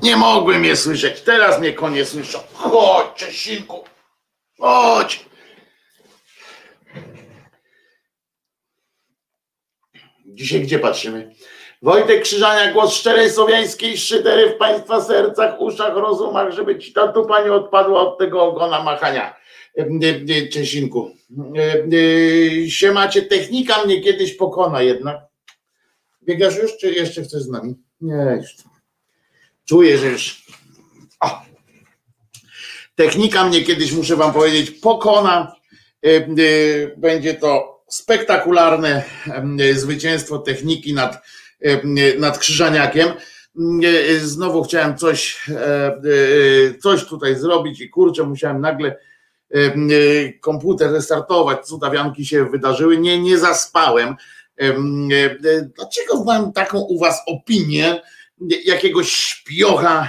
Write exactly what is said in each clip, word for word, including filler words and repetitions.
Nie mogły mnie słyszeć, teraz mnie konie słyszą. Chodź, Czesinku, chodź. Dzisiaj gdzie patrzymy? Wojtek Krzyżania, głos szczerej słowiańskiej szydery w państwa sercach, uszach, rozumach, żeby ci ta dupa nie odpadła od tego ogona machania. Czesinku. Siemacie, technika mnie kiedyś pokona jednak. Biegasz już, czy jeszcze chcesz z nami? Nie, już. Czuję, że już... O. Technika mnie kiedyś, muszę wam powiedzieć, pokona. Będzie to spektakularne zwycięstwo techniki nad, nad Krzyżaniakiem. Znowu chciałem coś, coś tutaj zrobić i kurczę, musiałem nagle komputer restartować, cudawianki się wydarzyły. Nie, nie zaspałem. Dlaczego mam taką u was opinię jakiegoś śpiocha,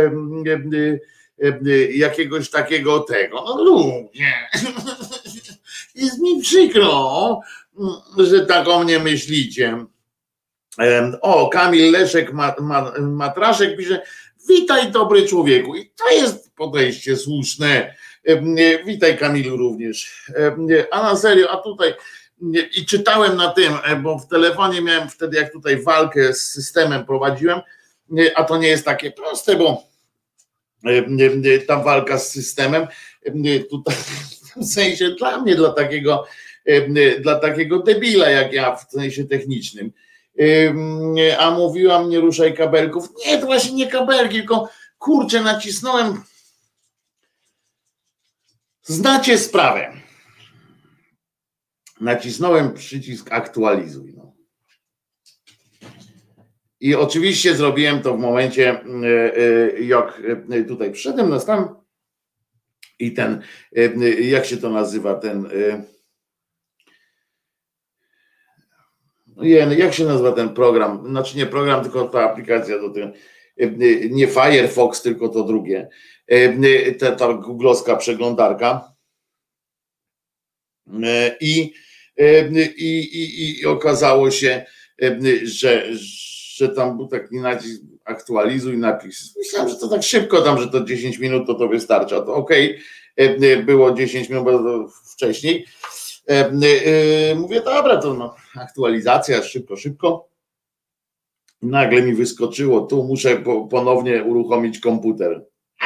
jakiegoś takiego tego? No ludzie, jest mi przykro, że tak o mnie myślicie. O, Kamil Leszek Matraszek pisze: witaj dobry człowieku. I to jest podejście słuszne. Witaj Kamilu również. A na serio, a tutaj i czytałem na tym, bo w telefonie miałem wtedy, jak tutaj walkę z systemem prowadziłem, a to nie jest takie proste, bo ta walka z systemem tutaj w sensie dla mnie, dla takiego dla takiego debila jak ja w sensie technicznym. A mówiłam, nie ruszaj kabelków. Nie, to właśnie nie kabelki, tylko kurczę, nacisnąłem. Znacie sprawę. Nacisnąłem przycisk aktualizuj. No. I oczywiście zrobiłem to w momencie, jak tutaj przyszedłem na stan i ten, jak się to nazywa, ten, jak się nazywa ten program, znaczy nie program, tylko ta aplikacja do tego, nie Firefox, tylko to drugie, ta, ta googlowska przeglądarka. I, i, i, i okazało się, że, że tam był taki nacisk aktualizuj napis. Myślałem, że to tak szybko tam, że to dziesięć minut to to wystarcza. To okej, okay. Było dziesięć minut wcześniej. Mówię, dobra, to no, aktualizacja, szybko, szybko. Nagle mi wyskoczyło, tu muszę ponownie uruchomić komputer.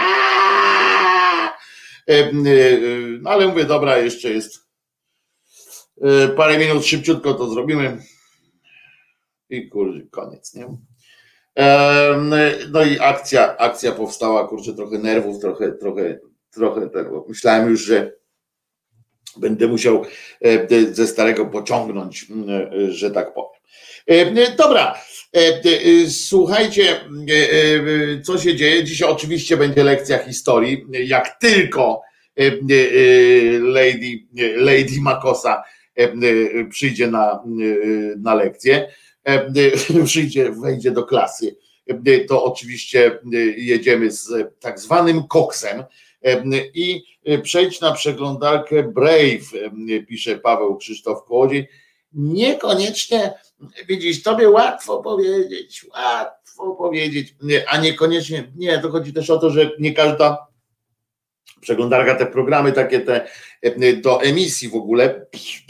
No ale mówię, dobra, jeszcze jest parę minut, szybciutko to zrobimy i kurde, koniec, nie? No i akcja, akcja powstała, kurczę, trochę nerwów, trochę, trochę, trochę tego. Myślałem już, że będę musiał ze starego pociągnąć, że tak powiem. Dobra, słuchajcie, co się dzieje. Dzisiaj oczywiście będzie lekcja historii, jak tylko Lady, Lady Makosa przyjdzie na, na lekcję, przyjdzie, wejdzie do klasy, to oczywiście jedziemy z tak zwanym koksem i przejdź na przeglądarkę Brave, pisze Paweł Krzysztof Kołodziej. Niekoniecznie, widzisz, tobie łatwo powiedzieć, łatwo powiedzieć, a niekoniecznie, nie, to chodzi też o to, że nie każda przeglądarka, te programy takie te do emisji w ogóle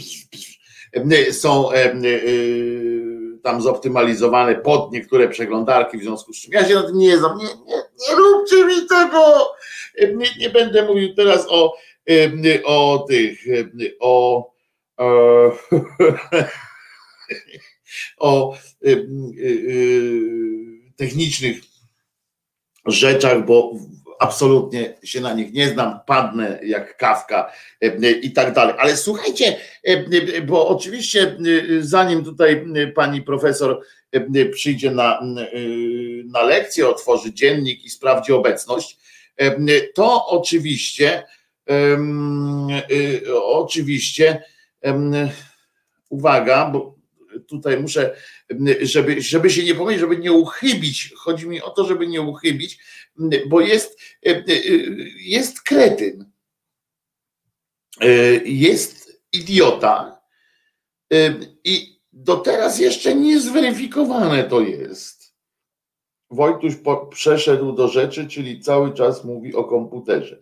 są tam zoptymalizowane pod niektóre przeglądarki, w związku z czym ja się na tym nie znam, nie, nie, nie róbcie mi tego, nie, nie będę mówił teraz o, o tych, o o technicznych rzeczach, bo absolutnie się na nich nie znam, padnę jak kawka i tak dalej. Ale słuchajcie, bo oczywiście zanim tutaj pani profesor przyjdzie na, na lekcję, otworzy dziennik i sprawdzi obecność, to oczywiście oczywiście uwaga, bo tutaj muszę, żeby, żeby się nie pomylić, żeby nie uchybić, chodzi mi o to, żeby nie uchybić, bo jest, jest kretyn, jest idiota i do teraz jeszcze nie zweryfikowane to jest, Wojtuś po, przeszedł do rzeczy, czyli cały czas mówi o komputerze.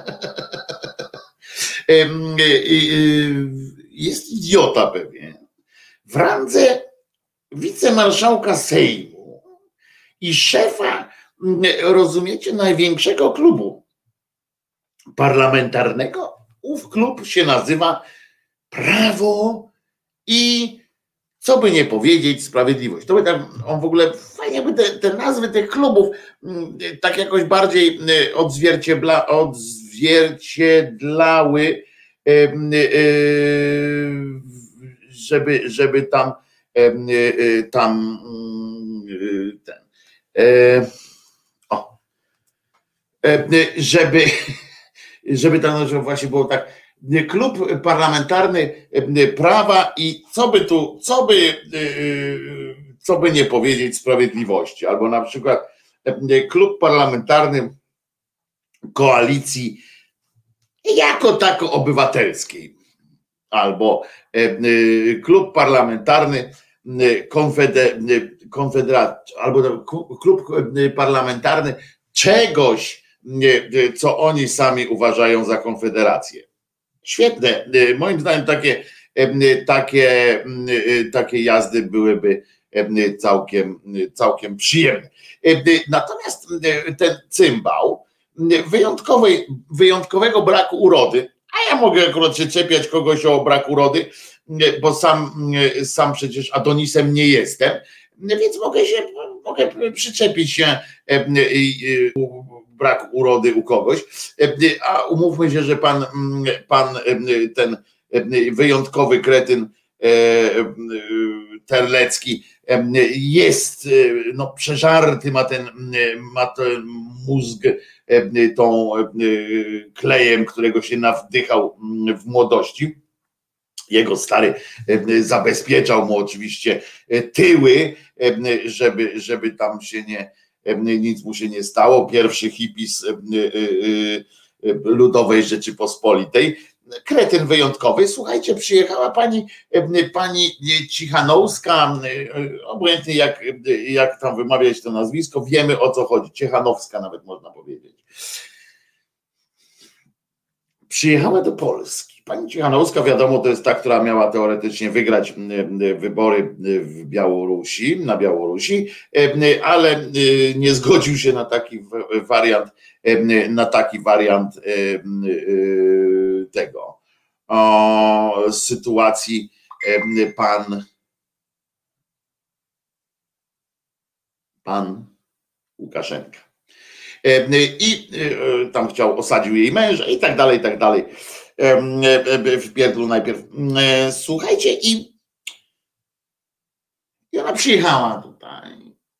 Jest idiota pewnie. W randze wicemarszałka Sejmu i szefa, rozumiecie, największego klubu parlamentarnego. Ów klub się nazywa Prawo i co by nie powiedzieć, Sprawiedliwość. To by tam, on w ogóle fajnie by te, te nazwy tych klubów tak jakoś bardziej odzwierciedla, odzwierciedlały, żeby, żeby tam tam ten, o, żeby żeby tam żeby właśnie było tak. Klub Parlamentarny Prawa i co by tu, co by, co by nie powiedzieć, Sprawiedliwości, albo na przykład Klub Parlamentarny Koalicji jako tako obywatelskiej, albo Klub Parlamentarny Konfederacji, albo Klub Parlamentarny czegoś, co oni sami uważają za Konfederację. Świetne. Moim zdaniem takie, takie, takie jazdy byłyby całkiem, całkiem przyjemne. Natomiast ten cymbał wyjątkowej, wyjątkowego braku urody, a ja mogę akurat się czepiać kogoś o brak urody, bo sam, sam przecież Adonisem nie jestem, więc mogę się mogę przyczepić się brak urody u kogoś, a umówmy się, że pan, pan ten wyjątkowy kretyn Terlecki jest no, przeżarty, ma ten, ma ten mózg tą klejem, którego się nawdychał w młodości. Jego stary zabezpieczał mu oczywiście tyły, żeby, żeby tam się nie, nic mu się nie stało. Pierwszy hipis Ludowej Rzeczypospolitej. Kretyn wyjątkowy. Słuchajcie, przyjechała pani, pani Cichanowska, obojętnie jak, jak tam wymawiać to nazwisko, wiemy o co chodzi. Ciechanowska nawet można powiedzieć. Przyjechała do Polski. Pani Cichanowska, wiadomo, to jest ta, która miała teoretycznie wygrać wybory w Białorusi, na Białorusi, ale nie zgodził się na taki wariant, na taki wariant tego o, sytuacji pan pan Łukaszenka. I tam chciał, osadził jej męża i tak dalej, i tak dalej. W pierdlu najpierw. Słuchajcie, i, i ona przyjechała tutaj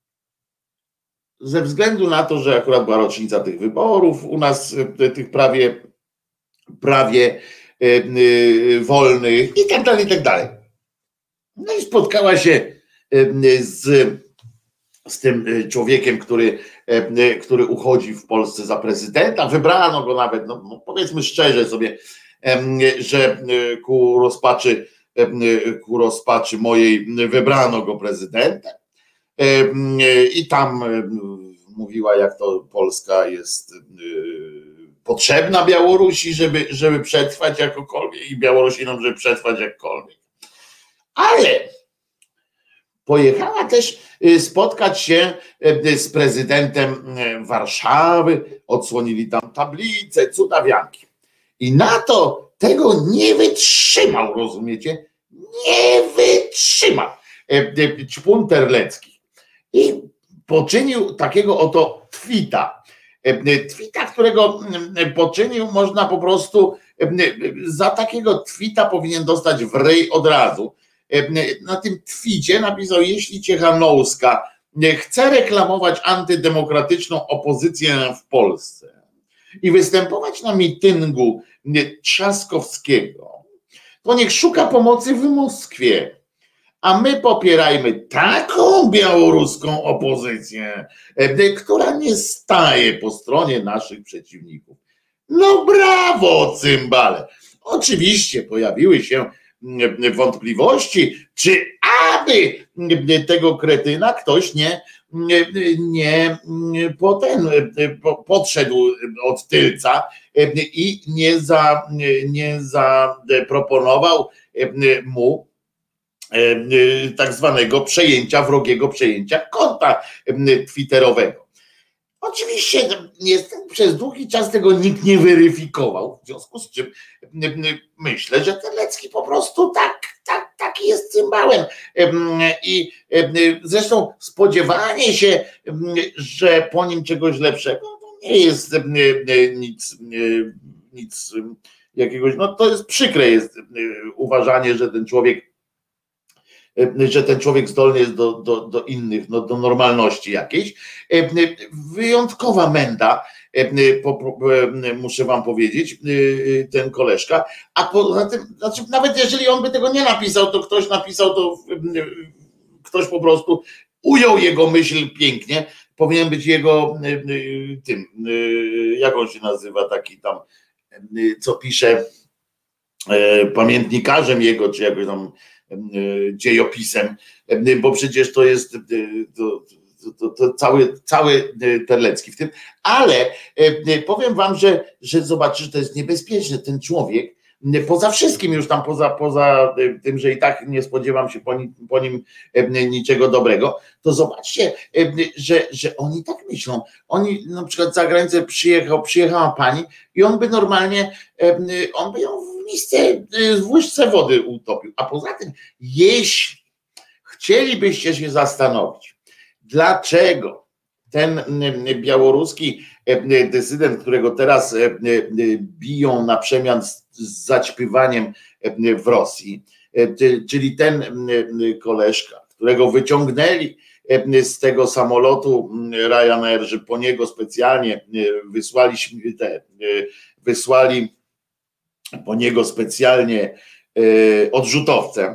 ze względu na to, że akurat była rocznica tych wyborów, u nas tych prawie prawie wolnych i tak dalej, i tak dalej. No i spotkała się z, z tym człowiekiem, który, który uchodzi w Polsce za prezydenta. Wybrano go nawet, no powiedzmy szczerze sobie, że ku rozpaczy, ku rozpaczy mojej wybrano go prezydentem. I tam mówiła, jak to Polska jest potrzebna Białorusi, żeby, żeby przetrwać jakokolwiek i Białorusinom, żeby przetrwać jakkolwiek. Ale pojechała też spotkać się z prezydentem Warszawy, odsłonili tam tablicę, cudawianki. I na to tego nie wytrzymał, rozumiecie? Nie wytrzymał ćpun Terlecki. I poczynił takiego oto tweeta. Tweeta, którego poczynił, można po prostu, za takiego tweeta powinien dostać w ryj od razu. Na tym twicie napisał: jeśli Cichanowska chce reklamować antydemokratyczną opozycję w Polsce i występować na mityngu Trzaskowskiego, to niech szuka pomocy w Moskwie, a my popierajmy taką białoruską opozycję, która nie staje po stronie naszych przeciwników. No brawo, cymbale. Oczywiście pojawiły się wątpliwości, czy aby tego kretyna ktoś nie, nie po ten, podszedł od tylca i nie, za, nie zaproponował mu tak zwanego przejęcia, wrogiego przejęcia konta twitterowego. Oczywiście jest, przez długi czas tego nikt nie weryfikował, w związku z czym myślę, że Terlecki po prostu tak, tak, taki jest cymbałem. I zresztą spodziewanie się, że po nim czegoś lepszego, to nie jest nic, nic jakiegoś, no to jest przykre jest uważanie, że ten człowiek że ten człowiek zdolny jest do, do, do innych, no, do normalności jakiejś. Wyjątkowa menda, muszę wam powiedzieć, ten koleżka, a poza tym, znaczy nawet jeżeli on by tego nie napisał, to ktoś napisał, to ktoś po prostu ujął jego myśl pięknie, powinien być jego tym, jak on się nazywa, taki tam, co pisze, pamiętnikarzem jego, czy jakoś tam dziejopisem, bo przecież to jest to, to, to cały, cały Terlecki w tym, ale powiem wam, że, że zobaczysz, że to jest niebezpieczne, ten człowiek, poza wszystkim już tam, poza, poza tym, że i tak nie spodziewam się po nim, po nim niczego dobrego, to zobaczcie, że, że oni tak myślą. Oni na przykład za granicę przyjechał, przyjechała pani i on by normalnie, on by ją w misce, w łyżce wody utopił. A poza tym, jeśli chcielibyście się zastanowić, dlaczego ten białoruski dysydent, którego teraz biją na przemian z zaćpywaniem w Rosji, czyli ten koleżka, którego wyciągnęli z tego samolotu Ryanair, że po niego specjalnie wysłali te, wysłali po niego specjalnie odrzutowce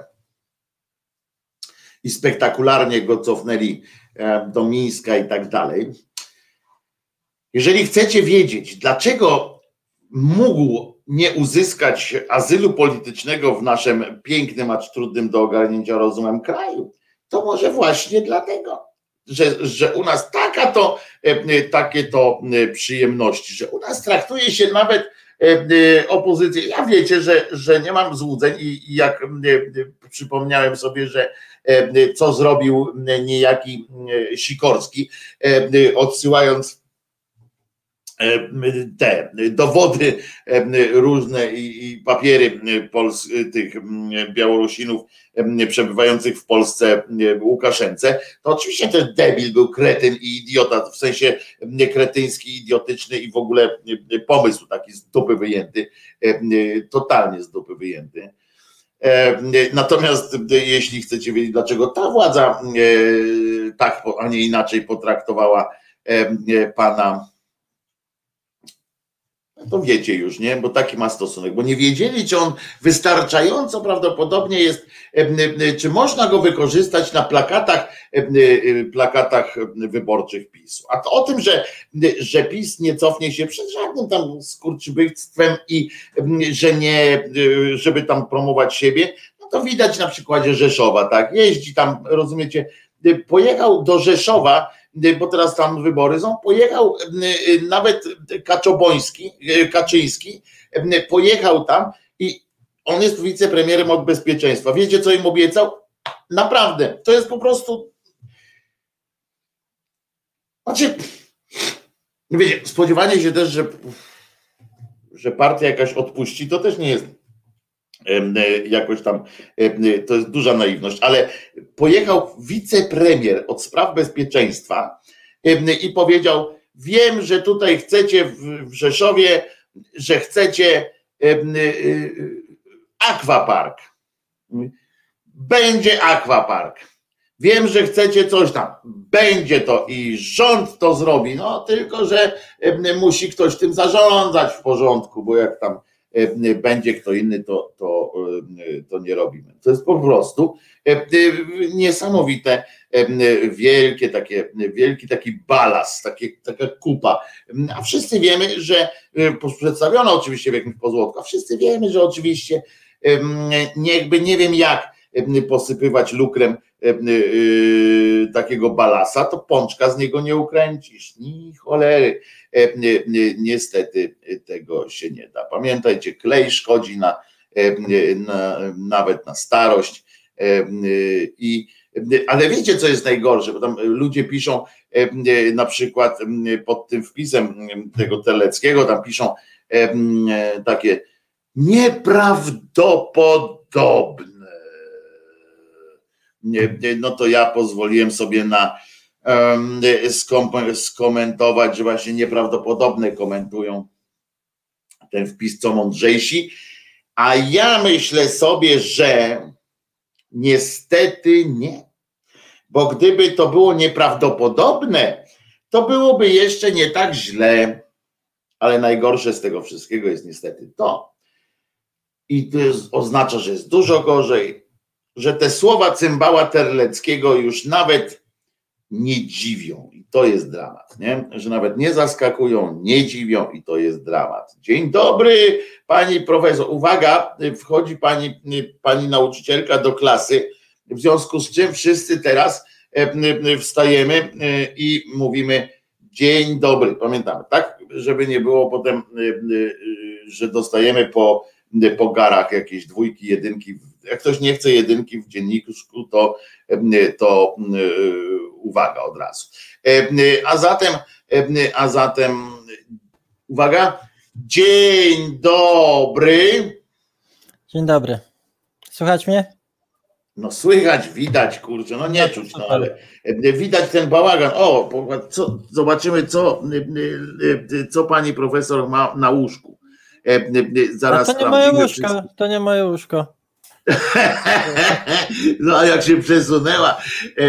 i spektakularnie go cofnęli do Mińska i tak dalej. Jeżeli chcecie wiedzieć, dlaczego mógł nie uzyskać azylu politycznego w naszym pięknym, acz trudnym do ogarnięcia rozumem kraju, to może właśnie dlatego, że, że u nas taka to, takie to przyjemności, że u nas traktuje się nawet opozycję. Ja wiecie, że, że nie mam złudzeń i jak przypomniałem sobie, że co zrobił niejaki Sikorski, odsyłając te dowody różne i, i papiery Pols, tych Białorusinów przebywających w Polsce Łukaszence, to oczywiście też debil był, kretyn i idiota, w sensie kretyński, idiotyczny i w ogóle pomysł taki z dupy wyjęty, totalnie z dupy wyjęty. Natomiast jeśli chcecie wiedzieć, dlaczego ta władza tak, a nie inaczej potraktowała pana, to wiecie już, nie? Bo taki ma stosunek, bo nie wiedzieli, czy on wystarczająco prawdopodobnie jest, czy można go wykorzystać na plakatach, plakatach wyborczych PiSu. A to o tym, że, że PiS nie cofnie się przed żadnym tam skurczybyństwem i że nie, żeby tam promować siebie, no to widać na przykładzie Rzeszowa, tak? Jeździ tam, rozumiecie, pojechał do Rzeszowa, bo teraz tam wybory są, pojechał nawet Kaczoboński, Kaczyński, pojechał tam i on jest wicepremierem od bezpieczeństwa. Wiecie, co im obiecał? Naprawdę, to jest po prostu, znaczy, wiecie, spodziewanie się też, że, że partia jakaś odpuści, to też nie jest jakoś tam, to jest duża naiwność, ale pojechał wicepremier od spraw bezpieczeństwa i powiedział: wiem, że tutaj chcecie w Rzeszowie, że chcecie akwapark. Będzie akwapark. Wiem, że chcecie coś tam. Będzie to i rząd to zrobi. No tylko, że musi ktoś tym zarządzać w porządku, bo jak tam będzie kto inny, to, to, to nie robimy. To jest po prostu niesamowite, wielkie takie, wielki taki balast, takie, taka kupa. A wszyscy wiemy, że przedstawiono oczywiście w jakimś pozłotku, a wszyscy wiemy, że oczywiście nie, jakby nie wiem jak, posypywać lukrem takiego balasa, to pączka z niego nie ukręcisz. Ni cholery. Niestety tego się nie da. Pamiętajcie, klej szkodzi na, na, nawet na starość. I, ale wiecie, co jest najgorsze? Bo tam ludzie piszą na przykład pod tym wpisem tego Terleckiego, tam piszą takie nieprawdopodobne. No to ja pozwoliłem sobie na skomentować, że właśnie nieprawdopodobne komentują ten wpis co mądrzejsi, a ja myślę sobie, że niestety nie, bo gdyby to było nieprawdopodobne, to byłoby jeszcze nie tak źle, ale najgorsze z tego wszystkiego jest niestety to, i to jest, oznacza, że jest dużo gorzej, że te słowa cymbała Terleckiego już nawet nie dziwią i to jest dramat, nie? Że nawet nie zaskakują, nie dziwią i to jest dramat. Dzień dobry, pani profesor. Uwaga, wchodzi pani, pani nauczycielka do klasy, w związku z czym wszyscy teraz wstajemy i mówimy dzień dobry. Pamiętamy, tak? Żeby nie było potem, że dostajemy po, po garach jakieś dwójki, jedynki. Jak ktoś nie chce jedynki w dzienniku, to, to uwaga od razu. A zatem, a zatem uwaga, dzień dobry. Dzień dobry. Słychać mnie? No słychać, widać, kurczę, no nie czuć, no ale widać ten bałagan. O, co, zobaczymy, co, co pani profesor ma na łóżku. Zaraz a to nie moje łóżko, wszystko. To nie moje łóżko. No a jak się przesunęła,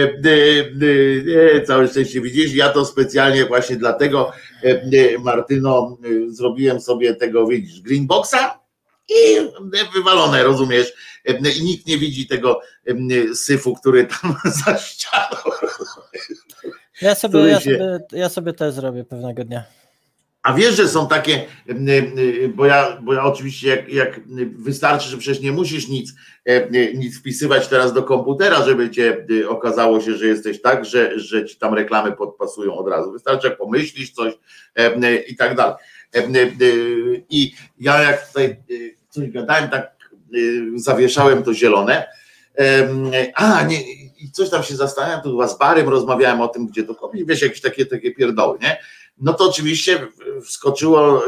całe szczęście, widzisz, ja to specjalnie właśnie dlatego, Martyno, zrobiłem sobie tego, widzisz, greenboxa i wywalone, rozumiesz, i nikt nie widzi tego syfu, który tam za ścianą. Ja sobie, ja, sobie, ja sobie też zrobię pewnego dnia. A wiesz, że są takie, bo ja, bo ja oczywiście jak, jak wystarczy, że przecież nie musisz nic, nic wpisywać teraz do komputera, żeby cię okazało się, że jesteś tak, że, że ci tam reklamy podpasują od razu. Wystarczy, jak pomyślisz coś i tak dalej. I ja jak tutaj coś gadałem, tak zawieszałem to zielone. A, nie, i coś tam się zastanawiałem, tu chyba z Barym rozmawiałem o tym, gdzie to kupić, wiesz, jakieś takie, takie pierdoły, nie? No to oczywiście wskoczyło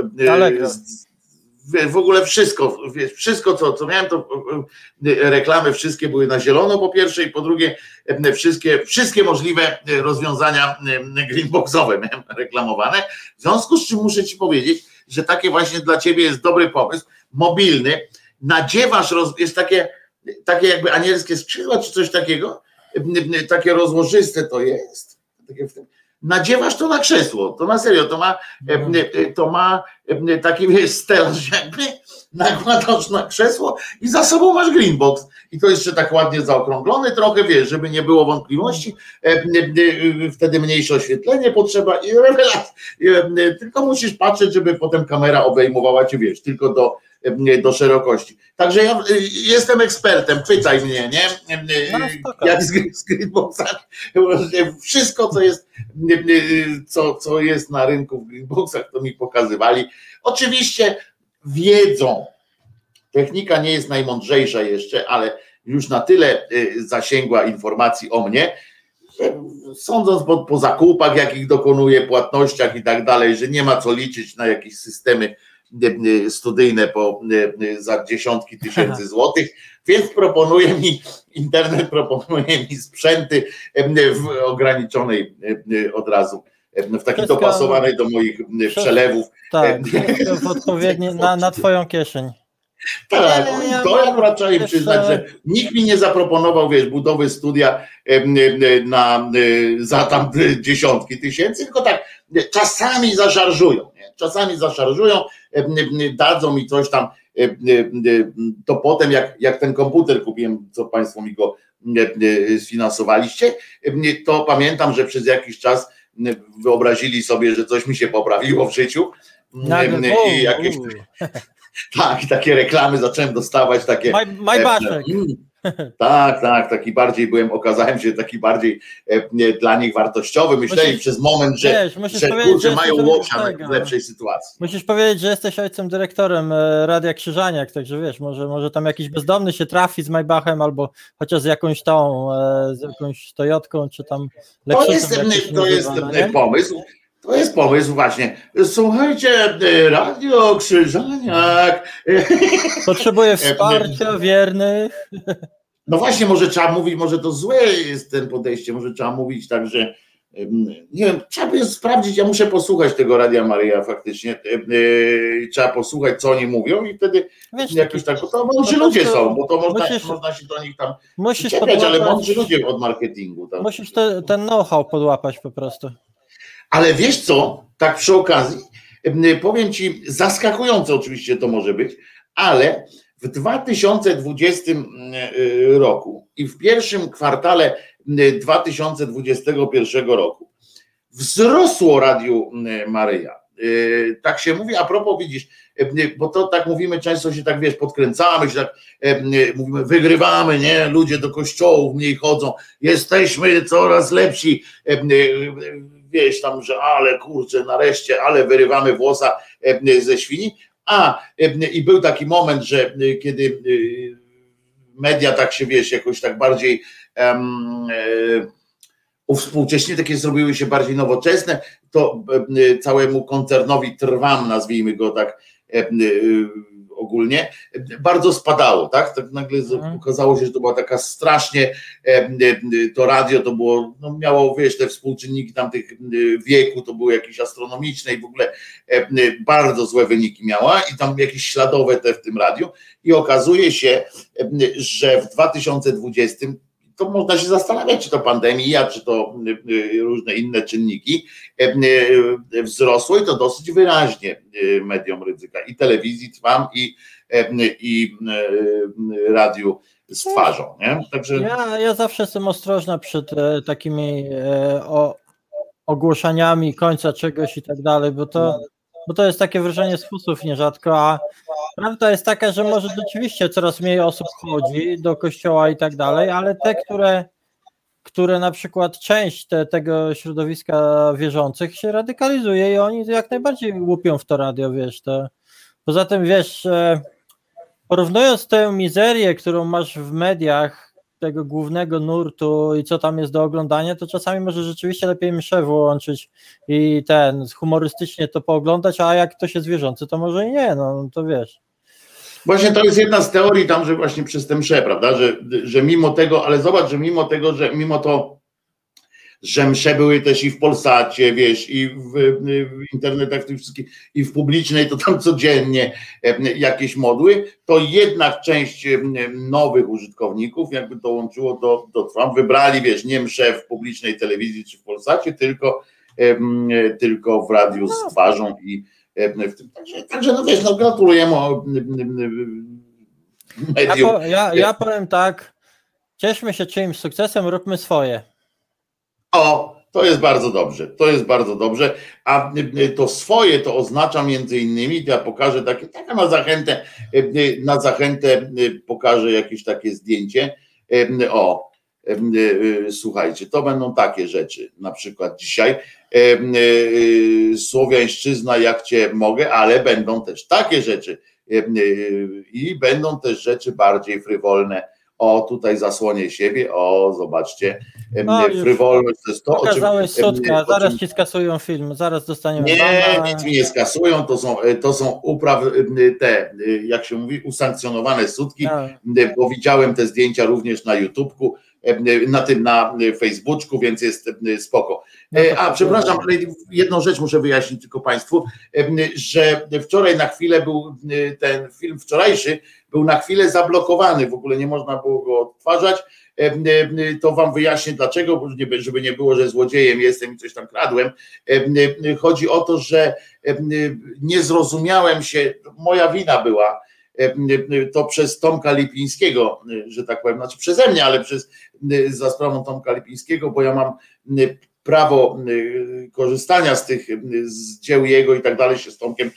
w ogóle wszystko, wiesz, wszystko co, co miałem, to reklamy wszystkie były na zielono po pierwsze i po drugie wszystkie, wszystkie możliwe rozwiązania greenboxowe miałem reklamowane, w związku z czym muszę ci powiedzieć, że takie właśnie dla ciebie jest dobry pomysł, mobilny, nadziewasz, jest takie, takie jakby anielskie skrzydła czy coś takiego, takie rozłożyste to jest, takie w tym. Nadziewasz to na krzesło, to na serio, to ma, to ma taki, wiesz, stelaż jakby, nakładasz na krzesło i za sobą masz greenbox i to jeszcze tak ładnie zaokrąglony trochę, wiesz, żeby nie było wątpliwości, wtedy mniejsze oświetlenie potrzeba i rewelacja, tylko musisz patrzeć, żeby potem kamera obejmowała cię, wiesz, tylko do do szerokości. Także ja jestem ekspertem, pytaj mnie, nie? No, jak z, z greenboxami. Wszystko, co jest, co, co jest na rynku w greenboxach, to mi pokazywali. Oczywiście wiedzą, technika nie jest najmądrzejsza jeszcze, ale już na tyle zasięgła informacji o mnie, że sądząc po, po zakupach, jakich dokonuję, płatnościach i tak dalej, że nie ma co liczyć na jakieś systemy studyjne po, za dziesiątki tysięcy złotych, więc proponuje mi, internet proponuje mi sprzęty w ograniczonej od razu, w takiej dopasowanej do moich przelewów. Tak, w odpowiednie na, na twoją kieszeń. Tak, to ja raczej im przyznać, że nikt mi nie zaproponował, wiesz, budowy studia na, za tam dziesiątki tysięcy, tylko tak czasami zaszarżują, nie? Czasami zaszarżują, dadzą mi coś tam, to potem jak, jak ten komputer kupiłem, co państwo mi go sfinansowaliście, to pamiętam, że przez jakiś czas wyobrazili sobie, że coś mi się poprawiło w życiu. Nagle, i jakieś, tak, takie reklamy zacząłem dostawać, takie Majbaszek. Tak, tak, taki bardziej byłem, okazałem się taki bardziej e, dla nich wartościowy. Myśleli musisz, przez moment, że, wiesz, że kurczę, mają łokcia w lepszej sytuacji. Musisz powiedzieć, że jesteś ojcem dyrektorem Radia Krzyżaniak, także wiesz, może, może tam jakiś bezdomny się trafi z Maybachem albo chociaż z jakąś tą, z jakąś Toyotką, czy tam To jest, to jest pomysł. To jest pomysł właśnie. Słuchajcie, Radio Krzyżaniak. Potrzebuje wsparcia wiernych. No właśnie, może trzeba mówić, może to złe jest ten podejście, może trzeba mówić tak, że nie wiem, trzeba by sprawdzić, ja muszę posłuchać tego Radia Maryja faktycznie, trzeba posłuchać, co oni mówią i wtedy wiesz, jakoś tak, bo to mądrzy no ludzie są, bo to można, musisz, można się do nich tam czepiać, ale mądrzy ludzie od marketingu. Tam. Musisz te, ten know-how podłapać po prostu. Ale wiesz co, tak przy okazji, powiem ci, zaskakujące oczywiście to może być, ale w dwa tysiące dwudziestym roku i w pierwszym kwartale dwa tysiące dwudziestego pierwszego roku wzrosło Radiu Maryja. Tak się mówi, a propos widzisz, bo to tak mówimy, często się tak wiesz, podkręcamy się, tak mówimy, wygrywamy, nie, ludzie do kościołów mniej chodzą, jesteśmy coraz lepsi, wiesz tam, że ale kurczę, nareszcie, ale wyrywamy włosa ze świni. A i był taki moment, że kiedy media tak się wiesz, jakoś tak bardziej um, uwspółcześnie, takie zrobiły się bardziej nowoczesne, to całemu koncernowi Trwam, nazwijmy go tak ogólnie, bardzo spadało, tak? Tak nagle okazało się, że to była taka strasznie, to radio to było, no miało, wiesz, te współczynniki tamtych wieku, to były jakieś astronomiczne i w ogóle bardzo złe wyniki miała i tam jakieś śladowe te w tym radiu i okazuje się, że w dwa tysiące dwudziestym to można się zastanawiać, czy to pandemia, czy to różne inne czynniki wzrosło i to dosyć wyraźnie mediom Rydzyka i telewizji Trwam i, i radiu z twarzą. Nie? Także... Ja, ja zawsze jestem ostrożna przed e, takimi e, o, ogłoszeniami końca czegoś i tak dalej, bo to, bo to jest takie wrażenie z fusów nierzadko, a prawda jest taka, że może rzeczywiście coraz mniej osób chodzi do kościoła i tak dalej, ale te, które, które na przykład część te, tego środowiska wierzących się radykalizuje i oni jak najbardziej łupią w to radio, wiesz, to poza tym, wiesz, porównując tę mizerię, którą masz w mediach tego głównego nurtu i co tam jest do oglądania, to czasami może rzeczywiście lepiej mszę włączyć i ten, humorystycznie to pooglądać, a jak ktoś jest wierzący, to może i nie, no to wiesz. Właśnie to jest jedna z teorii tam, że właśnie przez tę mszę, prawda, że, że mimo tego, ale zobacz, że mimo tego, że mimo to, że msze były też i w Polsacie, wiesz, i w, w internetach, w tych wszystkich, i w publicznej, to tam codziennie jakieś modły, to jednak część nowych użytkowników jakby dołączyło do, do Trwam, wybrali, wiesz, nie msze w publicznej telewizji czy w Polsacie, tylko, tylko w radiu z twarzą i w tym. Także, także no wiesz, no gratulujemy medium. Ja, ja, ja powiem tak, cieszmy się czyimś sukcesem, róbmy swoje. O, to jest bardzo dobrze, to jest bardzo dobrze, a to swoje to oznacza między innymi, ja pokażę takie, taka na zachętę, na zachętę pokażę jakieś takie zdjęcie, o, słuchajcie, to będą takie rzeczy, na przykład dzisiaj, Słowiańszczyzna jak cię mogę, ale będą też takie rzeczy i będą też rzeczy bardziej frywolne. O, tutaj zasłonię siebie, o, zobaczcie, no, frywolność to jest to, pokazałeś sutka, zaraz ci skasują film, zaraz dostaniemy nie, bana. nic mi nie skasują, to są, to są upraw, te, jak się mówi, usankcjonowane sutki, no. Bo widziałem te zdjęcia również na YouTubeku, na tym, na Facebooku, więc jest spoko. No a przepraszam, ale jedną rzecz muszę wyjaśnić tylko Państwu, że wczoraj na chwilę był ten film wczorajszy, był na chwilę zablokowany, w ogóle nie można było go odtwarzać, to wam wyjaśnię dlaczego, żeby nie było, że złodziejem jestem i coś tam kradłem. Chodzi o to, że nie zrozumiałem się, moja wina była, to przez Tomka Lipińskiego, że tak powiem, znaczy przeze mnie, ale przez, za sprawą Tomka Lipińskiego, bo ja mam prawo korzystania z tych z dzieł jego i tak dalej, się z Tomkiem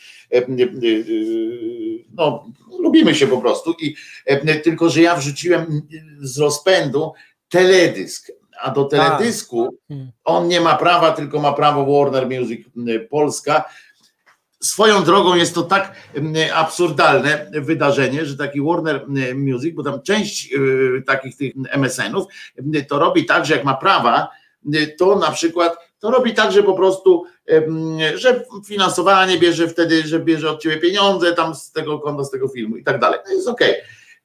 no lubimy się po prostu i tylko, że ja wrzuciłem z rozpędu teledysk, a do teledysku on nie ma prawa, tylko ma prawo Warner Music Polska. Swoją drogą jest to tak absurdalne wydarzenie, że taki Warner Music, bo tam część takich tych em es enów to robi tak, że jak ma prawa, to na przykład to robi tak, że po prostu, że finansowanie bierze wtedy, że bierze od ciebie pieniądze tam z tego konta, z tego filmu i tak dalej. To jest okej.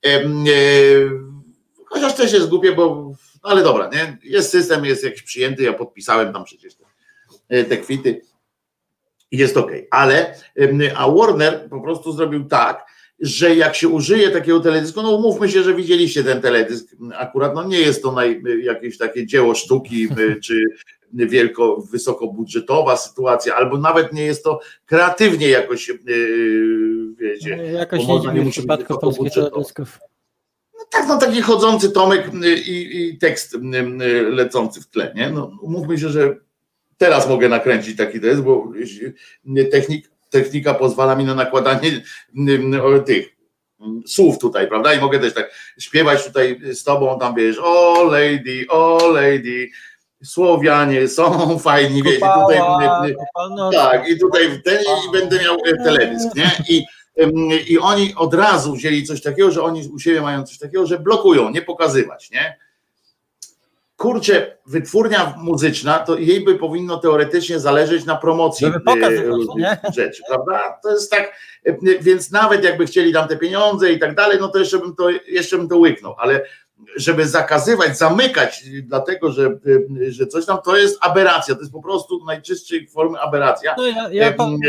Chociaż też jest głupie, bo ale dobra, nie? Jest system, jest jakiś przyjęty, ja podpisałem tam przecież te, te kwity. Jest okej, okay. Ale a Warner po prostu zrobił tak, że jak się użyje takiego teledysku, no umówmy się, że widzieliście ten teledysk, akurat no nie jest to naj, jakieś takie dzieło sztuki, czy wielko, wysokobudżetowa sytuacja, albo nawet nie jest to kreatywnie jakoś, wiecie, jakoś nie dziwi w przypadku polskich teledysków. No tak, no taki chodzący Tomek i, i tekst lecący w tle, nie? No umówmy się, że teraz mogę nakręcić taki test, bo technik, technika pozwala mi na nakładanie tych słów tutaj, prawda? I mogę też tak śpiewać tutaj z tobą, tam wiesz, o lady, o lady, Słowianie są fajni, wiecie, tutaj tak, i tutaj ten i będę miał teledysk, nie? I, i oni od razu wzięli coś takiego, że oni u siebie mają coś takiego, że blokują, nie pokazywać, nie? Kurczę, wytwórnia muzyczna, to jej by powinno teoretycznie zależeć na promocji różnych rzeczy, prawda? To jest tak, więc nawet jakby chcieli tam te pieniądze i tak dalej, no to jeszcze bym to, jeszcze bym to łyknął, ale żeby zakazywać, zamykać, dlatego, że, że coś tam, to jest aberracja, to jest po prostu najczystszej formy aberracja. No ja, ja powiem,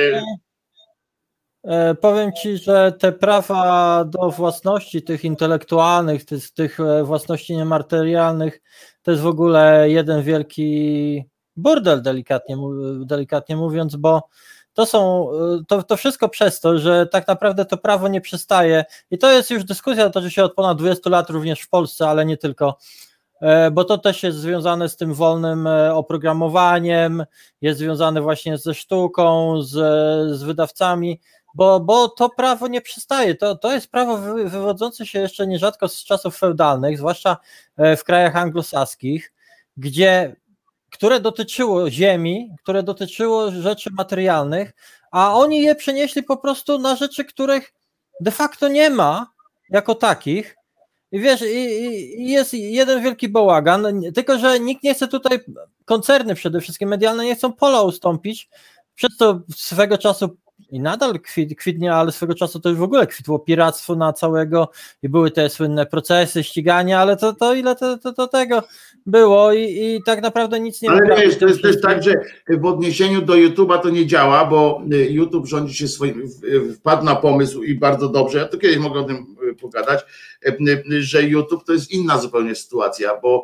powiem ci, że te prawa do własności tych intelektualnych, tych, tych własności niematerialnych, to jest w ogóle jeden wielki burdel, delikatnie, delikatnie mówiąc, bo to są, to, to wszystko przez to, że tak naprawdę to prawo nie przystaje i to jest już dyskusja, toczy się od ponad dwudziestu lat również w Polsce, ale nie tylko, bo to też jest związane z tym wolnym oprogramowaniem, jest związane właśnie ze sztuką, z, z wydawcami, bo, bo to prawo nie przystaje, to, to jest prawo wy, wywodzące się jeszcze nierzadko z czasów feudalnych, zwłaszcza w krajach anglosaskich, gdzie które dotyczyło ziemi, które dotyczyło rzeczy materialnych, a oni je przenieśli po prostu na rzeczy, których de facto nie ma jako takich. I wiesz, i, i jest jeden wielki bałagan, tylko że nikt nie chce tutaj, koncerny przede wszystkim medialne nie chcą pola ustąpić, przez to swego czasu i nadal kwit, kwitnie, ale swego czasu to już w ogóle kwitło piractwo na całego i były te słynne procesy, ścigania, ale to, to ile to, to, to tego było i, i tak naprawdę nic nie... Ale wiesz, to jest też tak, że w odniesieniu do YouTube'a to nie działa, bo YouTube rządzi się swoim, wpadł na pomysł i bardzo dobrze, ja to kiedyś mogę o tym pogadać, że YouTube to jest inna zupełnie sytuacja, bo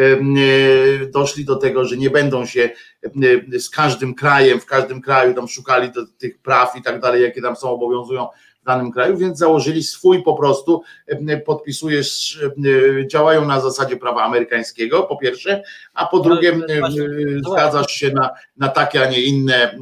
doszli do tego, że nie będą się z każdym krajem, w każdym kraju tam szukali do tych praw i tak dalej, jakie tam są, obowiązują w danym kraju, więc założyli swój po prostu, podpisujesz, działają na zasadzie prawa amerykańskiego, po pierwsze, a po drugie zgadzasz się na, na takie, a nie inne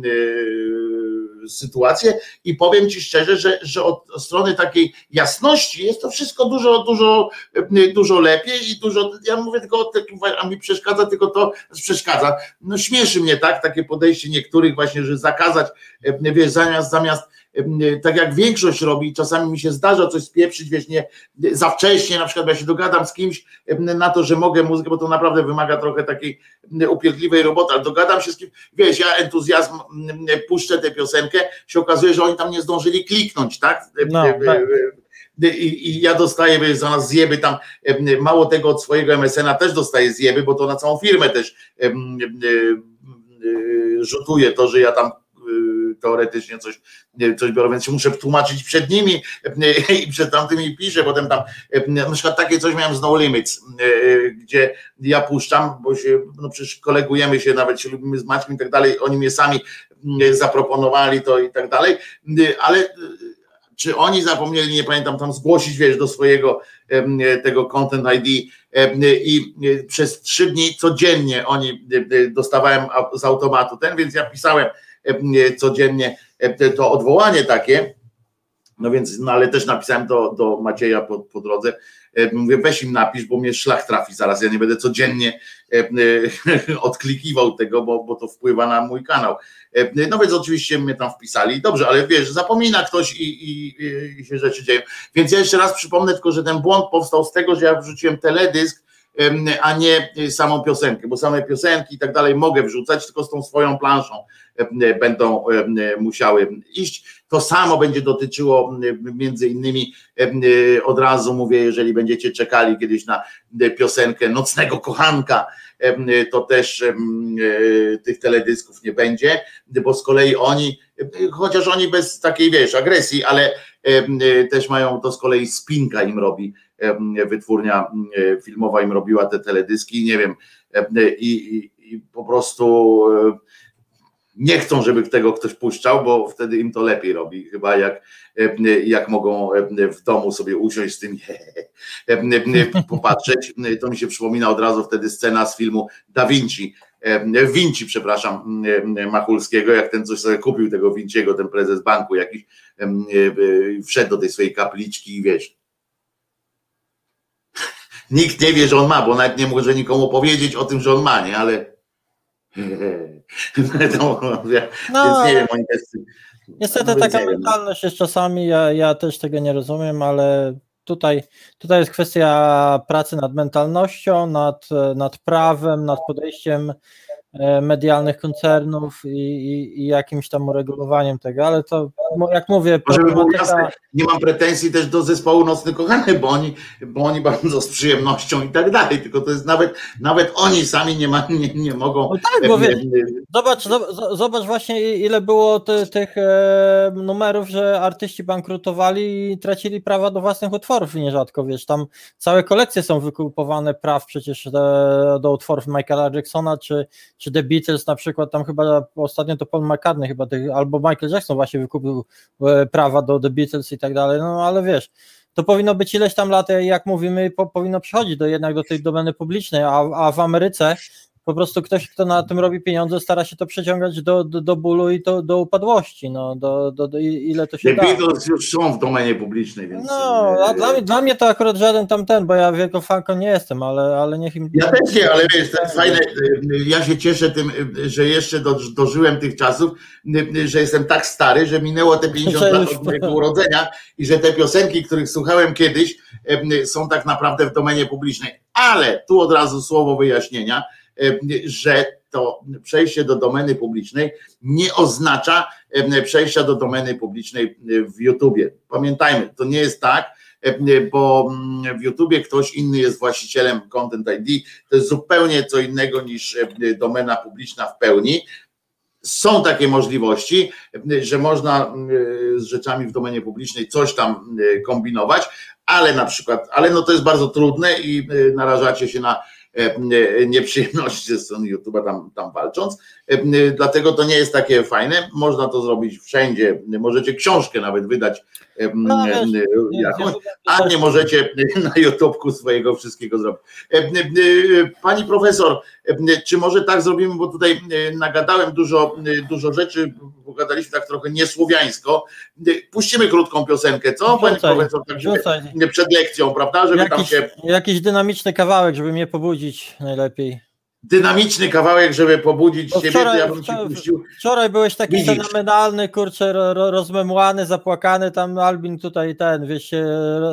sytuacje i powiem ci szczerze, że, że od strony takiej jasności jest to wszystko dużo, dużo, dużo lepiej i dużo, ja mówię tylko o takim, a mi przeszkadza tylko to, przeszkadza, no śmieszy mnie tak, takie podejście niektórych właśnie, że zakazać, wiesz, zamiast, zamiast tak jak większość robi, czasami mi się zdarza coś spieprzyć, wiesz, nie, za wcześnie, na przykład ja się dogadam z kimś na to, że mogę muzykę, bo to naprawdę wymaga trochę takiej upierdliwej roboty, ale dogadam się z kimś, wiesz, ja entuzjazm, puszczę tę piosenkę, się okazuje, że oni tam nie zdążyli kliknąć, tak? No, tak. I, I ja dostaję, wiesz, za nas zjeby tam, mało tego od swojego em es ena też dostaję zjeby, bo to na całą firmę też rzutuje to, że ja tam teoretycznie coś, coś biorę, więc się muszę tłumaczyć przed nimi i przed tamtymi piszę, potem tam na przykład takie coś miałem z No Limits, gdzie ja puszczam, bo się, no przecież kolegujemy się, nawet się lubimy z Maćkiem i tak dalej, oni mnie sami zaproponowali to i tak dalej, ale czy oni zapomnieli, nie pamiętam, tam zgłosić, wiesz, do swojego tego Content I D i przez trzy dni codziennie oni dostawałem z automatu ten, więc ja pisałem codziennie to odwołanie takie, no więc, no ale też napisałem do, do Macieja po, po drodze, mówię, weź im napisz, bo mnie szlak trafi zaraz, ja nie będę codziennie odklikiwał tego, bo, bo to wpływa na mój kanał. No więc oczywiście mnie tam wpisali, dobrze, ale wiesz, zapomina ktoś i, i, i się rzeczy dzieją. Więc ja jeszcze raz przypomnę tylko, że ten błąd powstał z tego, że ja wrzuciłem teledysk, a nie samą piosenkę, bo same piosenki i tak dalej mogę wrzucać, tylko z tą swoją planszą będą musiały iść. To samo będzie dotyczyło między innymi, od razu mówię, jeżeli będziecie czekali kiedyś na piosenkę Nocnego Kochanka, to też tych teledysków nie będzie, bo z kolei oni, chociaż oni bez takiej, wiesz, agresji, ale też mają, to z kolei Spinka im robi, wytwórnia filmowa im robiła te teledyski, nie wiem, i, i, i po prostu nie chcą, żeby tego ktoś puszczał, bo wtedy im to lepiej robi, chyba jak, jak mogą w domu sobie usiąść z tym popatrzeć. To mi się przypomina od razu wtedy scena z filmu Da Vinci, Vinci, przepraszam, Machulskiego, jak ten coś sobie kupił tego Vinciego, ten prezes banku jakiś, wszedł do tej swojej kapliczki i wiesz, nikt nie wie, że on ma, bo nawet nie może nikomu powiedzieć o tym, że on ma, nie, ale no, no, więc nie wiem, oni też, niestety no, taka mentalność jest czasami, ja, ja też tego nie rozumiem, ale tutaj, tutaj jest kwestia pracy nad mentalnością, nad, nad prawem, nad podejściem medialnych koncernów i, i, i jakimś tam uregulowaniem tego, ale to jak mówię, problematyka... nie mam pretensji też do zespołu Nocny Kochany, bo oni, bo oni bardzo z przyjemnością i tak dalej, tylko to jest nawet, nawet oni sami nie, ma, nie, nie mogą... No tak, bo wiesz, zobacz, zobacz właśnie ile było ty, tych e, numerów, że artyści bankrutowali i tracili prawa do własnych utworów nierzadko, wiesz, tam całe kolekcje są wykupowane praw przecież do, do utworów Michaela Jacksona, czy czy The Beatles na przykład, tam chyba ostatnio to Paul McCartney chyba, albo Michael Jackson właśnie wykupił prawa do The Beatles i tak dalej, no ale wiesz, to powinno być ileś tam lat, jak mówimy, po, powinno przychodzić do, jednak do tej domeny publicznej, a, a w Ameryce po prostu ktoś, kto na tym robi pieniądze, stara się to przeciągać do, do, do bólu i do, do upadłości, no, do, do, do ile to się The da. Beatles już są w domenie publicznej, więc... No, a dla mnie, dla mnie to akurat żaden tamten, bo ja wielką fanką nie jestem, ale, ale niech im... Ja też nie, ale wiesz, to jest fajne, ja się cieszę tym, że jeszcze do, dożyłem tych czasów, że jestem tak stary, że minęło te pięćdziesiąt lat od mojego urodzenia i że te piosenki, których słuchałem kiedyś, są tak naprawdę w domenie publicznej. Ale tu od razu słowo wyjaśnienia, że to przejście do domeny publicznej nie oznacza przejścia do domeny publicznej w YouTubie. Pamiętajmy, to nie jest tak, bo w YouTubie ktoś inny jest właścicielem Content I D, to jest zupełnie co innego niż domena publiczna w pełni. Są takie możliwości, że można z rzeczami w domenie publicznej coś tam kombinować, ale na przykład, ale no to jest bardzo trudne i narażacie się na nieprzyjemności ze strony YouTube'a tam, tam walcząc, dlatego to nie jest takie fajne, można to zrobić wszędzie, możecie książkę nawet wydać no, jakąś, a nie możecie na YouTube'ku swojego wszystkiego zrobić. Pani profesor, czy może tak zrobimy, bo tutaj nagadałem dużo, dużo rzeczy, pogadaliśmy tak trochę niesłowiańsko, puścimy krótką piosenkę, co pani rzucaj, profesor, tak żeby, przed lekcją, prawda, żeby jakiś, tam się... Jakiś dynamiczny kawałek, żeby mnie pobudzić najlepiej. Dynamiczny kawałek, żeby pobudzić ciebie, wczoraj, to ja bym wczoraj, ci puścił. Wczoraj byłeś taki Widzisz. fenomenalny, kurczę, ro, ro, rozmemłany, zapłakany, tam Albin tutaj ten, wiesz, się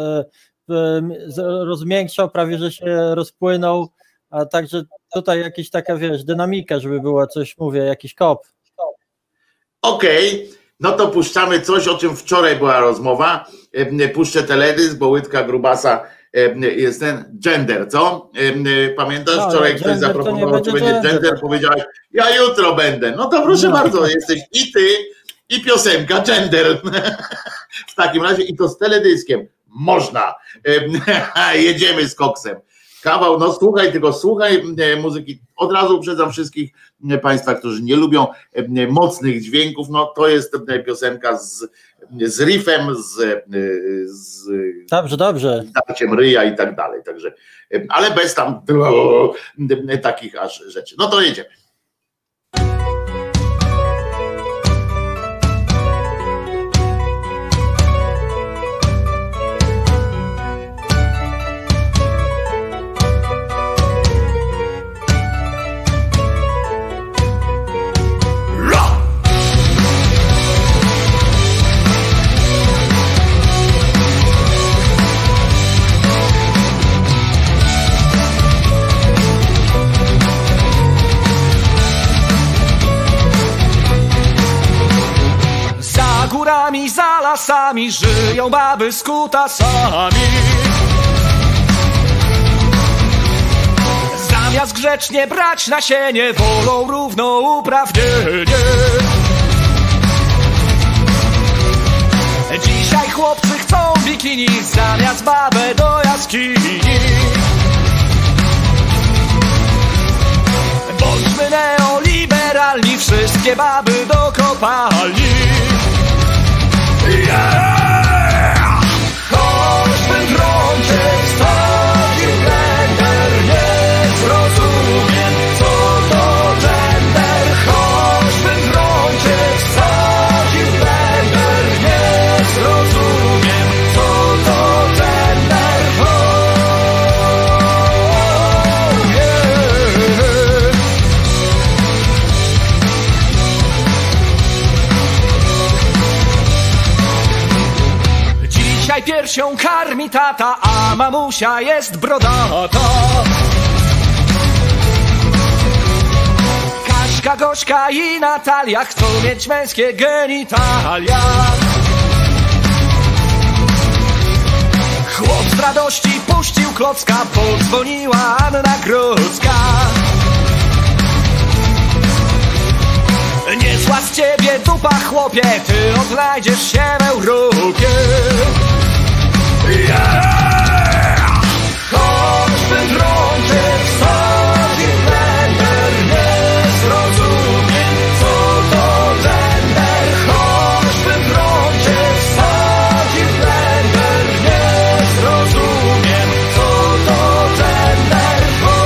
rozmiękczał, prawie że się rozpłynął, a także tutaj jakaś taka, wiesz, dynamika, żeby była coś, mówię, jakiś kop. Okej, okay. No to puszczamy coś, o czym wczoraj była rozmowa, puszczę teledysk, bo Łydka Grubasa jest ten gender, co? Pamiętasz, no, wczoraj ktoś zaproponował, czy będzie gender, gender, powiedziałeś, ja jutro będę. No to proszę no. bardzo, jesteś i ty, i piosenka gender. W takim razie i to z teledyskiem. Można. Jedziemy z koksem. kawał, no słuchaj, tylko słuchaj muzyki. Od razu uprzedzam wszystkich Państwa, którzy nie lubią mocnych dźwięków, no to jest piosenka z, z riffem, z, z dobrze, dobrze. darciem ryja i tak dalej, także, ale bez tam takich aż rzeczy. No to jedziemy. Za lasami żyją baby z kutasami. Zamiast grzecznie brać nasienie, wolą równouprawnienie. Dzisiaj chłopcy chcą bikini, zamiast babę do jaskini. Bądźmy neoliberalni, wszystkie baby do kopalni. Yeah! Choćbym drączek wstawił blender, nie zrozumiem, co to gender. Choćbym drączek wstawił blender, nie zrozumiem, co to gender. Oh, yeah. Dzisiaj piersią karmi tata, a mamusia jest brodata. Kaśka, Gośka i Natalia chcą mieć męskie genitalia. Chłop z radości puścił klocka, podzwoniła Anna Grodzka. Niezła z ciebie dupa, chłopie, ty odnajdziesz się w Europie. Yeah! Choćbym drączek wstawił blender, nie zrozumiem, co to gender. Choćbym drączek wstawił blender, nie zrozumiem, co to gender.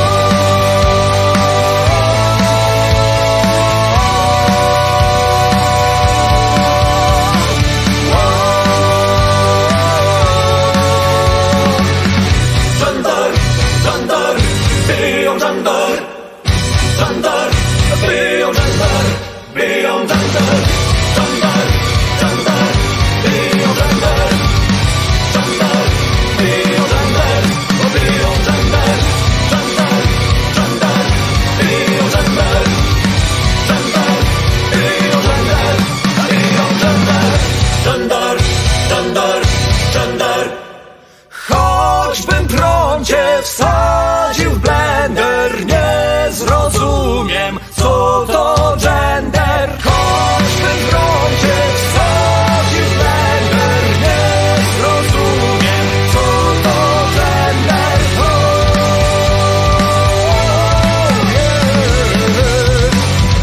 Choćbym prącie wsadził w blender, nie zrozumiem, co to gender. Choćbym prącie wsadził w blender, nie zrozumiem, co to gender. Oh, yeah.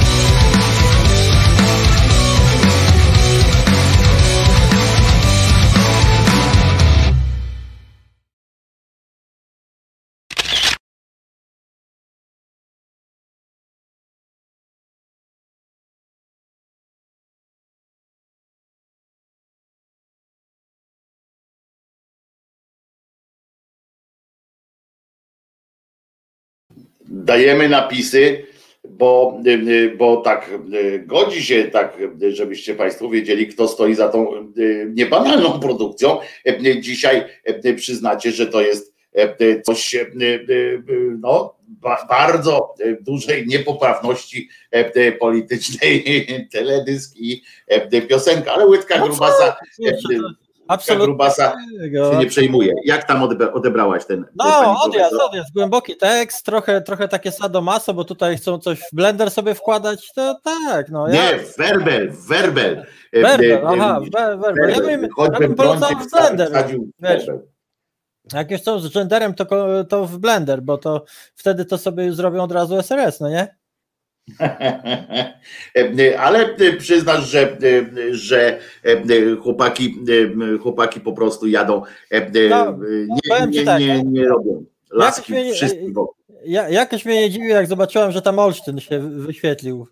Dajemy napisy, bo, bo tak godzi się, tak żebyście Państwo wiedzieli, kto stoi za tą niebanalną produkcją. Dzisiaj przyznacie, że to jest coś no, bardzo dużej niepoprawności politycznej, teledysk i piosenka, ale Łydka Grubasa Absolutnie. Grubasa się nie przejmuje. Jak tam odebrałaś ten? No, odjazd, odjazd, głęboki tekst, trochę, trochę takie sadomaso, bo tutaj chcą coś w blender sobie wkładać, to tak, no. Nie, ja... werbel, werbel. Werbel, aha, werbel. Ja bym, ja bym polecał w blender. Wiesz, Jak już są z genderem, to, to w Blender, bo to wtedy to sobie zrobią od razu S R S, no nie? Ale przyznasz, że, że chłopaki, chłopaki po prostu jadą, no, nie, nie, tak. nie, nie robią laski wszystkich wokół. Ja, jakoś mnie nie dziwi, jak zobaczyłem, że tam Olsztyn się wyświetlił.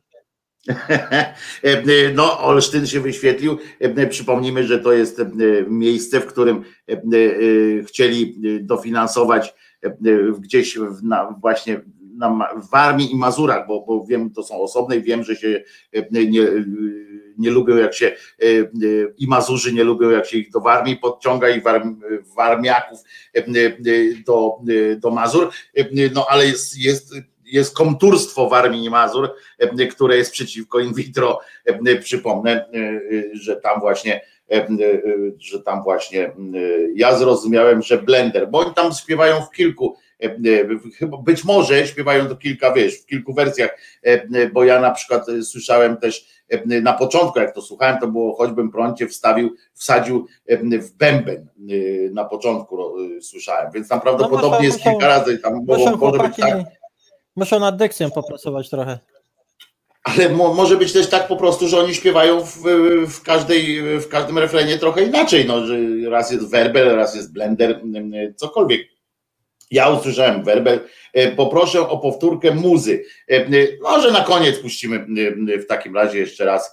No, Olsztyn się wyświetlił. Przypomnijmy, że to jest miejsce, w którym chcieli dofinansować gdzieś na, właśnie na, w Warmii i Mazurach, bo, bo wiem, to są osobne i wiem, że się nie, nie lubią, jak się i Mazurzy nie lubią, jak się ich do Warmii podciąga i warm, warmiaków do, do Mazur, no ale jest, jest jest komturstwo Warmii i Mazur, które jest przeciwko in vitro. Przypomnę, że tam właśnie, że tam właśnie ja zrozumiałem, że Blender, bo oni tam śpiewają w kilku, chyba być może śpiewają to kilka, wiesz, w kilku wersjach, bo ja na przykład słyszałem też na początku, jak to słuchałem, to było choćbym prącie wstawił, wsadził w bęben na początku słyszałem, więc tam prawdopodobnie no, jest kilka razy, tam mogą, może być tak. Muszą nad dykcją popracować trochę. Ale mo, może być też tak po prostu, że oni śpiewają w, w, każdej, w każdym refrenie trochę inaczej, no, że raz jest werbel, raz jest blender, cokolwiek. Ja usłyszałem werbel, poproszę o powtórkę muzy. Może na koniec puścimy w takim razie jeszcze raz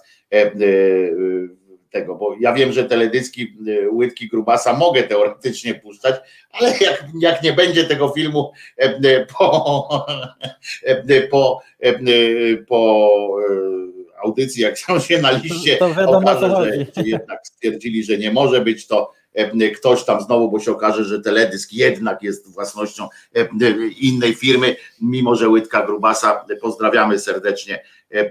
tego, bo ja wiem, że teledyski Łydki Grubasa mogę teoretycznie puszczać, ale jak, jak nie będzie tego filmu po, po, po audycji, jak są się na liście, to wiadomo, okaże, że jednak stwierdzili, że nie może być to ktoś tam znowu, bo się okaże, że teledysk jednak jest własnością innej firmy, mimo że Łydka Grubasa, pozdrawiamy serdecznie,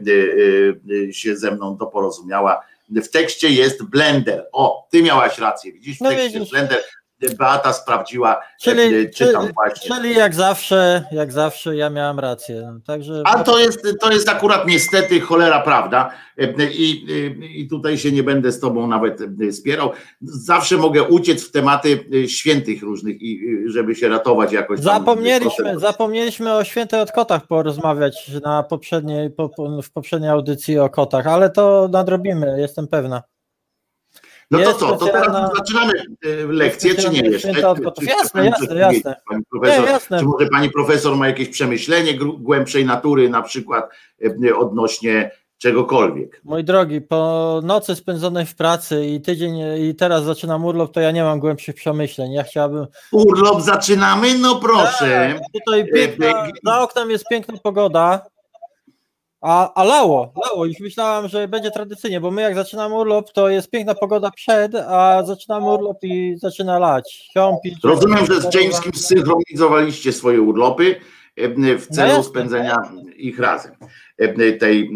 się ze mną to porozumiała. W tekście jest Blender. O, ty miałaś rację, widzisz, w no tekście jest Blender. Beata sprawdziła, czyli, czytam czyli, właśnie. Czyli jak zawsze, jak zawsze ja miałam rację. Także... A to jest, to jest akurat niestety cholera prawda I, i tutaj się nie będę z tobą nawet spierał. Zawsze mogę uciec w tematy świętych różnych i żeby się ratować jakoś. Zapomnieliśmy, zapomnieliśmy o świętej od kotach porozmawiać na poprzedniej, po, w poprzedniej audycji o kotach, ale to nadrobimy, jestem pewna. No to co, to teraz zaczynamy lekcję, czy nie jeszcze? Czy, czy, jasne, jasne, jasne. Pani profesor, nie, jasne. Czy może pani profesor ma jakieś przemyślenie głębszej natury, na przykład odnośnie czegokolwiek? Mój drogi, po nocy spędzonej w pracy i tydzień i teraz zaczynam urlop, to ja nie mam głębszych przemyśleń. Ja chciałabym... Urlop zaczynamy? No proszę. Tak, tutaj piękna, za oknem jest piękna pogoda. A, a lało, lało, już myślałam, że będzie tradycyjnie, bo my jak zaczynamy urlop, to jest piękna pogoda przed, a zaczynamy urlop i zaczyna lać. Siąpić, rozumiem, że z Jameskim synchronizowaliście swoje urlopy w celu no spędzenia ich razem. Tej, tej,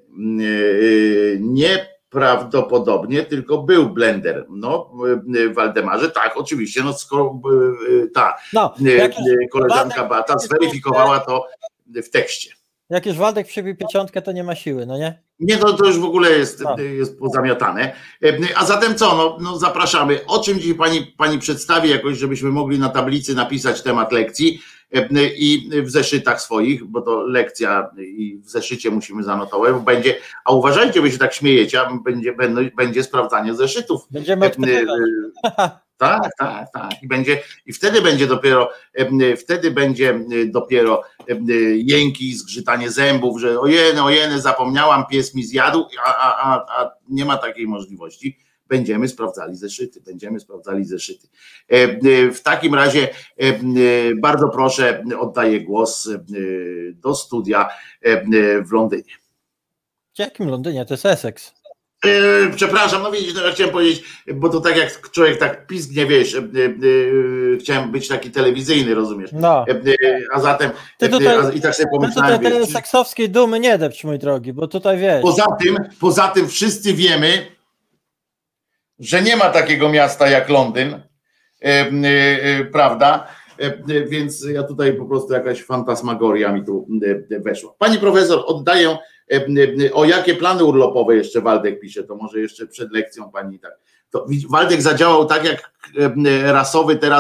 nieprawdopodobnie tylko był Blender. No, Waldemarze, tak, oczywiście, no skoro ta no, koleżanka Beata zweryfikowała to w tekście. Jak już Waldek przybił pieczątkę, to nie ma siły, no nie? Nie, to, to już w ogóle jest, jest pozamiatane. A zatem co, no, no zapraszamy. O czym dzisiaj pani, pani przedstawi jakoś, żebyśmy mogli na tablicy napisać temat lekcji i w zeszytach swoich, bo to lekcja i w zeszycie musimy zanotować, bo będzie, a uważajcie, wy się tak śmiejecie, a będzie, będzie, będzie sprawdzanie zeszytów. Będziemy Tak, tak, tak. I będzie, i wtedy będzie dopiero, wtedy będzie dopiero jęki, zgrzytanie zębów, że ojeny, ojeny, zapomniałam, pies mi zjadł, a, a, a, a nie ma takiej możliwości. Będziemy sprawdzali zeszyty, będziemy sprawdzali zeszyty. W takim razie bardzo proszę, oddaję głos do studia w Londynie. W jakim Londynie? To jest Essex. Przepraszam, no widzisz, no ja chciałem powiedzieć, bo to tak jak człowiek tak pisknie, wiesz, chciałem być taki telewizyjny, rozumiesz, no. A zatem ty tutaj, i tak sobie pomyślałem, ty tutaj tej seksowskiej dumy nie depcz, mój drogi, bo tutaj wiesz. Poza tym, poza tym wszyscy wiemy, że nie ma takiego miasta jak Londyn, prawda, więc ja tutaj po prostu jakaś fantasmagoria mi tu weszła. Pani profesor, oddaję. O jakie plany urlopowe jeszcze Waldek pisze, to może jeszcze przed lekcją pani tak. To Waldek zadziałał tak jak rasowy teraz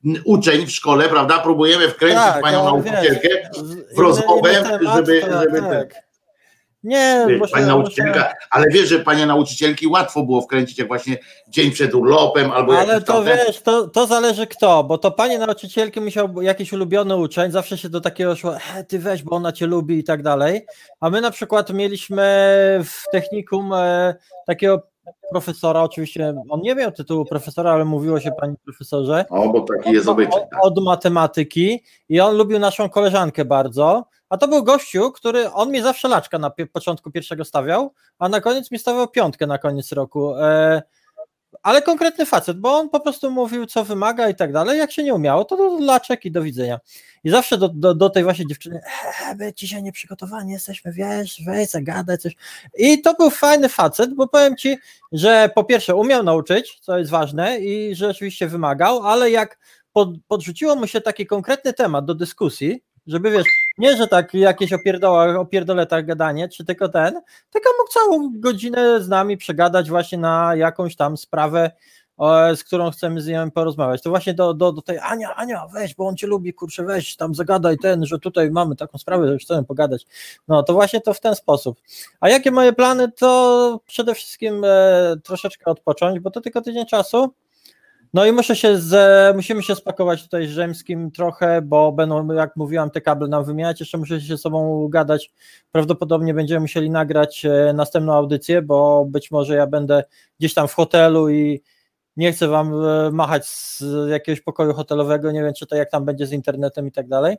uczeń w szkole, prawda, próbujemy wkręcić tak, panią nauczycielkę wiesz, w rozmowę, temat, żeby, to, żeby tak. Nie, wiesz, bo pani nauczycielka, muszę... ale wiesz, że panie nauczycielki łatwo było wkręcić, jak właśnie dzień przed urlopem albo ale to tam... wiesz, to, to zależy kto, bo to panie nauczycielki musiał jakiś ulubiony uczeń, zawsze się do takiego szło, e, ty weź, bo ona cię lubi i tak dalej, a my na przykład mieliśmy w technikum e, takiego profesora, oczywiście on nie miał tytułu profesora, ale mówiło się panie profesorze. O, bo taki jest obyczaj. Od, od matematyki i on lubił naszą koleżankę bardzo, a to był gościu, który, on mi zawsze laczka na pi- początku pierwszego stawiał, a na koniec mi stawiał piątkę na koniec roku. E, ale konkretny facet, bo on po prostu mówił, co wymaga i tak dalej. Jak się nie umiało, to do laczek i do widzenia. I zawsze do, do, do tej właśnie dziewczyny, e, my dzisiaj nieprzygotowani jesteśmy, wiesz, weź, zagadaj coś. I to był fajny facet, bo powiem ci, że po pierwsze umiał nauczyć, co jest ważne i rzeczywiście wymagał, ale jak pod, podrzuciło mu się taki konkretny temat do dyskusji, żeby wiesz, nie, że tak jakieś opierdoła, opierdoletach gadanie, czy tylko ten, tylko mógł całą godzinę z nami przegadać właśnie na jakąś tam sprawę, o, z którą chcemy z nią porozmawiać. To właśnie do, do, do tej Ania, Ania, weź, bo on cię lubi, kurczę, weź, tam zagadaj ten, że tutaj mamy taką sprawę, że chcemy pogadać. No to właśnie to w ten sposób. A jakie moje plany, to przede wszystkim e, troszeczkę odpocząć, bo to tylko tydzień czasu. No i muszę się z, musimy się spakować tutaj z Rzymskim trochę, bo będą, jak mówiłam, te kable nam wymieniać, jeszcze muszę się z sobą gadać, prawdopodobnie będziemy musieli nagrać następną audycję, bo być może ja będę gdzieś tam w hotelu i nie chcę wam machać z jakiegoś pokoju hotelowego, nie wiem, czy to jak tam będzie z internetem i tak dalej.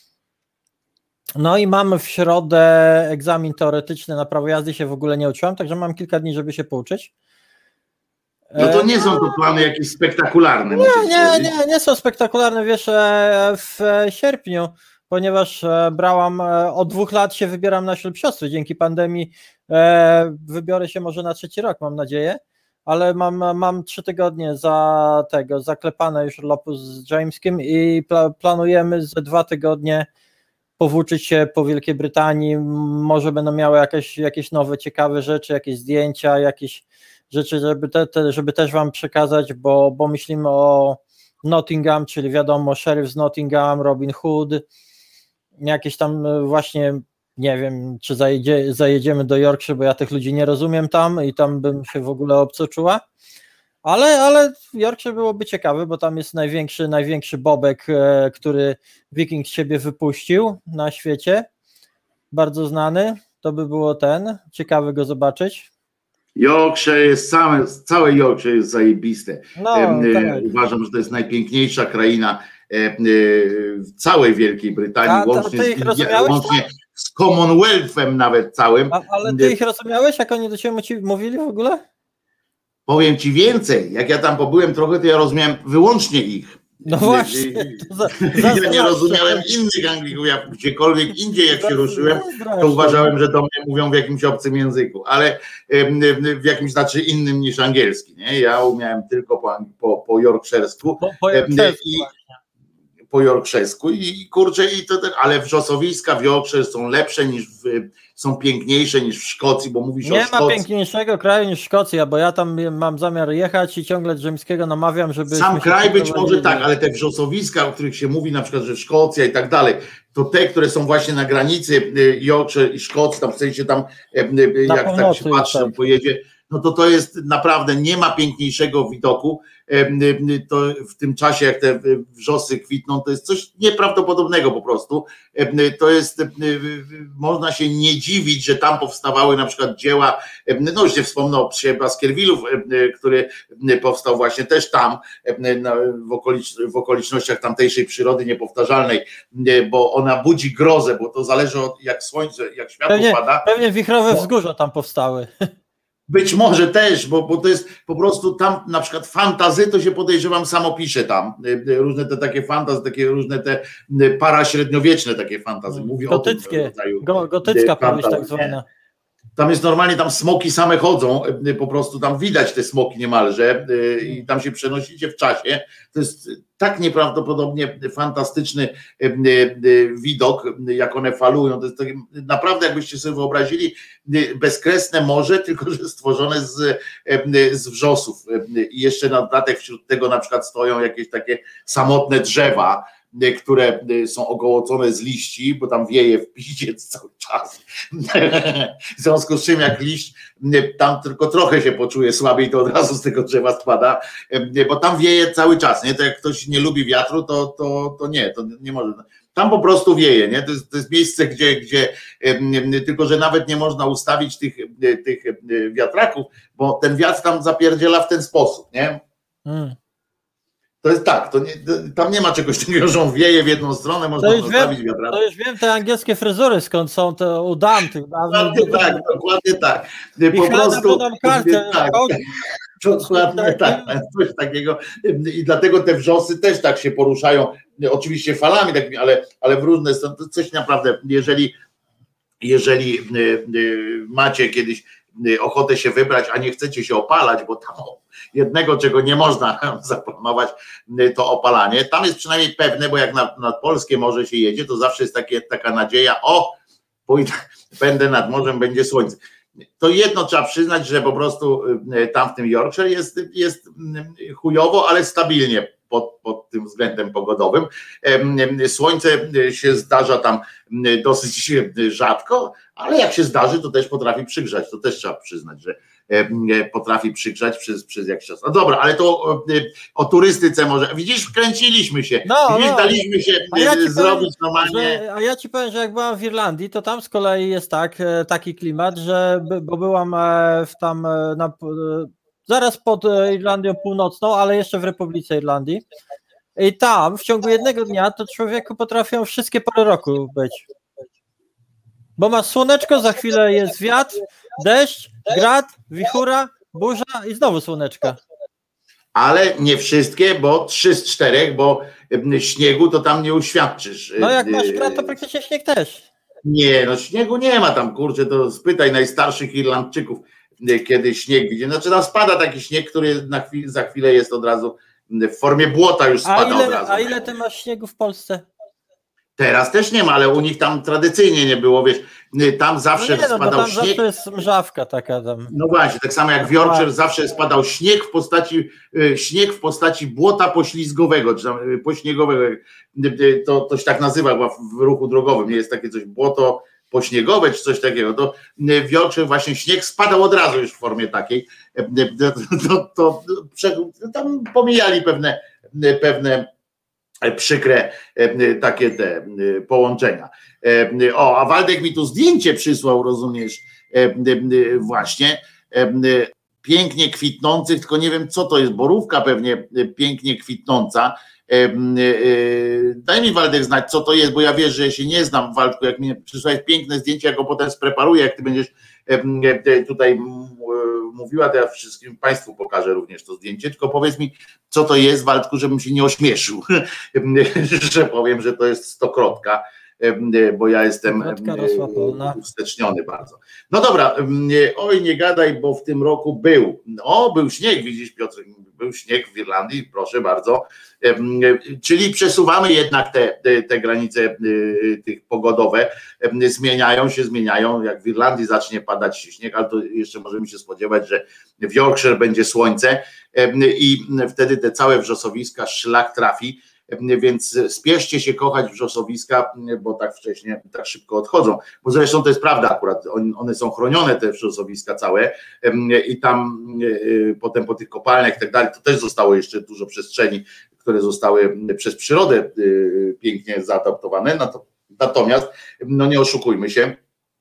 No i mam w środę egzamin teoretyczny na prawo jazdy, się w ogóle nie uczyłam, także mam kilka dni, żeby się pouczyć. No to nie są to plany jakieś spektakularne. Nie, nie, nie, nie są spektakularne, wiesz, w sierpniu, ponieważ brałam, od dwóch lat się wybieram na ślub siostry, dzięki pandemii wybiorę się może na trzeci rok, mam nadzieję, ale mam, mam trzy tygodnie za tego, zaklepane już urlopu z Jameskiem i pla, planujemy za dwa tygodnie powłóczyć się po Wielkiej Brytanii, może będą miały jakieś, jakieś nowe, ciekawe rzeczy, jakieś zdjęcia, jakieś rzeczy, żeby, te, te, żeby też wam przekazać, bo, bo myślimy o Nottingham, czyli wiadomo, szeryf z Nottingham, Robin Hood, jakieś tam właśnie, nie wiem, czy zajedzie, zajedziemy do Yorkshire, bo ja tych ludzi nie rozumiem tam i tam bym się w ogóle obco czuła, ale, ale Yorkshire byłoby ciekawe, bo tam jest największy, największy bobek, e, który Wiking z siebie wypuścił na świecie, bardzo znany, to by było ten, ciekawe go zobaczyć. Yorkshire jest całe, całe Yorkshire jest zajebiste. No, e, tak. Uważam, że to jest najpiękniejsza kraina e, e, w całej Wielkiej Brytanii, A, łącznie, ty ich z, rozumiałeś, łącznie tak? z Commonwealthem nawet całym. A, ale ty ich rozumiałeś, jak oni do ciebie mówili w ogóle? Powiem ci więcej, jak ja tam pobyłem trochę, to ja rozumiałem wyłącznie ich. No właśnie. Za, za ja nie rozumiałem innych Anglików, ja gdziekolwiek indziej jak się ruszyłem, to uważałem, że do mnie mówią w jakimś obcym języku, ale w jakimś znaczy innym niż angielski. Nie? Ja umiałem tylko po, po, po yorkshiresku. Po, po yorkshiresku i, po yorkshiresku i kurczę, i to, ale wrzosowiska w Yorkshire są lepsze niż w, są piękniejsze niż w Szkocji, bo mówisz nie o Szkocji. Nie ma piękniejszego kraju niż Szkocja, bo ja tam mam zamiar jechać i ciągle Rzymskiego namawiam, żeby... Sam kraj być może tak, ale te wrzosowiska, o których się mówi, na przykład, że Szkocja i tak dalej, to te, które są właśnie na granicy Yorkshire i Szkocji, tam w sensie tam, na jak tak się patrzy, tak pojedzie, no to to jest naprawdę, nie ma piękniejszego widoku. To w tym czasie, jak te wrzosy kwitną, to jest coś nieprawdopodobnego po prostu. To jest, można się nie dziwić, że tam powstawały na przykład dzieła, no już nie wspomnę o psie Baskervillów, który powstał właśnie też tam, w, okolicz, w okolicznościach tamtejszej przyrody niepowtarzalnej, bo ona budzi grozę, bo to zależy od jak słońce, jak światło pewnie, pada. Pewnie wichrowe wzgórza tam powstały. Być może też, bo, bo to jest po prostu tam na przykład fantazy, to się podejrzewam samo pisze tam, różne te takie fantazy, takie różne te paraśredniowieczne takie fantazy. Mówię gotyckie, o tym rodzaju go, gotycka powieść tak zwana. Tam jest normalnie, tam smoki same chodzą, po prostu tam widać te smoki niemalże i tam się przenosicie w czasie. To jest tak nieprawdopodobnie fantastyczny widok, jak one falują. To jest tak, naprawdę, jakbyście sobie wyobrazili, bezkresne morze, tylko że stworzone z, z wrzosów. I jeszcze na dodatek wśród tego na przykład stoją jakieś takie samotne drzewa, które są ogołocone z liści, bo tam wieje w piździec cały czas. W związku z czym jak liść tam tylko trochę się poczuje słabiej, to od razu z tego drzewa spada, bo tam wieje cały czas, nie? To jak ktoś nie lubi wiatru, to, to, to nie, to nie może. Tam po prostu wieje, nie? To jest, to jest miejsce, gdzie, gdzie tylko, że nawet nie można ustawić tych, tych wiatraków, bo ten wiatr tam zapierdziela w ten sposób, nie? Hmm. To jest tak, to nie, tam nie ma czegoś takiego, że on wieje w jedną stronę, można zostawić wiatraczek. To już wiem, te angielskie fryzury skąd są, te u dam tych dokładnie tak, dokładnie tak. Po prostu kartę, tak, dokładnie tak, coś takiego i dlatego te wrzosy też tak się poruszają, oczywiście falami, tak, ale, ale w różne strony, to coś naprawdę, jeżeli, jeżeli macie kiedyś ochotę się wybrać, a nie chcecie się opalać, bo tam jednego, czego nie można zaplanować, to opalanie. Tam jest przynajmniej pewne, bo jak nad, nad polskie morze się jedzie, to zawsze jest takie, taka nadzieja, o, pójdę, będę nad morzem, będzie słońce. To jedno trzeba przyznać, że po prostu tam w tym Yorkshire jest, jest chujowo, ale stabilnie pod, pod tym względem pogodowym. Słońce się zdarza tam dosyć rzadko, ale jak się zdarzy, to też potrafi przygrzać. To też trzeba przyznać, że potrafi przygrzać przez, przez jakiś czas. No dobra, ale to o, o turystyce może. Widzisz, wkręciliśmy się. No, Widzisz, no. daliśmy się ja zrobić powiem, normalnie. Że, a ja ci powiem, że jak byłam w Irlandii, to tam z kolei jest tak, taki klimat, że bo byłam w tam na, zaraz pod Irlandią Północną, ale jeszcze w Republice Irlandii. I tam w ciągu jednego dnia to człowieku potrafią wszystkie pory roku być. Bo masz słoneczko, za chwilę jest wiatr, deszcz, grad, wichura, burza i znowu słoneczka. Ale nie wszystkie, bo trzy z czterech, bo śniegu to tam nie uświadczysz. No jak masz grad, to praktycznie śnieg też. Nie, no śniegu nie ma tam, kurczę, to spytaj najstarszych Irlandczyków, kiedy śnieg widzi. Znaczy tam spada taki śnieg, który na chwilę, za chwilę jest od razu w formie błota już spada a ile, od razu. A ile ty masz śniegu w Polsce? Teraz też nie ma, ale u nich tam tradycyjnie nie było, wiesz, tam zawsze no nie, no, spadał tam śnieg. Zawsze jest mrzawka taka tam. No właśnie, tak samo jak w Yorkshire zawsze spadał śnieg w postaci śnieg w postaci błota poślizgowego, czy tam pośniegowego. To, to się tak nazywa w ruchu drogowym, nie jest takie coś błoto pośniegowe, czy coś takiego. To w Yorkshire właśnie śnieg spadał od razu już w formie takiej. To, to, to tam pomijali pewne pewne przykre takie te połączenia. O, a Waldek mi tu zdjęcie przysłał, rozumiesz, właśnie pięknie kwitnących, tylko nie wiem co to jest, borówka pewnie pięknie kwitnąca. Daj mi, Waldek, znać, co to jest, bo ja wiesz, że ja się nie znam, Waldku, jak mi przysłałeś piękne zdjęcie, ja go potem spreparuję, jak ty będziesz tutaj mówiła, to ja wszystkim Państwu pokażę również to zdjęcie, tylko powiedz mi, co to jest, Waldku, żebym się nie ośmieszył, że powiem, że to jest stokrotka, bo ja jestem uwsteczniony bardzo. No dobra, oj, nie gadaj, bo w tym roku był, o, był śnieg, widzisz, Piotr, był śnieg w Irlandii, proszę bardzo, czyli przesuwamy jednak te, te, te granice tych pogodowe, zmieniają się, zmieniają, jak w Irlandii zacznie padać śnieg, ale to jeszcze możemy się spodziewać, że w Yorkshire będzie słońce i wtedy te całe wrzosowiska szlak trafi, więc spieszcie się kochać wrzosowiska, bo tak wcześnie, tak szybko odchodzą, bo zresztą to jest prawda akurat, one są chronione, te wrzosowiska całe i tam potem po tych kopalniach i tak dalej, to też zostało jeszcze dużo przestrzeni, które zostały przez przyrodę pięknie zaadaptowane, natomiast no nie oszukujmy się,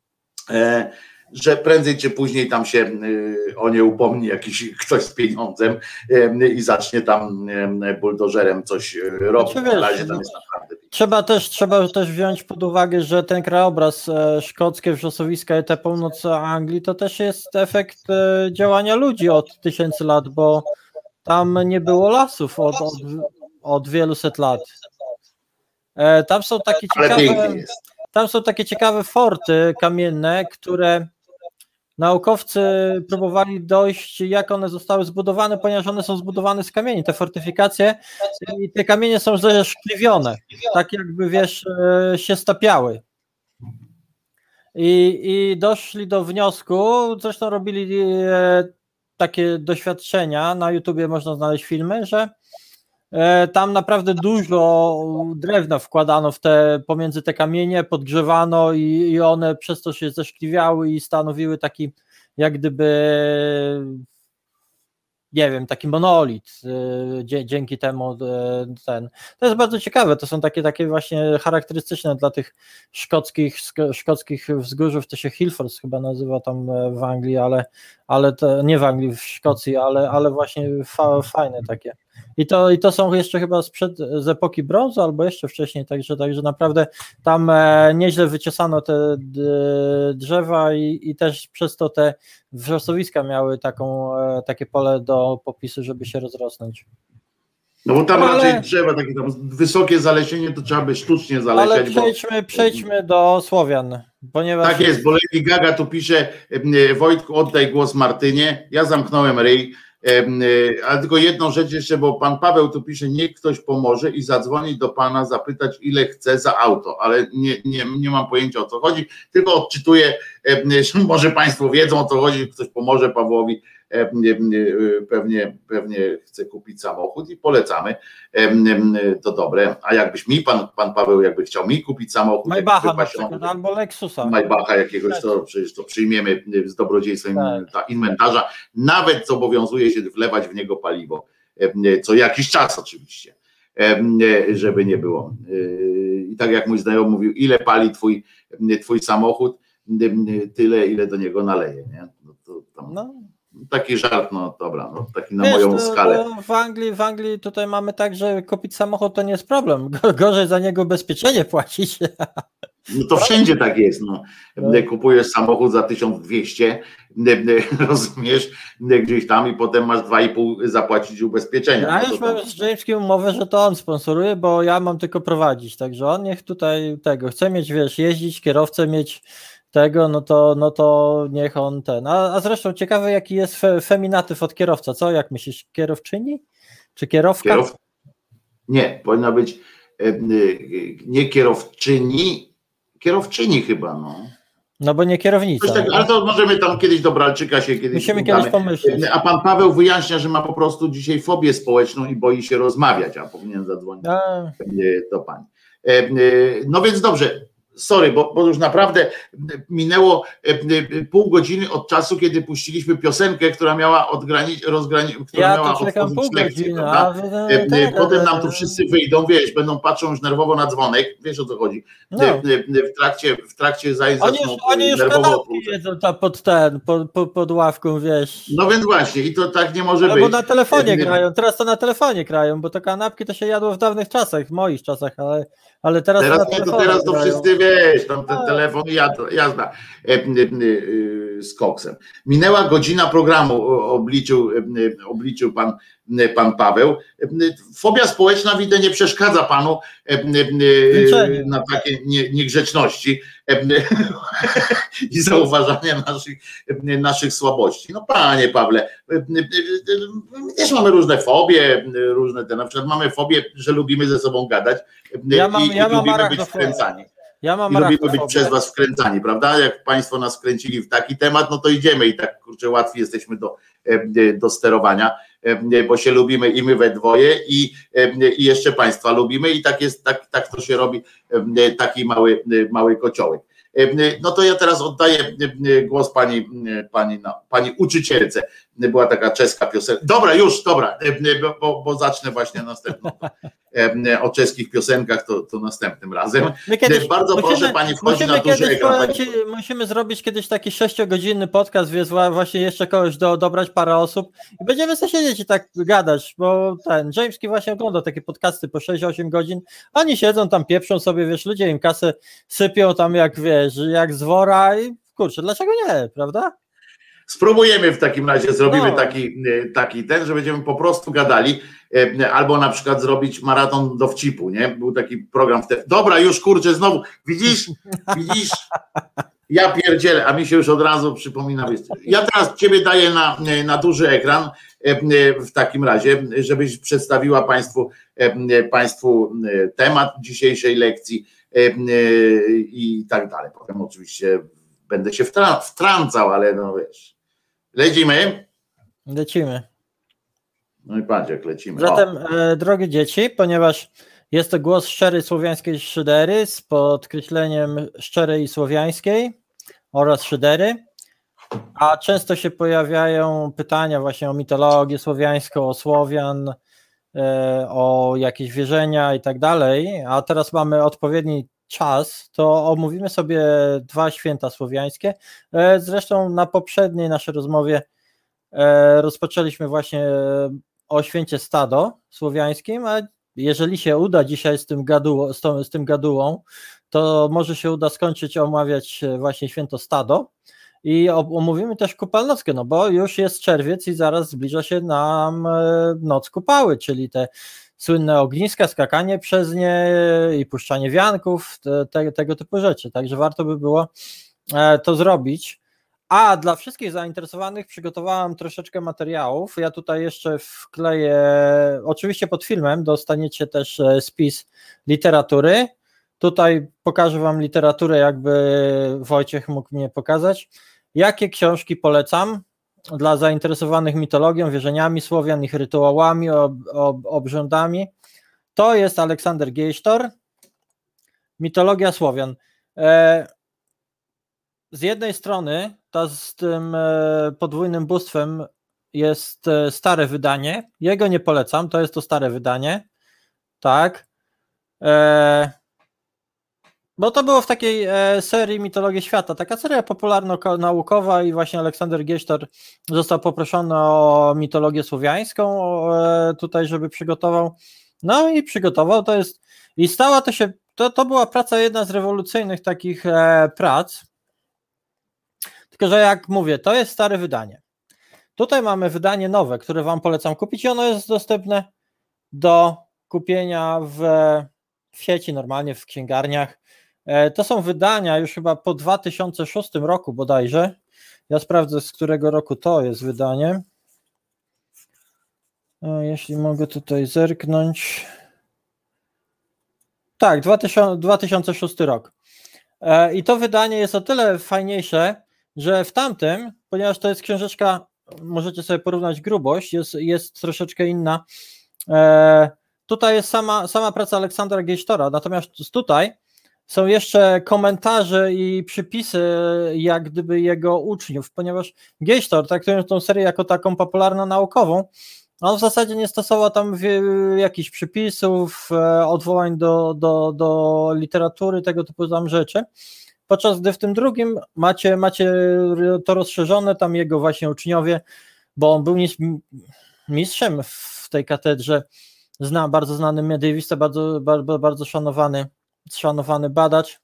że prędzej czy później tam się o nie upomni jakiś ktoś z pieniądzem i zacznie tam buldożerem coś robić. Znaczy, wiesz, tam jest naprawdę... trzeba, też, trzeba też wziąć pod uwagę, że ten krajobraz szkockie wrzosowiska i te północ Anglii to też jest efekt działania ludzi od tysięcy lat, bo tam nie było lasów od, od, od wielu set lat. Tam są takie ciekawe, tam są takie ciekawe forty kamienne, które naukowcy próbowali dojść, jak one zostały zbudowane, ponieważ one są zbudowane z kamieni, te fortyfikacje, i te kamienie są zeszkliwione, tak jakby, wiesz, się stapiały. I, i doszli do wniosku, zresztą robili takie doświadczenia, na YouTubie można znaleźć filmy, że tam naprawdę dużo drewna wkładano w te, pomiędzy te kamienie, podgrzewano i, i one przez to się zeszkliwiały i stanowiły taki, jak gdyby, nie wiem, taki monolit, dzięki temu ten. To jest bardzo ciekawe, to są takie, takie właśnie charakterystyczne dla tych szkockich, szkockich wzgórzów, to się Hillforts chyba nazywa tam w Anglii, ale, ale to, nie w Anglii, w Szkocji, ale, ale właśnie fa, fajne takie. I to, I to są jeszcze chyba sprzed, z epoki brązu albo jeszcze wcześniej, także, także naprawdę tam e, nieźle wyciosano te d, drzewa i, i też przez to te wrzosowiska miały taką, e, takie pole do popisu, żeby się rozrosnąć. No bo tam no, raczej ale, drzewa, takie tam wysokie zalesienie, to trzeba by sztucznie zalesiać. Ale przejdźmy, bo... przejdźmy do Słowian. Ponieważ... Tak jest, bo Lady Gaga tu pisze, Wojtku, oddaj głos Martynie, ja zamknąłem ryj. Ale tylko jedną rzecz jeszcze, bo pan Paweł tu pisze, niech ktoś pomoże i zadzwoni do pana, zapytać, ile chce za auto, ale nie, nie, nie mam pojęcia, o co chodzi, tylko odczytuję, może państwo wiedzą, o co chodzi, ktoś pomoże Pawłowi, pewnie, pewnie chce kupić samochód i polecamy, to dobre, a jakbyś mi, pan, pan Paweł jakby chciał mi kupić samochód, Maybacha na przykład, albo Lexusa. Maybacha jakiegoś, to przecież to przyjmiemy z dobrodziejstwem tak. inwentarza, nawet zobowiązuje się wlewać w niego paliwo, co jakiś czas oczywiście, żeby nie było. I tak jak mój znajomy mówił, ile pali twój, twój samochód, tyle ile do niego naleje, nie? No to tam... no. Taki żart, no dobra, no, taki na Wiesz, moją to, skalę. To w Anglii, w Anglii tutaj mamy tak, że kupić samochód to nie jest problem. Gorzej za niego ubezpieczenie płacić. No to wszędzie tak jest. No. Kupujesz samochód za tysiąc dwieście, rozumiesz, gdzieś tam i potem masz dwa i pół zapłacić ubezpieczenia. Ja no już to mam z Jameskiem umowę, że to on sponsoruje, bo ja mam tylko prowadzić, także on niech tutaj tego, chce mieć, wiesz, jeździć, kierowcę mieć tego, no to, no to niech on ten. A, a zresztą ciekawe, jaki jest fe, feminatyw od kierowca, co? Jak myślisz, kierowczyni? Czy kierowka? Kierow... Nie, powinna być e, nie kierowczyni, kierowczyni chyba, no. No bo nie kierownica. Tak, ale to możemy tam kiedyś do Bralczyka się kiedyś Musimy udamy. kiedyś pomyśleć. A pan Paweł wyjaśnia, że ma po prostu dzisiaj fobię społeczną i boi się rozmawiać, a powinien zadzwonić a. do pani. No więc dobrze. Sorry, bo, bo już naprawdę minęło pół godziny od czasu, kiedy puściliśmy piosenkę, która miała odgranić, rozgranić, która ja miała otworzyć lekcję, potem nam tu wszyscy wyjdą, wiesz, będą patrzą już nerwowo na dzwonek, wiesz o co chodzi. No. W trakcie, w trakcie zajęć oni już, oni już kanapki jedzą tam pod ten, pod, pod, pod ławką, wiesz. No więc właśnie, i to tak nie może Albo być. Albo na telefonie grają, teraz to na telefonie grają, bo to kanapki to się jadło w dawnych czasach, w moich czasach, ale, ale teraz, teraz na nie, to teraz to wszyscy wiesz, tam ten telefon i jazda z koksem. Minęła godzina programu, obliczył, obliczył pan, pan Paweł. Fobia społeczna, widzę, nie przeszkadza panu na takie niegrzeczności i zauważania naszych, naszych słabości. No panie Pawle, my też mamy różne fobie, różne te, na przykład mamy fobię, że lubimy ze sobą gadać ja mam, i, ja i lubimy być wkręcani. Ja mam I lubimy być przez was wkręcani, prawda? Jak państwo nas wkręcili w taki temat, no to idziemy i tak, kurczę, łatwiej jesteśmy do, do sterowania, bo się lubimy i my we dwoje i, i jeszcze państwa lubimy i tak jest, tak, tak to się robi taki mały, mały kociołek. No to ja teraz oddaję głos pani, pani, no, pani uczycielce. Była taka czeska piosenka. Dobra, już, dobra, bo, bo zacznę właśnie następną. O czeskich piosenkach to, to następnym razem. Kiedyś, Bardzo musimy, proszę pani wchodzić na duży ekran. Ci, musimy zrobić kiedyś taki sześciogodzinny podcast, więc właśnie jeszcze kogoś do, dobrać parę osób i będziemy sobie siedzieć i tak gadać, bo ten Jameski właśnie ogląda takie podcasty po sześć osiem godzin, oni siedzą tam, pieprzą sobie, wiesz, ludzie im kasę sypią tam jak, wiesz, jak z wora i kurczę, dlaczego nie, prawda? Spróbujemy w takim razie, zrobimy no. taki, taki ten, że będziemy po prostu gadali, albo na przykład zrobić maraton dowcipu, nie? Był taki program wtedy. Dobra, już kurczę, znowu, widzisz, widzisz, Ja pierdzielę, a mi się już od razu przypomina. Ja teraz ciebie daję na, na duży ekran w takim razie, żebyś przedstawiła Państwu, Państwu temat dzisiejszej lekcji i tak dalej. Potem oczywiście będę się wtrącał, ale no wiesz. Lecimy? Lecimy. No i patrz, jak lecimy. Zatem, e, drogie dzieci, ponieważ jest to głos szczerej słowiańskiej szydery z podkreśleniem szczerej słowiańskiej oraz szydery, a często się pojawiają pytania właśnie o mitologię słowiańską, o Słowian, e, o jakieś wierzenia i tak dalej, a teraz mamy odpowiedni czas, to omówimy sobie dwa święta słowiańskie. E, zresztą na poprzedniej naszej rozmowie e, rozpoczęliśmy właśnie o święcie Stado słowiańskim, a jeżeli się uda dzisiaj z tym, gaduło, z, tą, z tym gadułą, to może się uda skończyć omawiać właśnie święto Stado i omówimy też Kupalnockę, no bo już jest czerwiec i zaraz zbliża się nam noc Kupały, czyli te słynne ogniska, skakanie przez nie i puszczanie wianków, te, te, tego typu rzeczy, także warto by było to zrobić. A dla wszystkich zainteresowanych przygotowałam troszeczkę materiałów. Ja tutaj jeszcze wkleję, oczywiście pod filmem dostaniecie też spis literatury. Tutaj pokażę Wam literaturę, jakby Wojciech mógł mnie pokazać. Jakie książki polecam dla zainteresowanych mitologią, wierzeniami Słowian, ich rytuałami, ob, ob, obrządami? To jest Aleksander Geisztor, Mitologia Słowian. E, z jednej strony ta z tym podwójnym bóstwem jest stare wydanie, jego nie polecam, to jest to stare wydanie, tak, e, bo to było w takiej serii Mitologia Świata, taka seria popularno-naukowa i właśnie Aleksander Geisztor został poproszony o mitologię słowiańską e, tutaj, żeby przygotował, no i przygotował, to jest, i stała to się, to, to była praca, jedna z rewolucyjnych takich e, prac. Tylko że jak mówię, to jest stare wydanie. Tutaj mamy wydanie nowe, które Wam polecam kupić i ono jest dostępne do kupienia w, w sieci, normalnie w księgarniach. To są wydania już chyba po dwa tysiące szóstym roku bodajże. Ja sprawdzę, z którego roku to jest wydanie. Jeśli mogę tutaj zerknąć. Tak, dwa tysiące szósty rok. I to wydanie jest o tyle fajniejsze, że w tamtym, ponieważ to jest książeczka, możecie sobie porównać grubość, jest, jest troszeczkę inna. E, tutaj jest sama, sama praca Aleksandra Geisztora, natomiast tutaj są jeszcze komentarze i przypisy jak gdyby jego uczniów, ponieważ Geisztor, traktując tą serię jako taką popularno-naukową, on w zasadzie nie stosował tam jakichś przypisów, odwołań do, do, do literatury, tego typu tam rzeczy. Podczas gdy w tym drugim macie, macie to rozszerzone, tam jego właśnie uczniowie, bo on był mistrzem w tej katedrze, zna, bardzo znany mediewista, bardzo, bardzo, bardzo szanowany, szanowany badacz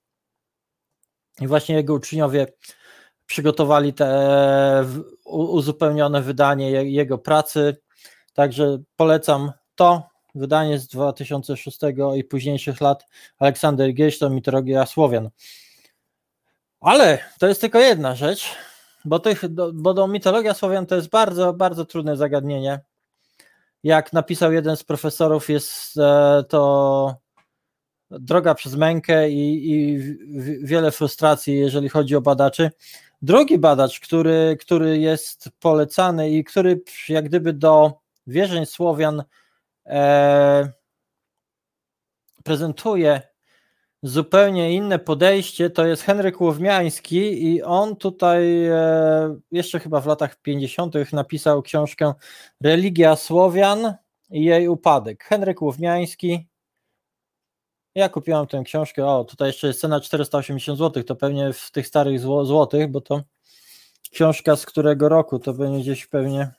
i właśnie jego uczniowie przygotowali te uzupełnione wydanie jego pracy, także polecam to wydanie z dwa tysiące szóstego i późniejszych lat, Aleksander Geisztor, Mitologia Słowian. Ale to jest tylko jedna rzecz, bo, tych, bo do mitologia Słowian to jest bardzo, bardzo trudne zagadnienie. Jak napisał jeden z profesorów, jest to droga przez mękę i, i wiele frustracji, jeżeli chodzi o badaczy. Drugi badacz, który, który jest polecany i który jak gdyby do wierzeń Słowian e, prezentuje zupełnie inne podejście, to jest Henryk Łowmiański i on tutaj e, jeszcze chyba w latach pięćdziesiątych napisał książkę Religia Słowian i jej upadek. Henryk Łowmiański, ja kupiłam tę książkę, o tutaj jeszcze jest cena czterysta osiemdziesiąt złotych, to pewnie w tych starych zł- złotych, bo to książka z którego roku, to będzie gdzieś pewnie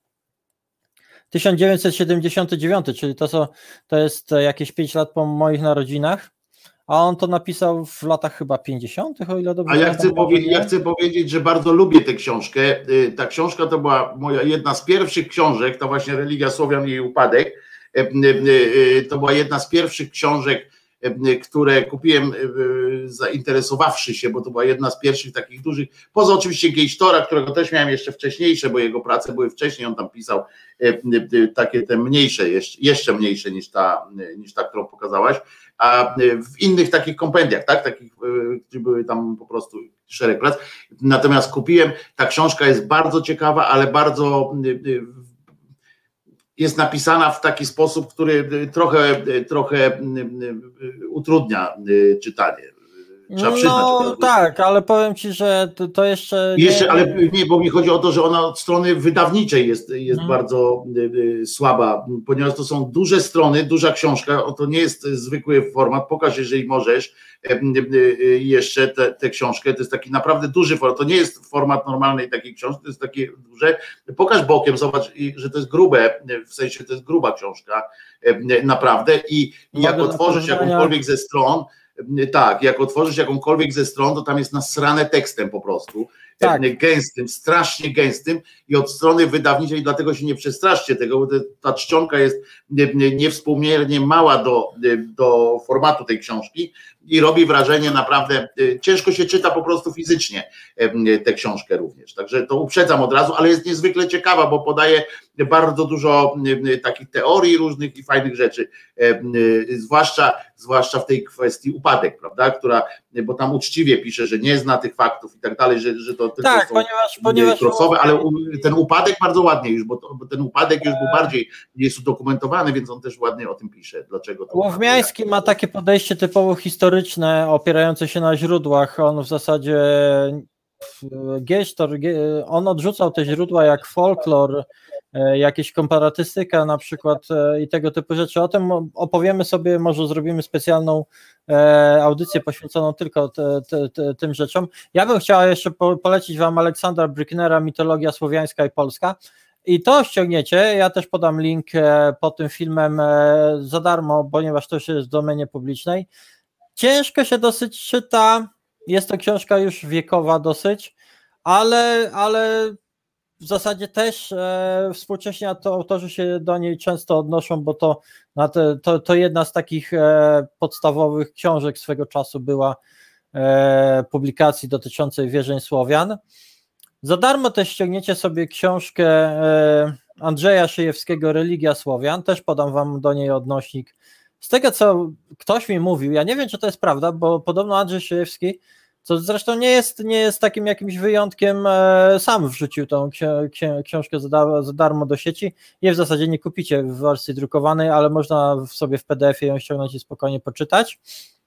tysiąc dziewięćset siedemdziesiąty dziewiąty, czyli to, są, to jest jakieś pięć lat po moich narodzinach, a on to napisał w latach chyba pięćdziesiątych, o ile dobrze. A ja chcę, powie- ja chcę powiedzieć, że bardzo lubię tę książkę. Ta książka to była moja jedna z pierwszych książek, to właśnie Religia Słowian i jej upadek. To była jedna z pierwszych książek, które kupiłem zainteresowawszy się, bo to była jedna z pierwszych takich dużych, poza oczywiście Gejsztora, którego też miałem jeszcze wcześniejsze, bo jego prace były wcześniej, on tam pisał takie te mniejsze, jeszcze mniejsze niż ta, niż ta, którą pokazałaś, a w innych takich kompendiach, tak, takich, gdzie były tam po prostu szereg prac. Natomiast kupiłem, ta książka jest bardzo ciekawa, ale bardzo jest napisana w taki sposób, który trochę, trochę utrudnia czytanie. Trzeba przyznać. No tak, ale powiem ci, że to, to jeszcze... Jeszcze, nie... ale nie, bo mi chodzi o to, że ona od strony wydawniczej jest, jest hmm. bardzo y, słaba, ponieważ to są duże strony, duża książka, to nie jest zwykły format, pokaż jeżeli możesz y, y, jeszcze tę książkę, to jest taki naprawdę duży format, to nie jest format normalnej takiej książki, to jest takie duże, pokaż bokiem, zobacz, że to jest grube, w sensie to jest gruba książka, y, naprawdę i jak otworzysz jakąkolwiek ze stron, tak, jak otworzysz jakąkolwiek ze stron, to tam jest nasrane tekstem po prostu, tak. Gęstym, strasznie gęstym i od strony wydawniczej, dlatego się nie przestraszcie tego, bo ta czcionka jest niewspółmiernie mała do, do formatu tej książki i robi wrażenie naprawdę, ciężko się czyta po prostu fizycznie tę książkę również, także to uprzedzam od razu, ale jest niezwykle ciekawa, bo podaje bardzo dużo takich teorii różnych i fajnych rzeczy, zwłaszcza, zwłaszcza w tej kwestii upadek, prawda, która, bo tam uczciwie pisze, że nie zna tych faktów i tak dalej, że, że to tylko tak, są ponieważ, ponieważ krosowe, ale ten upadek bardzo ładnie już, bo, to, bo ten upadek już był bardziej, jest udokumentowany, więc on też ładnie o tym pisze, dlaczego to... Łowmiański ma takie podejście typowo historyczne, opierające się na źródłach, on w zasadzie Gejsztor, on odrzucał te źródła jak folklor, jakieś komparatystyka na przykład i tego typu rzeczy. O tym opowiemy sobie, może zrobimy specjalną audycję poświęconą tylko te, te, te, tym rzeczom. Ja bym chciała jeszcze polecić wam Aleksandra Brücknera, Mitologia Słowiańska i Polska. I to ściągniecie, ja też podam link pod tym filmem za darmo, ponieważ to już jest w domenie publicznej. Ciężko się dosyć czyta, jest to książka już wiekowa dosyć, ale, ale w zasadzie też e, współcześni autorzy się do niej często odnoszą, bo to, na te, to, to jedna z takich e, podstawowych książek swego czasu była e, publikacji dotyczącej wierzeń Słowian. Za darmo też ściągniecie sobie książkę e, Andrzeja Szyjewskiego Religia Słowian, też podam wam do niej odnośnik. Z tego, co ktoś mi mówił, ja nie wiem, czy to jest prawda, bo podobno Andrzej Szyjewski, co zresztą nie jest, nie jest takim jakimś wyjątkiem, e, sam wrzucił tą ksi- ksi- książkę za, da- za darmo do sieci. Jej w zasadzie nie kupicie w wersji drukowanej, ale można w sobie w P D F-ie ją ściągnąć i spokojnie poczytać.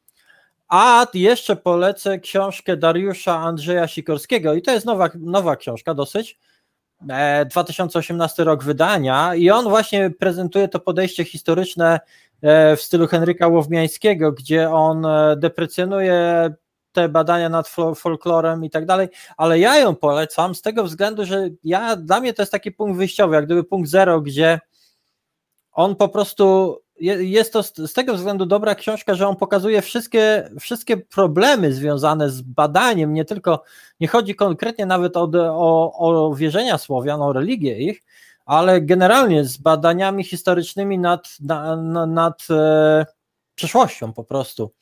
A jeszcze polecę książkę Dariusza Andrzeja Sikorskiego i to jest nowa, nowa książka dosyć, e, dwa tysiące osiemnasty rok wydania i on właśnie prezentuje to podejście historyczne e, w stylu Henryka Łowmiańskiego, gdzie on e, deprecjonuje te badania nad folklorem i tak dalej, ale ja ją polecam z tego względu, że ja, dla mnie to jest taki punkt wyjściowy, jak gdyby punkt zero, gdzie on po prostu, jest to z tego względu dobra książka, że on pokazuje wszystkie, wszystkie problemy związane z badaniem, nie tylko, nie chodzi konkretnie nawet o, o, o wierzenia Słowian, o religię ich, ale generalnie z badaniami historycznymi nad, nad, nad e, przeszłością po prostu.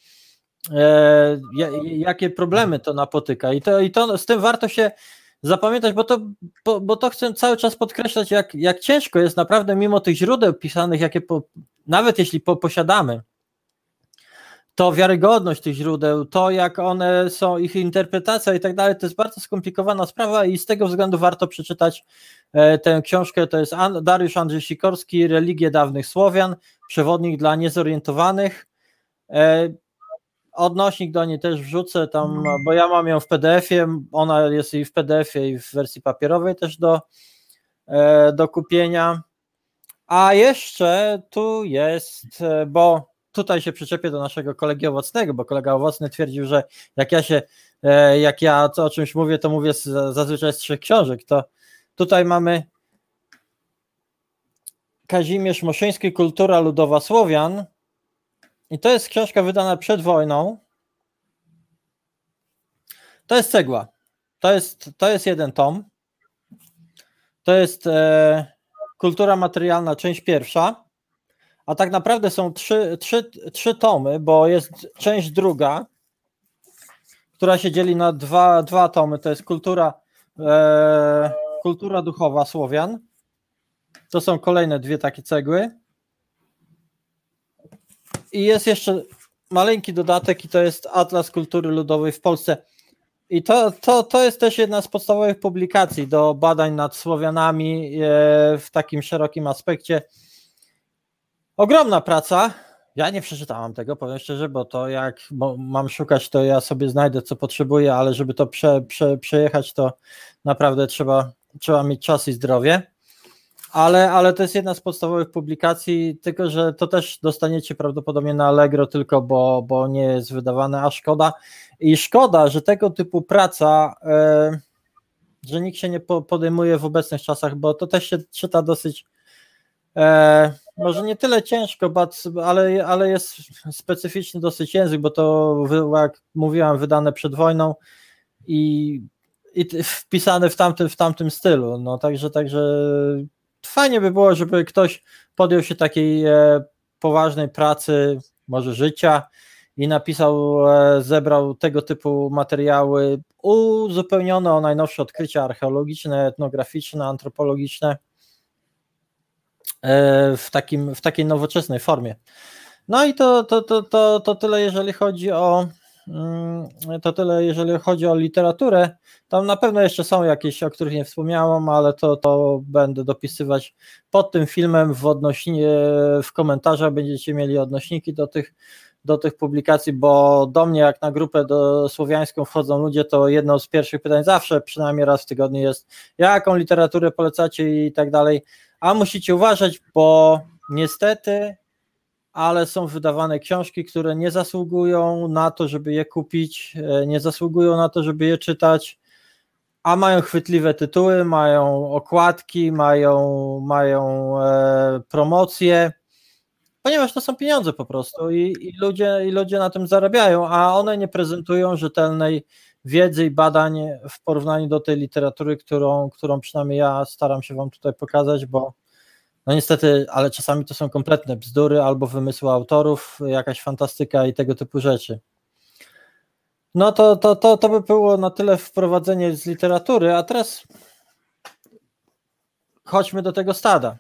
E, jakie problemy to napotyka i to, i to z tym warto się zapamiętać, bo to, bo, bo to chcę cały czas podkreślać, jak, jak ciężko jest naprawdę mimo tych źródeł pisanych, jakie po, nawet jeśli po, posiadamy, to wiarygodność tych źródeł, to jak one są, ich interpretacja i tak dalej, to jest bardzo skomplikowana sprawa i z tego względu warto przeczytać e, tę książkę. To jest An- Dariusz Andrzej Sikorski, Religie dawnych Słowian, przewodnik dla niezorientowanych. E, Odnośnik do niej też wrzucę tam, bo ja mam ją w P D F-ie, ona jest i w P D F-ie i w wersji papierowej też do, do kupienia. A jeszcze tu jest, bo tutaj się przyczepię do naszego kolegi Owocnego, bo kolega Owocny twierdził, że jak ja się, jak ja o czymś mówię, to mówię zazwyczaj z trzech książek, to tutaj mamy Kazimierz Moszyński, Kultura ludowa Słowian. I to jest książka wydana przed wojną. To jest cegła. To jest, to jest jeden tom. To jest e, Kultura materialna, część pierwsza. a tak naprawdę są trzy, trzy, trzy tomy, bo jest część druga, która się dzieli na dwa, dwa tomy, to jest kultura, e, kultura duchowa Słowian, to są kolejne dwie takie cegły i jest jeszcze maleńki dodatek i to jest Atlas Kultury Ludowej w Polsce. I to, to, to jest też jedna z podstawowych publikacji do badań nad Słowianami w takim szerokim aspekcie. Ogromna praca. Ja nie przeczytałam tego, powiem szczerze, bo to jak mam szukać, to ja sobie znajdę, co potrzebuję, ale żeby to prze, prze, przejechać, to naprawdę trzeba, trzeba mieć czas i zdrowie. Ale, ale to jest jedna z podstawowych publikacji, tylko że to też dostaniecie prawdopodobnie na Allegro tylko, bo, bo nie jest wydawane, a szkoda. I szkoda, że tego typu praca, e, że nikt się nie podejmuje w obecnych czasach, bo to też się czyta dosyć, e, może nie tyle ciężko, but, ale, ale jest specyficzny dosyć język, bo to, jak mówiłam, wydane przed wojną i, i wpisane w tamtym, w tamtym stylu. No także, także fajnie by było, żeby ktoś podjął się takiej e, poważnej pracy, może życia i napisał, e, zebrał tego typu materiały uzupełnione o najnowsze odkrycia archeologiczne, etnograficzne, antropologiczne e, w, takim, w takiej nowoczesnej formie. No i to, to, to, to, to tyle, jeżeli chodzi o to tyle, jeżeli chodzi o literaturę. Tam na pewno jeszcze są jakieś, o których nie wspomniałam, ale to, to będę dopisywać pod tym filmem w, odnośnie, w komentarzach będziecie mieli odnośniki do tych, do tych publikacji, bo do mnie jak na grupę do słowiańską wchodzą ludzie, to jedno z pierwszych pytań zawsze, przynajmniej raz w tygodniu jest, jaką literaturę polecacie i tak dalej, a musicie uważać, bo niestety ale są wydawane książki, które nie zasługują na to, żeby je kupić, nie zasługują na to, żeby je czytać, a mają chwytliwe tytuły, mają okładki, mają, mają e, promocje, ponieważ to są pieniądze po prostu i, i, ludzie, i ludzie na tym zarabiają, a one nie prezentują rzetelnej wiedzy i badań w porównaniu do tej literatury, którą, którą przynajmniej ja staram się wam tutaj pokazać, bo no niestety, ale czasami to są kompletne bzdury albo wymysły autorów, jakaś fantastyka i tego typu rzeczy. No to, to, to, to by było na tyle wprowadzenie z literatury, a teraz chodźmy do tego stada.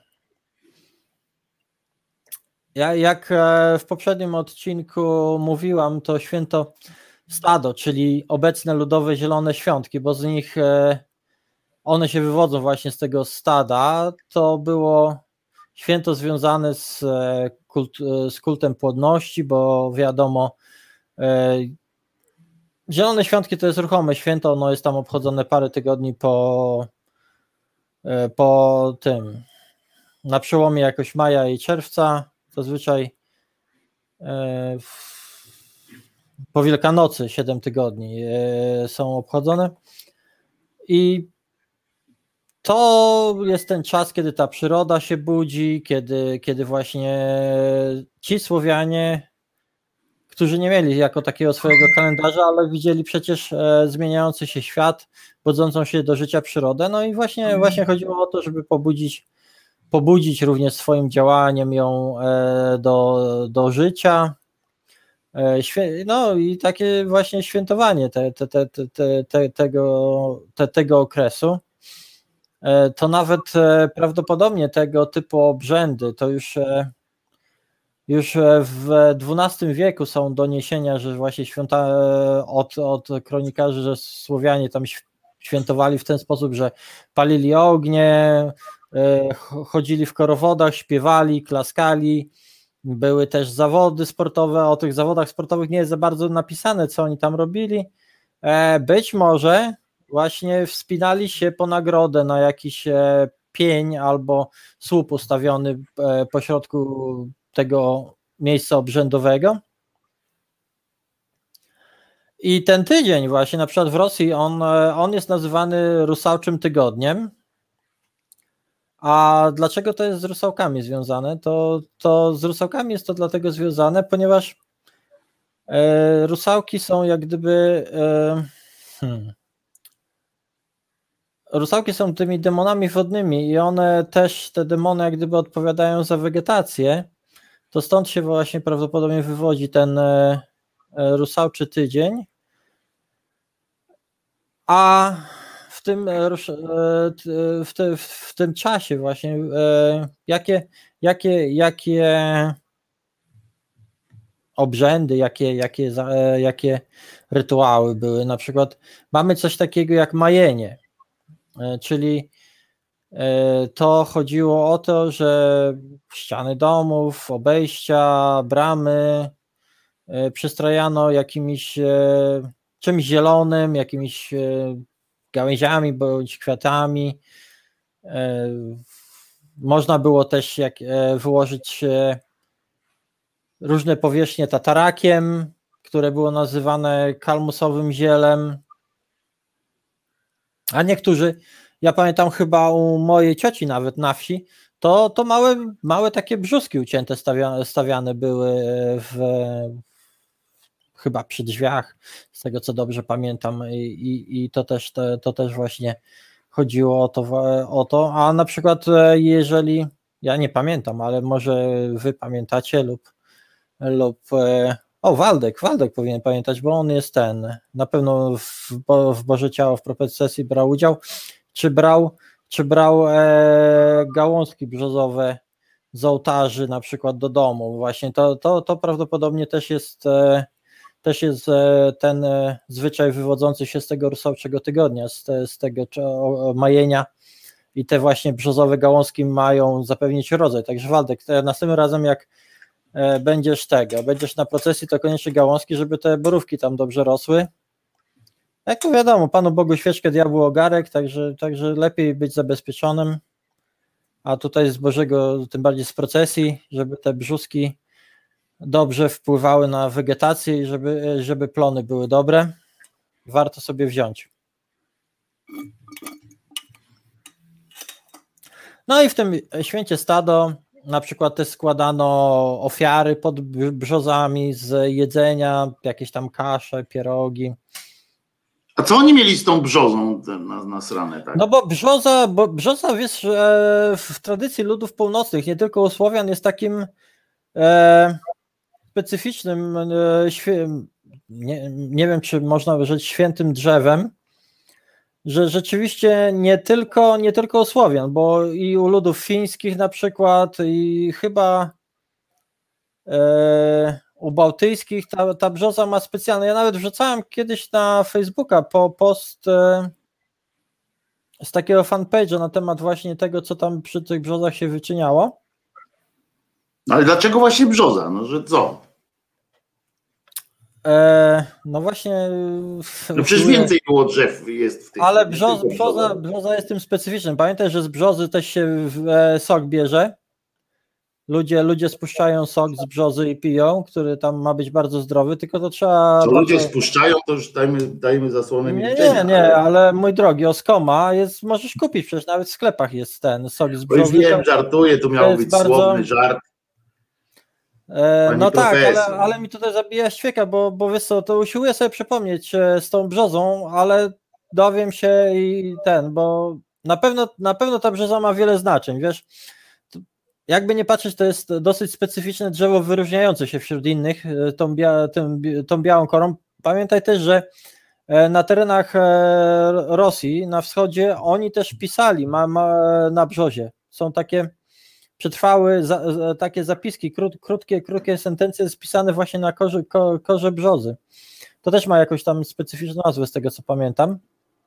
Ja, jak w poprzednim odcinku mówiłam, to święto stado, czyli obecne ludowe zielone świątki, bo z nich one się wywodzą właśnie z tego stada, to było święto związane z, kult, z kultem płodności, bo wiadomo, zielone świątki to jest ruchome święto, ono jest tam obchodzone parę tygodni po, po tym, na przełomie jakoś maja i czerwca, zazwyczaj po Wielkanocy siedem tygodni są obchodzone i to jest ten czas, kiedy ta przyroda się budzi, kiedy, kiedy właśnie ci Słowianie, którzy nie mieli jako takiego swojego kalendarza, ale widzieli przecież zmieniający się świat, budzącą się do życia przyrodę, no i właśnie, właśnie chodziło o to, żeby pobudzić, pobudzić również swoim działaniem ją do, do życia, no i takie właśnie świętowanie te, te, te, te, te, tego, te, tego okresu. To nawet prawdopodobnie tego typu obrzędy, to już, już w dwunastym wieku są doniesienia, że właśnie święta od, od kronikarzy, że Słowianie tam świętowali w ten sposób, że palili ognie, chodzili w korowodach, śpiewali, klaskali, były też zawody sportowe, o tych zawodach sportowych nie jest za bardzo napisane, co oni tam robili, być może właśnie wspinali się po nagrodę na jakiś pień albo słup ustawiony pośrodku tego miejsca obrzędowego. I ten tydzień właśnie, na przykład w Rosji, on, on jest nazywany Rusałczym Tygodniem. A dlaczego to jest z rusałkami związane? To, to z rusałkami jest to dlatego związane, ponieważ e, rusałki są jak gdyby... E, hmm, Rusałki są tymi demonami wodnymi i one też, te demony jak gdyby odpowiadają za wegetację, to stąd się właśnie prawdopodobnie wywodzi ten rusałczy tydzień, a w tym, w, te, w tym czasie właśnie jakie, jakie, jakie obrzędy, jakie, jakie, jakie rytuały były. Na przykład mamy coś takiego jak majenie, czyli to chodziło o to, że ściany domów, obejścia, bramy przystrajano jakimiś czymś zielonym, jakimiś gałęziami bądź kwiatami. Można było też jak wyłożyć różne powierzchnie tatarakiem, które było nazywane kalmusowym zielem, a niektórzy, ja pamiętam chyba u mojej cioci nawet na wsi, to, to małe, małe takie brzuski ucięte stawiane, stawiane były w, chyba przy drzwiach, z tego co dobrze pamiętam, i, i, i to, też, to, to też właśnie chodziło o to, o to, a na przykład jeżeli, ja nie pamiętam, ale może wy pamiętacie lub, lub o Waldek, Waldek powinien pamiętać, bo on jest ten, na pewno w, w Boże Ciało w procesji brał udział, czy brał, czy brał e, gałązki brzozowe z ołtarzy na przykład do domu, właśnie to, to, to prawdopodobnie też jest e, też jest e, ten e, zwyczaj wywodzący się z tego rusałczego tygodnia, z, te, z tego o, majenia, i te właśnie brzozowe gałązki mają zapewnić rodzaj. Także Waldek, następnym razem jak e, będziesz tego, będziesz na procesji, to koniecznie gałązki, żeby te borówki tam dobrze rosły. Jak to wiadomo, Panu Bogu świeczkę, diabłu ogarek, także, także lepiej być zabezpieczonym, a tutaj z Bożego, tym bardziej z procesji, żeby te brzuski dobrze wpływały na wegetację i żeby, żeby plony były dobre, warto sobie wziąć. No i w tym święcie stado na przykład też składano ofiary pod brzozami z jedzenia, jakieś tam kasze, pierogi. A co oni mieli z tą brzozą na, na sranę? Tak? No bo brzoza, bo brzoza wiesz, w tradycji ludów północnych, nie tylko u Słowian, jest takim e, specyficznym, e, świe, nie, nie wiem, czy można rzec świętym drzewem, że rzeczywiście nie tylko, nie tylko u Słowian, bo i u ludów fińskich na przykład, i chyba e, u bałtyckich ta, ta brzoza ma specjalne. Ja nawet wrzucałem kiedyś na Facebooka po post e, z takiego fanpage'a na temat właśnie tego, co tam przy tych brzozach się wyczyniało. No ale dlaczego właśnie brzoza? No że co? E, no właśnie. No przecież więcej było drzew jest w tej. Ale brzoza, brzoza, brzoza jest tym specyficznym. Pamiętaj, że z brzozy też się e, sok bierze. Ludzie, ludzie spuszczają sok z brzozy i piją, który tam ma być bardzo zdrowy, tylko to trzeba... Co bardzo... ludzie spuszczają, to już dajmy, dajmy zasłonę Nie, milczenia. nie, nie, ale mój drogi, Oskoma jest, możesz kupić, przecież nawet w sklepach jest ten sok z brzozy. Bo już wiem, żartuję, to miał być bardzo... słowny żart. E, no tak, ale, ale mi tutaj zabija świeka, bo, bo wiesz co, to usiłuję sobie przypomnieć e, z tą brzozą, ale dowiem się i ten, bo na pewno, na pewno ta brzoza ma wiele znaczeń, wiesz. Jakby nie patrzeć, to jest dosyć specyficzne drzewo wyróżniające się wśród innych tą, bia, tą, tą białą korą. Pamiętaj też, że na terenach Rosji, na wschodzie, oni też pisali ma, ma, na brzozie. Są takie przetrwały za, takie zapiski, krót, krótkie, krótkie sentencje spisane właśnie na korze, ko, korze brzozy. To też ma jakąś tam specyficzną nazwę, z tego co pamiętam.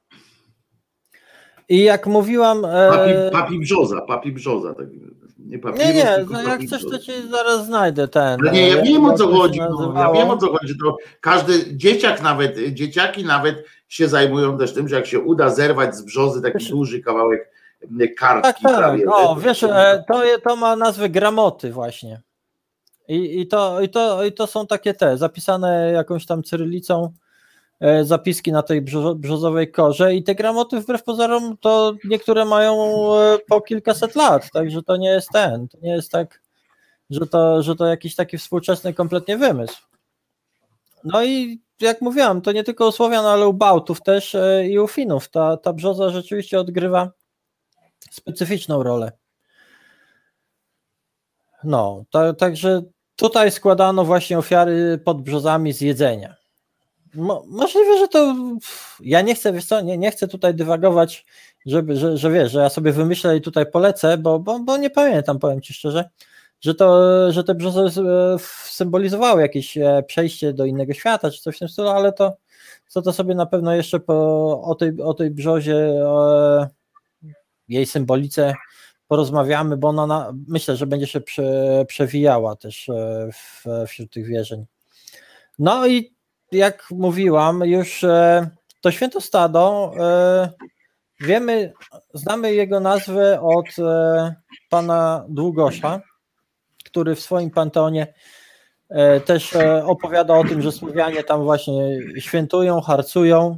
I jak mówiłam... Papi, papi brzoza, papi brzoza. Tak. Nie, papirus, nie, nie, no jak chcesz, to ci zaraz znajdę ten. No nie, ja wiem o co chodzi. No, ja wiem o co chodzi. To każdy dzieciak nawet, dzieciaki nawet się zajmują też tym, że jak się uda zerwać z brzozy taki duży kawałek kartki. Tak, tak. Prawie, o, wiesz, to, to ma nazwę gramoty właśnie. I, i, to, i, to, I to są takie te, zapisane jakąś tam cyrylicą zapiski na tej brzozowej korze, i te gramoty wbrew pozorom to niektóre mają po kilkaset lat, także to nie jest ten, to nie jest tak, że to, że to jakiś taki współczesny kompletnie wymysł. No i jak mówiłam, to nie tylko u Słowian, ale u Bałtów też i u Finów ta, ta brzoza rzeczywiście odgrywa specyficzną rolę. No, to, także tutaj składano właśnie ofiary pod brzozami z jedzenia. Mo, możliwe, że to ja nie chcę, wiesz co, nie, nie chcę tutaj dywagować, żeby, że, że wiesz, że ja sobie wymyślę i tutaj polecę, bo, bo, bo nie pamiętam, powiem ci szczerze, że to, że te brzozy symbolizowały jakieś przejście do innego świata, czy coś w tym stylu, ale to co to sobie na pewno jeszcze po, o, tej, o tej brzozie, o jej symbolice porozmawiamy, bo ona na, myślę, że będzie się prze, przewijała też w, wśród tych wierzeń. No i jak mówiłam, już to święto stado, wiemy, znamy jego nazwę od pana Długosza, który w swoim panteonie też opowiada o tym, że Słowianie tam właśnie świętują, harcują.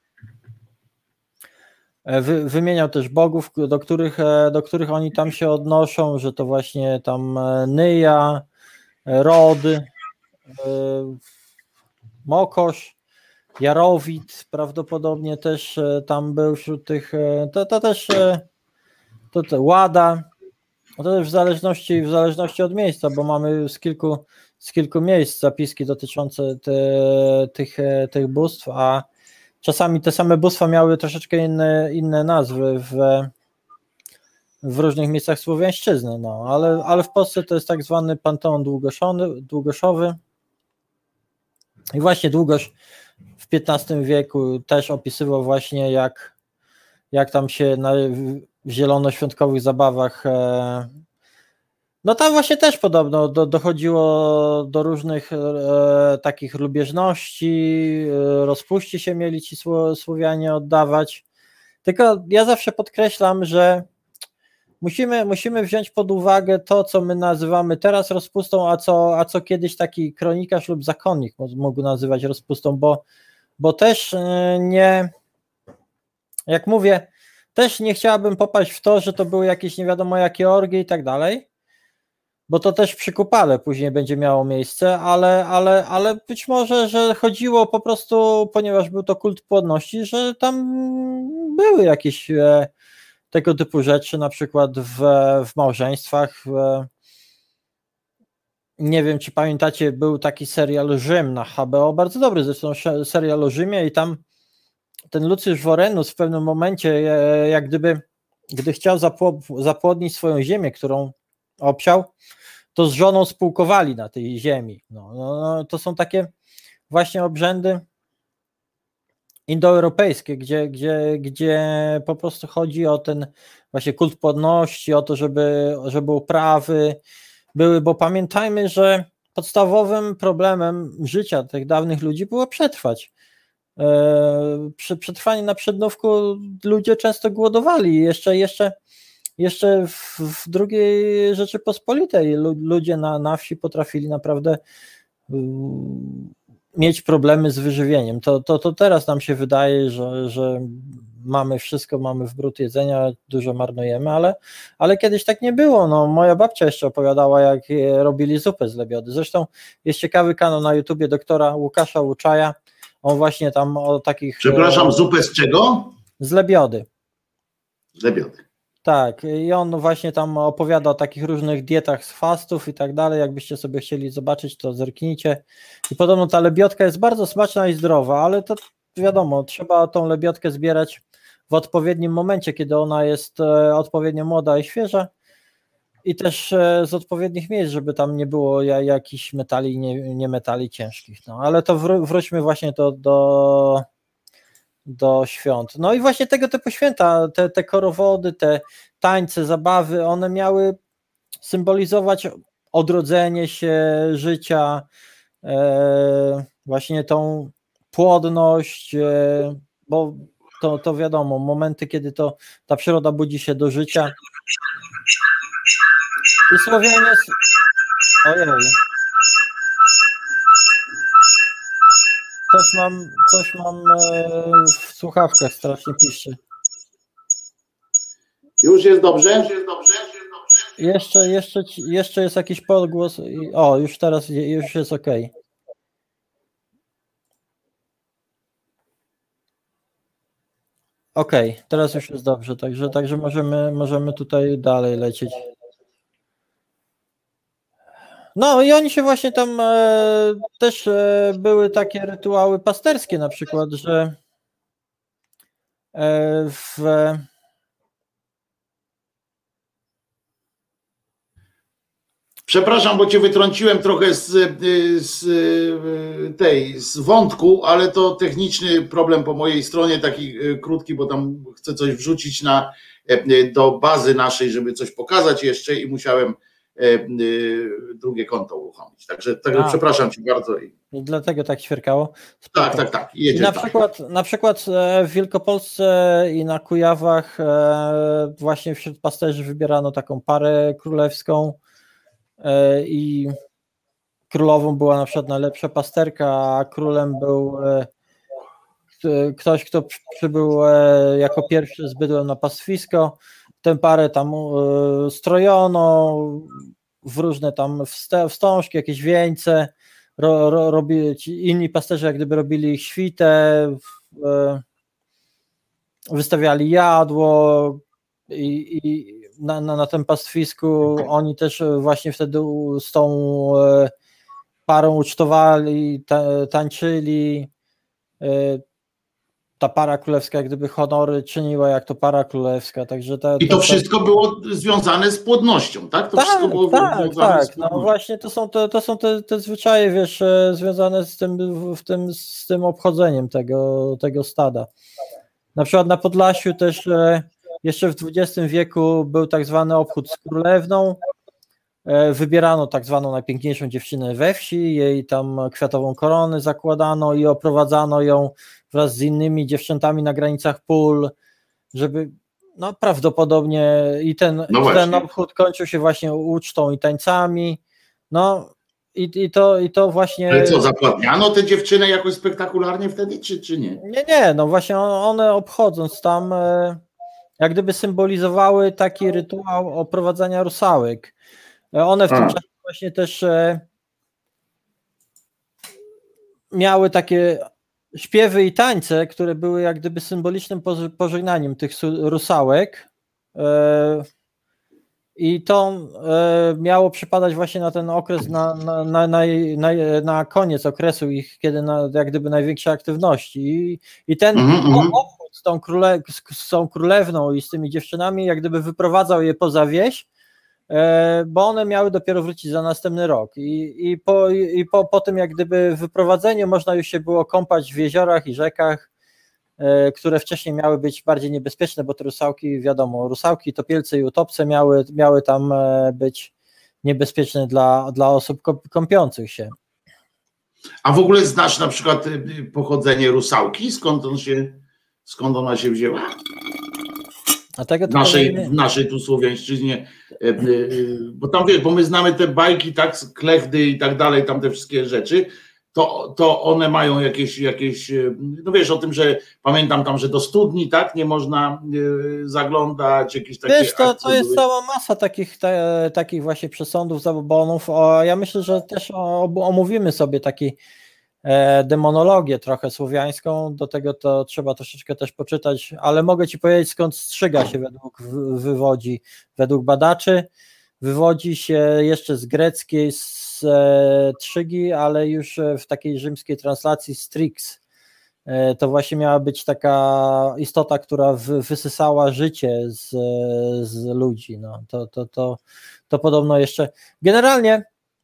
Wy, wymieniał też bogów, do których, do których oni tam się odnoszą, że to właśnie tam Nyja, Rod, Mokosz, Jarowit prawdopodobnie też tam był wśród tych, to, to też to, to Łada, to też w zależności, w zależności od miejsca, bo mamy z kilku, z kilku miejsc zapiski dotyczące te, tych, tych bóstw, a czasami te same bóstwa miały troszeczkę inne, inne nazwy w, w różnych miejscach słowiańszczyzny, no, ale, ale w Polsce to jest tak zwany panteon długoszowy. I właśnie Długosz w piętnastym wieku też opisywał właśnie, jak, jak tam się na w zielonoświątkowych zabawach, no tam właśnie też podobno do, dochodziło do różnych e, takich lubieżności, e, rozpuści się mieli ci Słowianie oddawać. Tylko ja zawsze podkreślam, że musimy, musimy wziąć pod uwagę to, co my nazywamy teraz rozpustą, a co, a co kiedyś taki kronikarz lub zakonnik mógł nazywać rozpustą, bo, bo też nie, jak mówię, też nie chciałabym popaść w to, że to były jakieś nie wiadomo jakie orgie i tak dalej, bo to też przy Kupale później będzie miało miejsce, ale, ale, ale być może, że chodziło po prostu, ponieważ był to kult płodności, że tam były jakieś e, tego typu rzeczy, na przykład w, w małżeństwach. W, nie wiem, czy pamiętacie, był taki serial Rzym na H B O, bardzo dobry zresztą serial o Rzymie i tam ten Lucjusz Vorenus w pewnym momencie, e, jak gdyby, gdy chciał zapło- zapłodnić swoją ziemię, którą obsiał, to z żoną spółkowali na tej ziemi. No, no, no, to są takie właśnie obrzędy indoeuropejskie, gdzie, gdzie, gdzie po prostu chodzi o ten właśnie kult płodności, o to, żeby, żeby uprawy były, bo pamiętajmy, że podstawowym problemem życia tych dawnych ludzi było przetrwać. Przy przetrwanie na przednówku ludzie często głodowali. Jeszcze, jeszcze Jeszcze w, w drugiej Rzeczypospolitej ludzie na, na wsi potrafili naprawdę um, mieć problemy z wyżywieniem. To, to, to teraz nam się wydaje, że, że mamy wszystko, mamy w bród jedzenia, dużo marnujemy, ale, ale kiedyś tak nie było. No, moja babcia jeszcze opowiadała, jak robili zupę z lebiody. Zresztą jest ciekawy kanał na YouTubie doktora Łukasza Łuczaja. On właśnie tam o takich... Przepraszam, zupę z czego? Z lebiody. Z lebiody. Tak, i on właśnie tam opowiada o takich różnych dietach z fastów i tak dalej, jakbyście sobie chcieli zobaczyć, to zerknijcie. I podobno ta lebiodka jest bardzo smaczna i zdrowa, ale to wiadomo, trzeba tą lebiodkę zbierać w odpowiednim momencie, kiedy ona jest odpowiednio młoda i świeża i też z odpowiednich miejsc, żeby tam nie było jakichś metali, nie, nie metali ciężkich. No, ale to wró- wróćmy właśnie to do... do świąt. No i właśnie tego typu święta, te, te korowody, te tańce, zabawy, one miały symbolizować odrodzenie się życia, e, właśnie tą płodność, e, bo to, to wiadomo, momenty, kiedy to ta przyroda budzi się do życia. I Słowianie... Ojej. Coś mam, coś mam w słuchawkach, strasznie piszczy. Już jest dobrze? Już jest dobrze? Jeszcze, jeszcze, jeszcze jest jakiś podgłos. O, już teraz już jest ok. Ok, teraz już jest dobrze, także, także możemy, możemy tutaj dalej lecieć. No i oni się właśnie tam e, też e, były takie rytuały pasterskie na przykład, że e, w Przepraszam, bo cię wytrąciłem trochę z, z tej, z wątku, ale to techniczny problem po mojej stronie, taki krótki, bo tam chcę coś wrzucić na, do bazy naszej, żeby coś pokazać jeszcze i musiałem drugie konto uruchomić. Także, także przepraszam cię bardzo. I dlatego tak ćwierkało. Spoko. Tak, tak, tak. I na, tak. Przykład, na przykład w Wielkopolsce i na Kujawach właśnie wśród pasterzy wybierano taką parę królewską i królową była na przykład najlepsza pasterka, a królem był ktoś, kto przybył jako pierwszy z bydłem na pastwisko. Tę parę tam strojono w różne tam wstążki, jakieś wieńce, ro, ro, robili, ci inni pasterze jak gdyby robili ich świtę, wystawiali jadło i, i na, na, na tym pastwisku oni też właśnie wtedy z tą parą ucztowali, ta, tańczyli. Ta para królewska jak gdyby honory czyniła jak to para królewska. Także ta, I to ta, wszystko ta... było związane z płodnością, tak? To tak, wszystko było tak, związane tak. z płodnością. No właśnie to są, te, to są te, te zwyczaje, wiesz, związane z tym, w tym, z tym obchodzeniem tego, tego stada. Na przykład na Podlasiu też jeszcze w dwudziestym wieku był tak zwany obchód z królewną. Wybierano tak zwaną najpiękniejszą dziewczynę we wsi, jej tam kwiatową koronę zakładano i oprowadzano ją wraz z innymi dziewczętami na granicach pól, żeby no prawdopodobnie i ten, no ten obchód kończył się właśnie ucztą i tańcami. No i, i, to, i to właśnie... Ale co, zapładniano tę dziewczynę jakoś spektakularnie wtedy, czy, czy nie? Nie, nie, no właśnie one obchodząc tam jak gdyby symbolizowały taki rytuał oprowadzania rusałek. One w tym A. czasie właśnie też e, miały takie śpiewy i tańce, które były jak gdyby symbolicznym pożegnaniem tych rusałek e, i to e, miało przypadać właśnie na ten okres, na, na, na, na, na, na koniec okresu ich, kiedy na, jak gdyby największej aktywności i, i ten mm-hmm. obchód z tą, króle, z tą królewną i z tymi dziewczynami jak gdyby wyprowadzał je poza wieś, bo one miały dopiero wrócić za następny rok i, i, po, i po, po tym jak gdyby wyprowadzeniu można już się było kąpać w jeziorach i rzekach, e, które wcześniej miały być bardziej niebezpieczne, bo te rusałki, wiadomo, rusałki, topielce i utopce miały, miały tam być niebezpieczne dla, dla osób kąpiących się. A w ogóle znasz na przykład pochodzenie rusałki? Skąd, on się, skąd ona się wzięła? A tego w, naszej, w naszej tu słowiańszczyźnie, bo tam wiesz, bo my znamy te bajki, tak, klechdy i tak dalej, tam te wszystkie rzeczy, to, to one mają jakieś, jakieś, no wiesz o tym, że pamiętam tam, że do studni, tak, nie można zaglądać, jakieś takie wiesz, to, to jest cała masa takich, te, takich właśnie przesądów, zabobonów, o, ja myślę, że też omówimy sobie taki demonologię trochę słowiańską, do tego to trzeba troszeczkę też poczytać, ale mogę ci powiedzieć, skąd strzyga się według wywodzi, według badaczy, wywodzi się jeszcze z greckiej z e, trzygi, ale już w takiej rzymskiej translacji strix. E, to właśnie miała być taka istota, która wy, wysysała życie z, z ludzi. No, to, to, to, to podobno jeszcze generalnie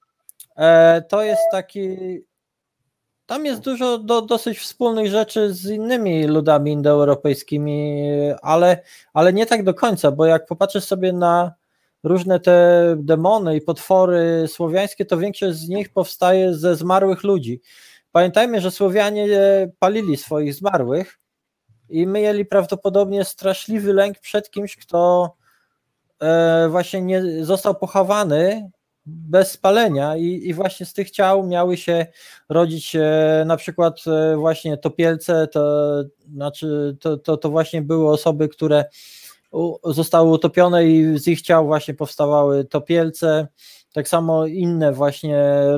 e, to jest taki tam jest dużo do, dosyć wspólnych rzeczy z innymi ludami indoeuropejskimi, ale, ale nie tak do końca, bo jak popatrzysz sobie na różne te demony i potwory słowiańskie, to większość z nich powstaje ze zmarłych ludzi. Pamiętajmy, że Słowianie palili swoich zmarłych i mieli prawdopodobnie straszliwy lęk przed kimś, kto e, właśnie nie został pochowany bez spalenia i, i właśnie z tych ciał miały się rodzić e, na przykład e, właśnie topielce, to znaczy to, to, to właśnie były osoby, które u, zostały utopione i z ich ciał właśnie powstawały topielce, tak samo inne właśnie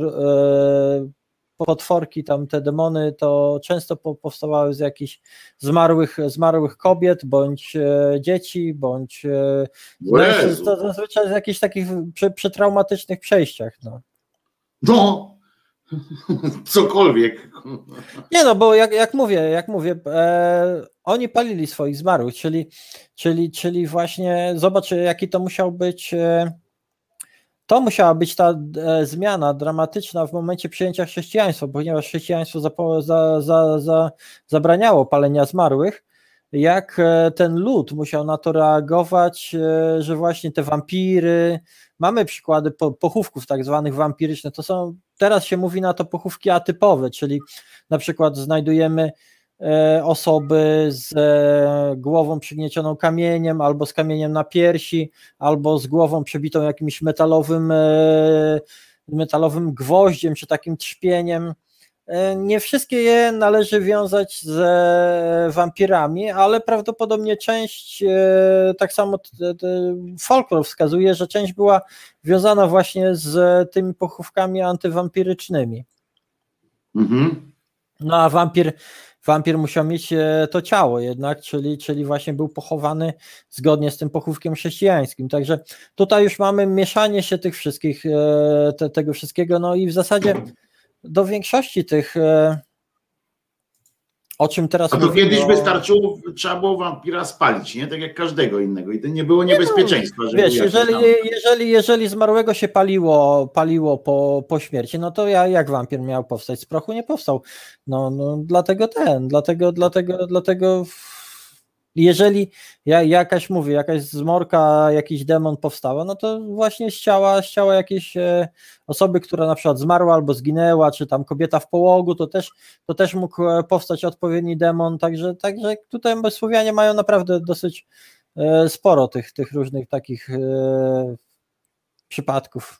e, potworki, tam te demony, to często po, powstawały z jakichś zmarłych, zmarłych kobiet, bądź e, dzieci, bądź e, to zazwyczaj z jakichś takich prze, przetraumatycznych przejściach. No. No, cokolwiek. Nie no, bo jak, jak mówię, jak mówię, e, oni palili swoich zmarłych, czyli, czyli, czyli właśnie zobacz, jaki to musiał być, e, to musiała być ta e, zmiana dramatyczna w momencie przyjęcia chrześcijaństwa, ponieważ chrześcijaństwo za, za, za, za, zabraniało palenia zmarłych, jak e, ten lud musiał na to reagować, e, że właśnie te wampiry, mamy przykłady po, pochówków tak zwanych wampirycznych, to są, teraz się mówi na to pochówki atypowe, czyli na przykład znajdujemy e, osoby z e, głową przygniecioną kamieniem, albo z kamieniem na piersi, albo z głową przebitą jakimś metalowym, e, metalowym gwoździem, czy takim trzpieniem. Nie wszystkie je należy wiązać z wampirami, ale prawdopodobnie część, tak samo folklor wskazuje, że część była wiązana właśnie z tymi pochówkami antywampirycznymi. Mhm. No a wampir, wampir musiał mieć to ciało jednak, czyli, czyli właśnie był pochowany zgodnie z tym pochówkiem chrześcijańskim. Także tutaj już mamy mieszanie się tych wszystkich, te, tego wszystkiego, no i w zasadzie do większości tych, o czym teraz A to mówimy, kiedyś o... wystarczyło, trzeba było wampira spalić, nie? Tak jak każdego innego i to nie było niebezpieczeństwa. Nie, wiesz, jeżeli, jeżeli, jeżeli zmarłego się paliło, paliło po, po śmierci, no to ja, jak wampir miał powstać? Z prochu nie powstał. No, no dlatego ten, dlatego, dlatego, dlatego jeżeli ja, jakaś, mówię, jakaś zmorka, jakiś demon powstała, no to właśnie z ciała, z ciała jakiejś e, osoby, która na przykład zmarła albo zginęła, czy tam kobieta w połogu, to też, to też mógł powstać odpowiedni demon, także, także tutaj Słowianie mają naprawdę dosyć e, sporo tych, tych różnych takich e, przypadków.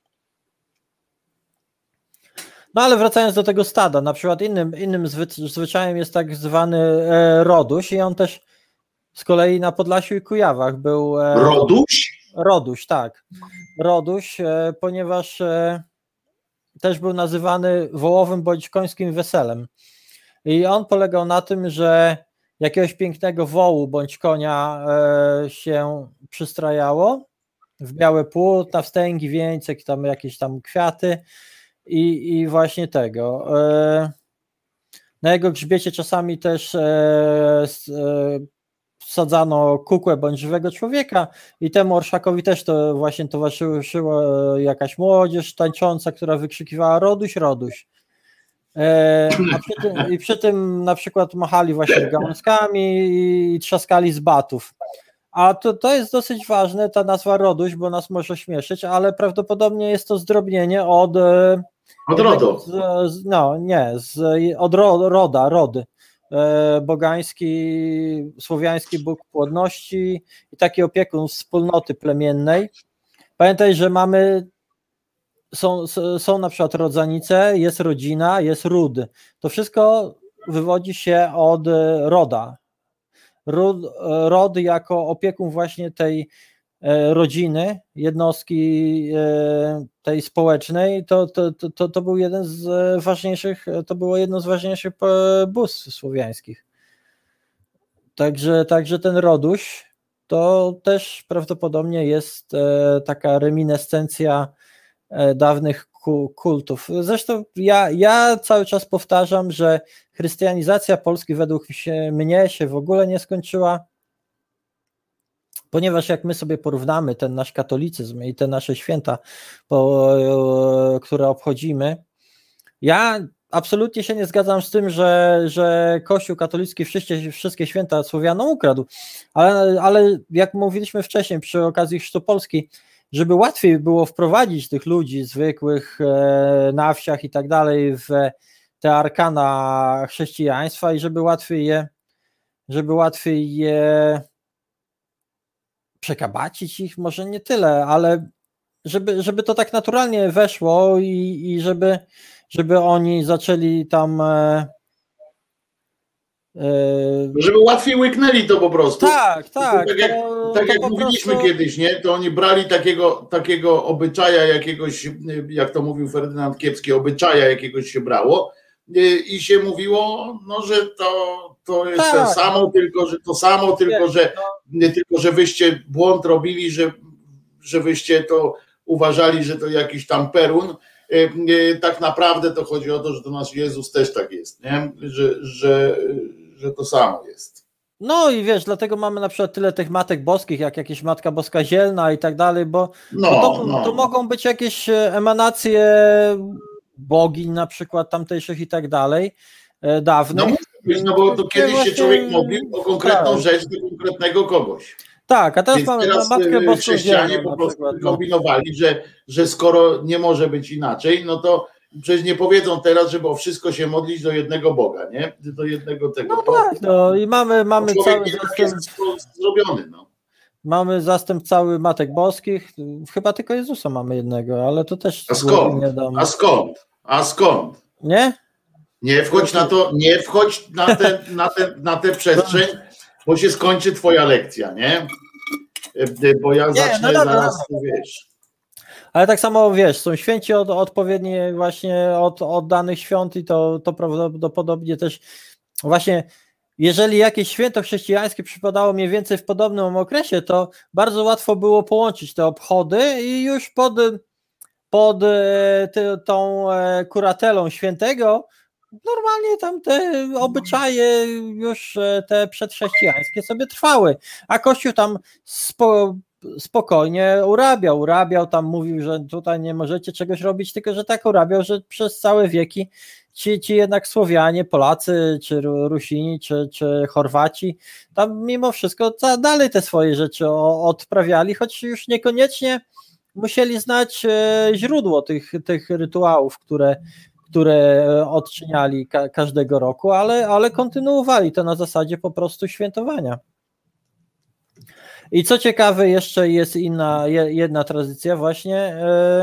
No ale wracając do tego stada, na przykład innym, innym zwy, zwyczajem jest tak zwany e, roduś i on też z kolei na Podlasiu i Kujawach był... E, Roduś? Roduś, tak. Roduś, e, ponieważ e, też był nazywany wołowym bądź końskim weselem. I on polegał na tym, że jakiegoś pięknego wołu bądź konia e, się przystrajało w białe płótna, wstęgi, wieńce, tam jakieś tam kwiaty i, i właśnie tego. E, na jego grzbiecie czasami też e, e, wsadzano kukłę bądź żywego człowieka i temu orszakowi też to właśnie towarzyszyła jakaś młodzież tańcząca, która wykrzykiwała roduś, roduś. E, a przy tym, i przy tym na przykład machali właśnie gałązkami i trzaskali z batów. A to, to jest dosyć ważne, ta nazwa roduś, bo nas może śmieszyć, ale prawdopodobnie jest to zdrobnienie od... Od rodu. Z, z, no nie, z, od ro, roda, rody. Bogański, słowiański Bóg płodności i taki opiekun wspólnoty plemiennej. Pamiętaj, że mamy, są, są na przykład rodzanice, jest rodzina, jest ród. To wszystko wywodzi się od roda. Ród, rod jako opiekun właśnie tej rodziny, jednostki tej społecznej, to, to, to, to był jeden z ważniejszych, to było jedno z ważniejszych bóstw słowiańskich. Także, także ten roduś to też prawdopodobnie jest taka reminiscencja dawnych kultów. Zresztą ja, ja cały czas powtarzam, że chrystianizacja Polski według się, mnie się w ogóle nie skończyła, ponieważ jak my sobie porównamy ten nasz katolicyzm i te nasze święta, po, które obchodzimy, ja absolutnie się nie zgadzam z tym, że, że Kościół katolicki wszystkie, wszystkie święta Słowianom ukradł, ale, ale jak mówiliśmy wcześniej przy okazji Chrztu Polski, żeby łatwiej było wprowadzić tych ludzi zwykłych na wsiach i tak dalej w te arkana chrześcijaństwa i żeby łatwiej je, żeby łatwiej je przekabacić ich, może nie tyle, ale żeby, żeby to tak naturalnie weszło i, i żeby, żeby oni zaczęli tam e, e, żeby łatwiej łyknęli to po prostu. Tak, tak. Tak jak, to, tak to jak mówiliśmy prostu... kiedyś, nie? To oni brali takiego, takiego obyczaja jakiegoś, jak to mówił Ferdynand Kiepski, obyczaja jakiegoś się brało i się mówiło, no, że to, to jest tak. to samo, tylko że to samo, tylko że, nie, tylko że wyście błąd robili, że, że wyście to uważali, że to jakiś tam Perun tak naprawdę to chodzi o to, że to nasz Jezus też tak jest, nie? Że, że, że to samo jest. No i wiesz, dlatego mamy na przykład tyle tych matek boskich, jak jakieś Matka Boska Zielna i tak dalej, bo, no, bo to, no. to mogą być jakieś emanacje bogiń na przykład tamtejszych i tak dalej, dawnych. No, no bo to kiedyś właśnie... się człowiek modlił o konkretną tak. rzecz do konkretnego kogoś. Tak, a teraz Więc mamy teraz Matkę Boską chrześcijanie Zielną, po prostu przykład, kombinowali, że, że skoro nie może być inaczej, no to przecież nie powiedzą teraz, żeby o wszystko się modlić do jednego Boga, nie? Do jednego tego. No tak, no i mamy, mamy cały zastęp zrobiony, no. Mamy zastęp cały Matek Boskich, chyba tylko Jezusa mamy jednego, ale to też... A skąd? A skąd? A skąd? Nie? Nie wchodź na to, nie wchodź na tę na te, na te przestrzeń, bo się skończy twoja lekcja, nie? Bo ja zacznę nie, no dobra, zaraz, no. wiesz... Ale tak samo, wiesz, są święci od, odpowiednie właśnie od, od danych świąt i to, to prawdopodobnie też właśnie, jeżeli jakieś święto chrześcijańskie przypadało mniej więcej w podobnym okresie, to bardzo łatwo było połączyć te obchody i już pod, pod ty, tą kuratelą świętego normalnie tam te obyczaje już te przedchrześcijańskie sobie trwały, a Kościół tam spo, spokojnie urabiał, urabiał tam, mówił, że tutaj nie możecie czegoś robić, tylko że tak urabiał, że przez całe wieki ci, ci jednak Słowianie, Polacy, czy Rusini, czy, czy Chorwaci, tam mimo wszystko dalej te swoje rzeczy odprawiali, choć już niekoniecznie musieli znać źródło tych, tych rytuałów, które które odczyniali ka- każdego roku, ale, ale kontynuowali to na zasadzie po prostu świętowania. I co ciekawe, jeszcze jest inna, jedna tradycja właśnie,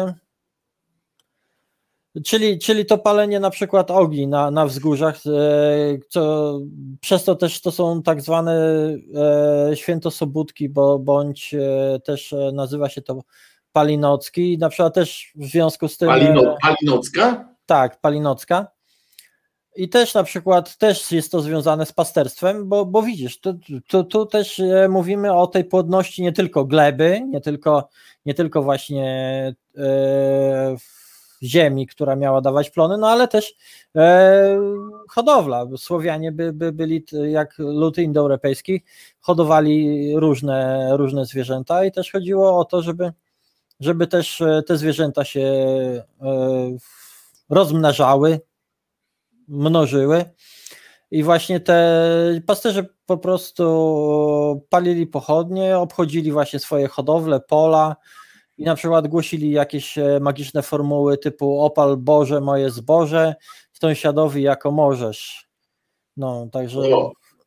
yy, czyli, czyli to palenie na przykład ogni na, na wzgórzach, yy, co, przez to też to są tak zwane yy, świętosobótki, bo, bądź yy, też nazywa się to palinocki, na przykład też w związku z tym... Palino, palinocka? Tak, palinocka. I też na przykład też jest to związane z pasterstwem, bo, bo widzisz, tu, tu, tu też mówimy o tej płodności nie tylko gleby, nie tylko, nie tylko właśnie e, ziemi, która miała dawać plony, no ale też e, hodowla. Słowianie by, by byli jak lud indoeuropejski, hodowali różne, różne zwierzęta i też chodziło o to, żeby, żeby też te zwierzęta się e, rozmnażały, mnożyły i właśnie te pasterze po prostu palili pochodnie, obchodzili właśnie swoje hodowle, pola i na przykład głosili jakieś magiczne formuły typu opal Boże moje zboże, sąsiadowi jako możesz. No, także... O,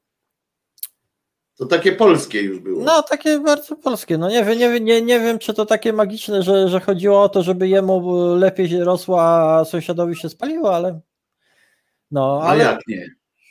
to takie polskie już było. No, takie bardzo polskie. No nie wiem, nie, nie, nie wiem, czy to takie magiczne, że, że chodziło o to, żeby jemu lepiej rosło, a sąsiadowi się spaliło, ale no, ale... A jak nie?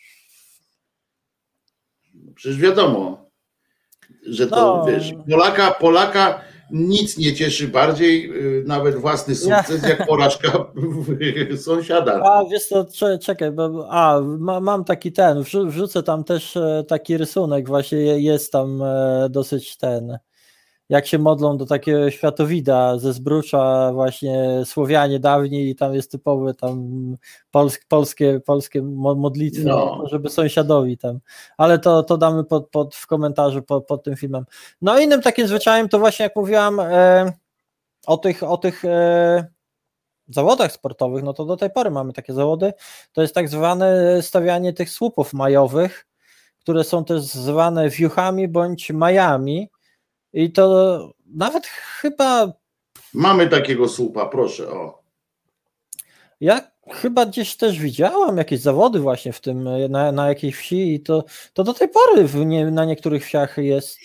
Przecież wiadomo, że to, no... wiesz, Polaka, Polaka nic nie cieszy bardziej, nawet własny sukces, ja... jak porażka sąsiada. A wiesz co, czekaj, bo, a ma, mam taki ten, wrzucę tam też taki rysunek, właśnie jest tam dosyć ten, jak się modlą do takiego światowida ze Zbrucza właśnie Słowianie dawniej i tam jest typowe tam pols, polskie, polskie modlitwy, no. żeby sąsiadowi tam, ale to, to damy pod, pod, w komentarzu pod, pod tym filmem. No innym takim zwyczajem to właśnie jak mówiłam e, o tych, o tych e, zawodach sportowych, no to do tej pory mamy takie zawody, to jest tak zwane stawianie tych słupów majowych, które są też zwane wiuchami bądź majami. I to nawet chyba... Mamy takiego słupa, proszę, o. Ja chyba gdzieś też widziałam jakieś zawody właśnie w tym, na, na jakiejś wsi i to, to do tej pory w nie, na niektórych wsiach jest...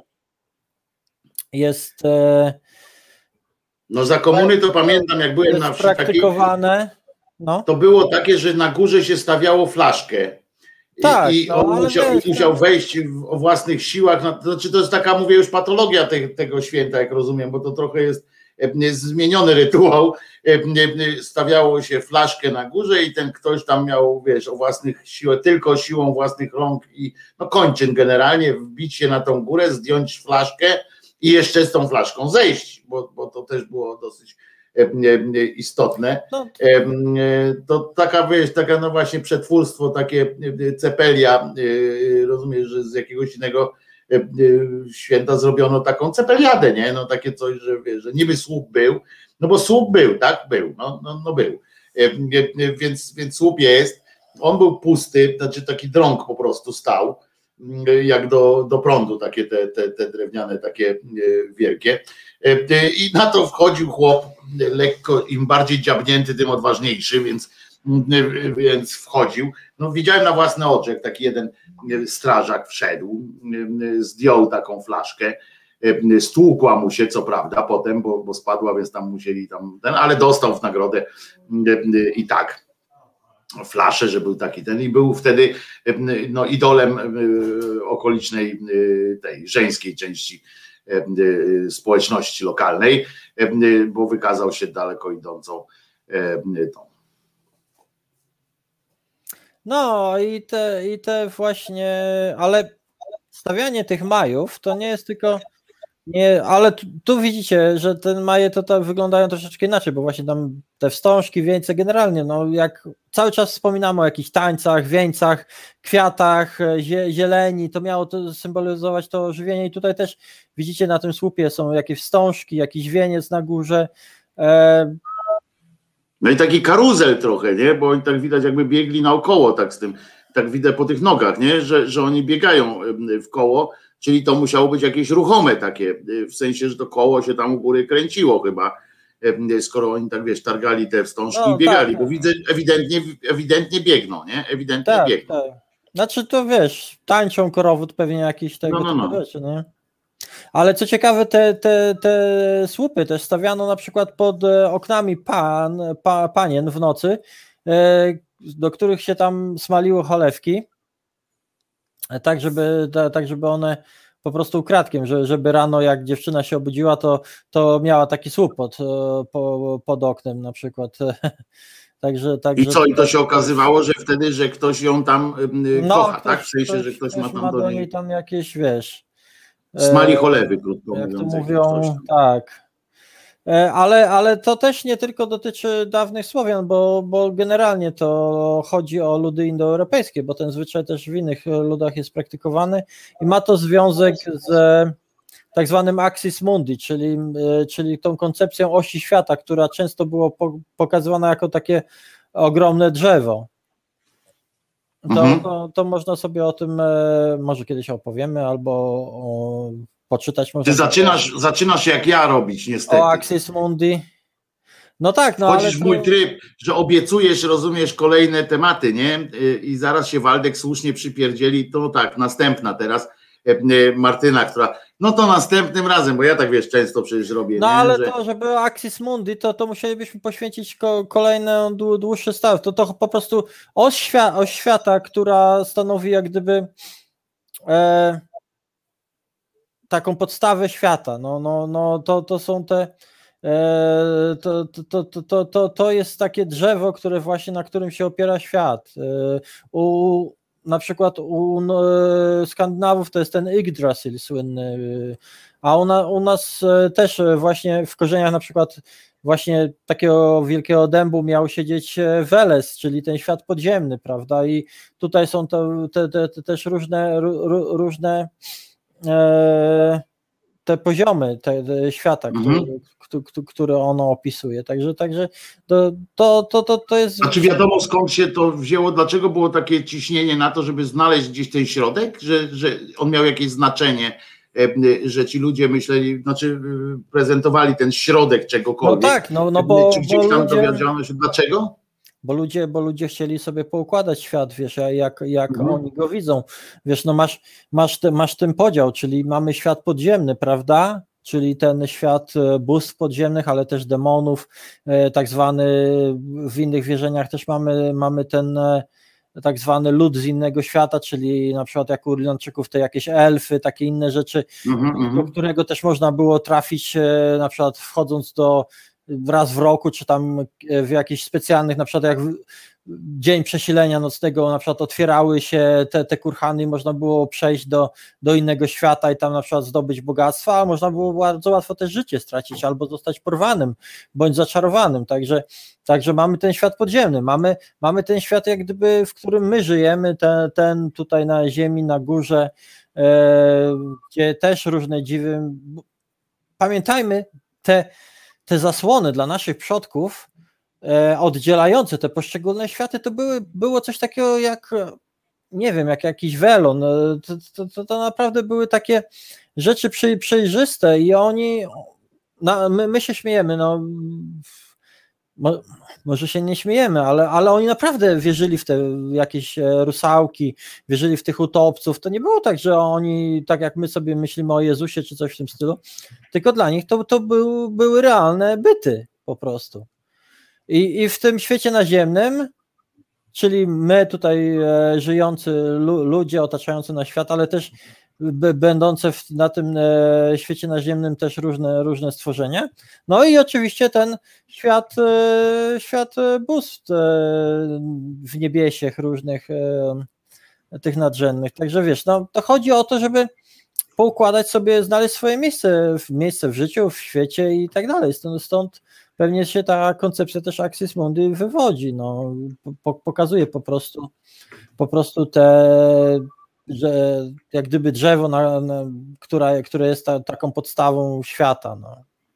jest no za komuny to pamiętam, jak byłem na wsi praktykowane. Takiej, no. To było takie, że na górze się stawiało flaszkę. Tak, I, i on no, musiał, wiesz, musiał wejść o własnych siłach. No, to znaczy to jest taka, mówię, już patologia te, tego święta, jak rozumiem, bo to trochę jest, jest zmieniony rytuał. Stawiało się flaszkę na górze i ten ktoś tam miał, wiesz, o własnych siłach, tylko siłą własnych rąk i no kończyn generalnie, wbić się na tą górę, zdjąć flaszkę i jeszcze z tą flaszką zejść, bo, bo to też było dosyć istotne. To taka, wiesz, taka no właśnie przetwórstwo, takie cepelia, rozumiesz, że z jakiegoś innego święta zrobiono taką cepeliadę, nie? No takie coś, że wiesz, że niby słup był, no bo słup był, tak? Był, no, no, no był. Więc, więc słup jest, on był pusty, znaczy taki drąg po prostu stał, jak do, do prądu, takie te, te, te drewniane, takie wielkie. I na to wchodził chłop, lekko, im bardziej dziabnięty, tym odważniejszy, więc, więc wchodził. No widziałem na własne oczy, jak taki jeden strażak wszedł, zdjął taką flaszkę, stłukła mu się, co prawda, potem, bo, bo spadła, więc tam musieli tam, ten, ale dostał w nagrodę i tak flaszę, że był taki ten i był wtedy no, idolem okolicznej tej żeńskiej części społeczności lokalnej, bo wykazał się daleko idącą tą. No i te, i te właśnie, ale stawianie tych majów to nie jest tylko, nie, ale tu, tu widzicie, że te maje to, to wyglądają troszeczkę inaczej, bo właśnie tam te wstążki, wieńce generalnie, no jak cały czas wspominamy o jakichś tańcach, wieńcach, kwiatach, zie, zieleni, to miało to symbolizować to ożywienie i tutaj też widzicie na tym słupie są jakieś wstążki, jakiś wieniec na górze. E... No i taki karuzel trochę, nie? Bo oni tak widać jakby biegli naokoło tak z tym, tak widać po tych nogach, nie? Że, że oni biegają w koło, czyli to musiało być jakieś ruchome takie, w sensie, że to koło się tam u góry kręciło chyba, skoro oni tak, wiesz, targali te wstążki no, i biegali, tak, bo tak. Widzę, ewidentnie, ewidentnie biegną, nie? Ewidentnie tak, biegną. Tak. Znaczy to wiesz, tańczą korowód pewnie jakiś tego no, no, no. rzeczy, nie? Ale co ciekawe, te, te, te słupy też stawiano na przykład pod oknami pan, pa, panien w nocy, do których się tam smaliło cholewki, tak żeby, tak żeby one po prostu ukradkiem, że, żeby rano jak dziewczyna się obudziła, to, to miała taki słup pod, po, pod oknem na przykład. Także, także, I co, i to się okazywało, że wtedy, że ktoś ją tam no, kocha, ktoś, tak? W sensie, ktoś, że ktoś, ktoś ma tam ma do niej, niej tam jakieś, wiesz... Smali cholewy, krótko jak mówiąc. to mówią, tak. Ale, ale to też nie tylko dotyczy dawnych Słowian, bo, bo generalnie to chodzi o ludy indoeuropejskie, bo ten zwyczaj też w innych ludach jest praktykowany i ma to związek z tak zwanym axis mundi, czyli, czyli tą koncepcją osi świata, która często było pokazywana jako takie ogromne drzewo. To, mhm. to, to można sobie o tym może kiedyś opowiemy, albo o, poczytać. Można Ty zaczynasz, zaczynasz jak ja robić niestety. O Axis Mundi. No tak, no wchodzisz ale w mój to... tryb, że obiecujesz, rozumiesz, kolejne tematy, nie? I zaraz się Waldek słusznie przypierdzieli, to tak, następna teraz Martyna, która, no to następnym razem, bo ja tak wiesz, często przecież robię. No nie? ale że... to, żeby Axis Mundi, to, to musielibyśmy poświęcić ko- kolejny dłuższy staw. To, to po prostu oś, świa- oś świata, która stanowi jak gdyby e, taką podstawę świata. No, no, no to, to są te e, to, to, to, to, to, to jest takie drzewo, które właśnie na którym się opiera świat. E, u Na przykład u no, Skandynawów to jest ten Yggdrasil słynny, a u, na, u nas też właśnie w korzeniach na przykład właśnie takiego wielkiego dębu miał siedzieć Veles, czyli ten świat podziemny, prawda? I tutaj są to, te, te, te też różne, różne e, te poziomy te, te świata, mhm. który, który, który ono opisuje. Także, także to, to, to, to, to jest... A czy wiadomo skąd się to wzięło, dlaczego było takie ciśnienie na to, żeby znaleźć gdzieś ten środek, że, że on miał jakieś znaczenie, że ci ludzie myśleli, znaczy prezentowali ten środek czegokolwiek. No tak, no, no bo... Czy gdzieś bo tam ludzie... dowiedziano się dlaczego? Bo ludzie, bo ludzie chcieli sobie poukładać świat, wiesz, jak, jak mhm. oni go widzą. Wiesz, no masz, masz, te, masz ten podział, czyli mamy świat podziemny, prawda? Czyli ten świat bóstw podziemnych, ale też demonów, tak zwany, w innych wierzeniach też mamy, mamy ten tak zwany lud z innego świata, czyli na przykład jak u Irlandczyków te jakieś elfy, takie inne rzeczy, mm-hmm. do którego też można było trafić, na przykład wchodząc do raz w roku, czy tam w jakichś specjalnych, na przykład jak dzień przesilenia nocnego, na przykład otwierały się te, te kurhany i można było przejść do, do innego świata i tam na przykład zdobyć bogactwa, a można było bardzo łatwo też życie stracić albo zostać porwanym, bądź zaczarowanym, także, także mamy ten świat podziemny, mamy, mamy ten świat jak gdyby, w którym my żyjemy, ten, ten tutaj na ziemi, na górze, e, gdzie też różne dziwy, pamiętajmy, te, te zasłony dla naszych przodków oddzielające te poszczególne światy, to były, było coś takiego jak, nie wiem, jak jakiś welon, to, to, to, to naprawdę były takie rzeczy przy, przejrzyste i oni, no, my, my się śmiejemy, no mo, może się nie śmiejemy, ale, ale oni naprawdę wierzyli w te jakieś rusałki, wierzyli w tych utopców, to nie było tak, że oni, tak jak my sobie myślimy o Jezusie czy coś w tym stylu, tylko dla nich to, to był, były realne byty po prostu. I, I w tym świecie naziemnym, czyli my tutaj e, żyjący lu, ludzie otaczający nas świat, ale też b, będące w, na tym e, świecie naziemnym też różne, różne stworzenia. No i oczywiście ten świat, e, świat bóstw e, w niebiesiech różnych e, tych nadrzędnych. Także wiesz, no to chodzi o to, żeby poukładać sobie, znaleźć swoje miejsce, miejsce w życiu, w świecie i tak dalej. Stąd, stąd pewnie się ta koncepcja też Axis Mundi wywodzi, no, po, pokazuje po prostu, po prostu te, że jak gdyby drzewo, na, na, która, które jest ta, taką podstawą świata. No.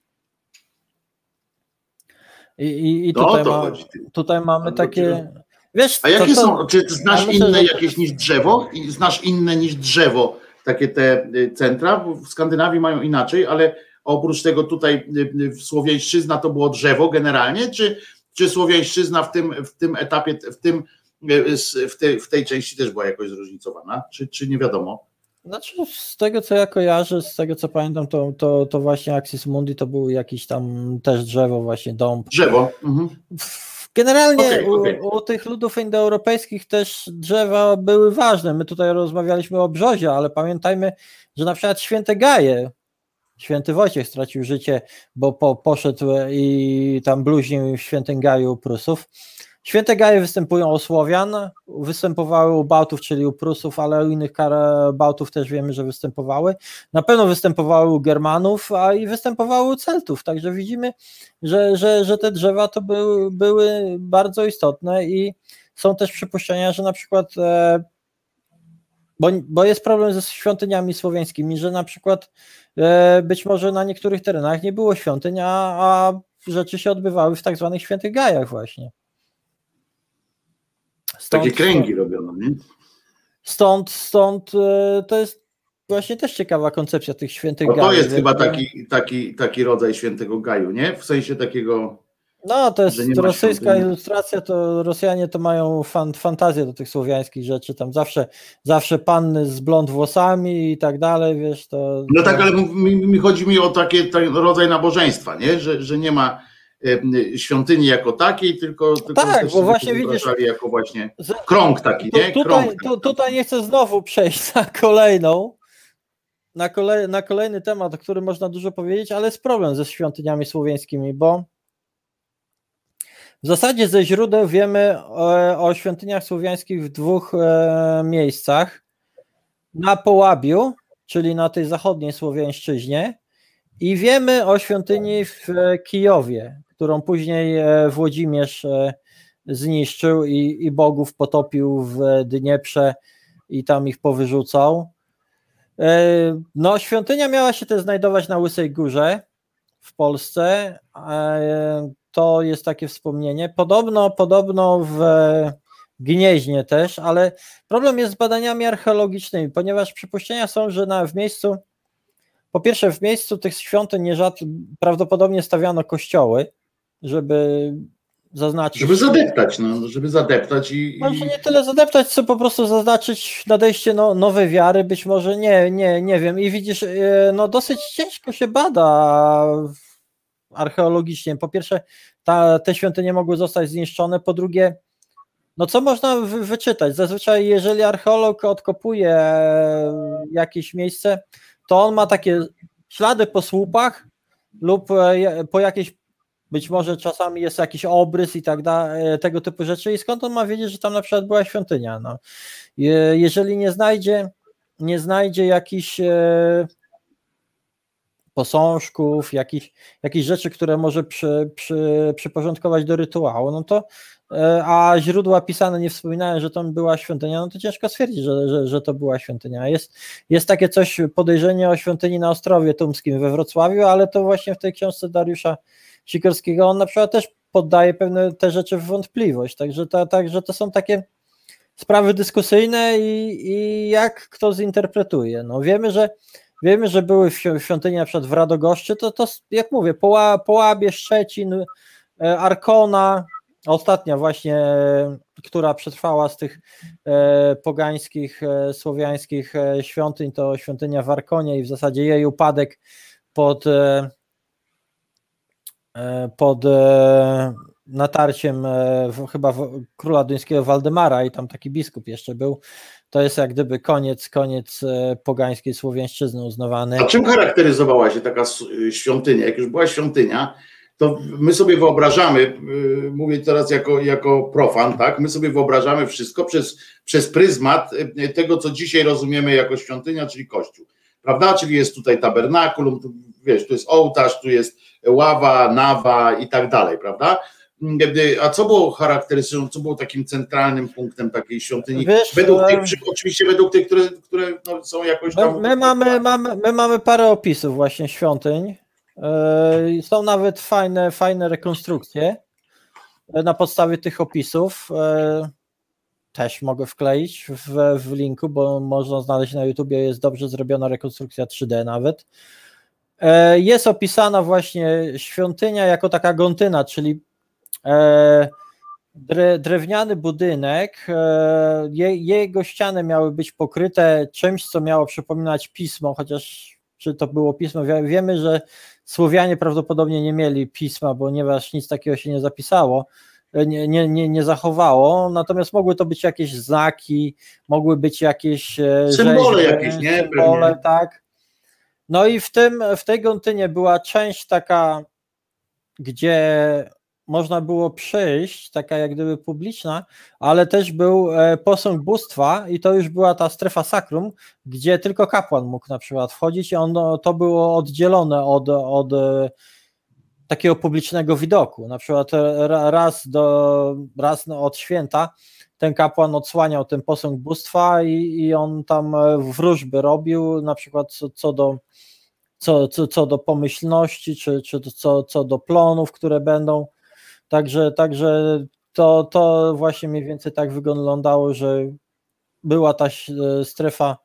I, i, i tutaj, ma, tutaj mamy takie... Wiesz, a jakie to, to, są, czy znasz myślę, inne że... jakieś niż drzewo? Znasz inne niż drzewo, takie te centra? W Skandynawii mają inaczej, ale oprócz tego tutaj słowiańszczyzna to było drzewo generalnie, czy, czy słowiańszczyzna w tym, w tym etapie, w, tym, w, tej, w tej części też była jakoś zróżnicowana, czy, czy nie wiadomo? Znaczy z tego co ja kojarzę, z tego co pamiętam, to, to, to właśnie Axis Mundi to był jakiś tam też drzewo, właśnie dąb. Drzewo. Mhm. Generalnie okay, u, okay. u tych ludów indoeuropejskich też drzewa były ważne. My tutaj rozmawialiśmy o brzozie, ale pamiętajmy, że na przykład święte Gaje, święty Wojciech stracił życie, bo po, poszedł i tam bluźnił w świętym Gaju u Prusów. Święte Gaje występują u Słowian, występowały u Bałtów, czyli u Prusów, ale u innych Bałtów też wiemy, że występowały. Na pewno występowały u Germanów, a i występowały u Celtów, także widzimy, że, że, że te drzewa to były, były bardzo istotne i są też przypuszczenia, że na przykład, bo, bo jest problem ze świątyniami słowiańskimi, że na przykład być może na niektórych terenach nie było świątyń, a, a rzeczy się odbywały w tak zwanych świętych Gajach właśnie. Stąd, takie kręgi robiono, nie? Stąd, stąd to jest właśnie też ciekawa koncepcja tych świętych Gajów. To jest Gaju, chyba taki, taki, taki rodzaj świętego Gaju, nie? W sensie takiego... No to jest to rosyjska świątyni. ilustracja, to Rosjanie to mają fan, fantazję do tych słowiańskich rzeczy, tam zawsze, zawsze panny z blond włosami i tak dalej, wiesz, to... No to... tak, ale mi, mi chodzi mi o taki rodzaj nabożeństwa, nie? Że, że nie ma świątyni jako takiej, tylko, tylko tak, bo właśnie widzisz, jako właśnie krąg taki, nie? Tutaj, krąg tu, tutaj nie chcę znowu przejść na kolejną, na, kolej, na kolejny temat, o którym można dużo powiedzieć, ale jest problem ze świątyniami słowiańskimi, bo w zasadzie ze źródeł wiemy o, o świątyniach słowiańskich w dwóch e, miejscach. Na Połabiu, czyli na tej zachodniej Słowiańszczyźnie, i wiemy o świątyni w Kijowie, którą później Włodzimierz zniszczył i, i bogów potopił w Dnieprze i tam ich powyrzucał. No, świątynia miała się też znajdować na Łysej Górze w Polsce. To jest takie wspomnienie. Podobno, podobno w Gnieźnie też, ale problem jest z badaniami archeologicznymi, ponieważ przypuszczenia są, że na, w miejscu Po pierwsze, w miejscu tych świątyń nierzadko prawdopodobnie stawiano kościoły, żeby zaznaczyć... Żeby zadeptać, no, żeby zadeptać i... Może nie tyle zadeptać, co po prostu zaznaczyć nadejście no, nowej wiary, być może nie, nie, nie wiem. I widzisz, no dosyć ciężko się bada archeologicznie. Po pierwsze, ta, te świątynie mogły zostać zniszczone, po drugie, no co można wy, wyczytać? Zazwyczaj, jeżeli archeolog odkopuje jakieś miejsce, to on ma takie ślady po słupach lub po jakiejś być może czasami jest jakiś obrys i tak dalej, tego typu rzeczy i skąd on ma wiedzieć, że tam na przykład była świątynia, no. Jeżeli nie znajdzie, nie znajdzie jakichś posążków, jakichś, jakichś rzeczy, które może przy, przy, przyporządkować do rytuału, no to a źródła pisane nie wspominają, że tam była świątynia, no to ciężko stwierdzić, że, że, że to była świątynia. Jest, jest takie coś, podejrzenie o świątyni na Ostrowie Tumskim we Wrocławiu, ale to właśnie w tej książce Dariusza Sikorskiego on na przykład też poddaje pewne te rzeczy w wątpliwość, także to, także to są takie sprawy dyskusyjne i, i jak kto zinterpretuje. No wiemy, że wiemy, że były świątynie na przykład w Radogoszczy, to, to jak mówię, Poła, Połabie, Szczecin, Arkona, ostatnia właśnie, która przetrwała z tych e, pogańskich, e, słowiańskich e, świątyń, to świątynia w Arkonie i w zasadzie jej upadek pod, e, pod e, natarciem e, w, chyba w, króla duńskiego Waldemara i tam taki biskup jeszcze był. To jest jak gdyby koniec, koniec e, pogańskiej słowiańszczyzny uznawany. A czym charakteryzowała się taka świątynia? Jak już była świątynia, to my sobie wyobrażamy, mówię teraz jako, jako profan, tak? My sobie wyobrażamy wszystko przez, przez pryzmat tego, co dzisiaj rozumiemy jako świątynia, czyli kościół, prawda? Czyli jest tutaj tabernakulum, tu, wiesz, tu jest ołtarz, tu jest ława, nawa i tak dalej, prawda? A co było charakterystyczne, co było takim centralnym punktem takiej świątyni? Wiesz, według tych, oczywiście według tych, które, które no, są jakoś tam... My, my, mamy, mamy, my mamy parę opisów właśnie świątyń. Są nawet fajne, fajne rekonstrukcje na podstawie tych opisów. Też mogę wkleić w, w linku, bo można znaleźć na YouTubie, jest dobrze zrobiona rekonstrukcja trzy D nawet. Jest opisana właśnie świątynia jako taka gontyna, czyli drewniany budynek, jego ściany miały być pokryte czymś, co miało przypominać pismo, chociaż czy to było pismo, wiemy, że Słowianie prawdopodobnie nie mieli pisma, ponieważ nic takiego się nie zapisało, nie, nie, nie, nie zachowało, natomiast mogły to być jakieś znaki, mogły być jakieś symbole rzeźby, jakieś, nie? Symbole, tak. No i w tym, w tej gontynie była część taka, gdzie można było przyjść, taka jak gdyby publiczna, ale też był posąg bóstwa i to już była ta strefa sakrum, gdzie tylko kapłan mógł na przykład wchodzić i on, to było oddzielone od, od takiego publicznego widoku. Na przykład raz, do, raz od święta ten kapłan odsłaniał ten posąg bóstwa i, i on tam wróżby robił, na przykład co, co do co, co, co do pomyślności, czy, czy co, co do plonów, które będą. Także, także to, to właśnie mniej więcej tak wyglądało, że była ta strefa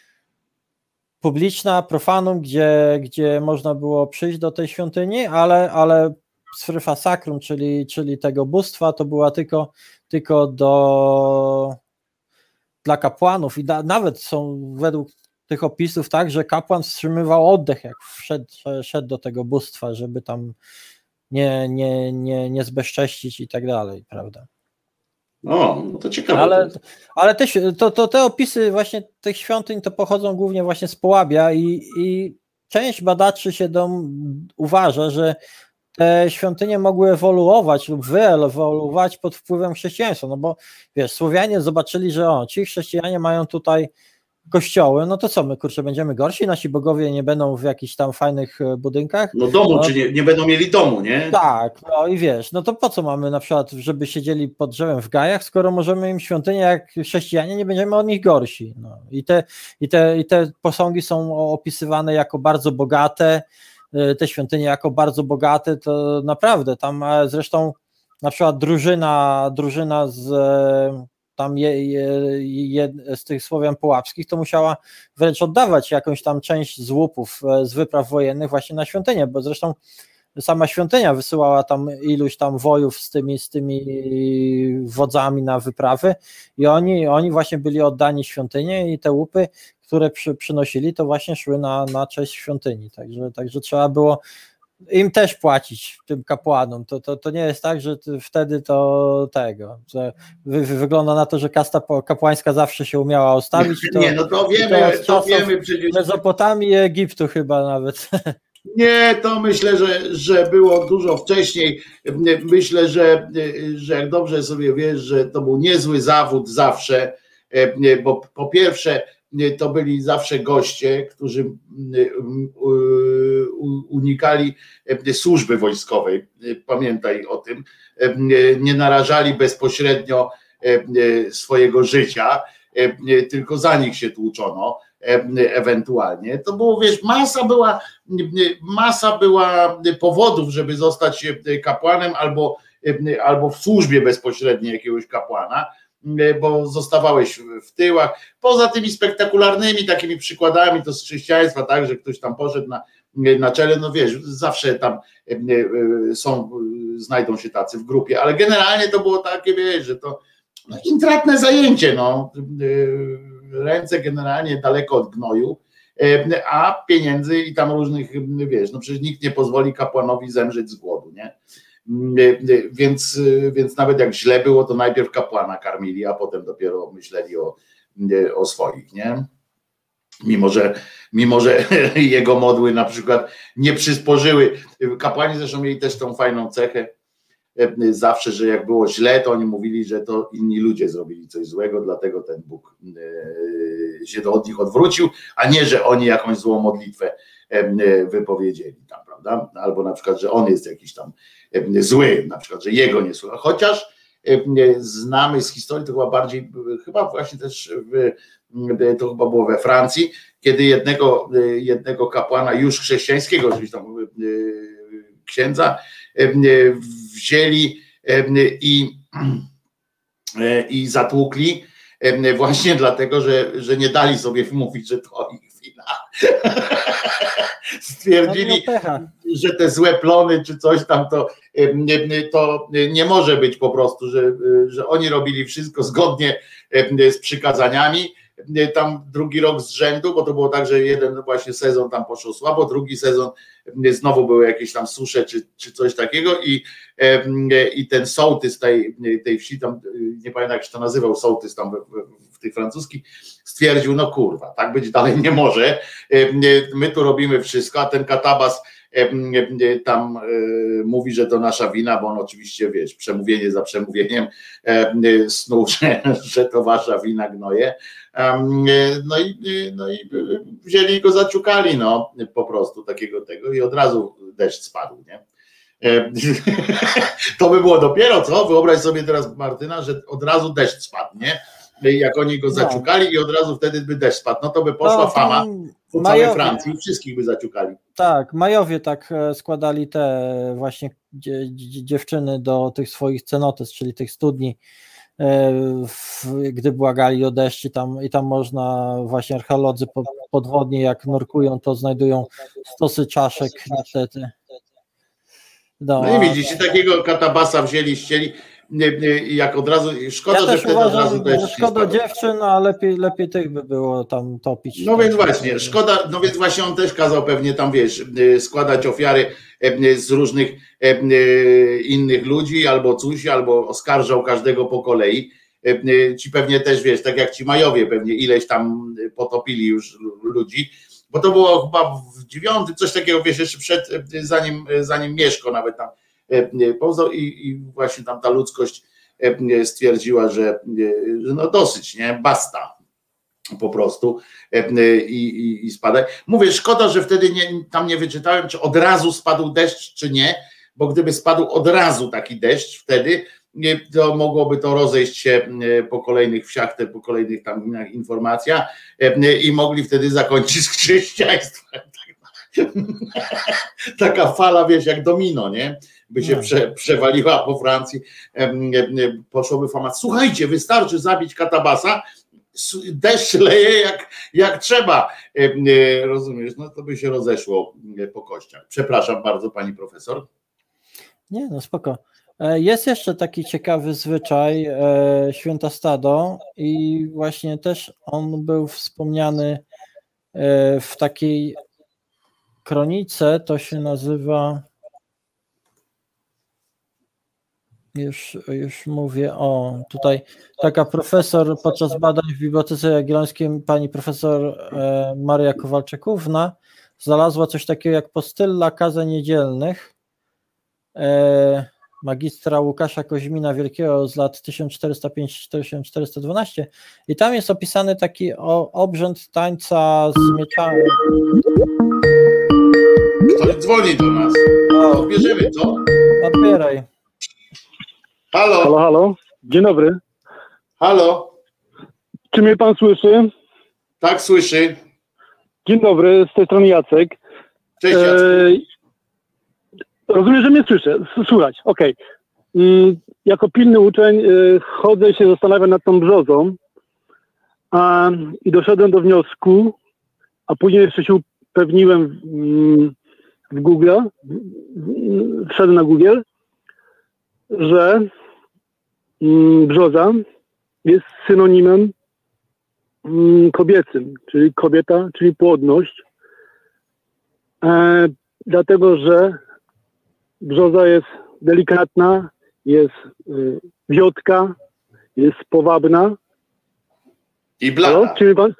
publiczna, profanum, gdzie, gdzie można było przyjść do tej świątyni, ale, ale strefa sakrum, czyli, czyli tego bóstwa, to była tylko, tylko do, dla kapłanów i da, nawet są według tych opisów tak, że kapłan wstrzymywał oddech, jak wszedł, szedł do tego bóstwa, żeby tam nie, nie, nie, nie zbezcześcić i tak dalej, prawda? O, no to ciekawe. Ale, ale te, to, to, te opisy właśnie tych świątyń to pochodzą głównie właśnie z Połabia i, i część badaczy się do, uważa, że te świątynie mogły ewoluować lub wyewoluować pod wpływem chrześcijaństwa, no bo wiesz, Słowianie zobaczyli, że o, ci chrześcijanie mają tutaj kościoły, no to co, my kurczę będziemy gorsi, nasi bogowie nie będą w jakichś tam fajnych budynkach? No domu, no, czy nie, nie będą mieli domu, nie? Tak, no i wiesz, no to po co mamy na przykład, żeby siedzieli pod drzewem w gajach, skoro możemy im świątynię jak chrześcijanie, nie będziemy od nich gorsi. No. I, te, i, te, I te posągi są opisywane jako bardzo bogate, te świątynie jako bardzo bogate, to naprawdę tam zresztą na przykład drużyna, drużyna z tam je, je, je, z tych Słowian połapskich, to musiała wręcz oddawać jakąś tam część z łupów z wypraw wojennych właśnie na świątynię, bo zresztą sama świątynia wysyłała tam iluś tam wojów z tymi, z tymi wodzami na wyprawy i oni, oni właśnie byli oddani świątyni i te łupy, które przy, przynosili, to właśnie szły na, na cześć świątyni, także, także trzeba było im też płacić, tym kapłanom. To, to, to nie jest tak, że wtedy to tego, że wy, wygląda na to, że kasta kapłańska zawsze się umiała ustawić. To, nie, no to wiemy, to wiemy przecież. Mezopotamii i Egiptu chyba nawet. Nie, to myślę, że, że było dużo wcześniej. Myślę, że, że jak dobrze sobie wiesz, że to był niezły zawód zawsze, bo po pierwsze to byli zawsze goście, którzy unikali służby wojskowej. Pamiętaj o tym. Nie narażali bezpośrednio swojego życia, tylko za nich się tłuczono ewentualnie. To było, wiesz, masa była, masa była powodów, żeby zostać kapłanem albo, albo w służbie bezpośredniej jakiegoś kapłana, bo zostawałeś w tyłach. Poza tymi spektakularnymi takimi przykładami to z chrześcijaństwa, tak, że ktoś tam poszedł na, na czele, no wiesz, zawsze tam są, znajdą się tacy w grupie, ale generalnie to było takie, wiesz, że to no, intratne zajęcie, no, ręce generalnie daleko od gnoju, a pieniędzy i tam różnych, wiesz, no przecież nikt nie pozwoli kapłanowi zemrzeć z głodu, nie? Więc, więc nawet jak źle było, to najpierw kapłana karmili, a potem dopiero myśleli o, o swoich, nie? Mimo że, mimo, że jego modły na przykład nie przysporzyły. Kapłani zresztą mieli też tą fajną cechę, zawsze, że jak było źle, to oni mówili, że to inni ludzie zrobili coś złego, dlatego ten Bóg się od nich odwrócił, a nie, że oni jakąś złą modlitwę wypowiedzieli tam, prawda? Albo na przykład, że on jest jakiś tam zły, na przykład, że jego nie słucha. Chociaż znamy z historii, to chyba bardziej, chyba właśnie też w, to chyba było we Francji, kiedy jednego, jednego kapłana już chrześcijańskiego, oczywiście tam księdza, wzięli i, i zatłukli właśnie dlatego, że, że nie dali sobie wmówić, że to ich wina. Stwierdzili, że te złe plony czy coś tam to, to nie może być po prostu, że, że oni robili wszystko zgodnie z przykazaniami. Tam drugi rok z rzędu, bo to było tak, że jeden właśnie sezon tam poszło słabo, drugi sezon znowu były jakieś tam susze czy, czy coś takiego i, i ten sołtys tej, tej wsi, tam nie pamiętam jak się to nazywał, sołtys tam w, w, w tych francuskich, stwierdził, no kurwa, tak być dalej nie może, my tu robimy wszystko, a ten katabas tam mówi, że to nasza wina, bo on oczywiście, wiesz, przemówienie za przemówieniem snuł, że, że to wasza wina, gnoje. No i, no i wzięli go, zaciukali, no po prostu takiego tego i od razu deszcz spadł, nie? To by było dopiero, co? Wyobraź sobie teraz, Martyna, że od razu deszcz spadł, nie? Jak oni go zaciukali i od razu wtedy by deszcz spadł, no to by poszła no, fama po całej Francji i wszystkich by zaciukali. Tak, Majowie tak składali te właśnie dziewczyny do tych swoich cenotes, czyli tych studni, gdy błagali o deszcz i tam, i tam można właśnie archeolodzy podwodnie jak nurkują, to znajdują stosy czaszek niestety. No, no i widzicie, takiego katabasa wzięli, ścieli, jak od razu, szkoda, ja że wtedy uważam, od razu też szkoda dziewczyn, a lepiej, lepiej tych by było tam topić. No więc właśnie, szkoda, no więc właśnie on też kazał pewnie tam, wiesz, składać ofiary z różnych innych ludzi, albo coś, albo oskarżał każdego po kolei. Ci pewnie też, wiesz, tak jak ci Majowie pewnie ileś tam potopili już ludzi, bo to było chyba w dziewiątym, coś takiego, wiesz, jeszcze przed, zanim, zanim Mieszko nawet tam poznał i, i właśnie tam ta ludzkość stwierdziła, że, że no dosyć, nie, basta po prostu i, i, i spadaj. Mówię, szkoda, że wtedy nie, tam nie wyczytałem, czy od razu spadł deszcz, czy nie, bo gdyby spadł od razu taki deszcz wtedy, to mogłoby to rozejść się po kolejnych wsiach, po kolejnych tam informacjach i mogli wtedy zakończyć z chrześcijaństwem. Taka fala, wiesz, jak domino, nie? By się prze, przewaliła po Francji, poszłoby fama. Słuchajcie, wystarczy zabić katabasa, deszcz leje jak, jak trzeba, rozumiesz, no to by się rozeszło po kościach. Przepraszam bardzo, pani profesor. Nie, no spoko. Jest jeszcze taki ciekawy zwyczaj święta stado i właśnie też on był wspomniany w takiej kronice, to się nazywa, już, już mówię, o tutaj taka profesor podczas badań w Bibliotece Jagiellońskiej, pani profesor Maria Kowalczykówna znalazła coś takiego jak Postylla Kazań Niedzielnych e, magistra Łukasza Koźmina Wielkiego z lat tysiąc czterysta pięć do tysiąc czterysta dwanaście i tam jest opisany taki o, obrzęd tańca z mieczami. Ktoś dzwoni do nas. Odbierzemy, co? Odbieraj. Halo? Halo, halo. Dzień dobry. Halo? Czy mnie pan słyszy? Tak, słyszy. Dzień dobry, z tej strony Jacek. Cześć, Jacek. E, rozumiem, że mnie słyszę. S- Słuchać, okej. Mm, Jako pilny uczeń e, chodzę i się zastanawiam nad tą brzozą a, i doszedłem do wniosku, a później jeszcze się upewniłem mm, w Google, mm, wszedłem na Google, że mm, brzoza jest synonimem mm, kobiecym, czyli kobieta, czyli płodność, e, dlatego że brzoza jest delikatna, jest y, wiotka, jest powabna. I No, blada. czyli pan,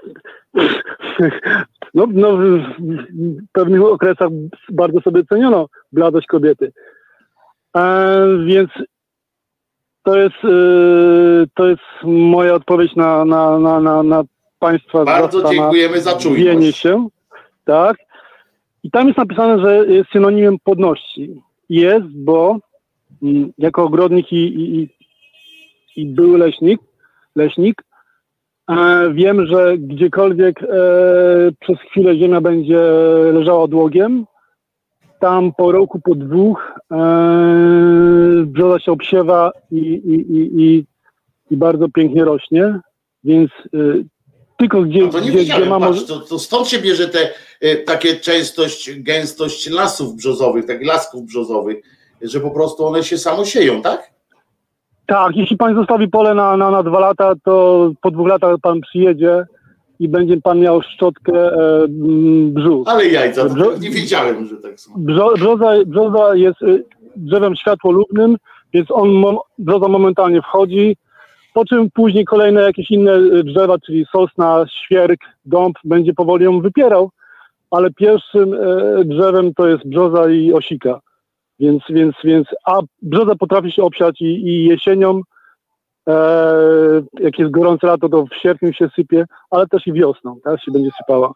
no, no, w w pewnych okresach bardzo sobie ceniono bladość kobiety. E, więc to jest, y, to jest moja odpowiedź na, na, na, na, na państwa Bardzo dziękujemy za zastanowienie czujność. się. Tak. I tam jest napisane, że jest synonimem płodności. Jest, bo mm, jako ogrodnik i, i, i, i były leśnik, leśnik e, wiem, że gdziekolwiek e, przez chwilę ziemia będzie leżała odłogiem, tam po roku, po dwóch e, brzoza się obsiewa i, i, i, i, i bardzo pięknie rośnie, więc e, tylko gdzie, No to nie gdzie, wiedziałem, gdzie mam... patrz, to, to stąd się bierze te y, takie częstość, gęstość lasów brzozowych, takich lasków brzozowych, że po prostu one się samosieją, tak? Tak, jeśli pan zostawi pole na, na, na dwa lata, to po dwóch latach pan przyjedzie i będzie pan miał szczotkę e, m, brzóz. Ale jajca, to Brzo- nie wiedziałem, że tak są. Brzo, brzoza, brzoza jest y, drzewem światłolubnym, więc on mom, brzoza momentalnie wchodzi, po czym później kolejne jakieś inne y, drzewa, czyli sosna, świerk, dąb, będzie powoli ją wypierał, ale pierwszym y, drzewem to jest brzoza i osika. Więc, więc, więc, a brzoza potrafi się obsiać i, i jesienią, e, jak jest gorące lato, to w sierpniu się sypie, ale też i wiosną, tak, się będzie sypała.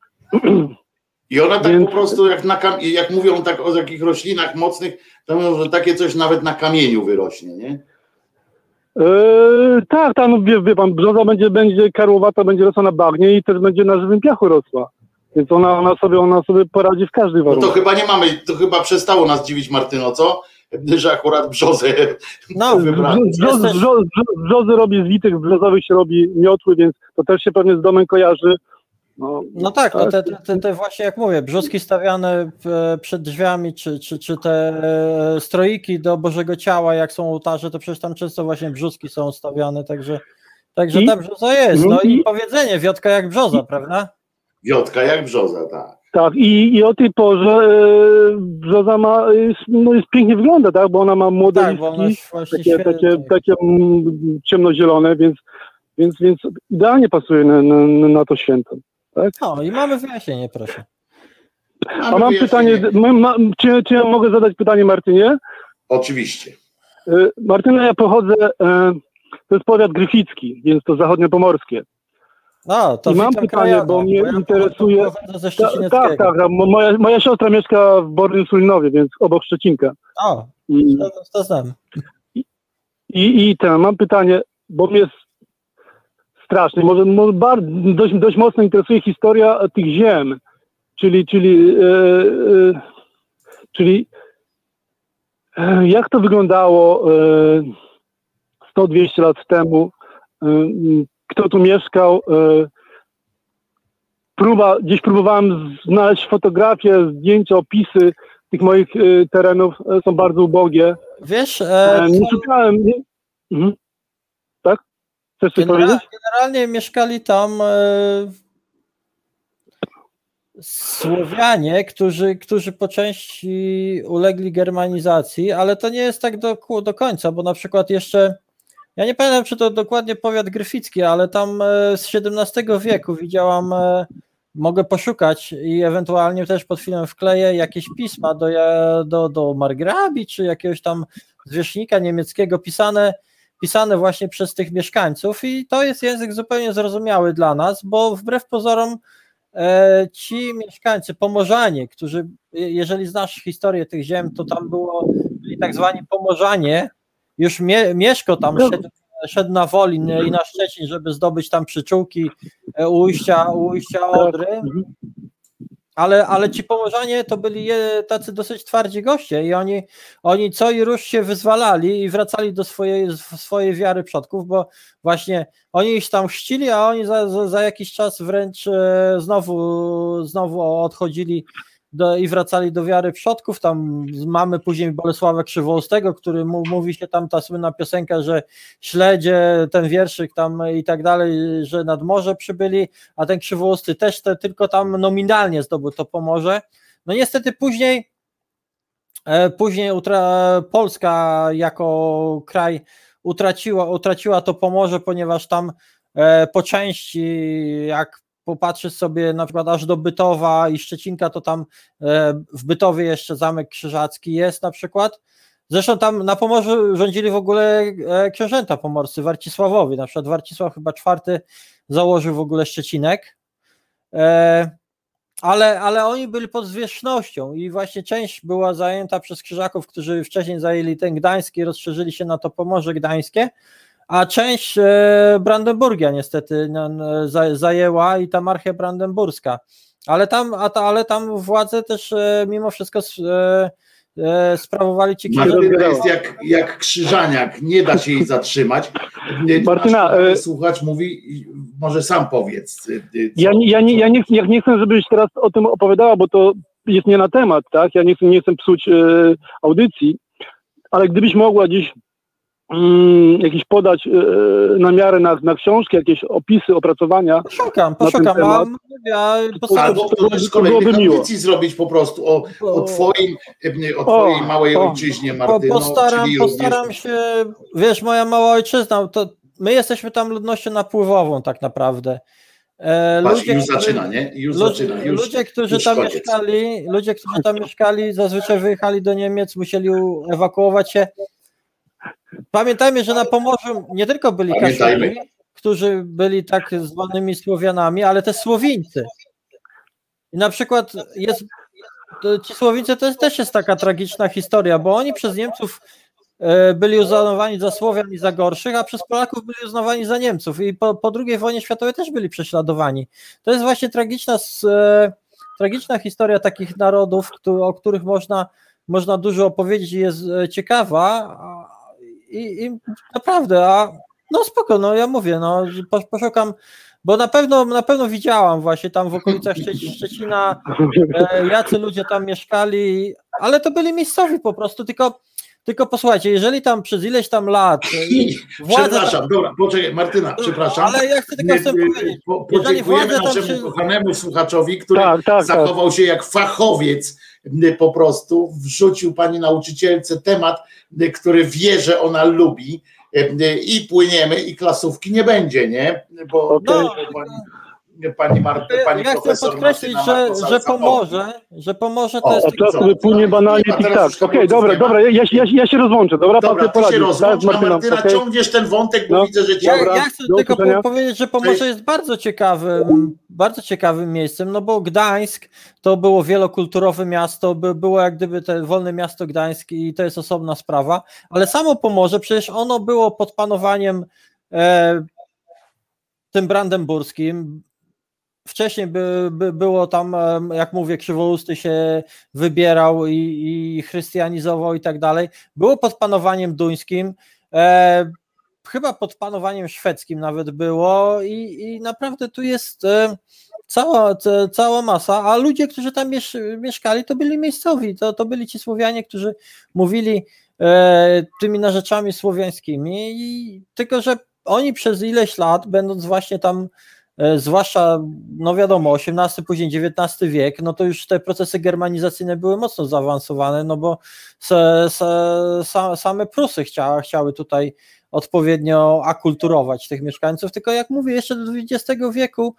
I ona tak Więc- po prostu, jak, na kam- jak mówią tak o takich roślinach mocnych, to mówią, że takie coś nawet na kamieniu wyrośnie, nie? E, tak, tak, no wie, wie pan, brzoza będzie, będzie karłowata, będzie rosła na bagnie i też będzie na żywym piachu rosła. Więc ona, ona, sobie, ona sobie poradzi w każdych No to warunkach. chyba nie mamy, to chyba przestało nas dziwić, Martyno, co? Że akurat brzozę No, wybrano. Brzozy, Jesteś- brzozy, brzozy robi z litych brzozowych się robi miotły, więc to też się pewnie z domem kojarzy. No, No tak, no te, te, te właśnie jak mówię, brzozki stawiane w- przed drzwiami, czy, czy, czy te e, stroiki do Bożego Ciała, jak są ołtarze, to przecież tam często właśnie brzózki są stawiane, także, także I- ta brzoza jest. No i- i powiedzenie, wiotka jak brzoza, prawda? Wiotka jak brzoza, tak. Tak, i, i o tej porze e, brzoza ma, jest, no jest pięknie wygląda, tak, bo ona ma młode Tak, bo ona listki, jest właśnie takie, takie, świetnie. takie mm, ciemnozielone, więc, więc, więc idealnie pasuje na, na, na to święto. No i mamy wyjaśnienie, proszę. A mam pytanie, ma, ma, czy, czy ja mogę zadać pytanie Martynie? Oczywiście. E, Martyna, ja pochodzę, e, to jest powiat gryficki, więc to zachodniopomorskie. No, to I mam witam pytanie, krajana, bo mnie ja interesuje- pochodzę ze Ta, Szczecineckiego. tak, tak, tak. Moja, moja siostra mieszka w Bornym Sulinowie, więc obok Szczecinka. O, I, to, to znam. i, i ten, mam pytanie, bo mnie jest strasznie, może, może bardzo, dość, dość mocno interesuje historia tych ziem, czyli, czyli, e, e, czyli e, jak to wyglądało e, sto dwieście lat temu, e, kto tu mieszkał, e, próba, gdzieś próbowałem znaleźć fotografie, zdjęcia, opisy tych moich e, terenów, e, są bardzo ubogie. Wiesz, E, e, nie to szukałem. Nie? Mhm. Tak? Chcesz coś genera- powiedzieć? generalnie mieszkali tam e, Słowianie, którzy, którzy po części ulegli germanizacji, ale to nie jest tak do, do końca, bo na przykład jeszcze, ja nie pamiętam, czy to dokładnie powiat gryficki, ale tam e, z siedemnastego wieku widziałam e, mogę poszukać i ewentualnie też pod filmem wkleję jakieś pisma do, do, do Margrabi, czy jakiegoś tam zwierzchnika niemieckiego pisane, pisane właśnie przez tych mieszkańców i to jest język zupełnie zrozumiały dla nas, bo wbrew pozorom e, ci mieszkańcy, Pomorzanie, którzy, jeżeli znasz historię tych ziem, to tam było, byli tak zwani Pomorzanie, już mie, Mieszko tam szedł, szedł na Wolin i na Szczecin, żeby zdobyć tam przyczółki u ujścia, u ujścia Odry, ale, ale ci Pomorzanie to byli tacy dosyć twardzi goście i oni, oni co i rusz się wyzwalali i wracali do swojej, swojej wiary przodków, bo właśnie oni ich tam chrzcili, a oni za, za, za jakiś czas wręcz znowu, znowu odchodzili do, i wracali do wiary przodków. Tam mamy później Bolesława Krzywoustego, który mu, mówi się tam ta słynna piosenka, że śledzie, ten wierszyk tam i tak dalej, że nad morze przybyli, a ten Krzywousty też te, tylko tam nominalnie zdobył to Pomorze. No niestety później e, później utra, Polska jako kraj utraciła, utraciła to Pomorze, ponieważ tam e, po części jak popatrzysz sobie na przykład aż do Bytowa i Szczecinka, to tam w Bytowie jeszcze Zamek Krzyżacki jest na przykład. Zresztą tam na Pomorzu rządzili w ogóle książęta pomorscy, Warcisławowie, na przykład Warcisław chyba czwarty założył w ogóle Szczecinek, ale, ale oni byli pod zwierzchnością i właśnie część była zajęta przez Krzyżaków, którzy wcześniej zajęli ten Gdański, rozszerzyli się na to Pomorze Gdańskie, a część Brandenburgia niestety zajęła i ta Marchia Brandenburska, ale tam, a ta, ale tam władzę też mimo wszystko sprawowali ci księża. Martyna jest jak, jak krzyżaniak, nie da się jej zatrzymać. Martyna, słuchacz mówi, może sam powiedz. Ja, ja, nie, ja, nie, ja nie chcę, żebyś teraz o tym opowiadała, bo to jest nie na temat, tak? Ja nie chcę, nie chcę psuć e, audycji, ale gdybyś mogła dziś jakieś podać yy, namiary na, na książki, jakieś opisy, opracowania. Poszukam, poszukam. A, ja Albo to też kolejnych audycji zrobić po prostu o, o twoim, o twojej o, małej o, ojczyźnie, Martyno. Postaram, postaram również... się, wiesz, moja mała ojczyzna, to my jesteśmy tam ludnością napływową tak naprawdę. E, Patrz, ludzie, już zaczyna, nie? Już ludzie, zaczyna. Już, ludzie, którzy już tam koniec. mieszkali, ludzie, którzy tam mieszkali, zazwyczaj wyjechali do Niemiec, musieli ewakuować się. Pamiętajmy, że na Pomorzu nie tylko byli Kaszubi, którzy byli tak zwanymi Słowianami, ale też Słowińcy. I na przykład jest, ci Słowińcy to jest, też jest taka tragiczna historia, bo oni przez Niemców byli uznawani za Słowian i za gorszych, a przez Polaków byli uznawani za Niemców i po, po drugiej wojnie światowej też byli prześladowani. To jest właśnie tragiczna, tragiczna historia takich narodów, o których można, można dużo opowiedzieć i jest ciekawa. I, I naprawdę, a no spoko, no ja mówię, no poszukam, bo na pewno na pewno widziałam właśnie tam w okolicach Szczecina, e, jacy ludzie tam mieszkali, ale to byli miejscowi po prostu, tylko, tylko posłuchajcie, jeżeli tam przez ileś tam lat... Władza przepraszam, tam, dobra, poczekaj, Martyna, przepraszam. Ale ja chcę tylko chcę powiedzieć. Po, podziękujemy naszemu się... kochanemu słuchaczowi, który tak, tak, zachował tak. się jak fachowiec, po prostu wrzucił pani nauczycielce temat, który wie, że ona lubi i płyniemy i klasówki nie będzie, nie? Bo okay. no, pani, pani, Marty, pani ja profesor chcę podkreślić, że, że pomoże, że pomoże to o, jest... O, klasy płynie banalnie tik tak. Okej, okay, dobra, dobra, ja, ja, ja się rozłączę, dobra? Dobra, ty się rozłącz, a Martyna okay. ciągniesz ten wątek, bo no. widzę, że cię... Ja, ja chcę Do tylko po, powiedzieć, że Pomorze jest bardzo ciekawym, bardzo ciekawym miejscem, no bo Gdańsk to było wielokulturowe miasto, by, było jak gdyby te wolne miasto Gdańsk i to jest osobna sprawa, ale samo Pomorze, przecież ono było pod panowaniem e, tym brandenburskim. Wcześniej by, by było tam, jak mówię, Krzywousty się wybierał i, i chrystianizował i tak dalej. Było pod panowaniem duńskim, e, chyba pod panowaniem szwedzkim nawet było i, i naprawdę tu jest e, cała, te, cała masa, a ludzie, którzy tam miesz, mieszkali, to byli miejscowi, to, to byli ci Słowianie, którzy mówili e, tymi narzeczami słowiańskimi, i, tylko że oni przez ileś lat, będąc właśnie tam, zwłaszcza, no wiadomo, osiemnasty, później dziewiętnasty wiek, no to już te procesy germanizacyjne były mocno zaawansowane, no bo se, se, same Prusy chcia, chciały tutaj odpowiednio akulturować tych mieszkańców, tylko jak mówię, jeszcze do dwudziestego wieku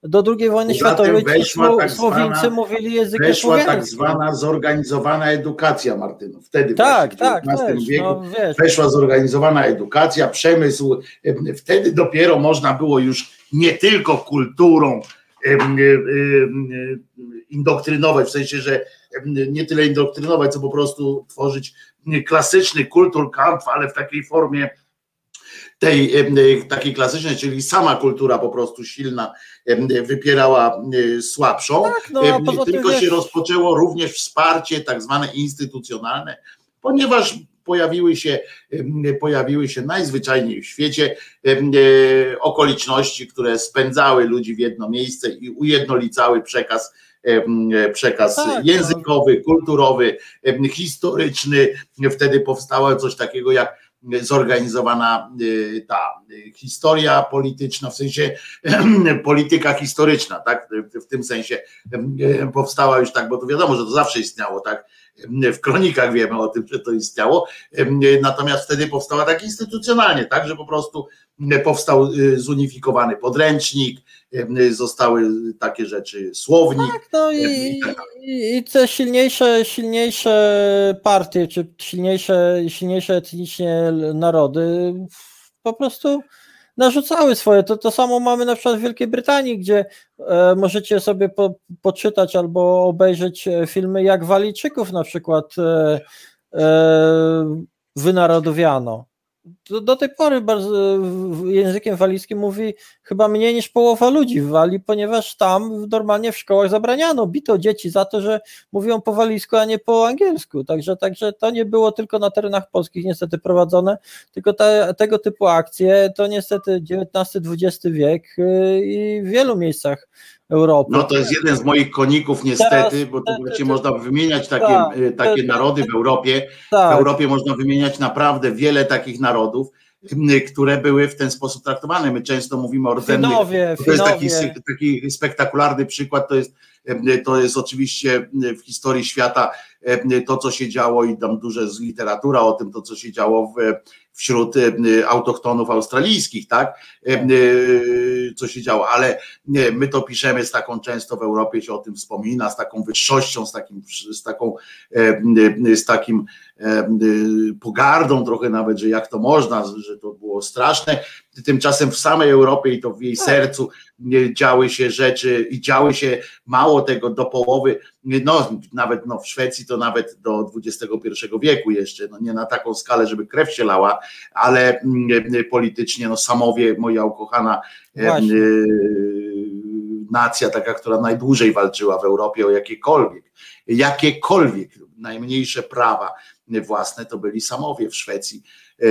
do drugiej wojny Poza tym światowej ci weszła Sło- tak Słowińcy zwana- mówili językiem Weszła tak słowiańskim. zwana zorganizowana edukacja, Martyno. Wtedy Tak, właśnie, w tak, dziewiętnastym też, wieku no wiesz. weszła zorganizowana edukacja, przemysł. em, Wtedy dopiero można było już nie tylko kulturą em, em, em, indoktrynować, w sensie, że em, nie tyle indoktrynować, co po prostu tworzyć klasyczny Kulturkampf, ale w takiej formie tej em, takiej klasycznej, czyli sama kultura po prostu silna em, wypierała em, słabszą. Tak, no, a Em, poza tym, Tylko wiesz- się rozpoczęło również wsparcie tak zwane instytucjonalne, ponieważ pojawiły się, em, pojawiły się najzwyczajniej w świecie em, e, okoliczności, które spędzały ludzi w jedno miejsce i ujednolicały przekaz, em, e, przekaz Tak, no. językowy, kulturowy, em, historyczny. Wtedy powstało coś takiego jak zorganizowana y, ta y, historia polityczna, w sensie polityka historyczna, tak? W tym sensie y, powstała już tak, bo to wiadomo, że to zawsze istniało, tak? W kronikach wiemy o tym, że to istniało, y, natomiast wtedy powstała tak instytucjonalnie, tak, że po prostu powstał y, zunifikowany podręcznik, y, zostały takie rzeczy, słownik. Tak, no i, i, i te silniejsze, silniejsze partie, czy silniejsze, silniejsze etnicznie narody po prostu narzucały swoje. To, to samo mamy na przykład w Wielkiej Brytanii, gdzie e, możecie sobie po, poczytać albo obejrzeć filmy, jak Walijczyków na przykład e, e, wynarodowiano. Do, do tej pory bardzo językiem walijskim mówi chyba mniej niż połowa ludzi w Walii, ponieważ tam normalnie w szkołach zabraniano, bito dzieci za to, że mówią po walijsku, a nie po angielsku. Także, także to nie było tylko na terenach polskich niestety prowadzone, tylko te, tego typu akcje to niestety dziewiętnasty dwudziesty wiek i w wielu miejscach Europy. No to jest jeden z moich koników niestety, Teraz, bo te, tu te, właśnie te, można wymieniać takie, tak, takie te, narody w Europie. tak. W Europie można wymieniać naprawdę wiele takich narodów, które były w ten sposób traktowane. My często mówimy o rdzennych. Finowie, To jest taki, Finowie. taki spektakularny przykład, to jest, to jest oczywiście w historii świata to, co się działo i tam duża jest literatura o tym, to co się działo w, wśród autochtonów australijskich, tak, co się działo, ale my to piszemy z taką, często w Europie się o tym wspomina, z taką wyższością, z takim, z taką, z takim pogardą trochę nawet, że jak to można, że to było straszne. Tymczasem w samej Europie i to w jej sercu działy się rzeczy i działy się mało tego do połowy, no nawet no, w Szwecji to nawet do dwudziestego pierwszego wieku jeszcze, no nie na taką skalę, żeby krew się lała, ale politycznie no Samowie, moja ukochana Właśnie. nacja taka, która najdłużej walczyła w Europie o jakiekolwiek, jakiekolwiek najmniejsze prawa własne, to byli Samowie w Szwecji.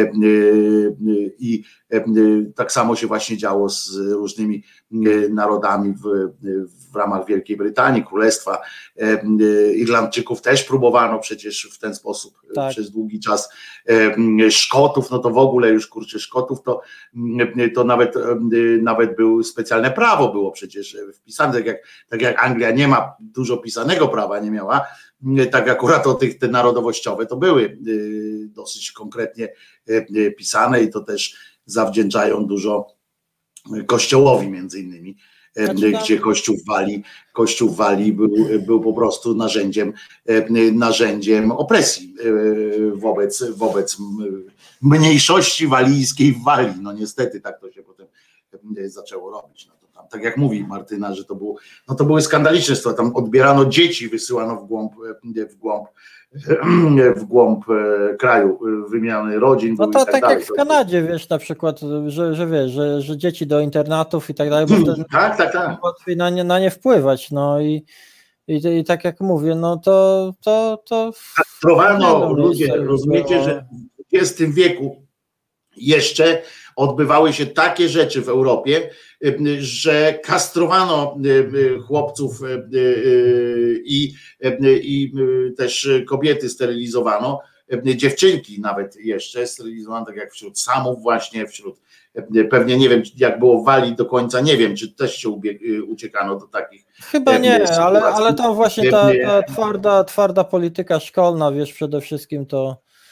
I tak samo się właśnie działo z różnymi narodami w, w ramach Wielkiej Brytanii, Królestwa Irlandczyków też próbowano przecież w ten sposób tak. Przez długi czas. Szkotów, no to w ogóle już kurczę Szkotów, to, to nawet, nawet było specjalne prawo było przecież wpisane, tak jak, tak jak Anglia nie ma dużo pisanego prawa, nie miała, tak akurat o tych te narodowościowe to były dosyć konkretnie pisane i to też zawdzięczają dużo Kościołowi między innymi, znaczy, gdzie Kościół w Walii, Kościół w Walii był, był po prostu narzędziem, narzędziem opresji wobec, wobec mniejszości walijskiej w Walii. No niestety tak to się potem zaczęło robić. No to tam, tak jak mówi Martyna, że to było, no to były skandaliczne sprawy, tam odbierano dzieci, wysyłano w głąb, w głąb w głąb kraju, wymiany rodzin. No to tak, tak dalej. jak w Kanadzie, wiesz, na przykład, że, że wiesz, że, że dzieci do internatów i tak dalej, bo wtedy tak, tak, tak. łatwiej na nie, na nie wpływać, no i, i, i tak jak mówię, no to to, to kastrowano ludzie, rozumiecie, że w dwudziestym wieku jeszcze odbywały się takie rzeczy w Europie, że kastrowano chłopców i, i też kobiety sterylizowano, dziewczynki nawet jeszcze sterylizowano, tak jak wśród Samów właśnie, wśród pewnie nie wiem jak było w Walii do końca, nie wiem czy też się ubieg- uciekano do takich. Chyba nie, ale, ale tam właśnie ta, ta twarda, twarda polityka szkolna, wiesz, przede wszystkim to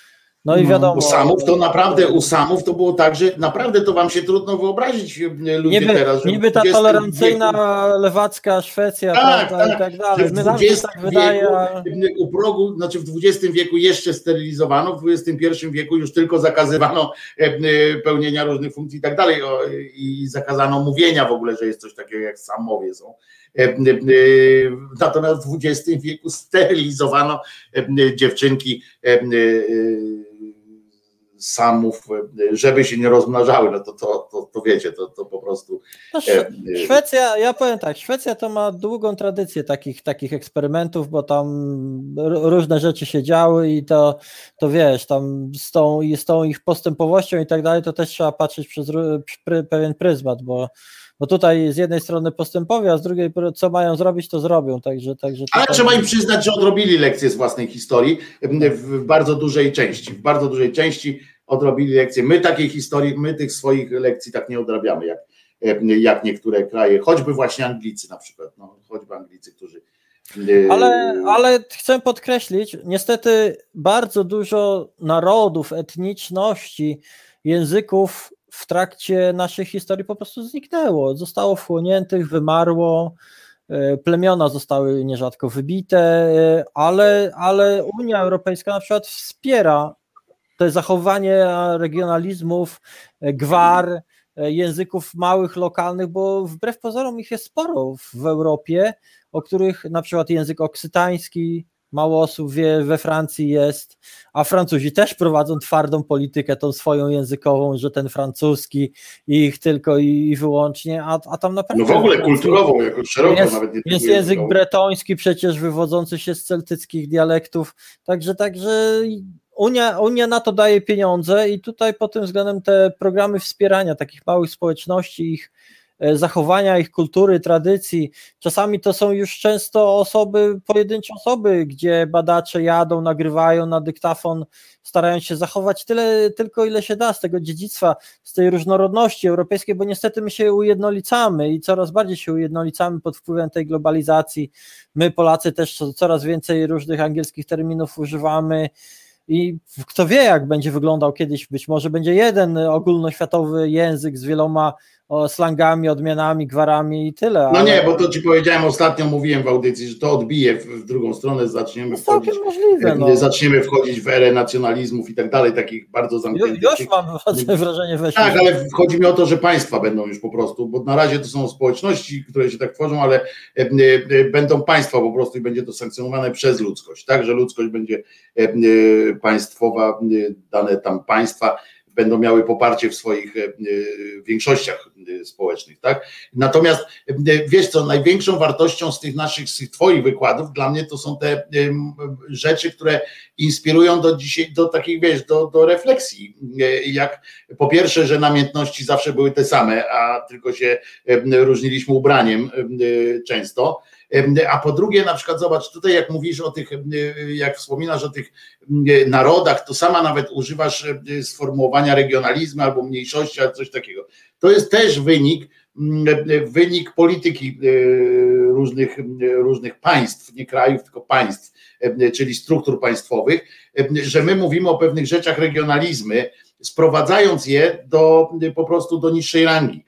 No i wiadomo. U Samów to naprawdę, u Samów to było tak, że naprawdę to wam się trudno wyobrazić ludzie niby, teraz. Że niby ta tolerancyjna wieku, lewacka Szwecja tak, prawda, tak, i tak dalej. My nam się tak wydaje. U progu, znaczy w dwudziestym wieku jeszcze sterylizowano, w dwudziestym pierwszym wieku już tylko zakazywano pełnienia różnych funkcji i tak dalej i zakazano mówienia w ogóle, że jest coś takiego jak samowie są. Natomiast w dwudziestym wieku sterylizowano dziewczynki Samów, żeby się nie rozmnażały, no to, to, to, to wiecie, to, to po prostu... No, Szwecja, ja powiem tak, Szwecja to ma długą tradycję takich, takich eksperymentów, bo tam różne rzeczy się działy i to, to wiesz, tam z tą, z tą ich postępowością i tak dalej, to też trzeba patrzeć przez pewien pryzmat, bo Bo tutaj z jednej strony postępowi, a z drugiej co mają zrobić, to zrobią. Także, także Ale trzeba im przyznać, że odrobili lekcje z własnej historii w bardzo dużej części. W bardzo dużej części odrobili lekcje. My takiej historii, my tych swoich lekcji tak nie odrabiamy, jak, jak niektóre kraje, choćby właśnie Anglicy na przykład, no, choćby Anglicy, którzy... Ale, ale chcę podkreślić, niestety bardzo dużo narodów, etniczności, języków w trakcie naszej historii po prostu zniknęło, zostało wchłoniętych, wymarło, plemiona zostały nierzadko wybite, ale, ale Unia Europejska na przykład wspiera te zachowanie regionalizmów, gwar, języków małych, lokalnych, bo wbrew pozorom ich jest sporo w Europie, o których na przykład język oksytański, mało osób wie, we Francji jest, a Francuzi też prowadzą twardą politykę tą swoją językową, że ten francuski i ich tylko i, i wyłącznie, a, a tam naprawdę... No w ogóle kulturową, jako szeroko jest, nawet nie jest język bretoński przecież wywodzący się z celtyckich dialektów, także, także Unia, Unia na to daje pieniądze i tutaj pod tym względem te programy wspierania takich małych społeczności, ich zachowania ich kultury, tradycji. Czasami to są już często osoby, pojedyncze osoby, gdzie badacze jadą, nagrywają na dyktafon, starają się zachować tyle, tylko ile się da z tego dziedzictwa, z tej różnorodności europejskiej, bo niestety my się ujednolicamy i coraz bardziej się ujednolicamy pod wpływem tej globalizacji. My Polacy też coraz więcej różnych angielskich terminów używamy. I kto wie, jak będzie wyglądał kiedyś, być może będzie jeden ogólnoświatowy język z wieloma o slangami, odmianami, gwarami i tyle. Ale... No nie, bo to ci powiedziałem ostatnio, mówiłem w audycji, że to odbije w, w drugą stronę, zaczniemy wchodzić, możliwe, no. zaczniemy wchodzić w erę nacjonalizmów i tak dalej, takich bardzo zamkniętych. Ju, już mam wrażenie, weźmy. Tak, ale chodzi mi o to, że państwa będą już po prostu, bo na razie to są społeczności, które się tak tworzą, ale będą państwa po prostu i będzie to sankcjonowane przez ludzkość, tak, że ludzkość będzie państwowa, dane tam państwa będą miały poparcie w swoich większościach społecznych, tak? Natomiast wiesz co, największą wartością z tych naszych, z tych twoich wykładów dla mnie to są te rzeczy, które inspirują do dzisiaj, do takich, wiesz, do, do refleksji. Jak po pierwsze, że namiętności zawsze były te same, a tylko się różniliśmy ubraniem często. A po drugie, na przykład zobacz, tutaj jak mówisz o tych, jak wspominasz o tych narodach, to sama nawet używasz sformułowania regionalizmu albo mniejszości, albo coś takiego. To jest też wynik, wynik polityki różnych, różnych państw, nie krajów, tylko państw, czyli struktur państwowych, że my mówimy o pewnych rzeczach regionalizmy, sprowadzając je do po prostu do niższej rangi.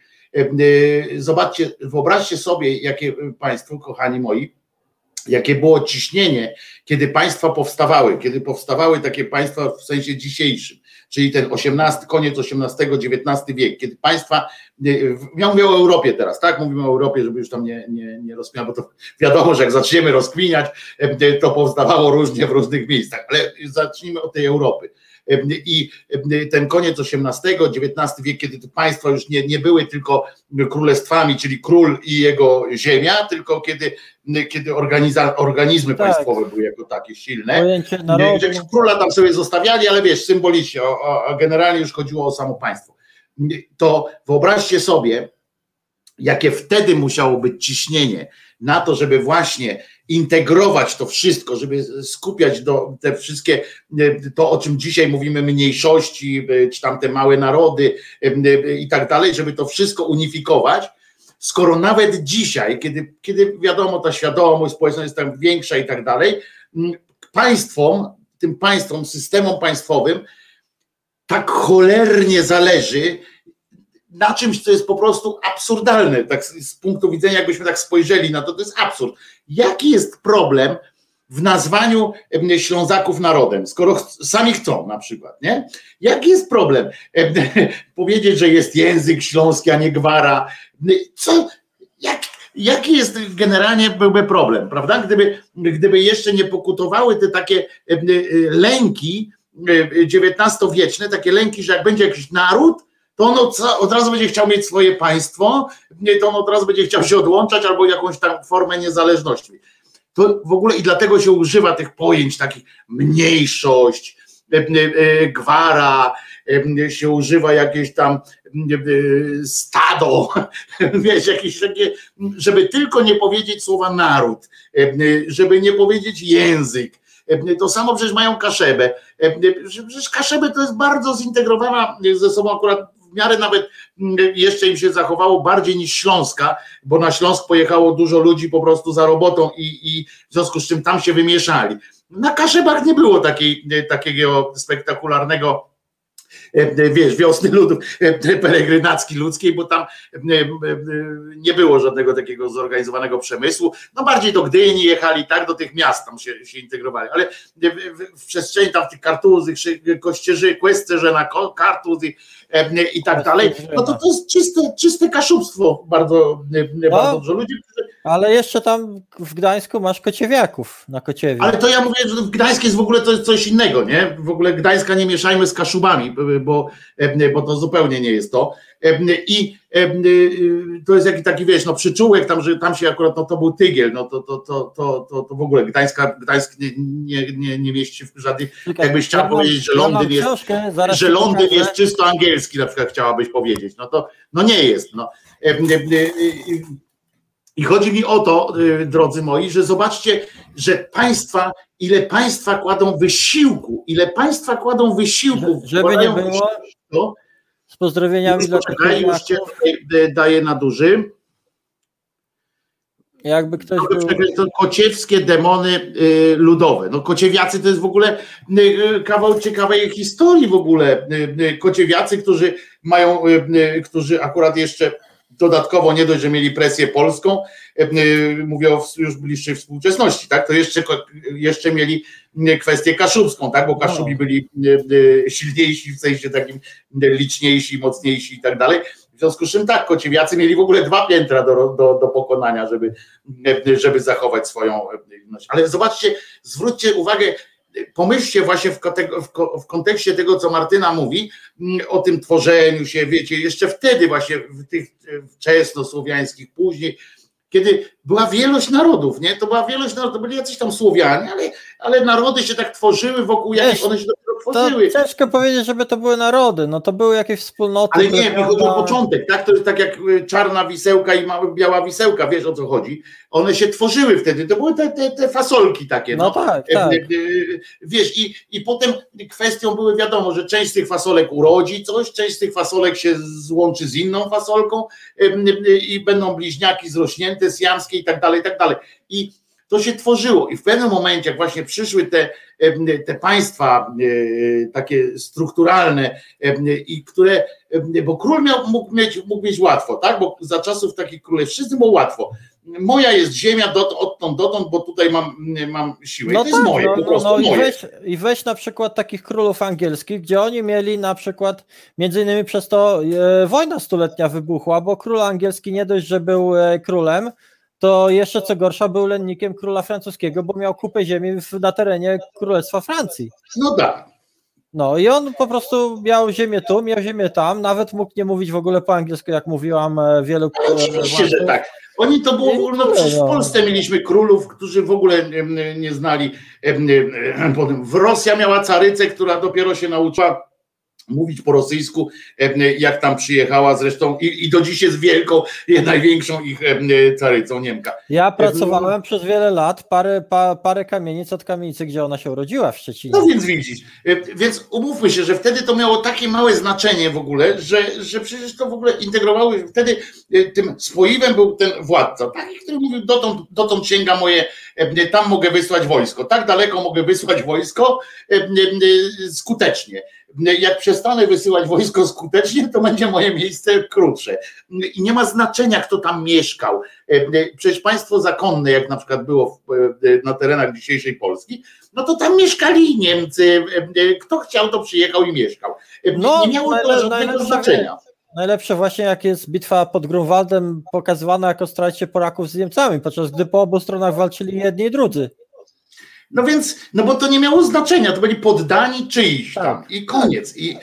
Zobaczcie, wyobraźcie sobie, jakie państwo, kochani moi, jakie było ciśnienie, kiedy państwa powstawały, kiedy powstawały takie państwa w sensie dzisiejszym, czyli ten osiemnasty, koniec osiemnastego, dziewiętnasty wiek, kiedy państwa, ja mówię o Europie teraz, tak, mówimy o Europie, żeby już tam nie, nie, nie rozkminiać, bo to wiadomo, że jak zaczniemy rozkminiać, to powstawało różnie w różnych miejscach, ale zacznijmy od tej Europy. I ten koniec osiemnastego, dziewiętnasty wiek, kiedy te państwa już nie, nie były tylko królestwami, czyli król i jego ziemia, tylko kiedy, kiedy organiza, organizmy tak. państwowe były jako takie silne, gdzie króla tam sobie zostawiali, ale wiesz, symbolicznie, a generalnie już chodziło o samo państwo. To wyobraźcie sobie, jakie wtedy musiało być ciśnienie na to, żeby właśnie integrować to wszystko, żeby skupiać do te wszystkie, to o czym dzisiaj mówimy, mniejszości, czy tam te małe narody i tak dalej, żeby to wszystko unifikować, skoro nawet dzisiaj, kiedy, kiedy wiadomo, ta świadomość społeczna jest tam większa i tak dalej, państwom, tym państwom, systemom państwowym tak cholernie zależy na czymś, co jest po prostu absurdalne, tak z punktu widzenia, jakbyśmy tak spojrzeli na to, to jest absurd. Jaki jest problem w nazwaniu Ślązaków narodem, skoro sami chcą na przykład, nie? Jaki jest problem? Powiedzieć, że jest język śląski, a nie gwara. Co? Jak, jaki jest generalnie byłby problem, prawda? Gdyby, gdyby jeszcze nie pokutowały te takie lęki dziewiętnastowieczne, takie lęki, że jak będzie jakiś naród, to on od, od razu będzie chciał mieć swoje państwo, to on od razu będzie chciał się odłączać albo jakąś tam formę niezależności. To w ogóle i dlatego się używa tych pojęć takich mniejszość, gwara, się używa jakieś tam stado, wiesz, jakieś takie, żeby tylko nie powiedzieć słowa naród, żeby nie powiedzieć język. To samo przecież mają Kaszebę. Przecież Kaszebę to jest bardzo zintegrowana ze sobą, akurat w miarę nawet jeszcze im się zachowało bardziej niż Śląska, bo na Śląsk pojechało dużo ludzi po prostu za robotą i, i w związku z czym tam się wymieszali. Na Kaszebach nie było takiej, takiego spektakularnego, wiesz, wiosny ludów, peregrinackiej ludzkiej, bo tam nie było żadnego takiego zorganizowanego przemysłu. No bardziej do Gdyni jechali, tak, do tych miast tam się, się integrowali, ale w przestrzeni tam w tych Kartuzych, Kościerzy, Kłesterze na Kartuzy i tak dalej, no to to jest czyste, czyste kaszubstwo bardzo, bardzo dużo ludzi. Ale jeszcze tam w Gdańsku masz kociewiaków na Kociewie. Ale to ja mówię, że w Gdańsku jest w ogóle to jest coś innego, nie? W ogóle Gdańska nie mieszajmy z Kaszubami, bo, bo to zupełnie nie jest to. I to jest jakiś taki, wiesz, no przyczółek tam, że tam się akurat, no to był tygiel, no to, to, to, to, to, to w ogóle Gdańska, Gdańsk nie, nie, nie, nie mieści się w żadnych, jakbyś chciał ja powiedzieć, że Londyn jest, książkę, że Londyn jest czysto angielski, na przykład chciałabyś powiedzieć, no to no nie jest, no. I chodzi mi o to, drodzy moi, że zobaczcie, że państwa, ile państwa kładą wysiłku, ile państwa kładą wysiłku, żeby nie było, to, z pozdrowieniami dla poczekaj, już cię daję na duży. Jakby ktoś to, był... to kociewskie demony y, ludowe. No kociewiacy to jest w ogóle y, kawał ciekawej historii w ogóle. Y, y, kociewiacy, którzy mają, y, y, którzy akurat jeszcze dodatkowo nie dość, że mieli presję polską, mówię o już bliższej współczesności, tak? To jeszcze, jeszcze mieli kwestię kaszubską, tak? Bo Kaszubi byli silniejsi, w sensie takim liczniejsi, mocniejsi i tak dalej. W związku z czym tak, kociewiacy mieli w ogóle dwa piętra do, do, do pokonania, żeby, żeby zachować swoją jedność. Ale zobaczcie, zwróćcie uwagę, pomyślcie właśnie w, w kontekście tego, co Martyna mówi, o tym tworzeniu się, wiecie, jeszcze wtedy właśnie w tych wczesnosłowiańskich, później, kiedy była wielość narodów, nie? To była wielość narodów, to byli jacyś tam Słowianie, ale, ale narody się tak tworzyły wokół jakich one się dopiero tworzyły. To ciężko powiedzieć, żeby to były narody, no to były jakieś wspólnoty. Ale nie, mi chodzi o początek, tak? To jest tak jak czarna wisełka i mała, biała wisełka, wiesz o co chodzi? One się tworzyły wtedy, to były te, te, te fasolki takie. No, no tak, tak. Wiesz, i, i potem kwestią były wiadomo, że część z tych fasolek urodzi coś, część z tych fasolek się złączy z inną fasolką i będą bliźniaki zrośnięte, siamskie i tak dalej, i tak dalej. I to się tworzyło i w pewnym momencie, jak właśnie przyszły te, te państwa takie strukturalne i które, bo król miał, mógł, mieć, mógł mieć łatwo, tak? Bo za czasów takich królewszczyzny było łatwo. Moja jest ziemia dot, odtąd dotąd, bo tutaj mam, mam siłę. No I to jest tak, moje, no, po prostu no, moje. I weź, I weź na przykład takich królów angielskich, gdzie oni mieli na przykład, między innymi przez to e, wojna stuletnia wybuchła, bo król angielski nie dość, że był e, królem, to jeszcze co gorsza był lennikiem króla francuskiego, bo miał kupę ziemi w, na terenie Królestwa Francji. No tak. No i on po prostu miał ziemię tu, miał ziemię tam, nawet mógł nie mówić w ogóle po angielsku, jak mówiłam wielu... Oczywiście, że tak. Oni to było, no przecież w Polsce mieliśmy królów, którzy w ogóle nie znali. W Rosja miała carycę, która dopiero się nauczyła mówić po rosyjsku, jak tam przyjechała zresztą i, i do dziś jest wielką, największą ich carycą, Niemka. Ja pracowałem no, przez wiele lat, parę, pa, parę kamienic od kamienicy, gdzie ona się urodziła w Szczecinie. No więc widzisz, więc umówmy się, że wtedy to miało takie małe znaczenie w ogóle, że, że przecież to w ogóle integrowały, wtedy tym spoiwem był ten władca, taki, który mówił, dotąd, dotąd sięga moje, tam mogę wysłać wojsko, tak daleko mogę wysłać wojsko skutecznie. Jak przestanę wysyłać wojsko skutecznie, to będzie moje miejsce krótsze. I nie ma znaczenia, kto tam mieszkał. Przecież państwo zakonne, jak na przykład było na terenach dzisiejszej Polski, no to tam mieszkali Niemcy. Kto chciał, to przyjechał i mieszkał. No, nie miało to żadnego znaczenia. Najlepsze właśnie, jak jest bitwa pod Grunwaldem pokazywana jako starcie Polaków z Niemcami, podczas gdy po obu stronach walczyli jedni i drudzy. No więc, no bo to nie miało znaczenia, to byli poddani czyjś tam i koniec. I,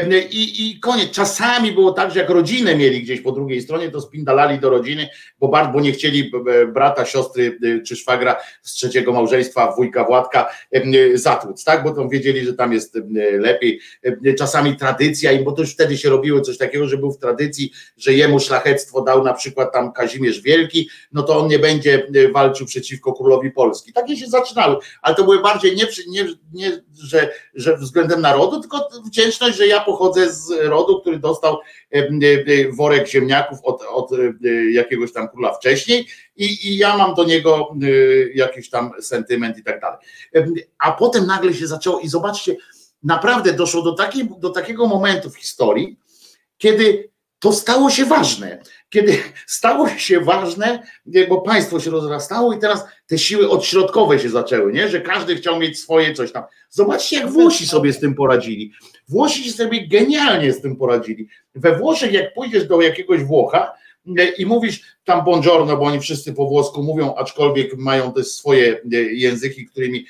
i, I koniec. Czasami było tak, że jak rodzinę mieli gdzieś po drugiej stronie, to spindalali do rodziny, bo bardzo bo nie chcieli brata, siostry czy szwagra z trzeciego małżeństwa, wujka Władka zatłuc, tak? Bo to wiedzieli, że tam jest lepiej. Czasami tradycja, bo to już wtedy się robiło coś takiego, że był w tradycji, że jemu szlachectwo dał na przykład tam Kazimierz Wielki, no to on nie będzie walczył przeciwko królowi Polski. Takie się zaczynały, ale to były bardziej nie, nie, nie że, że względem narodu, tylko wdzięczność, że ja pochodzę z rodu, który dostał worek ziemniaków od, od jakiegoś tam króla wcześniej i, i ja mam do niego jakiś tam sentyment i tak dalej. A potem nagle się zaczęło i zobaczcie, naprawdę doszło do, takiej, do takiego momentu w historii, kiedy to stało się ważne, kiedy stało się ważne, bo państwo się rozrastało i teraz te siły odśrodkowe się zaczęły, nie? Że każdy chciał mieć swoje coś tam. Zobaczcie, jak Włosi sobie z tym poradzili. Włosi sobie genialnie z tym poradzili. We Włoszech, jak pójdziesz do jakiegoś Włocha i mówisz tam buongiorno, bo oni wszyscy po włosku mówią, aczkolwiek mają też swoje języki, którymi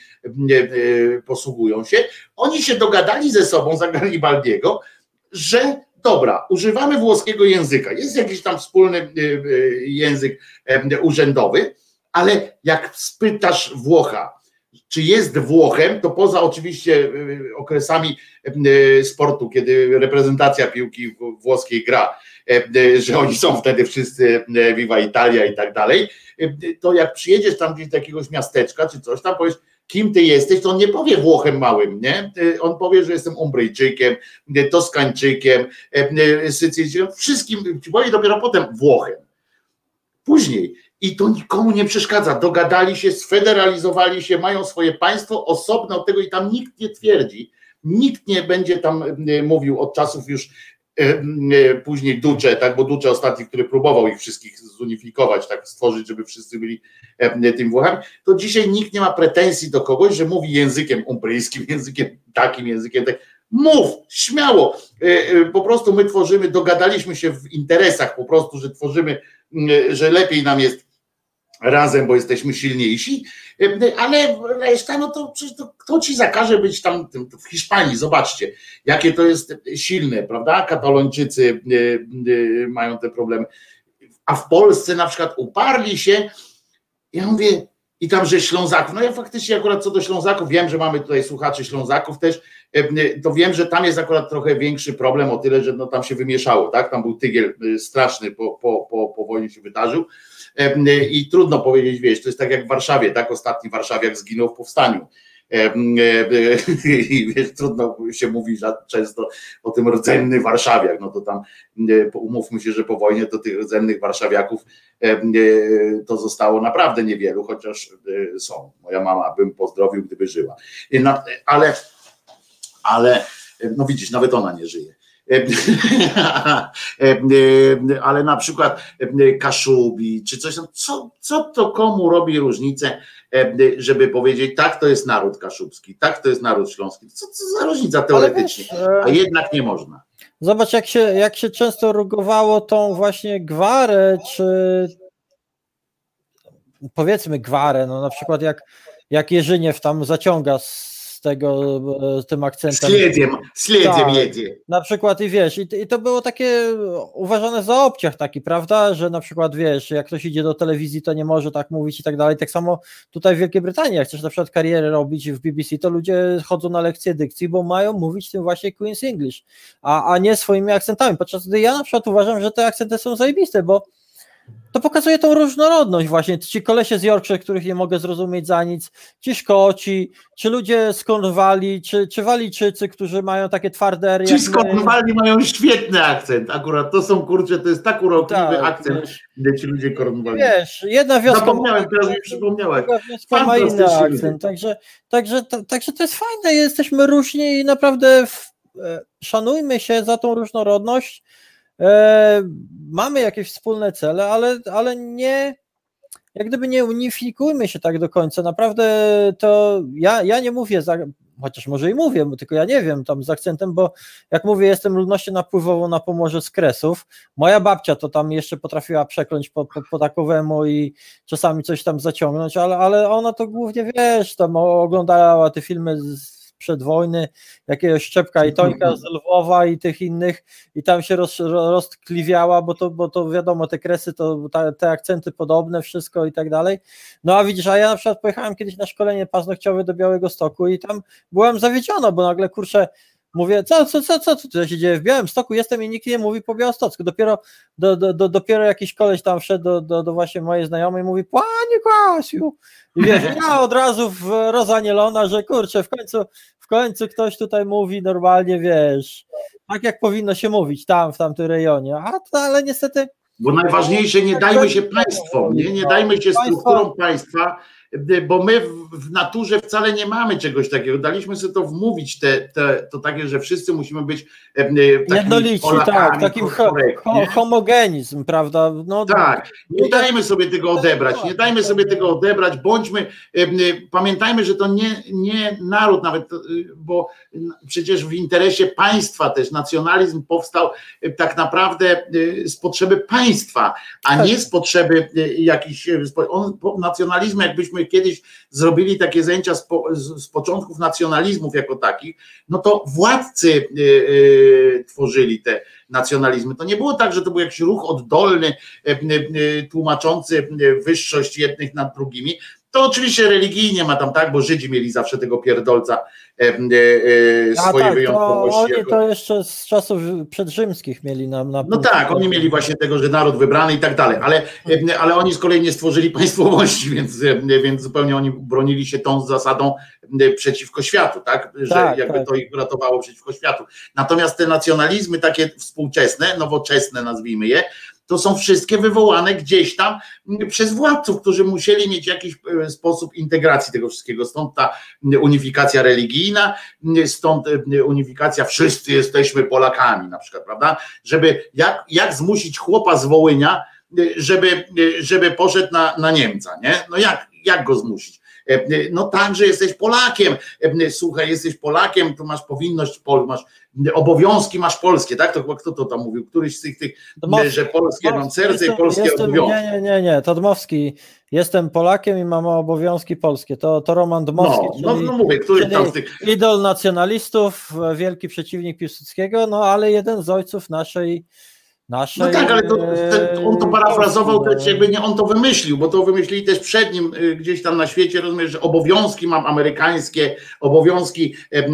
posługują się, oni się dogadali ze sobą za Garibaldiego, że dobra, używamy włoskiego języka, jest jakiś tam wspólny język urzędowy, ale jak spytasz Włocha, czy jest Włochem, to poza oczywiście okresami sportu, kiedy reprezentacja piłki włoskiej gra, że oni są wtedy wszyscy Viva Italia i tak dalej, to jak przyjedziesz tam gdzieś do jakiegoś miasteczka czy coś tam, powiesz, kim ty jesteś, to on nie powie Włochem małym, nie? On powie, że jestem Umbryjczykiem, Toskańczykiem, Sycylijczykiem, wszystkim, powie dopiero potem Włochem. Później. I to nikomu nie przeszkadza. Dogadali się, sfederalizowali się, mają swoje państwo osobne od tego i tam nikt nie twierdzi, nikt nie będzie tam mówił od czasów już później Duce, tak, bo Duce ostatni, który próbował ich wszystkich zunifikować, tak stworzyć, żeby wszyscy byli tymi Włochami, to dzisiaj nikt nie ma pretensji do kogoś, że mówi językiem umbryjskim, językiem takim, językiem tak. Mów, śmiało, po prostu my tworzymy, dogadaliśmy się w interesach po prostu, że tworzymy, że lepiej nam jest razem, bo jesteśmy silniejsi, ale reszta, no to, to kto ci zakaże być tam w Hiszpanii, zobaczcie, jakie to jest silne, prawda, Katalończycy mają te problemy, a w Polsce na przykład uparli się, ja mówię, i tam, że Ślązaków, no ja faktycznie akurat co do Ślązaków, wiem, że mamy tutaj słuchaczy Ślązaków też, to wiem, że tam jest akurat trochę większy problem o tyle, że no tam się wymieszało, tak, tam był tygiel straszny po, po, po, po wojnie się wydarzył i trudno powiedzieć, wiesz, to jest tak jak w Warszawie, tak, ostatni warszawiak zginął w powstaniu i wiesz, trudno się mówi często o tym rdzenny warszawiak, no to tam umówmy się, że po wojnie to tych rdzennych warszawiaków to zostało naprawdę niewielu, chociaż są, moja mama bym pozdrowił, gdyby żyła, ale ale no widzisz, nawet ona nie żyje. Ale na przykład Kaszubi czy coś, co, co to komu robi różnicę, żeby powiedzieć, tak, to jest naród kaszubski, tak, to jest naród śląski. Co, co za różnica teoretycznie, a jednak nie można. Zobacz, jak się, jak się często rugowało tą właśnie gwarę, czy powiedzmy gwarę, no na przykład jak, jak Jerzyniew tam zaciąga z tego, z tym akcentem. Śledziem, śledziem tak, jedzie. Na przykład i wiesz, i, i to było takie uważane za obciach taki, prawda, że na przykład wiesz, jak ktoś idzie do telewizji, to nie może tak mówić i tak dalej. Tak samo tutaj w Wielkiej Brytanii, jak chcesz na przykład karierę robić w B B C, to ludzie chodzą na lekcje dykcji, bo mają mówić tym właśnie Queen's English, a, a nie swoimi akcentami, podczas gdy ja na przykład uważam, że te akcenty są zajebiste, bo to pokazuje tą różnorodność właśnie, ci kolesie z Yorkshire, których nie mogę zrozumieć za nic, ci Szkoci, czy ludzie z Cornwalli, czy, czy Walijczycy, którzy mają takie twarde ery. Ci z Cornwalli mają świetny akcent, akurat to są, kurczę, to jest tak urokliwy tak, akcent, gdzie ci ludzie Cornwalli. Wiesz, jedna wioska Zapomniałem, ma, teraz mi przypomniałaś. Wioska ma inny akcent, także, także, także to jest fajne, jesteśmy różni i naprawdę w, szanujmy się za tą różnorodność, e, mamy jakieś wspólne cele, ale, ale nie, jak gdyby nie unifikujmy się tak do końca, naprawdę to ja, ja nie mówię, za, chociaż może i mówię, tylko ja nie wiem tam z akcentem, bo jak mówię, jestem ludnością napływową na Pomorzu z Kresów, moja babcia to tam jeszcze potrafiła przekląć po, po, po takowemu i czasami coś tam zaciągnąć, ale, ale ona to głównie, wiesz, tam oglądała te filmy z przed wojny, jakiegoś Szczepka i Tońka z Lwowa i tych innych i tam się roz, roztkliwiała, bo to, bo to wiadomo, te Kresy, to ta, te akcenty podobne, wszystko i tak dalej. No a widzisz, a ja na przykład pojechałem kiedyś na szkolenie paznokciowe do Białegostoku i tam byłem zawiedziona, bo nagle kurczę, mówię, co, co, co, co, co tutaj się dzieje w Białymstoku, jestem i nikt nie mówi po białostocku, dopiero, do, do, do, dopiero jakiś koleś tam wszedł do, do, do właśnie mojej znajomej i mówi, panie Kasiu, i wiesz, ja od razu w rozanielona, że kurczę, w końcu, w końcu ktoś tutaj mówi normalnie, wiesz, tak jak powinno się mówić tam, w tamtym rejonie, a to, ale niestety... Bo najważniejsze, nie dajmy się państwom, nie, nie dajmy się strukturą państwa, bo my w naturze wcale nie mamy czegoś takiego. Daliśmy sobie to wmówić, te, te, to takie, że wszyscy musimy być jednolici, tak, takim ho, ho, homogenizm, prawda? No, tak, nie dajmy sobie tego odebrać, nie dajmy sobie tego odebrać, bądźmy, pamiętajmy, że to nie, nie naród nawet, bo przecież w interesie państwa też nacjonalizm powstał tak naprawdę z potrzeby państwa, a nie z potrzeby jakichś, on, nacjonalizm jakbyśmy kiedyś zrobili takie zajęcia z, po, z, z początków nacjonalizmów jako takich, no to władcy yy, yy, tworzyli te nacjonalizmy. To nie było tak, że to był jakiś ruch oddolny, yy, yy, tłumaczący wyższość jednych nad drugimi. To oczywiście religijnie ma tam tak, bo Żydzi mieli zawsze tego pierdolca e, e, swojej tak, wyjątkowości. Oni jako... to jeszcze z czasów przedrzymskich mieli na, na No tak, oni mieli właśnie tego, że naród wybrany i tak dalej, ale, ale oni z kolei nie stworzyli państwowości, więc, więc zupełnie oni bronili się tą zasadą przeciwko światu, tak? Że tak, jakby tak. to ich ratowało przeciwko światu. Natomiast te nacjonalizmy takie współczesne, nowoczesne nazwijmy je, to są wszystkie wywołane gdzieś tam przez władców, którzy musieli mieć jakiś sposób integracji tego wszystkiego. Stąd ta unifikacja religijna, stąd unifikacja wszyscy jesteśmy Polakami na przykład, prawda? Żeby jak, jak zmusić chłopa z Wołynia, żeby, żeby poszedł na, na Niemca, nie? No jak, jak go zmusić? No tak, że jesteś Polakiem, słuchaj, jesteś Polakiem, to masz powinność, masz obowiązki, masz polskie, tak? To kto to tam mówił? Któryś z tych, tych Dmowski, że polskie mam serce jestem, i polskie jestem, obowiązki. Nie, nie, nie, nie, to Dmowski, jestem Polakiem i mam obowiązki polskie, to, to Roman Dmowski, no, czyli, no, no mówię, któryś tam z tych... idol nacjonalistów, wielki przeciwnik Piłsudskiego, no ale jeden z ojców naszej Naszej, no tak, ale to, to, on to parafrazował, to jakby nie on to wymyślił, bo to wymyślili też przed nim gdzieś tam na świecie, rozumiesz, że obowiązki mam amerykańskie, obowiązki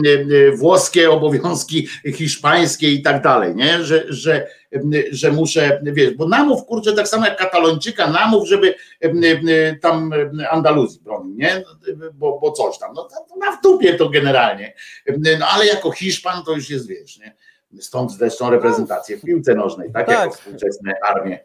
włoskie, obowiązki hiszpańskie i tak dalej, nie? Że, że, że muszę, wiesz, bo namów, kurczę, tak samo jak Katalończyka, namów, żeby tam Andaluzji bronił, nie? Bo, bo coś tam, no to na w dupie to generalnie, no ale jako Hiszpan to już jest, wiesz, nie? Stąd zresztą reprezentację w piłce nożnej, tak, tak. jako współczesne armie.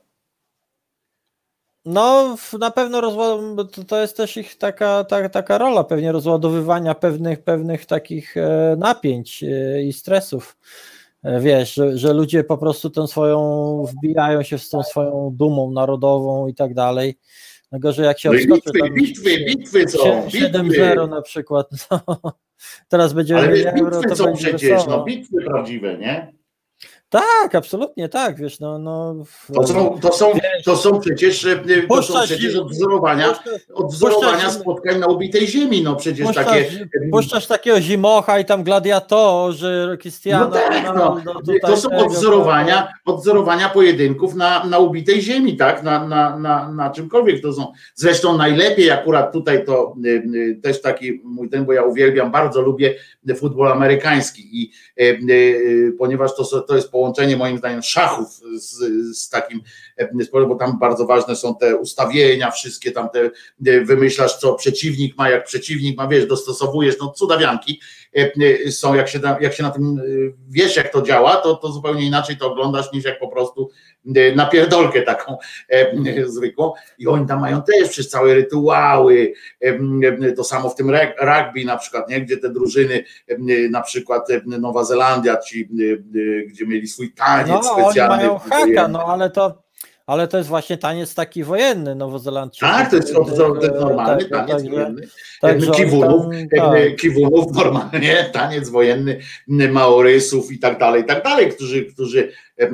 No na pewno rozład... to jest też ich taka, ta, taka rola pewnie rozładowywania pewnych, pewnych takich napięć i stresów. Wiesz, że, że ludzie po prostu tą swoją, wbijają się z tą swoją dumą narodową i tak dalej. No że jak się odskoczy bitwy, tam bitwy, bitwy są, siedem zero na przykład, no, teraz będziemy ale wiesz, euro, bitwy to są będzie przecież, wesoło. no bitwy prawdziwe, nie? Tak, absolutnie tak, wiesz, no... no to, są, to, są, to są przecież to są przecież odwzorowania, odwzorowania spotkań na ubitej ziemi, no przecież puszczasz, takie... Puszczasz takiego Zimocha i tam Gladiatorzy, Cristiano... No tak, no, to są odwzorowania, odwzorowania pojedynków na, na ubitej ziemi, tak, na, na, na, na czymkolwiek to są. Zresztą najlepiej akurat tutaj to y, y, też taki mój ten, bo ja uwielbiam, bardzo lubię futbol amerykański i y, y, ponieważ to, to jest połączenie moim zdaniem szachów z, z takim sportem, bo tam bardzo ważne są te ustawienia, wszystkie tam te, wymyślasz co przeciwnik ma, jak przeciwnik ma, wiesz, dostosowujesz, no cudawianki są, jak się, jak się na tym wiesz, jak to działa, to, to zupełnie inaczej to oglądasz niż jak po prostu na pierdolkę taką zwykłą i oni tam mają też przez całe rytuały, to samo w tym rugby na przykład, nie? Gdzie te drużyny, na przykład Nowa Zelandia, ci, gdzie mieli swój taniec no, specjalny. Oni mają haka, no ale to Ale to jest właśnie taniec taki wojenny nowozelandczyk. Tak, to jest, to, to jest normalny tak, taniec tak, wojenny. Tak, kiwunów, tam, tak. kiwunów normalnie, taniec wojenny, Maorysów i tak dalej, i tak dalej, którzy, którzy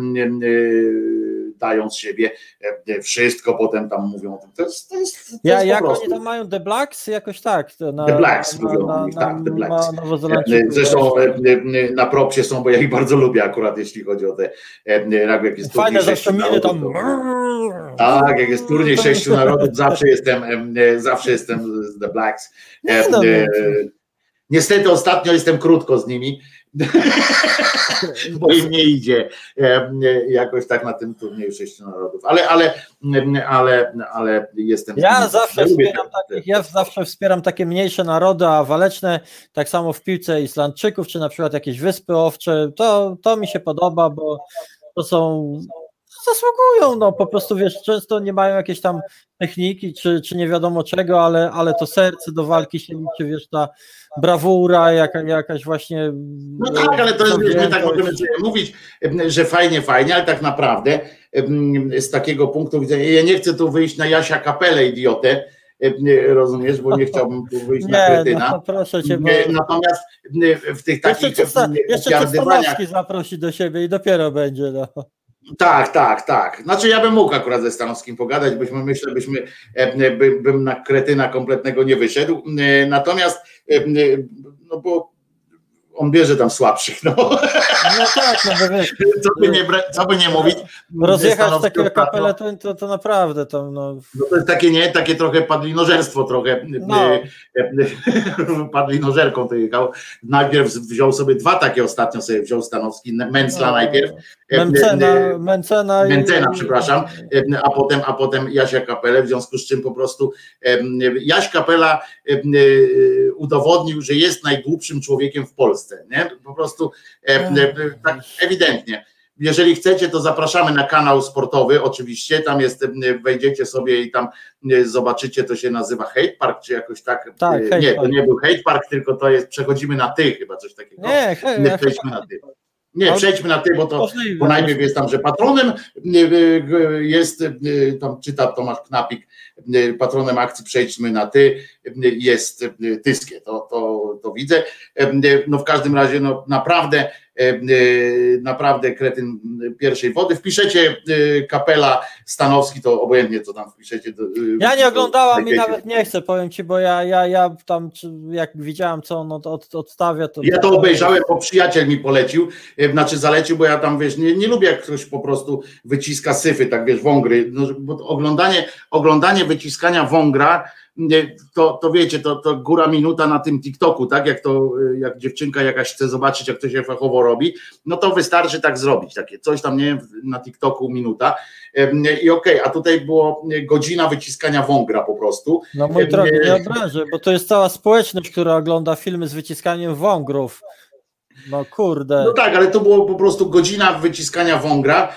dają z siebie wszystko, potem tam mówią o tym. To jest, to jest, to ja, jest jak po prostu. oni tam mają The Blacks? Jakoś tak. Na, The Blacks na, mówią na, o nich, tak, The Blacks. Zresztą na propsie są, bo ja ich bardzo lubię akurat, jeśli chodzi o te rugby, jak jest fajne zawsze miny tam. Tak, jak jest turniej sześciu narodów, zawsze jestem, zawsze jestem z The Blacks. No, niestety ostatnio jestem krótko z nimi, bo im nie idzie jakoś tak na tym turnieju sześciu narodów, ale, ale, ale, ale jestem. Ja zawsze wspieram takie, ja zawsze wspieram takie mniejsze narody, a waleczne, tak samo w piłce Islandczyków, czy na przykład jakieś Wyspy Owcze, to, to mi się podoba, bo to są zasługują, no po prostu wiesz, często nie mają jakiejś tam techniki, czy, czy nie wiadomo czego, ale, ale to serce do walki się liczy, wiesz, ta brawura, jaka, jakaś właśnie... No tak, ale to jest, wiesz, my tak możemy sobie mówić, że fajnie, fajnie, ale tak naprawdę z takiego punktu widzenia, ja nie chcę tu wyjść na Jasia Kapelę, idiotę, rozumiesz, bo nie chciałbym tu wyjść nie, na kretyna. No, proszę cię, bo... Natomiast w tych takich... Jeszcze, jeszcze Stanowski zaprosi do siebie i dopiero będzie, no. Tak, tak, tak. Znaczy ja bym mógł akurat ze Stanowskim pogadać, byśmy, myślę, byśmy, by, bym na kretyna kompletnego nie wyszedł. Natomiast, no bo on bierze tam słabszych, no. No tak, no bo wiesz. Co by nie, co by nie mówić. Rozjechać takiego kapelę, to, to, to naprawdę tam, no. No to jest takie, nie, takie trochę padlinożerstwo, trochę no. padlinożerką to jechał. Najpierw wziął sobie dwa takie ostatnio sobie wziął Stanowski, Mencla no. najpierw. Mencena, Mencena, Mencena, i... przepraszam, a potem, a potem Jasia Kapelę, w związku z czym po prostu Jaś Kapela udowodnił, że jest najgłupszym człowiekiem w Polsce, nie? Po prostu tak ewidentnie. Jeżeli chcecie, to zapraszamy na kanał sportowy, oczywiście, tam jest, wejdziecie sobie i tam zobaczycie, to się nazywa Hate Park, czy jakoś tak, tak nie, to nie był Hate Park, tylko to jest, przechodzimy na ty, chyba coś takiego. Nie, hej, nie przejdźmy na ty. Nie, przejdźmy na ty, bo to bo najpierw jest tam, że patronem jest, tam czyta Tomasz Knapik, patronem akcji Przejdźmy na ty, jest Tyskie, to, to, to widzę. No w każdym razie, no naprawdę, naprawdę kretyn pierwszej wody. Wpiszecie Kapela Stanowski, to obojętnie co tam wpiszecie. Ja nie oglądałam i nawet nie chcę, powiem ci, bo ja, ja, ja tam jak widziałem co on od, od, odstawia, to... Ja to obejrzałem, bo przyjaciel mi polecił, znaczy zalecił, bo ja tam wiesz, nie, nie lubię jak ktoś po prostu wyciska syfy, tak wiesz, wągry, no, bo oglądanie, oglądanie wyciskania wągra, to, to wiecie, to, to góra minuta na tym TikToku, tak, jak to, jak dziewczynka jakaś chce zobaczyć, jak to się fachowo robi, no to wystarczy tak zrobić, takie coś tam, nie wiem, na TikToku minuta i okej, okay, a tutaj było godzina wyciskania wągra po prostu. No mój drogi, nie obrażę, bo to jest cała społeczność, która ogląda filmy z wyciskaniem wągrów. No kurde. No tak, ale to było po prostu godzina wyciskania wągra.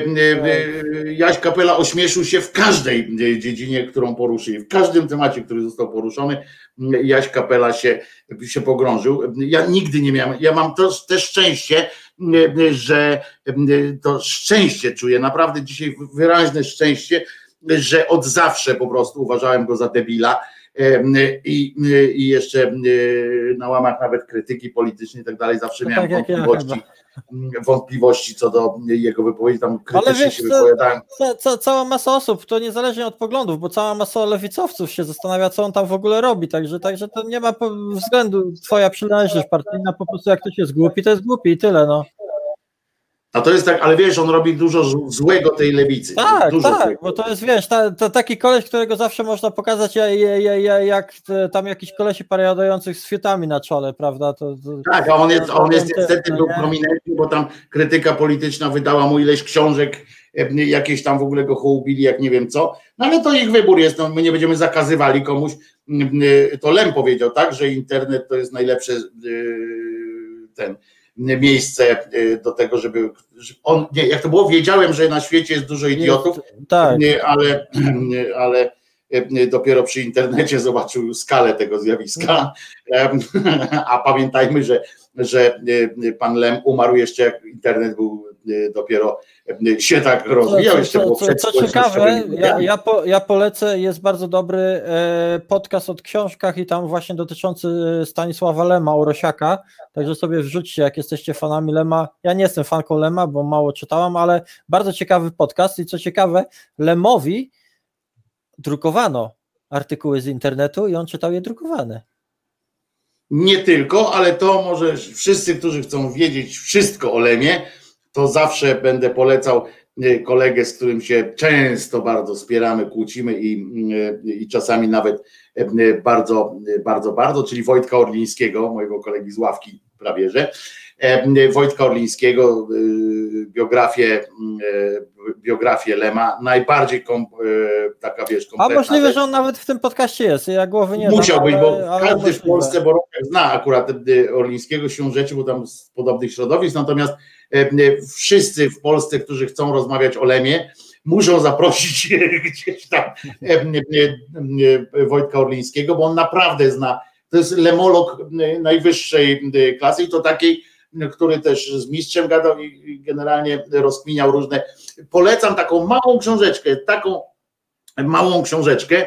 Jaś Kapela ośmieszył się w każdej dziedzinie, którą poruszyli. W każdym temacie, który został poruszony, Jaś Kapela się, się pogrążył. Ja nigdy nie miałem, ja mam to, też szczęście, że to szczęście czuję, naprawdę dzisiaj wyraźne szczęście, że od zawsze po prostu uważałem go za debila. I, i jeszcze na łamach nawet krytyki politycznej i tak dalej, zawsze miałem tak wątpliwości, ja wątpliwości co do jego wypowiedzi, tam krytycznie się wypowiadałem. Ca, ca, cała masa osób, to niezależnie od poglądów, bo cała masa lewicowców się zastanawia, co on tam w ogóle robi, także, także to nie ma względu, twoja przynależność partyjna, po prostu jak ktoś jest głupi, to jest głupi i tyle, no. A to jest tak, ale wiesz, on robi dużo złego tej lewicy. Tak, dużo tak, złego. bo to jest, wiesz, ta, to taki koleś, którego zawsze można pokazać, jak, jak, jak tam jakiś kolesi paradujących z fiutami na czole, prawda? To, to, tak, a on jest, on jest to, niestety no był nie? prominentny, bo tam krytyka polityczna wydała mu ileś książek, jakieś tam w ogóle go hołbili, jak nie wiem co, no ale to ich wybór jest, no, my nie będziemy zakazywali komuś, to Lem powiedział, tak, że internet to jest najlepsze ten miejsce do tego, żeby on, nie, jak to było, wiedziałem, że na świecie jest dużo idiotów, jest, tak. ale, ale dopiero przy internecie zobaczył skalę tego zjawiska, a pamiętajmy, że, że pan Lem umarł jeszcze jak internet był dopiero się tak rozwijał, jeszcze co, było co, przed co ciekawe, społecznościowymi ja, ja, po, ja polecę, jest bardzo dobry e, podcast o książkach i tam właśnie dotyczący Stanisława Lema, Orosiaka, także sobie wrzućcie, jak jesteście fanami Lema. Ja nie jestem fanką Lema, bo mało czytałam, ale bardzo ciekawy podcast i co ciekawe, Lemowi drukowano artykuły z internetu i on czytał je drukowane. Nie tylko, ale to może wszyscy, którzy chcą wiedzieć wszystko o Lemie, to zawsze będę polecał kolegę, z którym się często bardzo spieramy, kłócimy i, i czasami nawet bardzo, bardzo, bardzo, czyli Wojtka Orlińskiego, mojego kolegi z ławki prawie, że Wojtka Orlińskiego, biografię, biografię Lema, najbardziej kom, taka, wiesz, kompletna. A możliwe, rzecz. że on nawet w tym podcaście jest, ja głowy nie Musiał dam, być, ale, bo ale każdy możliwe. w Polsce, bo Romek zna akurat Orlińskiego, siłą rzeczy, bo tam z podobnych środowisk, natomiast wszyscy w Polsce, którzy chcą rozmawiać o Lemie, muszą zaprosić gdzieś tam Wojtka Orlińskiego, bo on naprawdę zna, to jest lemolog najwyższej klasy i to takiej, który też z mistrzem gadał i generalnie rozkminiał różne. Polecam taką małą książeczkę, taką małą książeczkę,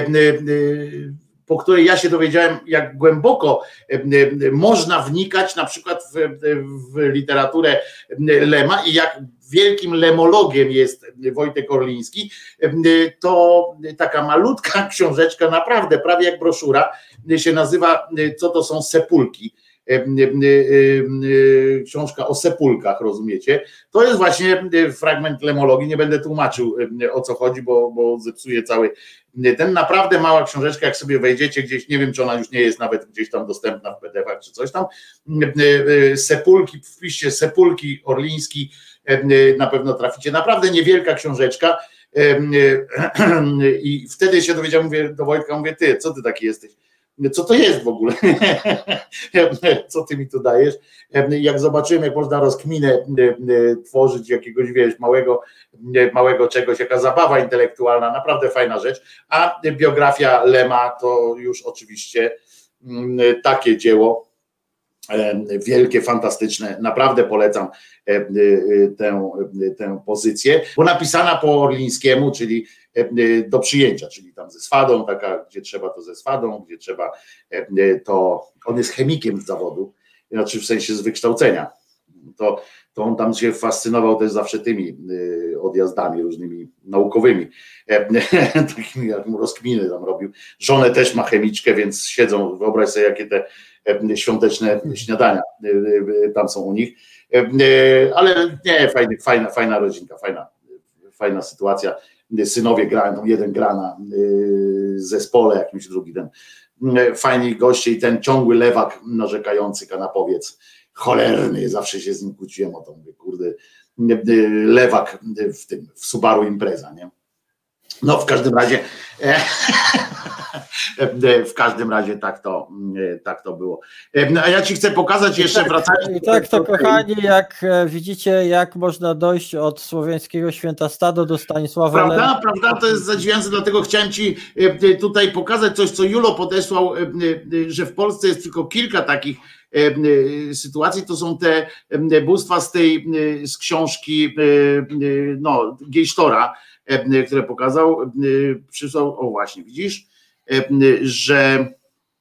po której ja się dowiedziałem, jak głęboko można wnikać na przykład w, w literaturę Lema i jak wielkim lemologiem jest Wojtek Orliński, to taka malutka książeczka, naprawdę prawie jak broszura, się nazywa Co to są sepulki. Książka o sepulkach, rozumiecie? To jest właśnie fragment lemologii, nie będę tłumaczył, o co chodzi, bo, bo zepsuje cały ten, naprawdę mała książeczka, jak sobie wejdziecie gdzieś, nie wiem, czy ona już nie jest nawet gdzieś tam dostępna w P D F-ach czy coś tam, sepulki, wpiszcie sepulki Orliński, na pewno traficie, naprawdę niewielka książeczka i wtedy się dowiedziałem, mówię do Wojtka, mówię, ty, co ty taki jesteś? Co to jest w ogóle? Co ty mi tu dajesz? Jak zobaczyłem, jak można rozkminę tworzyć jakiegoś, wiesz, małego, małego czegoś, jaka zabawa intelektualna, naprawdę fajna rzecz, a biografia Lema to już oczywiście takie dzieło wielkie, fantastyczne, naprawdę polecam tę, tę pozycję, bo napisana po Orlińskiemu, czyli do przyjęcia, czyli tam ze swadą, taka, gdzie trzeba to ze swadą, gdzie trzeba to, on jest chemikiem z zawodu, znaczy w sensie z wykształcenia, to, to on tam się fascynował też zawsze tymi odjazdami różnymi naukowymi, takimi jak mu rozkminy tam robił, żonę też ma chemiczkę, więc siedzą, wyobraź sobie jakie te świąteczne śniadania tam są u nich, ale nie, fajna, fajna, fajna rodzinka, fajna, fajna sytuacja, synowie grają, jeden gra na zespole, jakimś drugi ten, fajni goście i ten ciągły lewak narzekający kanapowiec, cholerny, zawsze się z nim kłóciłem o to, mówię, kurde, lewak w tym, w Subaru Impreza, nie? No w każdym razie w każdym razie tak to, tak to było. A ja ci chcę pokazać jeszcze, tak, wracając. I tak to, kochani, jak widzicie, jak można dojść od słowiańskiego świętostadu do Stanisława Prawda, Lema. prawda, to jest zadziwiające, dlatego chciałem ci tutaj pokazać coś, co Julo podesłał, że w Polsce jest tylko kilka takich sytuacji, to są te bóstwa z tej, z książki no, Gejsztora, które pokazał, przysłał, o właśnie, widzisz, że,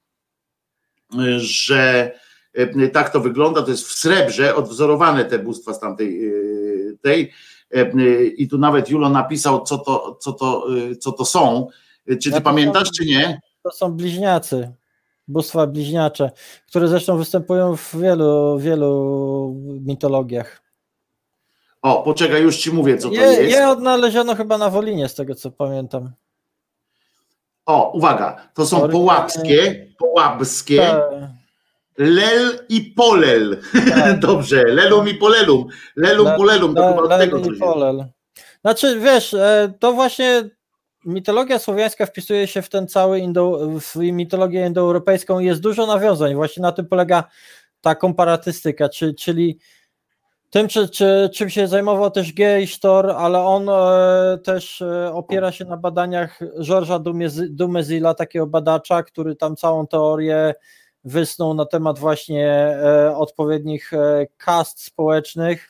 że tak to wygląda, to jest w srebrze odwzorowane te bóstwa z tamtej tej i tu nawet Julo napisał, co to, co to, co to są. Czy ty Ja pamiętasz, są, czy nie? To są bliźniacy, bóstwa bliźniacze, które zresztą występują w wielu, wielu mitologiach. O, poczekaj, już ci mówię, co to je, jest. je odnaleziono chyba na Wolinie, z tego co pamiętam. O, uwaga, to są Oryginalnie- połapskie, połapskie, Tak. lel i polel. Tak. Dobrze, lelum i polelum. Lelum, Le- polelum, to le- chyba od le- tego i coś jest. polel. Znaczy, wiesz, e, to właśnie mitologia słowiańska wpisuje się w ten cały indo, w mitologię indoeuropejską i jest dużo nawiązań. Właśnie na tym polega ta komparatystyka, czy, czyli tym, czy, czy, czym się zajmował też Geisztor, ale on e, też e, opiera się na badaniach Georgesa Dumezila, takiego badacza, który tam całą teorię wysnuł na temat właśnie e, odpowiednich e, kast społecznych.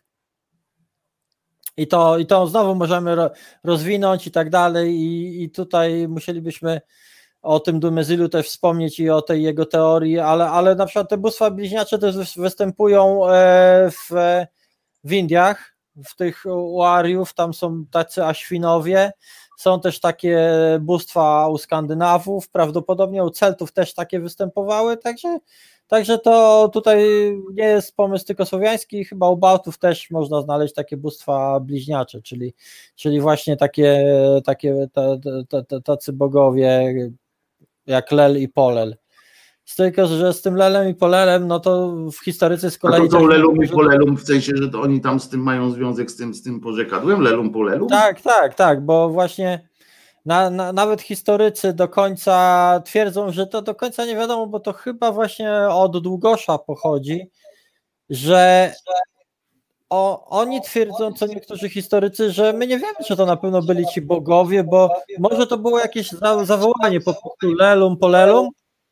I to, I to znowu możemy ro, rozwinąć i tak dalej, i, i tutaj musielibyśmy o tym Dumezilu też wspomnieć i o tej jego teorii, ale, ale na przykład te bóstwa bliźniacze też występują w, w Indiach, w tych u Ariów, tam są tacy Aświnowie, są też takie bóstwa u Skandynawów, prawdopodobnie u Celtów też takie występowały, także Także to tutaj nie jest pomysł tylko słowiański, chyba u Bałtów też można znaleźć takie bóstwa bliźniacze, czyli, czyli właśnie takie, takie tacy bogowie jak Lel i Polel. Z tylko, że z tym Lelem i Polelem, no to w historyce z kolei... A to są lelum i polelum, w sensie, że to oni tam z tym mają związek z tym, z tym porzekadłem, lelum, polelum? Tak, tak, tak, bo właśnie... Na, na, nawet historycy do końca twierdzą, że to do końca nie wiadomo, bo to chyba właśnie od Długosza pochodzi, że o, oni twierdzą, co niektórzy historycy, że my nie wiemy, czy to na pewno byli ci bogowie, bo może to było jakieś za, zawołanie po prostu lelum, polelum,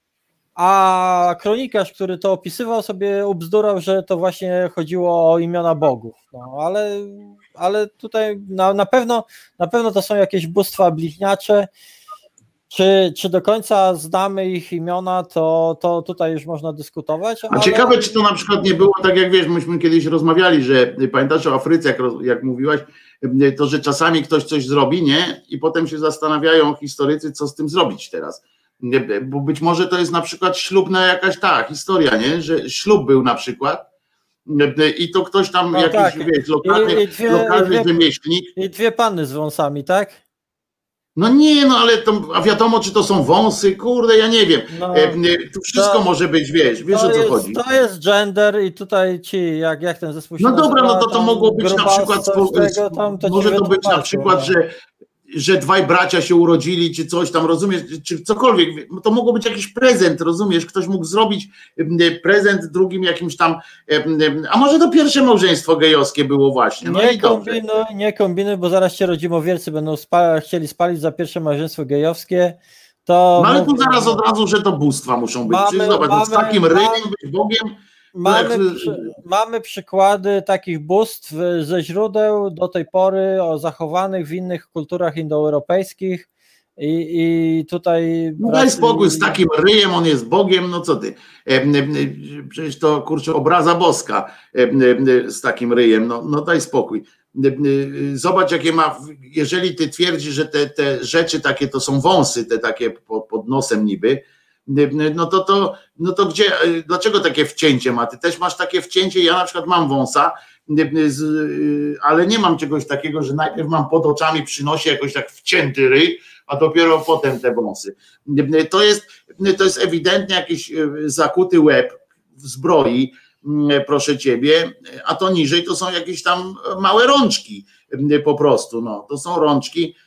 a kronikarz, który to opisywał, sobie ubzdurał, że to właśnie chodziło o imiona bogów, no, ale, ale tutaj na, na, pewno, na pewno to są jakieś bóstwa bliźniacze. Czy, czy do końca znamy ich imiona, to, to tutaj już można dyskutować. A ale... ciekawe, czy to na przykład nie było tak, jak wiesz, myśmy kiedyś rozmawiali, że pamiętasz o Afryce, jak, jak mówiłaś, to, że czasami ktoś coś zrobi, nie? I potem się zastanawiają historycy, co z tym zrobić teraz. Bo być może to jest na przykład ślubna jakaś ta historia, nie? Że ślub był na przykład i to ktoś tam no jakiś, tak. wiesz, lokalny, I, i dwie, lokalny i dwie, rzemieślnik. I dwie panny z wąsami, tak? No nie, no ale to, a wiadomo, czy to są wąsy, kurde, ja nie wiem. No, e, tu wszystko to, może być, wiesz, wiesz to o co jest, chodzi. To jest gender i tutaj ci, jak, jak ten zespół się No nazywa, dobra, no to to mogło być na przykład, z tego, tam to może to być na wytłumaczył, przykład, no. że że dwaj bracia się urodzili, czy coś tam, rozumiesz, czy cokolwiek, to mogło być jakiś prezent, rozumiesz, ktoś mógł zrobić prezent drugim jakimś tam, a może to pierwsze małżeństwo gejowskie było właśnie. No nie i dobrze. kombinuj, nie kombinuj, bo zaraz cię rodzimowiercy będą spa- chcieli spalić za pierwsze małżeństwo gejowskie. To no ale mówię, tu zaraz od razu, że to bóstwa muszą być. Mamy, Przecież zobacz, mamy, no z takim ryjem mamy, być Bogiem. Mamy, jak... przy, mamy przykłady takich bóstw ze źródeł do tej pory o zachowanych w innych kulturach indoeuropejskich i, i tutaj... No daj spokój, z takim ryjem on jest Bogiem, no co ty, przecież to kurczę obraza boska z takim ryjem, no, no daj spokój. Zobacz jakie ma, jeżeli ty twierdzisz, że te, te rzeczy takie to są wąsy, te takie pod nosem niby, no to, to, no to gdzie, dlaczego takie wcięcie ma? Ty też masz takie wcięcie, ja na przykład mam wąsa, ale nie mam czegoś takiego, że najpierw mam pod oczami przy nosie jakoś tak wcięty ryj, a dopiero potem te wąsy. To jest, to jest ewidentnie jakiś zakuty łeb w zbroi, proszę ciebie, a to niżej to są jakieś tam małe rączki po prostu, no, to są rączki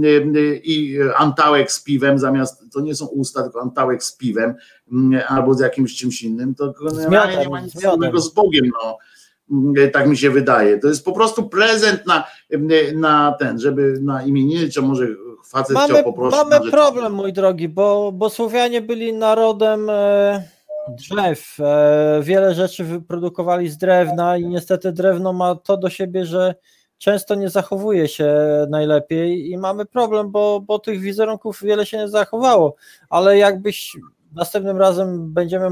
i antałek z piwem, zamiast, to nie są usta, tylko antałek z piwem albo z jakimś czymś innym, to generalnie nie ma nic wspólnego z Bogiem, no. Tak mi się wydaje. To jest po prostu prezent na, na ten, żeby na imieniny, czy może facet mamy, chciał poprosić. Mamy problem, mój drogi, bo, bo Słowianie byli narodem e, drzew. E, wiele rzeczy wyprodukowali z drewna i niestety drewno ma to do siebie, że często nie zachowuje się najlepiej i mamy problem, bo, bo tych wizerunków wiele się nie zachowało, ale jakbyś następnym razem będziemy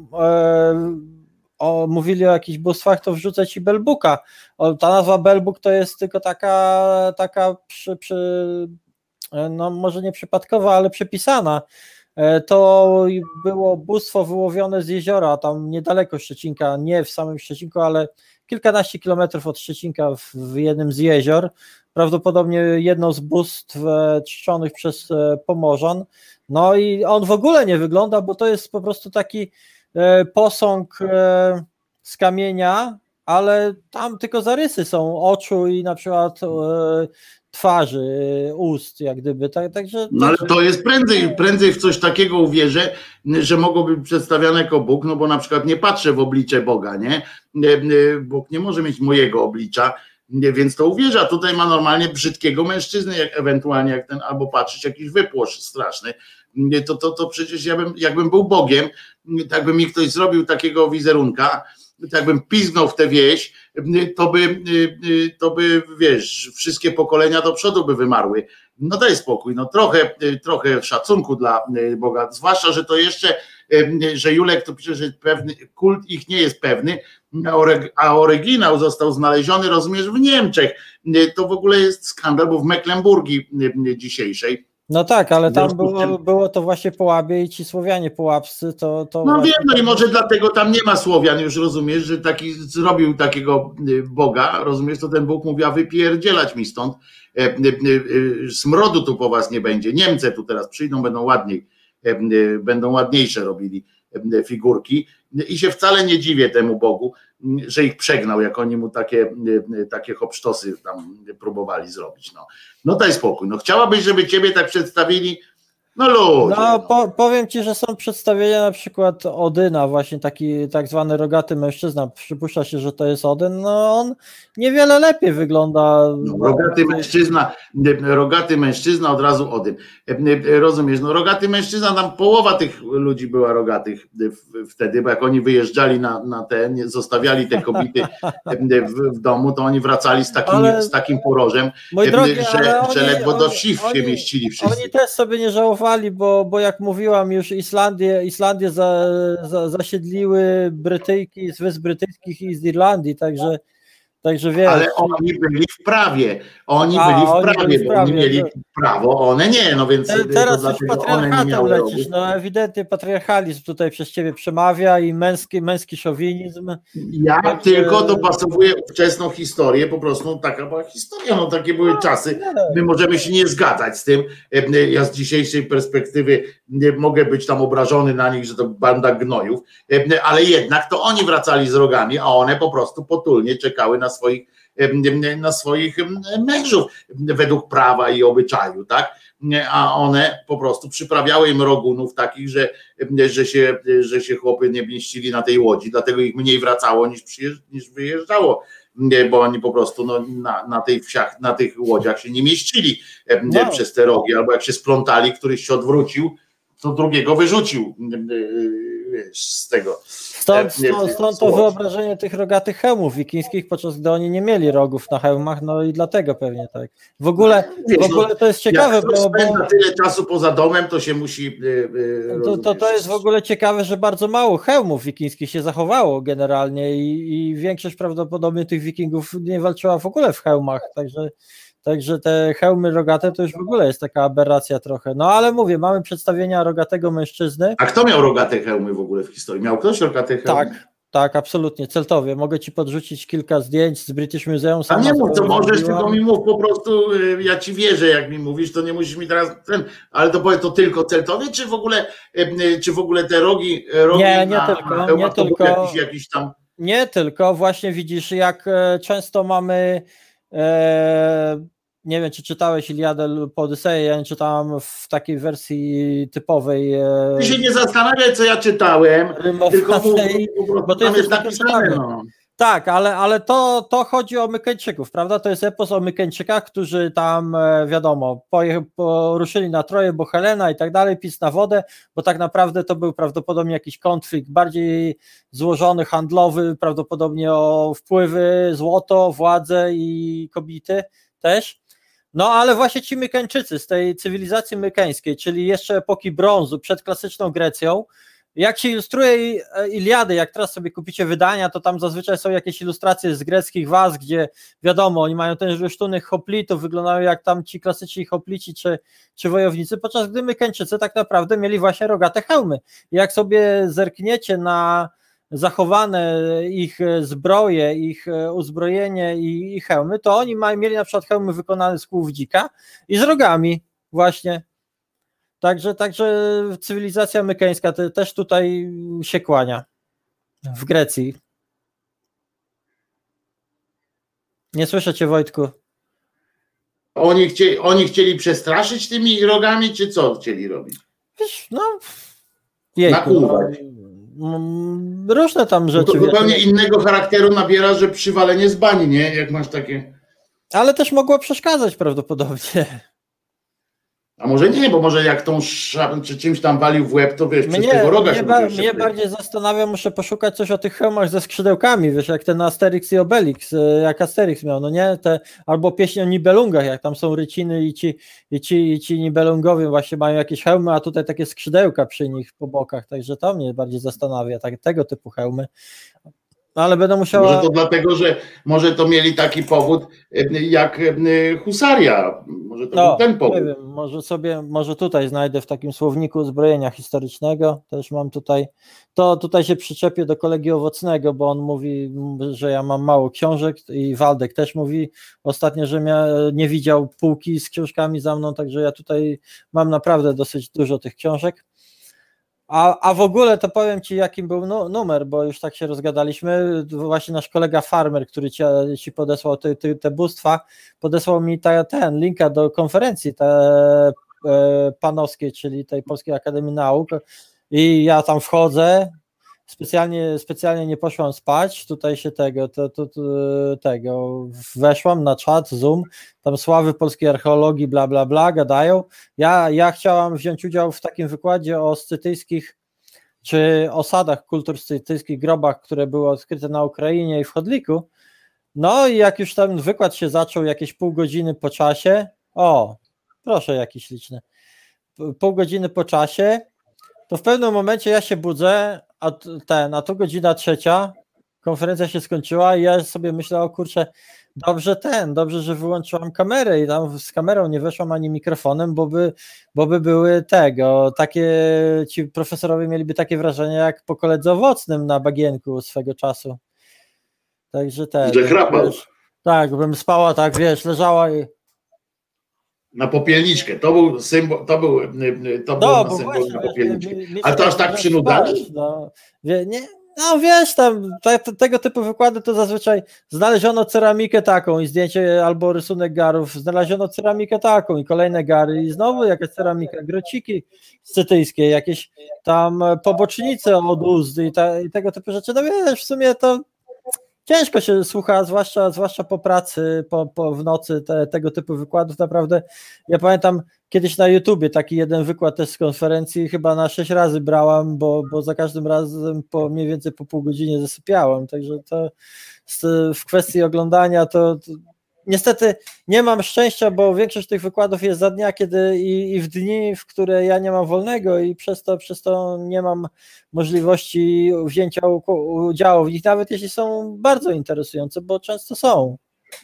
e, o, mówili o jakichś bóstwach, to wrzucę ci Belbuka. O, ta nazwa Belbuk to jest tylko taka, taka przy, przy, no może nie przypadkowa, ale przypisana. to było bóstwo wyłowione z jeziora, tam niedaleko Szczecinka, nie w samym Szczecinku, ale kilkanaście kilometrów od Szczecinka w, w jednym z jezior, prawdopodobnie jedno z bóstw czczonych przez Pomorzan. No i on w ogóle nie wygląda, bo to jest po prostu taki posąg z kamienia, ale tam tylko zarysy są oczu i na przykład twarzy, ust, jak gdyby. Tak, także... No ale to jest prędzej, prędzej w coś takiego uwierzę, że mogło być przedstawiane jako Bóg, no bo na przykład nie patrzę w oblicze Boga, nie? Bóg nie może mieć mojego oblicza, więc to uwierzę, a tutaj ma normalnie brzydkiego mężczyznę, jak ewentualnie jak ten, albo patrzeć jakiś wypłosz straszny, to, to, to przecież ja bym, jakbym był Bogiem, tak by mi ktoś zrobił takiego wizerunka, jakbym pizgnął w tę wieś, to by, to by, wiesz, wszystkie pokolenia do przodu by wymarły. No daj spokój, no trochę, trochę szacunku dla Boga, zwłaszcza, że to jeszcze, że Julek to pisze, że pewny, kult ich nie jest pewny, a oryginał został znaleziony, rozumiesz, w Niemczech. To w ogóle jest skandal, bo w Mecklenburgii dzisiejszej. No tak, ale tam było, było to właśnie Połabie i ci Słowianie połapscy, to... to no właśnie... wiem, no i może dlatego tam nie ma Słowian, już rozumiesz, że taki zrobił takiego Boga, rozumiesz, to ten Bóg mówi, a wypierdzielać mi stąd, smrodu tu po was nie będzie, Niemcy tu teraz przyjdą, będą ładniej, będą ładniejsze robili figurki i się wcale nie dziwię temu Bogu, że ich przegnał, jak oni mu takie, takie hopsztosy tam próbowali zrobić. No, no daj spokój. No chciałabyś, żeby ciebie tak przedstawili? No ludzie. No, po, powiem ci, że są przedstawienia na przykład Odyna, właśnie taki tak zwany rogaty mężczyzna, przypuszcza się, że to jest Odyn, no on niewiele lepiej wygląda. No, rogaty mężczyzna, rogaty mężczyzna od razu Odyn. Rozumiesz, no rogaty mężczyzna, tam połowa tych ludzi była rogatych wtedy, bo jak oni wyjeżdżali na, na te, zostawiali te kobiety w, w domu, to oni wracali z takim, ale, z takim porożem, drogi, że, oni, że ledwo oni, do wsi się mieścili wszyscy. Oni też sobie nie żałowali, Bo, bo jak mówiłam już, Islandię, Islandię za, za, zasiedliły Brytyjki z Wysp Brytyjskich i z Irlandii, także, także wiesz. Ale oni byli w prawie, oni A, byli w oni prawie, byli w bo prawie, oni mieli to... prawo, one nie, no więc Te, teraz już patriarchatem lecisz, rogów. no ewidentnie patriarchalizm tutaj przez ciebie przemawia i męski, męski szowinizm. Ja tak, tylko dopasowuję ówczesną historię, po prostu taka była historia, no takie były no, czasy, my możemy się nie zgadzać z tym, ja z dzisiejszej perspektywy nie mogę być tam obrażony na nich, że to banda gnojów, ale jednak to oni wracali z rogami, a one po prostu potulnie czekały na swoich na swoich mężów według prawa i obyczaju, tak? A one po prostu przyprawiały im rogunów takich, że, że, się, że się chłopy nie mieścili na tej łodzi, dlatego ich mniej wracało niż, niż wyjeżdżało, bo oni po prostu no, na, na, tej wsiach, na tych łodziach się nie mieścili no. przez te rogi, albo jak się splątali, któryś się odwrócił, to drugiego wyrzucił z tego. Stąd, stąd, stąd to wyobrażenie tych rogatych hełmów wikińskich, podczas gdy oni nie mieli rogów na hełmach, no i dlatego pewnie tak. W ogóle, w ogóle to jest ciekawe, jak bo... spędza tyle czasu poza domem, to się musi... Yy, to, to, to jest w ogóle ciekawe, że bardzo mało hełmów wikińskich się zachowało generalnie i, i większość prawdopodobnie tych wikingów nie walczyła w ogóle w hełmach, także... Także te hełmy rogate to już w ogóle jest taka aberracja trochę. No ale mówię, mamy przedstawienia rogatego mężczyzny. A kto miał rogate hełmy w ogóle w historii? Miał ktoś rogate hełmy? Tak, tak, absolutnie. Celtowie. Mogę ci podrzucić kilka zdjęć z British Museum. A nie mów, to możesz, tylko mi mów po prostu, ja ci wierzę, jak mi mówisz, to nie musisz mi teraz ten, ale to powiedz, to tylko Celtowie, czy w ogóle, czy w ogóle te rogi, rogi nie, nie na, tylko, na nie tylko. Jakiś, jakiś tam... Nie tylko, właśnie widzisz, jak często mamy e, nie wiem, czy czytałeś Iliadę lub Odyseję, ja nie czytałam w takiej wersji typowej. Ty się nie zastanawiaj, co ja czytałem, tylko mów, bo to jest, jest napisane. No. Tak, ale, ale to, to chodzi o Mykeńczyków, prawda? To jest epos o Mykeńczykach, którzy tam, wiadomo, poje, poruszyli na Troję, bo Helena i tak dalej, pis na wodę, bo tak naprawdę to był prawdopodobnie jakiś konflikt bardziej złożony, handlowy, prawdopodobnie o wpływy, złoto, władzę i kobiety też. No ale właśnie ci Mykeńczycy z tej cywilizacji mykeńskiej, czyli jeszcze epoki brązu, przed klasyczną Grecją, Jak się ilustruje Iliady, jak teraz sobie kupicie wydania, to tam zazwyczaj są jakieś ilustracje z greckich was, gdzie wiadomo, oni mają ten rysztunek hoplitów, wyglądają jak tam ci klasyczni hoplici czy, czy wojownicy, podczas gdy Mykeńczycy tak naprawdę mieli właśnie rogate hełmy. Jak sobie zerkniecie na zachowane ich zbroje, ich uzbrojenie i, i hełmy, to oni mają, mieli na przykład hełmy wykonane z kłów dzika i z rogami właśnie. Także, także cywilizacja mykeńska te, też tutaj się kłania w Grecji. Nie słyszę cię, Wojtku. Oni chcieli, oni chcieli przestraszyć tymi rogami, czy co chcieli robić? Wiesz, no jejku, nakłuwać. No, różne tam rzeczy. To zupełnie wiesz, innego charakteru nabiera, że przywalenie z bani, nie? Jak masz takie... Ale też mogło przeszkadzać prawdopodobnie. A może nie, bo może jak tą szapą czy czymś tam walił w łeb, to wiesz, mnie, przez tego roga mnie, się ba, będzie mnie bardziej zastanawia, muszę poszukać coś o tych hełmach ze skrzydełkami, wiesz, jak ten Asterix i Obelix, jak Asterix miał, no nie? Te, albo pieśń o Nibelungach, jak tam są ryciny i ci, i ci, i ci Nibelungowie właśnie mają jakieś hełmy, a tutaj takie skrzydełka przy nich po bokach, także to mnie bardziej zastanawia, tak, tego typu hełmy. No, ale będę musiała... Może to dlatego, że może to mieli taki powód jak husaria. Może to no, był ten powód. Nie wiem, może sobie, może tutaj znajdę w takim słowniku uzbrojenia historycznego, też mam tutaj, to tutaj się przyczepię do kolegi Owocnego, bo on mówi, że ja mam mało książek i Waldek też mówi ostatnio, że mia, nie widział półki z książkami za mną, także ja tutaj mam naprawdę dosyć dużo tych książek. A, a w ogóle to powiem ci, jakim był nu, numer, bo już tak się rozgadaliśmy. Właśnie nasz kolega Farmer, który ci, ci podesłał te, te, te bóstwa, podesłał mi ta, ten linka do konferencji te, e, panowskiej, czyli tej Polskiej Akademii Nauk. I ja tam wchodzę. Specjalnie, specjalnie nie poszłam spać, tutaj się tego, to, to, to, tego, weszłam na czat, Zoom, tam sławy polskiej archeologii, bla, bla, bla, gadają. Ja, ja chciałam wziąć udział w takim wykładzie o scytyjskich, czy osadach kultur scytyjskich, grobach, które były odkryte na Ukrainie i w Chodliku. No i jak już ten wykład się zaczął, jakieś pół godziny po czasie, o, proszę jakiś liczny, pół godziny po czasie, to w pewnym momencie ja się budzę, a ten, a to godzina trzecia, konferencja się skończyła i ja sobie myślę, o kurczę, dobrze ten, dobrze, że wyłączyłam kamerę i tam z kamerą nie weszłam ani mikrofonem, bo by, bo by były tego, takie, ci profesorowie mieliby takie wrażenie jak po koledze Owocnym na Bagienku swego czasu. Także ten. Że chrapał. Wiesz, tak, bym spała, tak, wiesz, leżała i na popielniczkę, to był symbol, to był, to no, był symbol właśnie, na popielniczkę. Wiesz, ale to aż tak przynudali? No, wie, nie, no wiesz, tam te, te, tego typu wykłady to zazwyczaj znaleziono ceramikę taką i zdjęcie albo rysunek garów, znaleziono ceramikę taką i kolejne gary i znowu jakaś ceramika, grociki scytyjskie, jakieś tam pobocznice od uzdy i, ta, i tego typu rzeczy, no wiesz, w sumie to ciężko się słucha, zwłaszcza, zwłaszcza po pracy, po, po w nocy te, tego typu wykładów. Naprawdę, ja pamiętam kiedyś na YouTubie taki jeden wykład też z konferencji, chyba na sześć razy brałam, bo, bo za każdym razem po mniej więcej po pół godzinie zasypiałam. Także to w kwestii oglądania to, to niestety nie mam szczęścia, bo większość tych wykładów jest za dnia, kiedy i, i w dni, w które ja nie mam wolnego i przez to, przez to nie mam możliwości wzięcia udziału w nich, nawet jeśli są bardzo interesujące, bo często są.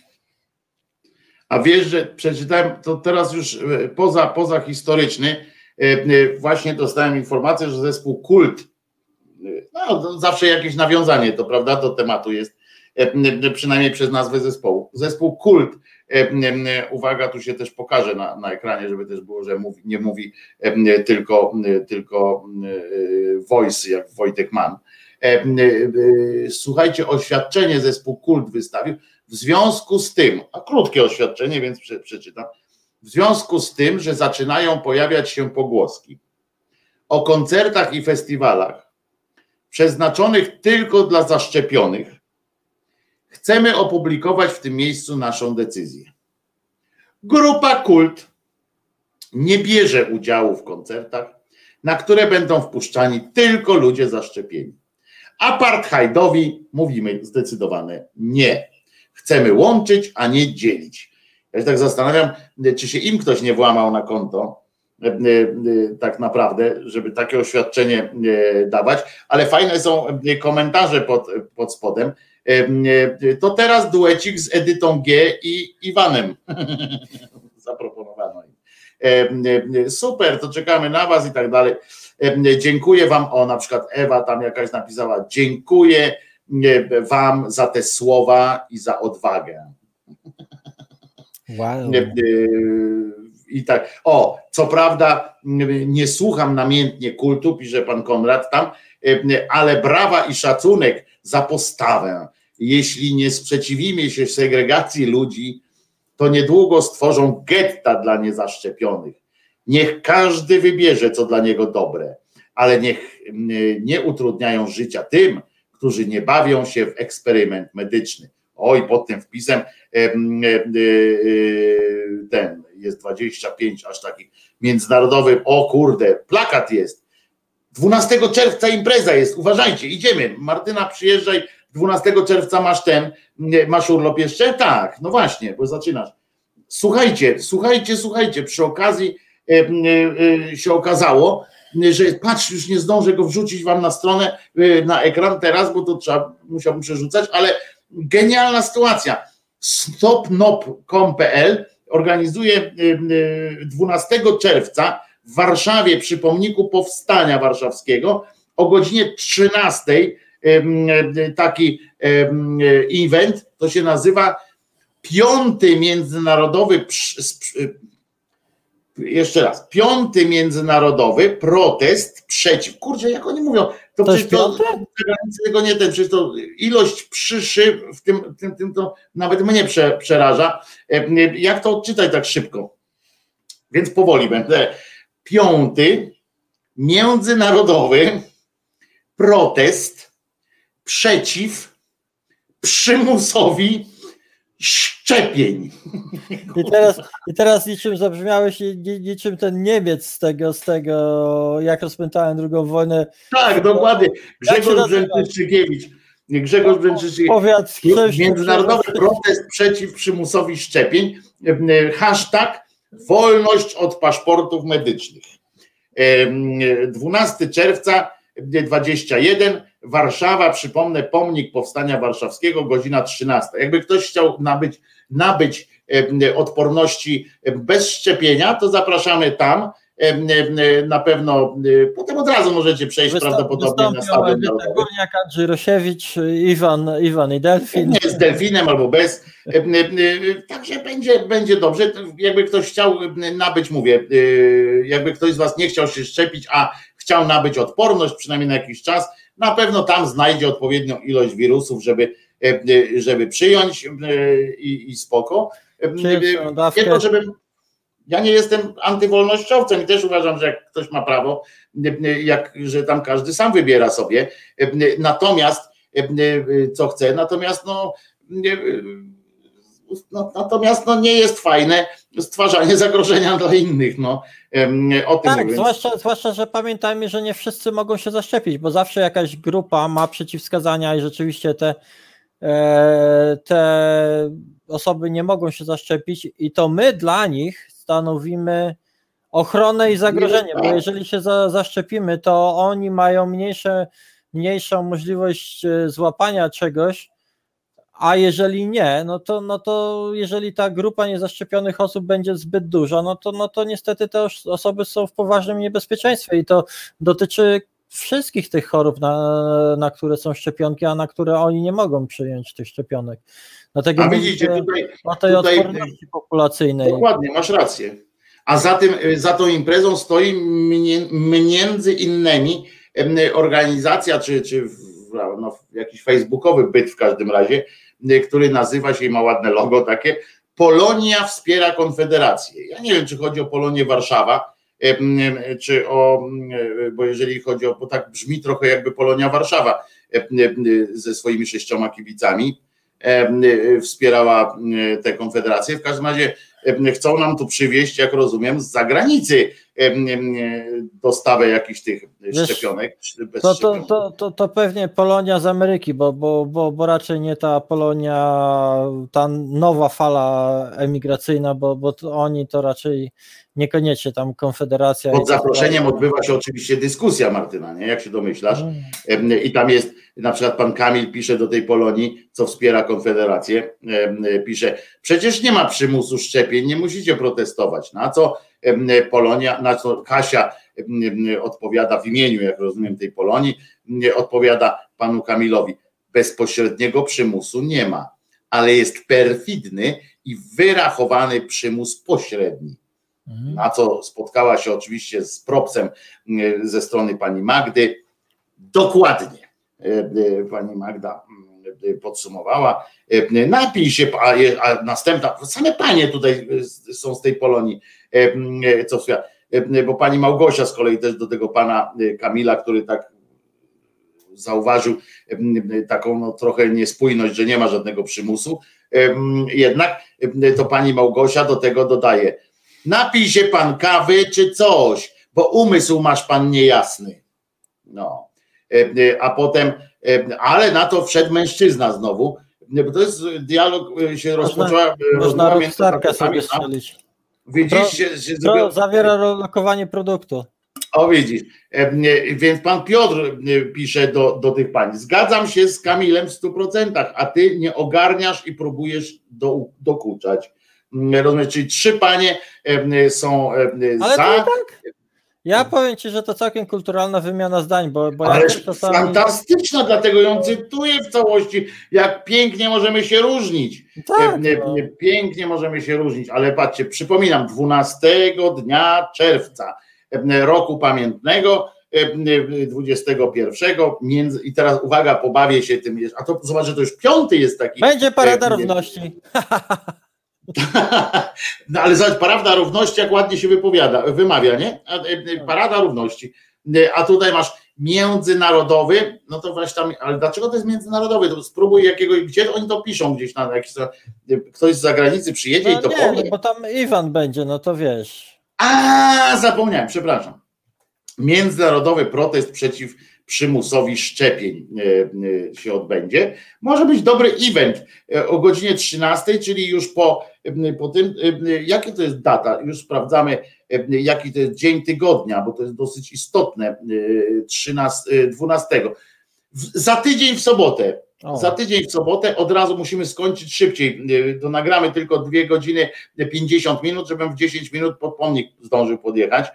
A wiesz, że przeczytałem, to teraz już poza, poza historyczny, właśnie dostałem informację, że zespół Kult, no zawsze jakieś nawiązanie, to prawda, do tematu jest, przynajmniej przez nazwę zespołu. Zespół Kult, uwaga, tu się też pokaże na, na ekranie, żeby też było, że mówi, nie mówi tylko, tylko voice, jak Wojtek Mann. Słuchajcie, oświadczenie zespół Kult wystawił w związku z tym, a krótkie oświadczenie, więc przeczytam, w związku z tym, że zaczynają pojawiać się pogłoski o koncertach i festiwalach przeznaczonych tylko dla zaszczepionych, chcemy opublikować w tym miejscu naszą decyzję. Grupa Kult nie bierze udziału w koncertach, na które będą wpuszczani tylko ludzie zaszczepieni. Apartheidowi mówimy zdecydowane nie. Chcemy łączyć, a nie dzielić. Ja się tak zastanawiam, czy się im ktoś nie włamał na konto tak naprawdę, żeby takie oświadczenie dawać, ale fajne są komentarze pod, pod spodem. To teraz duecik z Edytą G i Iwanem zaproponowano im. Super, to czekamy na was i tak dalej. Dziękuję wam, o na przykład Ewa tam jakaś napisała, dziękuję wam za te słowa i za odwagę. Wow. I tak, o, co prawda nie słucham namiętnie kultu, pisze pan Konrad tam, ale brawa i szacunek za postawę. Jeśli nie sprzeciwimy się segregacji ludzi, to niedługo stworzą getta dla niezaszczepionych. Niech każdy wybierze, co dla niego dobre, ale niech nie utrudniają życia tym, którzy nie bawią się w eksperyment medyczny. Oj, pod tym wpisem ten jest dwadzieścia pięć aż takich międzynarodowych. O kurde, plakat jest. dwunastego czerwca impreza jest, uważajcie, idziemy. Martyna, przyjeżdżaj, dwunastego czerwca masz ten, masz urlop jeszcze? Tak, no właśnie, bo zaczynasz. Słuchajcie, słuchajcie, słuchajcie, przy okazji e, e, się okazało, że patrz, już nie zdążę go wrzucić wam na stronę, e, na ekran teraz, bo to trzeba, musiałbym przerzucać, ale genialna sytuacja. stop nop kropka com kropka p l organizuje dwunastego czerwca w Warszawie przy pomniku Powstania Warszawskiego o godzinie trzynastej taki event, to się nazywa piąty międzynarodowy jeszcze raz, piąty międzynarodowy protest przeciw, kurczę, jak oni mówią, to, to przecież to, tego nie ten, przecież to ilość przyszy w tym, tym, tym to nawet mnie prze, przeraża. Jak to odczytać tak szybko? Więc powoli będę. Piąty międzynarodowy protest przeciw przymusowi szczepień. I teraz, i teraz niczym zabrzmiałeś, niczym ten Niemiec z tego, z tego, jak rozpętałem drugą wojnę. Tak, dokładnie. Grzegorz Brzęczyszczykiewicz. Grzegorz Brzęczyszczykiewicz. Międzynarodowy protest przeciw przymusowi szczepień. Hashtag wolność od paszportów medycznych. dwunastego czerwca dwudziestego pierwszego Warszawa, przypomnę, pomnik Powstania Warszawskiego, godzina trzynasta. Jakby ktoś chciał nabyć, nabyć odporności bez szczepienia, to zapraszamy tam. Na pewno potem od razu możecie przejść Wystąp, prawdopodobnie na stadion narodowy. Górniak, Andrzej Rosiewicz, Iwan, Iwan i Delfin. Nie, z Delfinem albo bez. Także będzie, będzie dobrze. Jakby ktoś chciał nabyć, mówię, jakby ktoś z was nie chciał się szczepić, a chciał nabyć odporność przynajmniej na jakiś czas, na pewno tam znajdzie odpowiednią ilość wirusów, żeby, żeby przyjąć i, i spoko. Nie to, żebym Ja nie jestem antywolnościowcem i też uważam, że jak ktoś ma prawo, jak, że tam każdy sam wybiera sobie. Natomiast co chce, natomiast no, no natomiast no nie jest fajne stwarzanie zagrożenia dla innych. No, o tym tak, zwłaszcza, zwłaszcza, że pamiętajmy, że nie wszyscy mogą się zaszczepić, bo zawsze jakaś grupa ma przeciwwskazania i rzeczywiście te te osoby nie mogą się zaszczepić i to my dla nich stanowimy ochronę i zagrożenie, bo jeżeli się za, zaszczepimy, to oni mają mniejsze, mniejszą możliwość złapania czegoś, a jeżeli nie, no to, no to jeżeli ta grupa niezaszczepionych osób będzie zbyt duża, no to, no to niestety te osoby są w poważnym niebezpieczeństwie i to dotyczy wszystkich tych chorób, na, na które są szczepionki, a na które oni nie mogą przyjąć tych szczepionek. Dlatego a widzicie, tutaj, o tej tutaj, odporności populacyjnej. Dokładnie, masz rację. A za, tym, za tą imprezą stoi między innymi organizacja, czy, czy no, jakiś facebookowy byt w każdym razie, który nazywa się i ma ładne logo takie, Polonia wspiera Konfederację. Ja nie wiem, czy chodzi o Polonię Warszawa, czy o, bo jeżeli chodzi o, bo tak brzmi trochę jakby Polonia Warszawa ze swoimi sześcioma kibicami wspierała tę konfederację. W każdym razie chcą nam tu przywieźć, jak rozumiem, z zagranicy dostawę jakichś tych Wiesz, szczepionek. To, to, to, to, to pewnie Polonia z Ameryki, bo, bo, bo, bo raczej nie ta Polonia, ta nowa fala emigracyjna, bo, bo to oni to raczej niekoniecznie tam Konfederacja. Pod zaproszeniem odbywa się oczywiście dyskusja, Martyna, nie? Jak się domyślasz. I tam jest, na przykład pan Kamil pisze do tej Polonii, co wspiera Konfederację, pisze, przecież nie ma przymusu szczepień, nie musicie protestować. Na co Polonia, na co Kasia odpowiada w imieniu, jak rozumiem, tej Polonii, odpowiada panu Kamilowi, bezpośredniego przymusu nie ma, ale jest perfidny i wyrachowany przymus pośredni. Na co spotkała się oczywiście z propsem ze strony pani Magdy. Dokładnie pani Magda podsumowała. Napij się, a następna, same panie tutaj są z tej Polonii, co bo pani Małgosia z kolei też do tego pana Kamila, który tak zauważył taką no, trochę niespójność, że nie ma żadnego przymusu, jednak to pani Małgosia do tego dodaje: napij się pan kawy czy coś, bo umysł masz pan niejasny. No. A potem, ale na to wszedł mężczyzna znowu, bo to jest dialog się rozpoczęła. Można roztarka sobie strzelić. Widzisz, to, się, się to zrobiło... zawiera lokowanie produktu. O widzisz, więc pan Piotr pisze do, do tych pań: zgadzam się z Kamilem w stu procentach, a ty nie ogarniasz i próbujesz do, dokuczać. Rozumiesz, czyli trzy panie są ale za. To tak. Ja powiem ci, że to całkiem kulturalna wymiana zdań, bo, bo ale ja czasami... fantastyczna, dlatego ją cytuję w całości, jak pięknie możemy się różnić. Tak, no. Pięknie możemy się różnić, ale patrzcie, przypominam, dwunastego dnia czerwca roku pamiętnego dwudziestego pierwszego między, i teraz uwaga, pobawię się tym, a to zobacz, że to już piąty jest taki. Będzie Parada Równości. No ale zobacz, Parada Równości, jak ładnie się wypowiada, wymawia, nie? Parada Równości. A tutaj masz międzynarodowy, no to właśnie tam, ale dlaczego to jest międzynarodowy? To spróbuj jakiegoś, gdzie oni to piszą gdzieś na jakiś, ktoś z zagranicy przyjedzie no i to nie, powie. No bo tam Iwan będzie, no to wiesz. A, zapomniałem, przepraszam. Międzynarodowy protest przeciw przymusowi szczepień się odbędzie. Może być dobry event o godzinie trzynastej, czyli już po, po tym, jaka to jest data, już sprawdzamy, jaki to jest dzień tygodnia, bo to jest dosyć istotne, dwunastego. Za tydzień w sobotę. O. Za tydzień w sobotę od razu musimy skończyć szybciej. To nagramy tylko dwie godziny pięćdziesiąt minut, żebym w dziesięć minut pod pomnik zdążył podjechać,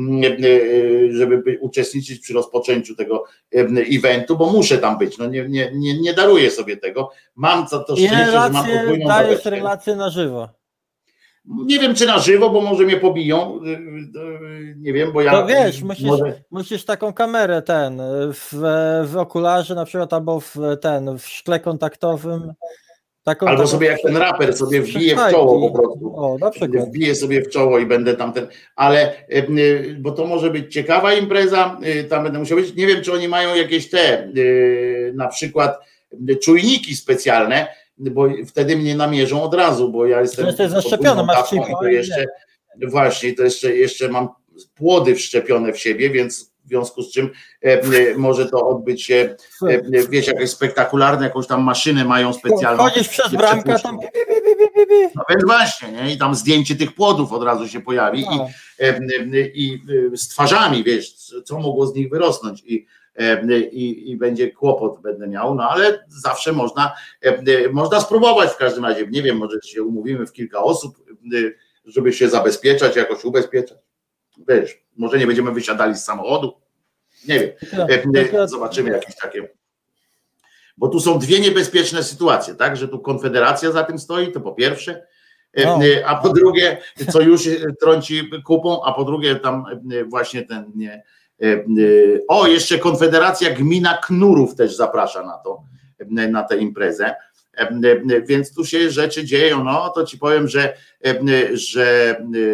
żeby uczestniczyć przy rozpoczęciu tego eventu, bo muszę tam być. No nie, nie, nie, nie daruję sobie tego. Mam to, to szczęście, relacje, że mam podwójną dajesz zabeczkę. Relacje na żywo. Nie wiem, czy na żywo, bo może mnie pobiją. Nie wiem, bo ja. To wiesz, musisz, może... musisz taką kamerę ten w, w okularze na przykład, albo w ten w szkle kontaktowym. Taką, albo taką... sobie jak ten raper sobie wbije w czoło po prostu. O, na przykład. Wbije sobie w czoło i będę tam ten. Ale bo to może być ciekawa impreza, tam będę musiał być. Nie wiem, czy oni mają jakieś te na przykład czujniki specjalne, bo wtedy mnie namierzą od razu, bo ja jestem. Jesteś zaszczepiony, masz chip. To jeszcze, właśnie, to jeszcze, jeszcze mam płody wszczepione w siebie, więc w związku z czym e, może to odbyć się, e, wiesz, jakieś spektakularne, jakąś tam maszynę mają specjalną. Chodzisz przez bramkę, tam. No więc właśnie, nie? I tam zdjęcie tych płodów od razu się pojawi no. i, e, i z twarzami, wiesz, co mogło z nich wyrosnąć i I, i będzie kłopot będę miał, no ale zawsze można, można spróbować w każdym razie. Nie wiem, może się umówimy w kilka osób, żeby się zabezpieczać, jakoś ubezpieczać. Wiesz, może nie będziemy wysiadali z samochodu. Nie wiem. Zobaczymy jakieś takie. Bo tu są dwie niebezpieczne sytuacje, tak? Że tu Konfederacja za tym stoi, to po pierwsze, no. A po drugie, co już trąci kupą, a po drugie tam właśnie ten nie. O, jeszcze Konfederacja Gmina Knurów też zaprasza na to, na tę imprezę, więc tu się rzeczy dzieją, no to ci powiem, że, że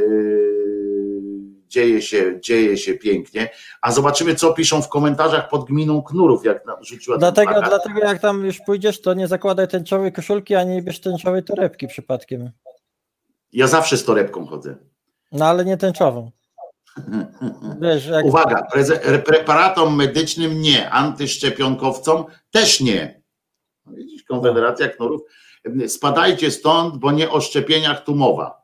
dzieje się, dzieje się pięknie, a zobaczymy, co piszą w komentarzach pod Gminą Knurów, jak nam rzuciła. Dlatego, dlatego jak tam już pójdziesz, to nie zakładaj tęczowej koszulki, ani nie bierz tęczowej torebki przypadkiem. Ja zawsze z torebką chodzę. No ale nie tęczową. Wiesz, jak... Uwaga, preze- preparatom medycznym nie, antyszczepionkowcom też nie. Widzisz, Konfederacja Knurów. Spadajcie stąd, bo nie o szczepieniach tu mowa.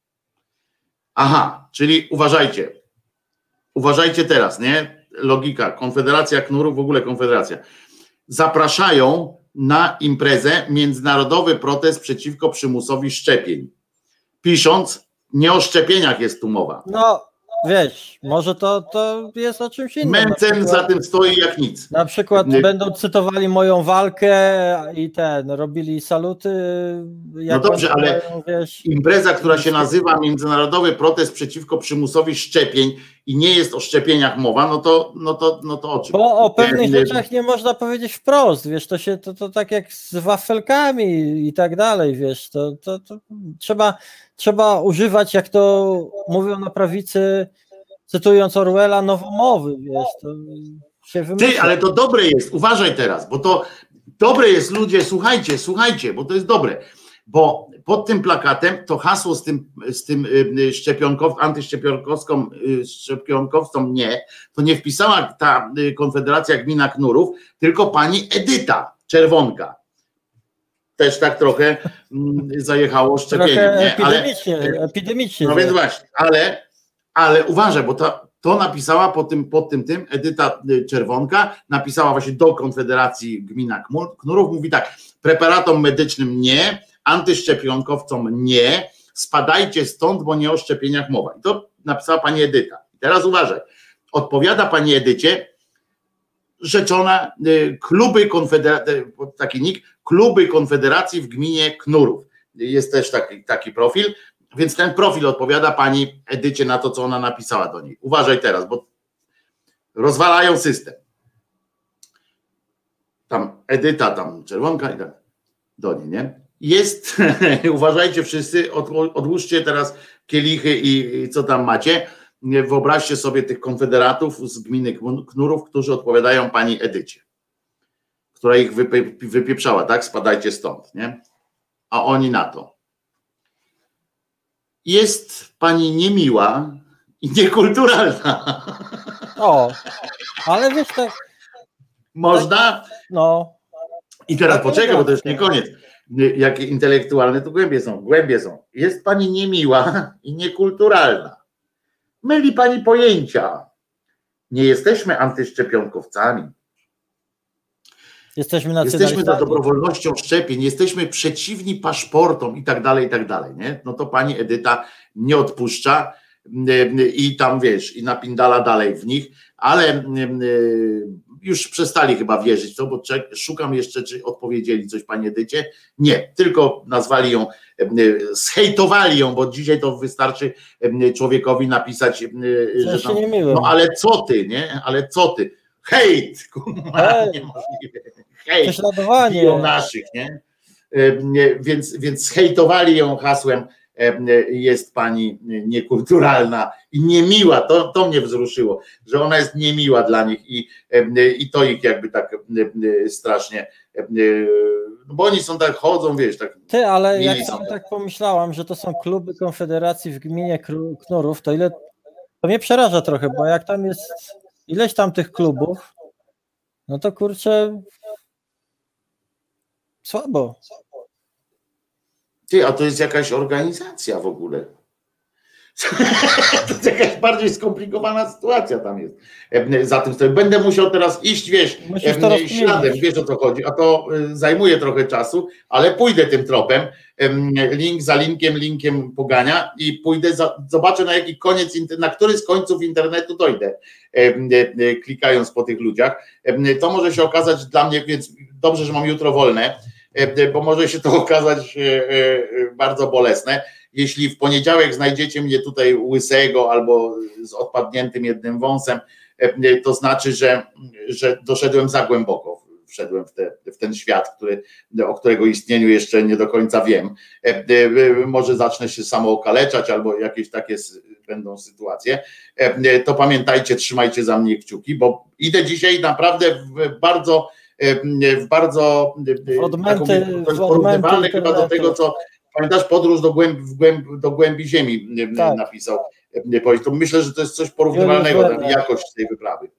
Aha, czyli uważajcie. Uważajcie teraz, nie? Logika. Konfederacja Knurów, w ogóle Konfederacja. Zapraszają na imprezę międzynarodowy protest przeciwko przymusowi szczepień. Pisząc, nie o szczepieniach jest tu mowa. No, wiesz, może to, to jest o czymś innym. Mencen przykład, za tym stoi jak nic. na przykład Nie. będą cytowali moją walkę i ten, robili saluty. Jak No dobrze, ale mają, wiesz, impreza, która się nazywa Międzynarodowy Protest Przeciwko Przymusowi Szczepień i nie jest o szczepieniach mowa, no to, no to, no to o czym? bo o pewnych Nie- rzeczach nie można powiedzieć wprost, wiesz, to się, to, to tak jak z wafelkami i tak dalej, wiesz, to, to, to trzeba, trzeba używać, jak to mówią na prawicy, cytując Orwella, nowomowy, wiesz, to się wymyśla. Ty, ale to dobre jest, uważaj teraz, bo to dobre jest, ludzie, słuchajcie, słuchajcie, bo to jest dobre, bo pod tym plakatem to hasło z tym, z tym y, szczepionkow, antyszczepionkowską, y, szczepionkowcą nie, to nie wpisała ta y, Konfederacja Gmina Knurów, tylko pani Edyta Czerwonka. Też tak trochę mm, zajechało szczepieniem, Trochę nie? Ale, epidemicznie, epidemicznie. no więc właśnie, ale, ale uważaj, bo to, to napisała pod tym, pod tym tym Edyta Czerwonka, napisała właśnie do Konfederacji Gmina Knurów, mówi tak, preparatom medycznym nie, antyszczepionkowcom nie, spadajcie stąd, bo nie o szczepieniach mowa. I to napisała pani Edyta. I teraz uważaj, odpowiada pani Edycie rzeczona y, kluby Konfederacji, taki nick, kluby Konfederacji w gminie Knurów. Jest też taki, taki profil, więc ten profil odpowiada pani Edycie na to, co ona napisała do niej. Uważaj teraz, bo rozwalają system. Tam Edyta, tam Czerwonka i tak do niej, nie? Jest, uważajcie wszyscy, od, odłóżcie teraz kielichy i, i co tam macie. Wyobraźcie sobie tych konfederatów z gminy Knurów, którzy odpowiadają pani Edycie, która ich wypie, wypieprzała, tak? Spadajcie stąd, nie? A oni na to. Jest pani niemiła i niekulturalna. O, ale wiesz, tak, Można? no. I teraz poczekaj, bo to już nie koniec. Jakie intelektualne tu głębie są. Głębie są. Jest pani niemiła i niekulturalna. Myli pani pojęcia. Nie jesteśmy antyszczepionkowcami. Jesteśmy Jesteśmy za nacjonalistami. dobrowolnością szczepień, jesteśmy przeciwni paszportom i tak dalej, i tak dalej. Nie? No to pani Edyta nie odpuszcza i tam wiesz, i napindala dalej w nich, ale już przestali chyba wierzyć, co, bo szukam jeszcze, czy odpowiedzieli coś pani Edycie. Nie, tylko nazwali ją, zhejtowali ją, bo dzisiaj to wystarczy człowiekowi napisać, że tam, no ale co ty, nie? Ale co ty? Hejt! Kurwa, niemożliwe. Hejt! Prześladowanie. Naszych, nie? Więc, więc zhejtowali ją hasłem jest pani niekulturalna i niemiła, to, to mnie wzruszyło, że ona jest niemiła dla nich i, i to ich jakby tak strasznie, no bo oni są tak, chodzą, wiesz, tak. Ty, ale jak są. sobie tak pomyślałam, że to są kluby Konfederacji w gminie Knurów, to ile, to mnie przeraża trochę, bo jak tam jest ileś tam tych klubów, no to kurczę słabo. Ty, a to jest jakaś organizacja w ogóle. To jest jakaś bardziej skomplikowana sytuacja tam jest. Za tym stoi. Będę musiał teraz iść, wiesz, śladem, wiesz o co chodzi, a to zajmuje trochę czasu, ale pójdę tym tropem, link za linkiem, linkiem pogania i pójdę, za, zobaczę na jaki koniec, na który z końców internetu dojdę, klikając po tych ludziach. To może się okazać dla mnie, więc dobrze, że mam jutro wolne, bo może się to okazać bardzo bolesne. Jeśli w poniedziałek znajdziecie mnie tutaj łysego albo z odpadniętym jednym wąsem, to znaczy, że, że doszedłem za głęboko, wszedłem w, te, w ten świat, który, o którego istnieniu jeszcze nie do końca wiem. Może zacznę się samo okaleczać albo jakieś takie będą sytuacje. To pamiętajcie, trzymajcie za mnie kciuki, bo idę dzisiaj naprawdę w bardzo w bardzo odmęty, taką, porównywalne chyba do tego, co pamiętasz, podróż do głębi, w głęb, do głębi ziemi Tak. napisał. To myślę, że to jest coś porównywalnego, tam jakość tej wyprawy.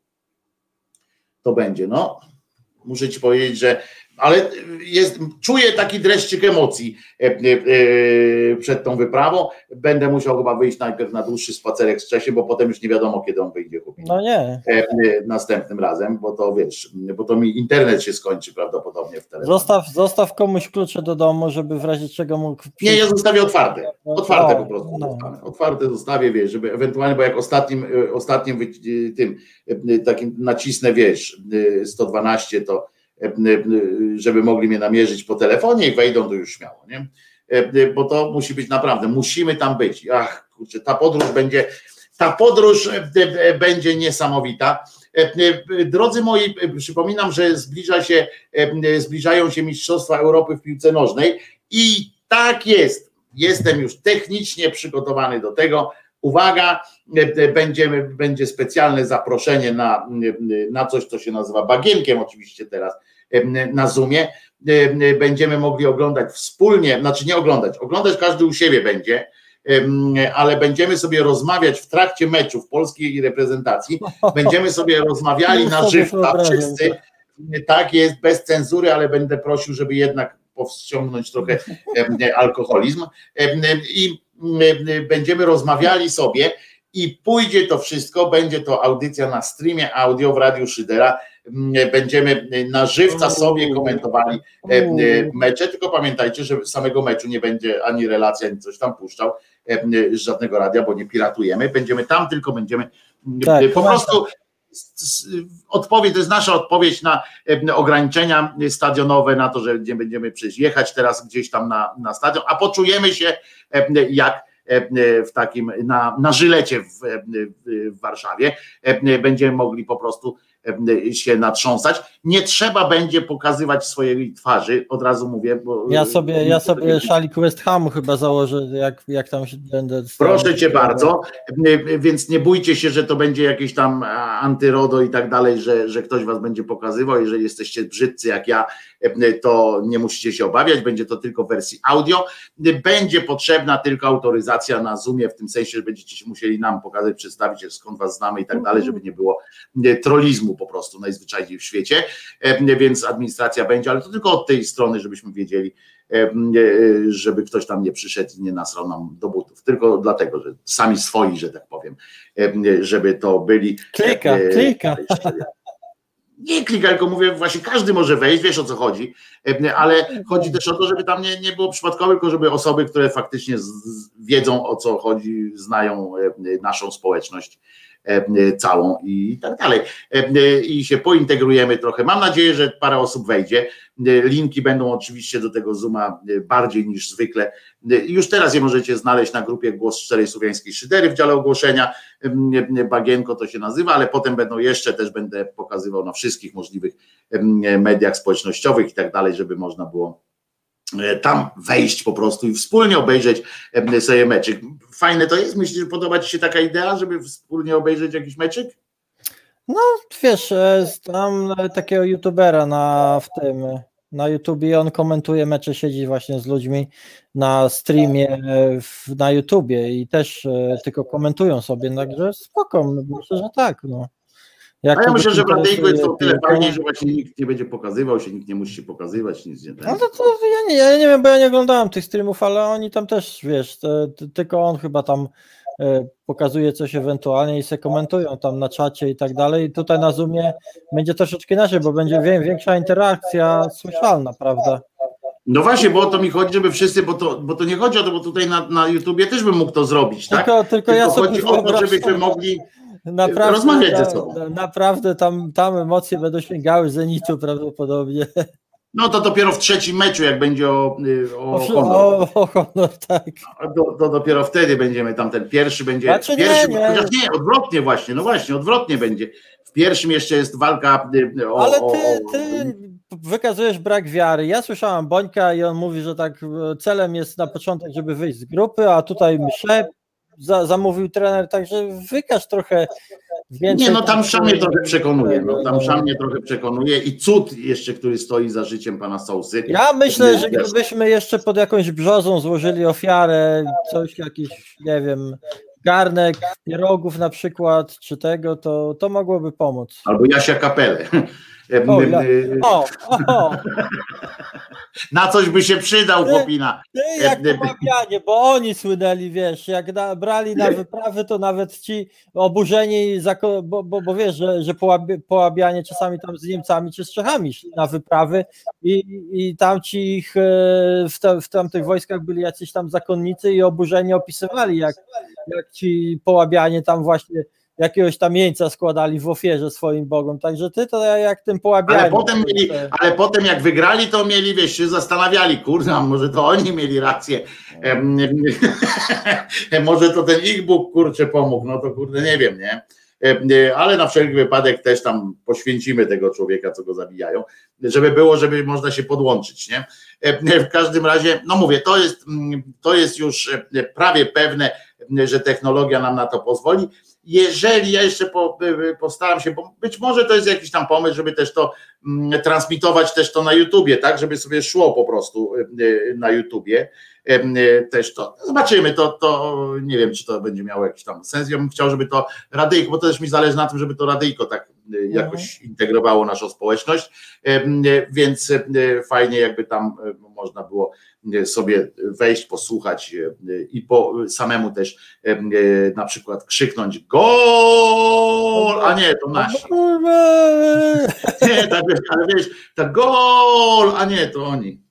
To będzie, no. Muszę ci powiedzieć, że ale jest, czuję taki dreszczyk emocji przed tą wyprawą. Będę musiał chyba wyjść najpierw na dłuższy spacerek z Czesiem, bo potem już nie wiadomo, kiedy on wyjdzie kupić. No nie. Następnym razem, bo to wiesz, bo to mi internet się skończy prawdopodobnie w telefonie. Zostaw, zostaw komuś klucze do domu, żeby w razie czego mógł... Nie, ja zostawię otwarte. Otwarte po prostu. No. Otwarte zostawię, wiesz, żeby ewentualnie, bo jak ostatnim, ostatnim tym takim nacisnę, wiesz, sto dwanaście, to żeby mogli mnie namierzyć po telefonie i wejdą, to już śmiało, nie? Bo to musi być naprawdę, musimy tam być. Ach, kurczę, ta podróż będzie, ta podróż będzie niesamowita. Drodzy moi, przypominam, że zbliża się, zbliżają się Mistrzostwa Europy w piłce nożnej i tak jest. Jestem już technicznie przygotowany do tego. Uwaga, będziemy, będzie specjalne zaproszenie na, na coś, co się nazywa bagienkiem oczywiście teraz na Zoomie. Będziemy mogli oglądać wspólnie, znaczy nie oglądać, oglądać każdy u siebie będzie, ale będziemy sobie rozmawiać w trakcie meczów polskiej reprezentacji, będziemy sobie rozmawiali na żywca wszyscy, tak jest, bez cenzury, ale będę prosił, żeby jednak powstrzymać trochę alkoholizm i będziemy rozmawiali sobie i pójdzie to wszystko, będzie to audycja na streamie audio w Radiu Szydera, będziemy na żywca sobie komentowali mecze, tylko pamiętajcie, że samego meczu nie będzie ani relacji, ani coś tam puszczał z żadnego radia, bo nie piratujemy, będziemy tam, tylko będziemy tak, po prostu odpowiedź, to jest nasza odpowiedź na ograniczenia stadionowe, na to, że nie będziemy przecież jechać teraz gdzieś tam na, na stadion, a poczujemy się jak w takim, na, na Żylecie w, w Warszawie, będziemy mogli po prostu się natrząsać. Nie trzeba będzie pokazywać swojej twarzy, od razu mówię. Bo ja sobie, ja sobie szalik West Hamu chyba założę, jak, jak tam się będę... Proszę cię bardzo, więc nie bójcie się, że to będzie jakieś tam antyrodo i tak dalej, że, że ktoś was będzie pokazywał. Jeżeli jesteście brzydcy jak ja, to nie musicie się obawiać, będzie to tylko w wersji audio. Będzie potrzebna tylko autoryzacja na Zoomie, w tym sensie, że będziecie się musieli nam pokazać, przedstawić, skąd was znamy i tak dalej, żeby nie było trollizmu po prostu najzwyczajniej w świecie, więc administracja będzie, ale to tylko od tej strony, żebyśmy wiedzieli, żeby ktoś tam nie przyszedł i nie nasrał nam do butów, tylko dlatego, że sami swoi, że tak powiem, żeby to byli... Klika, klika. Nie klika, tylko mówię, właśnie każdy może wejść, wiesz o co chodzi, ale chodzi też o to, żeby tam nie, nie było przypadkowe, tylko żeby osoby, które faktycznie z, z, wiedzą o co chodzi, znają naszą społeczność całą i tak dalej. I się pointegrujemy trochę. Mam nadzieję, że parę osób wejdzie. Linki będą oczywiście do tego Zooma bardziej niż zwykle. Już teraz je możecie znaleźć na grupie Głos Szczerej Słowiańskiej Szydery w dziale ogłoszenia. Bagienko to się nazywa, ale potem będą jeszcze, też będę pokazywał na wszystkich możliwych mediach społecznościowych i tak dalej, żeby można było tam wejść po prostu i wspólnie obejrzeć sobie meczyk. Fajne to jest? Myślisz, że podoba ci się taka idea, żeby wspólnie obejrzeć jakiś meczyk? No wiesz, tam takiego youtubera na w tym, na YouTubie, on komentuje mecze, siedzi właśnie z ludźmi na streamie w, na YouTubie i też tylko komentują sobie, także spoko, myślę, że tak, no. Jak a ja myślę, że w radyjku jest to tyle fajniej, że właśnie nikt nie będzie pokazywał się, nikt nie musi się pokazywać, nic nie. No to, to ja, nie, ja nie wiem, bo ja nie oglądałem tych streamów, ale oni tam też, wiesz, to, to, tylko on chyba tam e, pokazuje coś ewentualnie i se komentują tam na czacie i tak dalej. I tutaj na Zoomie będzie troszeczkę inaczej, bo będzie wie, większa interakcja słyszalna, prawda? No właśnie, bo o to mi chodzi, żeby wszyscy, bo to, bo to nie chodzi o to, bo tutaj na, na YouTubie też bym mógł to zrobić, tak? Tylko, tylko, tylko ja chodzi o to, żebyśmy mogli Naprawdę, rozmawiać ze sobą. Na, naprawdę tam, tam emocje będą sięgały zenitu prawdopodobnie. No to dopiero w trzecim meczu, jak będzie o, o, o honor. O, o honor, tak. To, to dopiero wtedy będziemy tam, ten pierwszy będzie, znaczy pierwszy, nie, nie. Chociaż nie, odwrotnie właśnie, no właśnie, odwrotnie będzie. W pierwszym jeszcze jest walka o... Ale ty, o, ty wykazujesz brak wiary. Ja słyszałem Bońka i on mówi, że tak celem jest na początek, żeby wyjść z grupy, a tutaj msze za, zamówił trener, także wykaż trochę więcej. Nie, no tam Szam mnie trochę przekonuje, no tam Szam mnie trochę przekonuje i cud jeszcze, który stoi za życiem pana Sousy. Ja myślę, że gdybyśmy jeszcze pod jakąś brzozą złożyli ofiarę, coś jakiś, nie wiem, garnek pierogów na przykład, czy tego, to, to mogłoby pomóc. Albo Jasia Kapelę. O, ja, o, o. Na coś by się przydał, chłopina. Ty, jak połabianie, bo oni słynęli, wiesz, jak na, brali na wyprawy, to nawet ci oburzeni, bo, bo, bo wiesz, że, że połabianie czasami tam z Niemcami czy z Czechami szli na wyprawy i, i tam ci ich w, te, w tamtych wojskach byli jacyś tam zakonnicy i oburzeni opisywali, jak, jak ci połabianie tam właśnie jakiegoś tam jeńca składali w ofierze swoim bogom, także ty to jak tym połabianiem. Ale potem, mieli, ale potem jak wygrali, to mieli, wiesz, się zastanawiali, kurde, może to oni mieli rację, może to ten ich Bóg, kurczę, pomógł, no to kurde, nie wiem, nie? Ale na wszelki wypadek też tam poświęcimy tego człowieka, co go zabijają, żeby było, żeby można się podłączyć, nie? W każdym razie, no mówię, to jest, to jest już prawie pewne, że technologia nam na to pozwoli. Jeżeli ja jeszcze po, postaram się, bo być może to jest jakiś tam pomysł, żeby też to mm, transmitować też to na YouTubie, tak, żeby sobie szło po prostu y, na YouTubie y, też to, zobaczymy, to, to nie wiem, czy to będzie miało jakiś tam sens, ja bym chciał, żeby to radyjko, bo to też mi zależy na tym, żeby to radyjko tak y, jakoś integrowało naszą społeczność, y, y, więc y, fajnie jakby tam y, można było sobie wejść, posłuchać i po samemu też na przykład krzyknąć gol, a nie, to nasi. Nie, tak, ale wiesz, tak gol, a nie, to oni.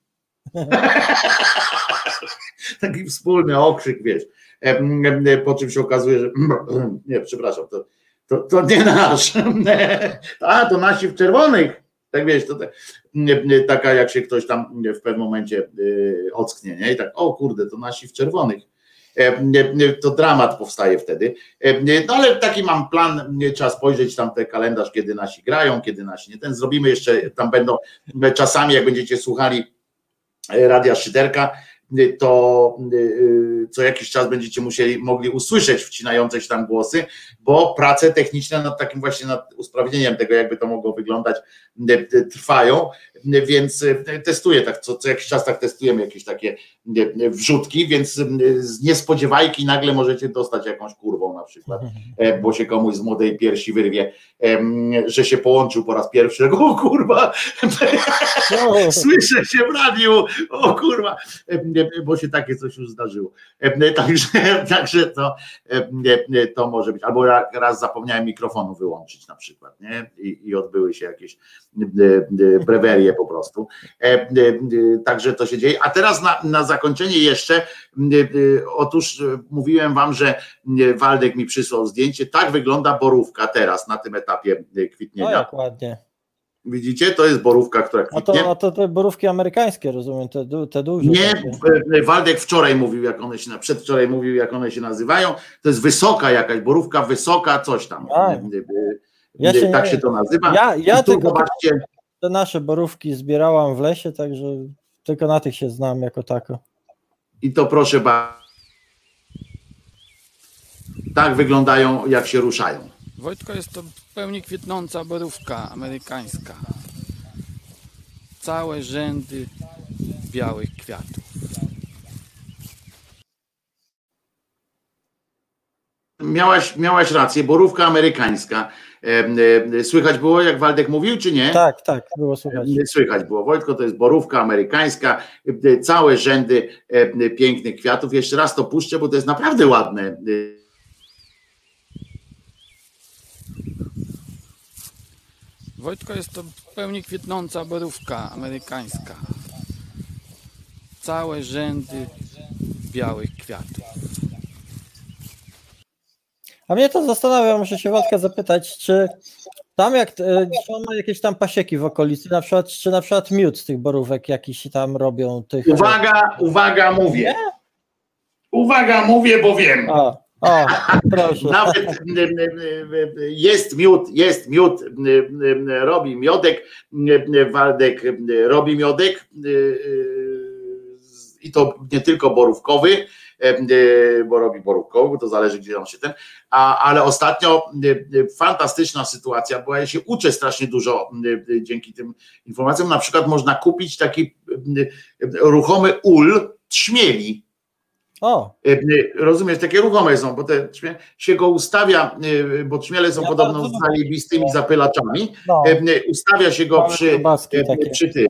Taki wspólny okrzyk, wiesz, po czym się okazuje, że nie, przepraszam, to, to, to nie nasz. A, to nasi w czerwonych. Tak wiesz, to taka jak się ktoś tam w pewnym momencie ocknie, nie? I tak, o kurde, to nasi w czerwonych. To dramat powstaje wtedy. No ale taki mam plan, trzeba spojrzeć tam ten kalendarz, kiedy nasi grają, kiedy nasi nie. Ten zrobimy jeszcze, tam będą czasami, jak będziecie słuchali Radia Szyderka, to co jakiś czas będziecie musieli, mogli usłyszeć wcinające się tam głosy, bo prace techniczne nad takim właśnie nad usprawnieniem tego, jakby to mogło wyglądać, trwają, więc testuję tak, co, co jakiś czas tak testujemy jakieś takie wrzutki, więc z niespodziewajki nagle możecie dostać jakąś kurwą na przykład, bo się komuś z młodej piersi wyrwie, że się połączył po raz pierwszy, o kurwa, słyszę się w radiu, o kurwa, bo się takie coś już zdarzyło. Także, także to, to może być. Albo raz zapomniałem mikrofonu wyłączyć na przykład, nie? I, i odbyły się jakieś brewerie po prostu. Także to się dzieje. A teraz na, na zakończenie jeszcze, otóż mówiłem wam, że Waldek mi przysłał zdjęcie. Tak wygląda borówka teraz na tym etapie kwitnienia. No jak ładnie. Widzicie, to jest borówka, która kwitnie. A to, a to te borówki amerykańskie, rozumiem, te, te duże. Nie, takie. Waldek wczoraj mówił, jak one się, przedwczoraj mówił, jak one się nazywają. To jest wysoka jakaś borówka, wysoka, coś tam. Ja się tak nie, się to nazywa. Ja, ja tylko zobaczcie, te nasze borówki zbierałam w lesie, także tylko na tych się znam jako tako. I to proszę bardzo. Tak wyglądają, jak się ruszają. Wojtko, jest to w pełni kwitnąca borówka amerykańska. Całe rzędy białych kwiatów. Miałaś, miałaś rację, borówka amerykańska. Słychać było, jak Waldek mówił, czy nie? Tak, tak, było słychać. Słychać było. Wojtko, to jest borówka amerykańska, całe rzędy pięknych kwiatów. Jeszcze raz to puszczę, bo to jest naprawdę ładne. Wojtko, jest to w pełni kwitnąca borówka amerykańska. Całe rzędy białych kwiatów. A mnie to zastanawia, muszę się Waldka zapytać, czy tam jak, czy on ma jakieś tam pasieki w okolicy, na przykład, czy na przykład miód z tych borówek jakiś tam robią? Tych... Uwaga, uwaga, mówię. Nie? Uwaga, mówię, bo wiem. O, o, proszę. Nawet jest miód, jest miód, robi miodek, Waldek robi miodek i to nie tylko borówkowy, bo robi borówkowy, bo to zależy, gdzie on się ten, a, ale ostatnio fantastyczna sytuacja, bo ja się uczę strasznie dużo dzięki tym informacjom, na przykład można kupić taki ruchomy ul trzmieli. O. Rozumiesz, takie ruchome są, bo te trzmiele się go ustawia, bo trzmiele są ja podobno zajebistymi zapylaczami, no. Ustawia się go przy, przy tym,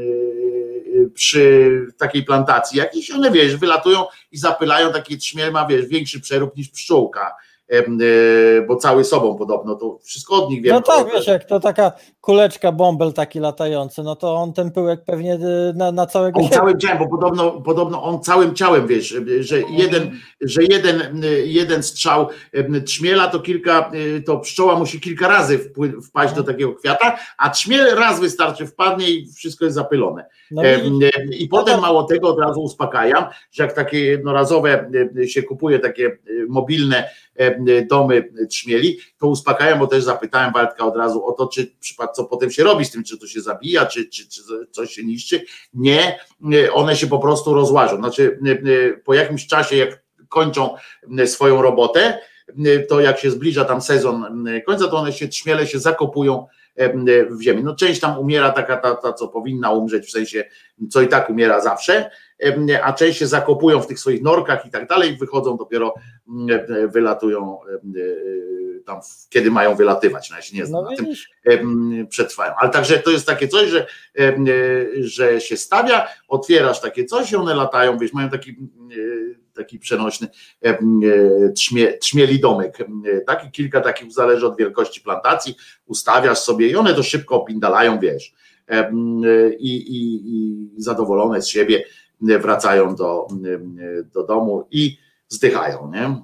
przy takiej plantacji jakiejś, one wiesz, wylatują i zapylają, taki trzmiel ma, wiesz, większy przerób niż pszczółka, bo cały sobą podobno, to wszystko od nich wiem. No tak, wiesz, jak to taka kuleczka, bąbel taki latający, no to on ten pyłek pewnie na, na całego on całym ciałem, bo podobno, podobno on całym ciałem, wiesz, że jeden, że jeden, jeden strzał trzmiela, to kilka, to pszczoła musi kilka razy wpaść do takiego kwiata, a trzmiel raz wystarczy, wpadnie i wszystko jest zapylone. No i, I potem mało tego od razu uspokajam, że jak takie jednorazowe się kupuje, takie mobilne domy trzmieli, to uspokajam, bo też zapytałem Waldka od razu o to, czy przypad, co potem się robi z tym, czy to się zabija, czy, czy, czy coś się niszczy. Nie, one się po prostu rozłażą. Znaczy po jakimś czasie, jak kończą swoją robotę, to jak się zbliża tam sezon końca, to one się, trzmiele się zakopują w ziemi. No część tam umiera taka, ta, ta co powinna umrzeć, w sensie, co i tak umiera zawsze, a część się zakopują w tych swoich norkach i tak dalej, wychodzą dopiero, wylatują tam, kiedy mają wylatywać, no ja się nie znam, no, na tym przetrwają. Ale także to jest takie coś, że, że się stawia, otwierasz takie coś i one latają, wiesz, mają taki taki przenośny trzmie, trzmieli domek, taki kilka takich, zależy od wielkości plantacji, ustawiasz sobie i one to szybko opindalają, wiesz, i, i, i zadowolone z siebie wracają do, do domu i zdychają, nie?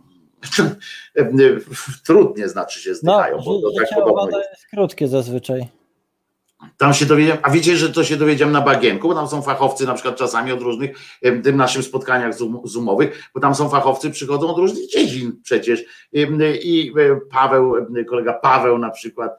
Trudnie znaczy się zdychają, no, bo to tak podobno jest. jest krótkie zazwyczaj. Tam się dowiedziałem, a wiecie, że to się dowiedziałem na bagienku, bo tam są fachowcy na przykład czasami od różnych, w tym naszym spotkaniach zoomowych, bo tam są fachowcy, przychodzą od różnych dziedzin przecież i Paweł, kolega Paweł na przykład,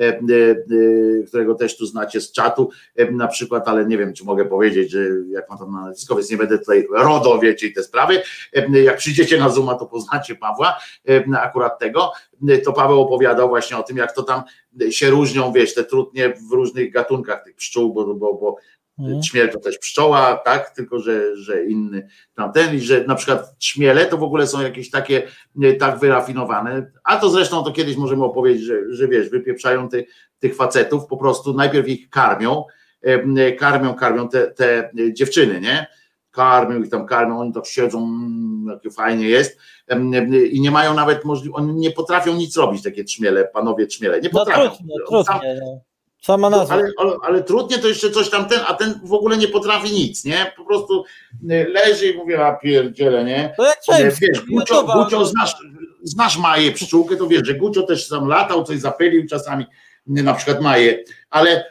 którego też tu znacie z czatu na przykład, ale nie wiem, czy mogę powiedzieć, że jak mam tam na nazwisko, więc nie będę tutaj RODO, wiecie, i te sprawy. Jak przyjdziecie na Zooma, to poznacie Pawła, akurat tego, to Paweł opowiadał właśnie o tym, jak to tam się różnią, wiesz, te trutnie w różnych gatunkach tych pszczół, bo, bo, bo Hmm. Trzmiel to też pszczoła, tak, tylko że, że inny tamten i że na przykład trzmiele to w ogóle są jakieś takie tak wyrafinowane, a to zresztą to kiedyś możemy opowiedzieć, że, że wiesz, wypieprzają ty, tych facetów, po prostu najpierw ich karmią, karmią, karmią te, te dziewczyny, nie? Karmią ich tam, karmią, oni tak siedzą, jakie fajnie jest i nie mają nawet możliwości, oni nie potrafią nic robić, takie trzmiele, panowie trzmiele, nie potrafią. No trudnie, trudnie. Sama nazwa. Ale, ale, ale trudnie to jeszcze coś tam ten, a ten w ogóle nie potrafi nic, nie? Po prostu leży i mówię, a pierdziele, nie? To jak wiesz, Gucio, Gucio znasz, znasz Maję pszczółkę, to wiesz, że Gucio też tam latał, coś zapylił czasami, na przykład Maję, ale,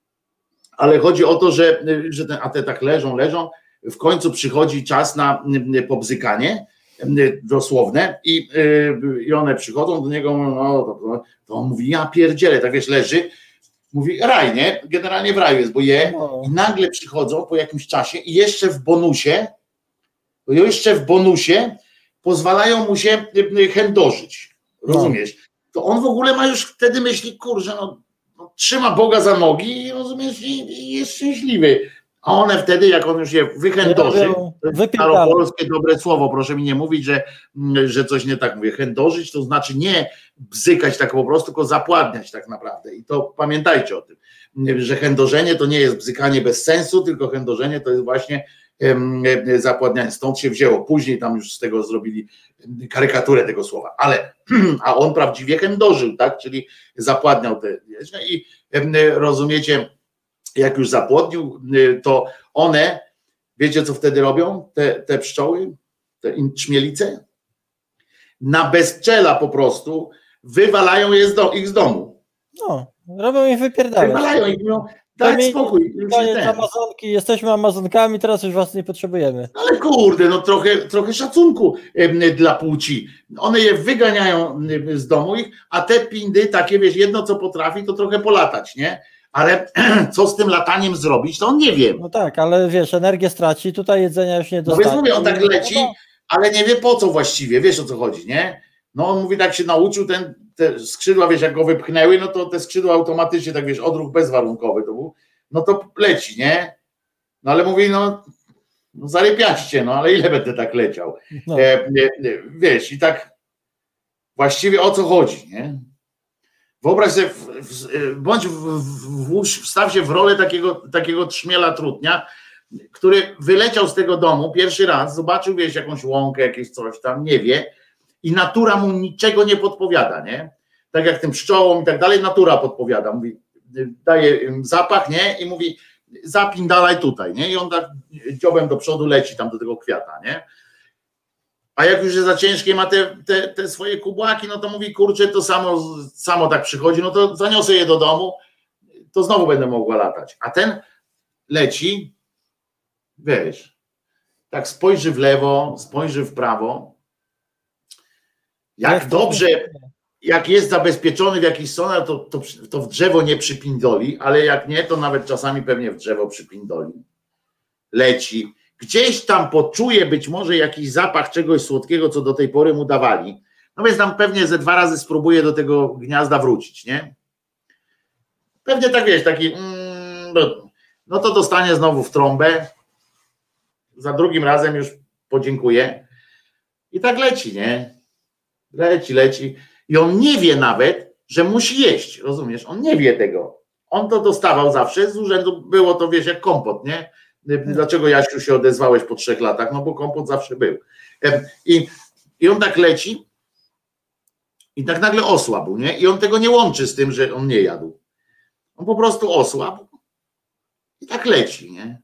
ale chodzi o to, że, że ten, a te tak leżą, leżą, w końcu przychodzi czas na pobzykanie dosłowne i, i one przychodzą do niego, no, to, to on mówi, ja pierdzielę, tak wiesz, leży, mówi raj, nie? Generalnie w raju jest, bo je no. I nagle przychodzą po jakimś czasie i jeszcze w bonusie, jeszcze w bonusie pozwalają mu się chędożyć, rozumiesz? No. To on w ogóle ma już wtedy myśli, kurczę, no, no trzyma Boga za nogi, rozumiesz, i, i jest szczęśliwy. A one wtedy, jak on już je wychędoży, staropolskie dobre słowo, proszę mi nie mówić, że, że coś nie tak mówię. Chędożyć to znaczy nie bzykać tak po prostu, tylko zapładniać tak naprawdę. I to pamiętajcie o tym, że chędożenie to nie jest bzykanie bez sensu, tylko chędożenie to jest właśnie zapładnianie. Stąd się wzięło. Później tam już z tego zrobili karykaturę tego słowa. Ale, a on prawdziwie chędożył, tak? Czyli zapładniał te. I rozumiecie, jak już zapłodnił, to one, wiecie co wtedy robią, te, te pszczoły, te trzmielice? Na bezczela po prostu wywalają je z do, ich z domu. No, robią ich wypierdalać. Wywalają ich, mówią, daj spokój. Amazonki, jesteśmy Amazonkami, teraz już was nie potrzebujemy. Ale kurde, no trochę, trochę szacunku dla płci. One je wyganiają z domu ich, a te pindy takie, wiesz, jedno co potrafi, to trochę polatać, nie? Ale co z tym lataniem zrobić, to on nie wie. No tak, ale wiesz, energię straci, tutaj jedzenia już nie dostanie. No więc mówię, on tak leci, ale nie wie po co właściwie, wiesz o co chodzi, nie? No on mówi, tak się nauczył, ten, te skrzydła, wiesz, jak go wypchnęły, no to te skrzydła automatycznie, tak wiesz, odruch bezwarunkowy to był, no to leci, nie? No ale mówi, no, no zarypiaćcie, no ale ile będę tak leciał? No. E, nie, nie, wiesz, i tak właściwie o co chodzi, nie? Wyobraź sobie, w, w, bądź w, w, wstaw się w rolę takiego, takiego trzmiela trutnia, który wyleciał z tego domu pierwszy raz, zobaczył, wiesz, jakąś łąkę, jakieś coś tam, nie wie, i natura mu niczego nie podpowiada, nie? Tak jak tym pszczołom i tak dalej, natura podpowiada, mówi, daje zapach, nie? I mówi, zapindalaj tutaj, nie? I on tak dziobem do przodu leci tam do tego kwiata, nie? A jak już jest za ciężkie, ma te, te, te swoje kubłaki, no to mówi, kurczę, to samo, samo tak przychodzi, no to zaniosę je do domu, to znowu będę mogła latać. A ten leci, wiesz, tak spojrzy w lewo, spojrzy w prawo, jak dobrze, jak jest zabezpieczony w jakiś sonar, to, to, to w drzewo nie przypindoli, ale jak nie, to nawet czasami pewnie w drzewo przypindoli. Leci. Gdzieś tam poczuje być może jakiś zapach czegoś słodkiego, co do tej pory mu dawali. No więc tam pewnie ze dwa razy spróbuje do tego gniazda wrócić, nie? Pewnie tak, wiesz, taki mm, no to dostanie znowu w trąbę, za drugim razem już podziękuję i tak leci, nie? Leci, leci i on nie wie nawet, że musi jeść, rozumiesz? On nie wie tego. On to dostawał zawsze, z urzędu było to, wiesz, jak kompot, nie? Dlaczego, Jasiu, się odezwałeś po trzech latach? No bo kompot zawsze był. I, i on tak leci i tak nagle osłabł, nie? I on tego nie łączy z tym, że on nie jadł. On po prostu osłabł i tak leci, nie?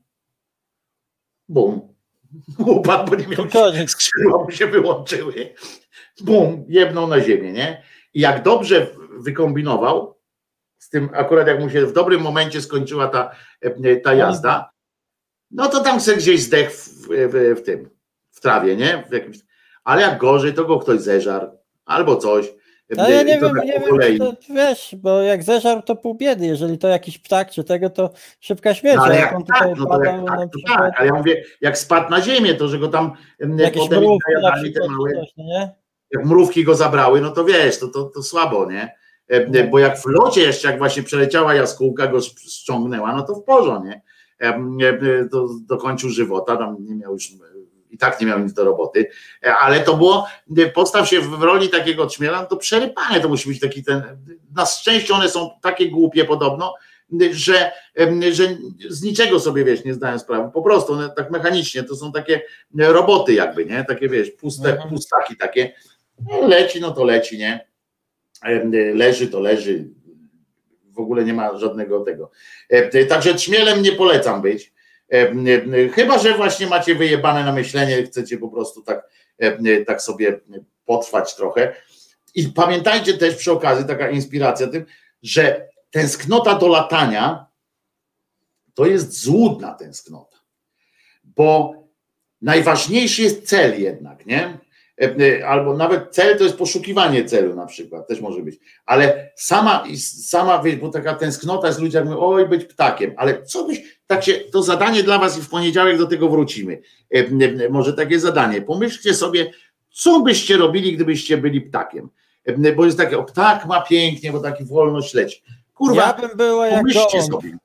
Bum. Upadł, bo nie miał, skrzydła mu się wyłączyły. Bum, jebnął na ziemię, nie? I jak dobrze wykombinował, z tym akurat jak mu się w dobrym momencie skończyła ta, ta jazda, no to tam se gdzieś zdechł w, w, w tym, w trawie, nie? W jakimś, ale jak gorzej, to go ktoś zeżarł, albo coś. No ja nie wiem, tak nie wiem, to, wiesz, bo jak zeżarł, to pół biedy, jeżeli to jakiś ptak czy tego, to szybka śmierć, no, ale jak on tutaj tak, no padał, jak tak, na przykład... tak, ale ja mówię, jak spadł na ziemię, to że go tam potem zajadali te małe, coś, no nie? Jak mrówki go zabrały, no to wiesz, to, to, to słabo, nie? No. Bo jak w locie jeszcze, jak właśnie przeleciała jaskółka, go ściągnęła, no to w porządku, nie? Do, dokończył żywota, tam nie miał już, i tak nie miał nic do roboty, ale to było, postaw się w roli takiego trzmiela, no to przerypane to musi być taki ten, na szczęście one są takie głupie podobno, że, że z niczego sobie, wiesz, nie zdają sprawy, po prostu one tak mechanicznie, to są takie roboty jakby, nie, takie, wiesz, puste, pustaki takie, leci, no to leci, nie, leży, to leży, w ogóle nie ma żadnego tego. Także trzmielem nie polecam być. Chyba że właśnie macie wyjebane na myślenie, chcecie po prostu tak, tak sobie potrwać trochę. I pamiętajcie też przy okazji, taka inspiracja tym, że tęsknota do latania to jest złudna tęsknota. Bo najważniejszy jest cel jednak, nie? Albo nawet cel to jest poszukiwanie celu na przykład, też może być, ale sama, sama wiesz, bo taka tęsknota jest, ludzie mówią, oj, być ptakiem, ale co byś, tak się, to zadanie dla was i w poniedziałek do tego wrócimy, może takie zadanie, pomyślcie sobie, co byście robili, gdybyście byli ptakiem, bo jest takie, o, ptak ma pięknie, bo taki wolność leci, kurwa, ja bym była jak pomyślcie sobie,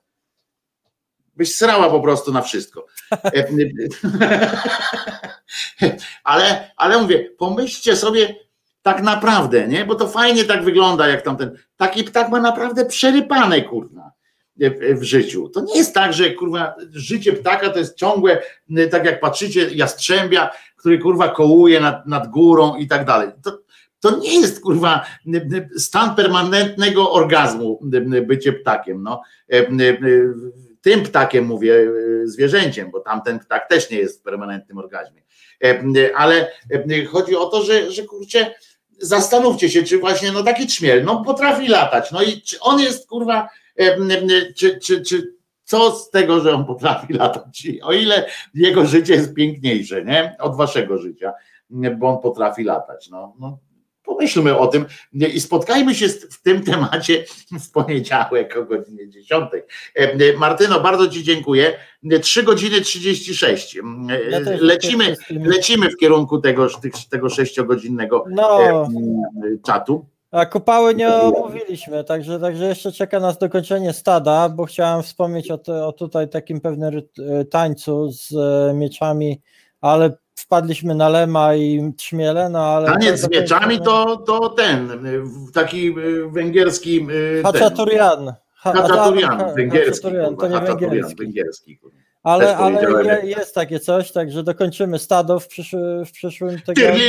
byś srała po prostu na wszystko. ale, ale mówię, pomyślcie sobie tak naprawdę, nie? Bo to fajnie tak wygląda, jak tamten. Taki ptak ma naprawdę przerypane, kurwa, w, w życiu. To nie jest tak, że kurwa, życie ptaka to jest ciągłe, tak jak patrzycie, jastrzębia, który kurwa kołuje nad, nad górą i tak dalej. To, to nie jest kurwa stan permanentnego orgazmu, bycie ptakiem. No. Tym ptakiem mówię, zwierzęciem, bo tamten ptak też nie jest w permanentnym orgazmie. Ale chodzi o to, że, że kurczę, zastanówcie się, czy właśnie no taki trzmiel, no potrafi latać, no i czy on jest kurwa, czy, czy, czy co z tego, że on potrafi latać, o ile jego życie jest piękniejsze, nie, od waszego życia, bo on potrafi latać, no, no pomyślmy o tym i spotkajmy się w tym temacie w poniedziałek o godzinie dziesiątej. Martyno, bardzo Ci dziękuję. trzy godziny trzydzieści sześć. Ja lecimy, lecimy w kierunku tego, tego sześciogodzinnego no. czatu. A kupały nie omówiliśmy, także, także jeszcze czeka nas dokończenie stada, bo chciałem wspomnieć o, te, o tutaj takim pewnym tańcu z mieczami, ale wpadliśmy na Lema i Trzmiele, no ale... Taniec z mieczami to, to ten, taki węgierski... Haczaturian. Haczaturian, węgierski. Haczaturian, to nie węgierski. węgierski. Ale, ale jest takie coś, także dokończymy stado w, przyszły, w przyszłym tygodniu.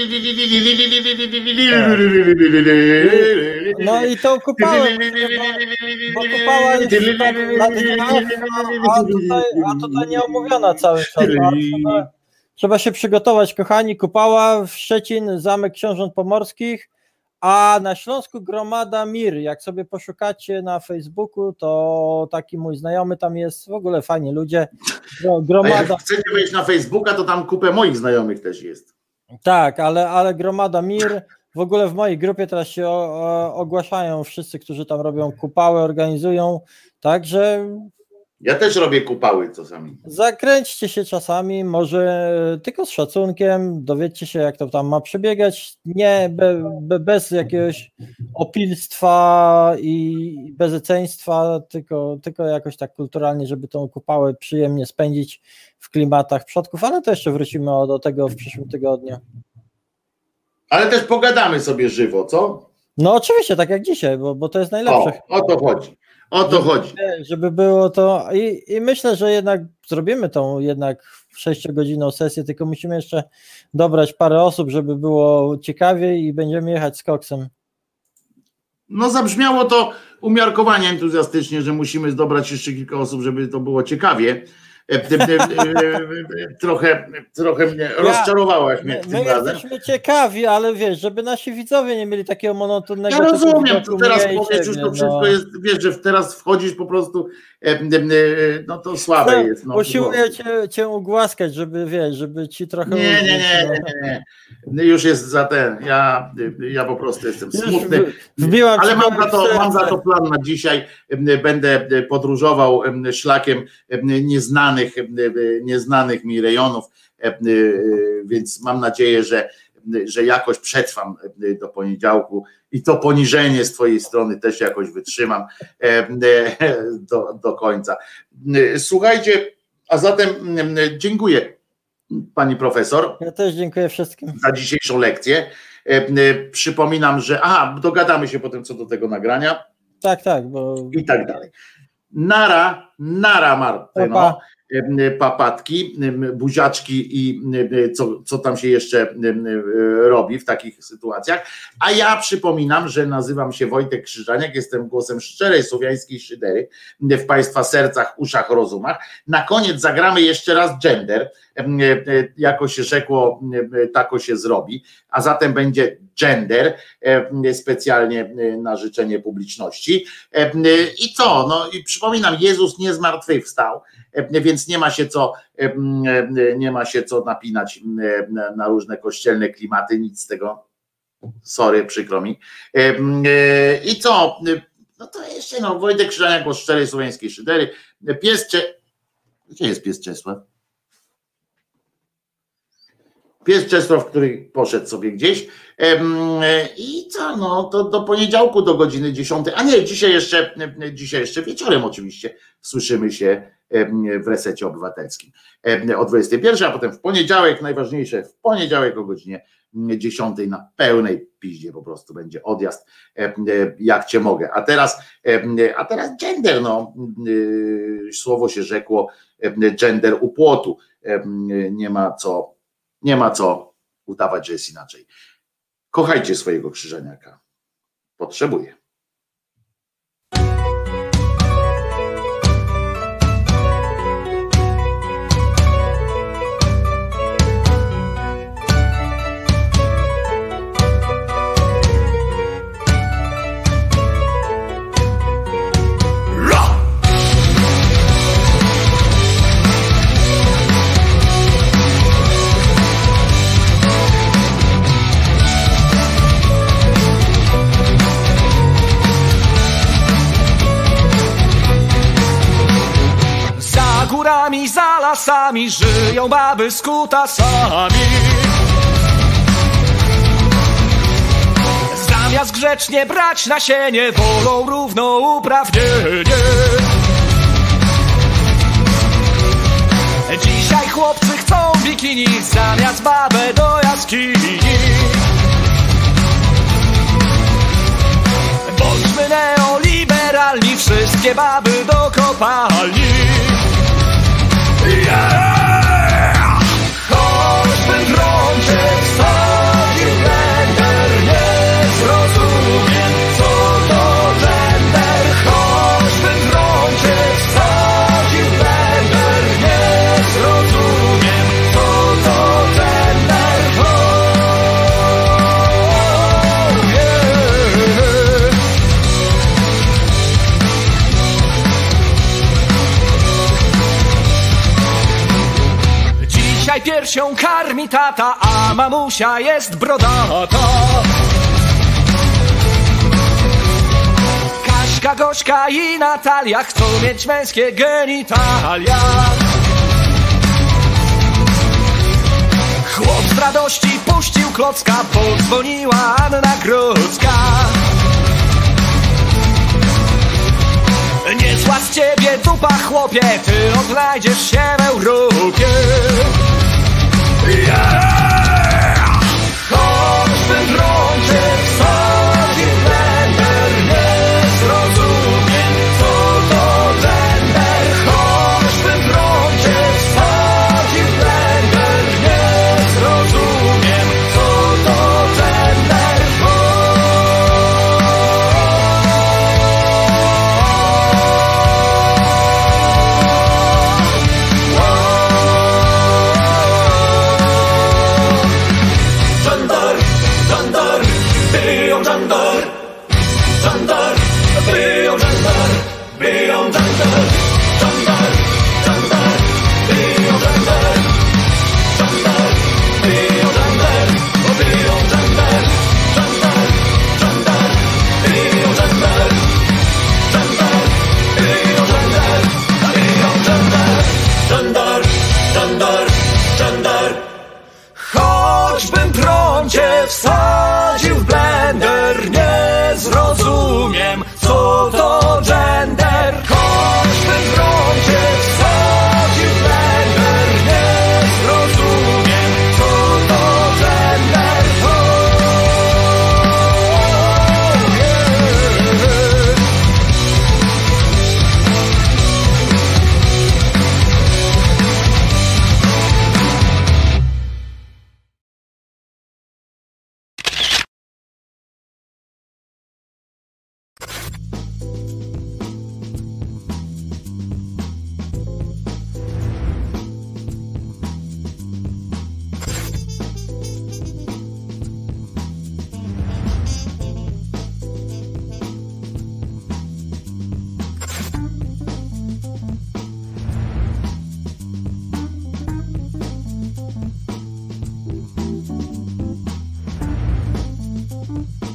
No i to kupałem, bo kupała jest na dniach, a tutaj, a tutaj nie omówiona cały czas. Trzeba, trzeba się przygotować, kochani. Kupała w Szczecin, Zamek Książąt Pomorskich, a na Śląsku Gromada Mir. Jak sobie poszukacie na Facebooku, to taki mój znajomy tam jest, w ogóle fajni ludzie. Gromada... A jak chcecie wejść na Facebooka, to tam kupę moich znajomych też jest. Tak, ale, ale Gromada Mir, w ogóle w mojej grupie teraz się o, o, ogłaszają wszyscy, którzy tam robią kupały, organizują, także... Ja też robię kupały czasami. Zakręćcie się czasami, może tylko z szacunkiem, dowiedzcie się, jak to tam ma przebiegać, nie be, be, bez jakiegoś opilstwa i bezeceństwa, tylko, tylko jakoś tak kulturalnie, żeby tą kupałę przyjemnie spędzić w klimatach przodków, ale to jeszcze wrócimy do tego w przyszłym tygodniu. Ale też pogadamy sobie żywo, co? No oczywiście, tak jak dzisiaj, bo, bo to jest najlepsze. O, o to chodzi. O to żeby, chodzi. Żeby było to i, i myślę, że jednak zrobimy tą jednak sześciogodzinną sesję, tylko musimy jeszcze dobrać parę osób, żeby było ciekawiej i będziemy jechać z koksem. No zabrzmiało to umiarkowanie entuzjastycznie, że musimy dobrać jeszcze kilka osób, żeby to było ciekawie. trochę, trochę mnie ja, rozczarowałaś mnie my, tym my razem. Jesteśmy ciekawi, ale wiesz, żeby nasi widzowie nie mieli takiego monotonnego... Ja rozumiem, to teraz powiesz już to wszystko no. jest, wiesz, że teraz wchodzisz po prostu, no to słabe no, jest. No, usiłuję cię, cię ugłaskać, żeby wiesz, żeby ci trochę... Nie, nie, nie, nie, nie. Już jest za ten, ja, ja po prostu jestem smutny, wbiłam ale mam za, to, mam za to plan na dzisiaj, będę podróżował szlakiem nieznanych nieznanych mi rejonów, więc mam nadzieję, że, że jakoś przetrwam do poniedziałku i to poniżenie z twojej strony też jakoś wytrzymam do, do końca. Słuchajcie, a zatem dziękuję pani profesor. Ja też dziękuję wszystkim za dzisiejszą lekcję. Przypominam, że aha, dogadamy się potem co do tego nagrania. Tak, tak, bo... i tak dalej. Nara, nara Martyno. Opa. Papatki, buziaczki i co, co tam się jeszcze robi w takich sytuacjach. A ja przypominam, że nazywam się Wojtek Krzyżaniak, jestem głosem szczerej słowiańskiej szydery w Państwa sercach, uszach, rozumach. Na koniec zagramy jeszcze raz gender. Jako się rzekło, tako się zrobi. A zatem będzie gender specjalnie na życzenie publiczności. I co? No i przypominam, Jezus nie zmartwychwstał, więc nie ma się co, nie ma się co napinać na różne kościelne klimaty, nic z tego. Sorry, przykro mi. I co? No to jeszcze no, Wojtek Krzyżaniak, głos szczerej słowiańskiej szydery. Pies Cze... Gdzie jest pies Czesław? Pies Czesław, który poszedł sobie gdzieś. I co, no to do poniedziałku do godziny dziesiątej. A nie, dzisiaj jeszcze, dzisiaj jeszcze wieczorem oczywiście słyszymy się w Resecie Obywatelskim o dwudziestej pierwszej, a potem w poniedziałek, najważniejsze, w poniedziałek o godzinie dziesiątej na pełnej piździe po prostu będzie odjazd, jak cię mogę. A teraz, a teraz gender, no, słowo się rzekło, gender u płotu. Nie ma co, nie ma co udawać, że jest inaczej. Kochajcie swojego krzyżaniaka. Potrzebuję. pasami, żyją baby z kutasami. Zamiast grzecznie brać nasienie, wolą równouprawnienie. Dzisiaj chłopcy chcą bikini, zamiast babę do jaskini. Bądźmy neoliberalni, wszystkie baby do kopalni. Yeah! Choćby grącie wstawił blender, nie zrozumiem, co to gender. Choćby grącie wstawił blender, nie zrozumiem, co to gender. Oh, yeah. Dzisiaj piersią karmi tata, a mamusia jest brodata. Kaśka, Gośka i Natalia chcą mieć męskie genitalia. Chłop z radości puścił klocka, podzwoniła Anna Grodzka. Niezła z ciebie dupa, chłopie, ty odnajdziesz się w Europie.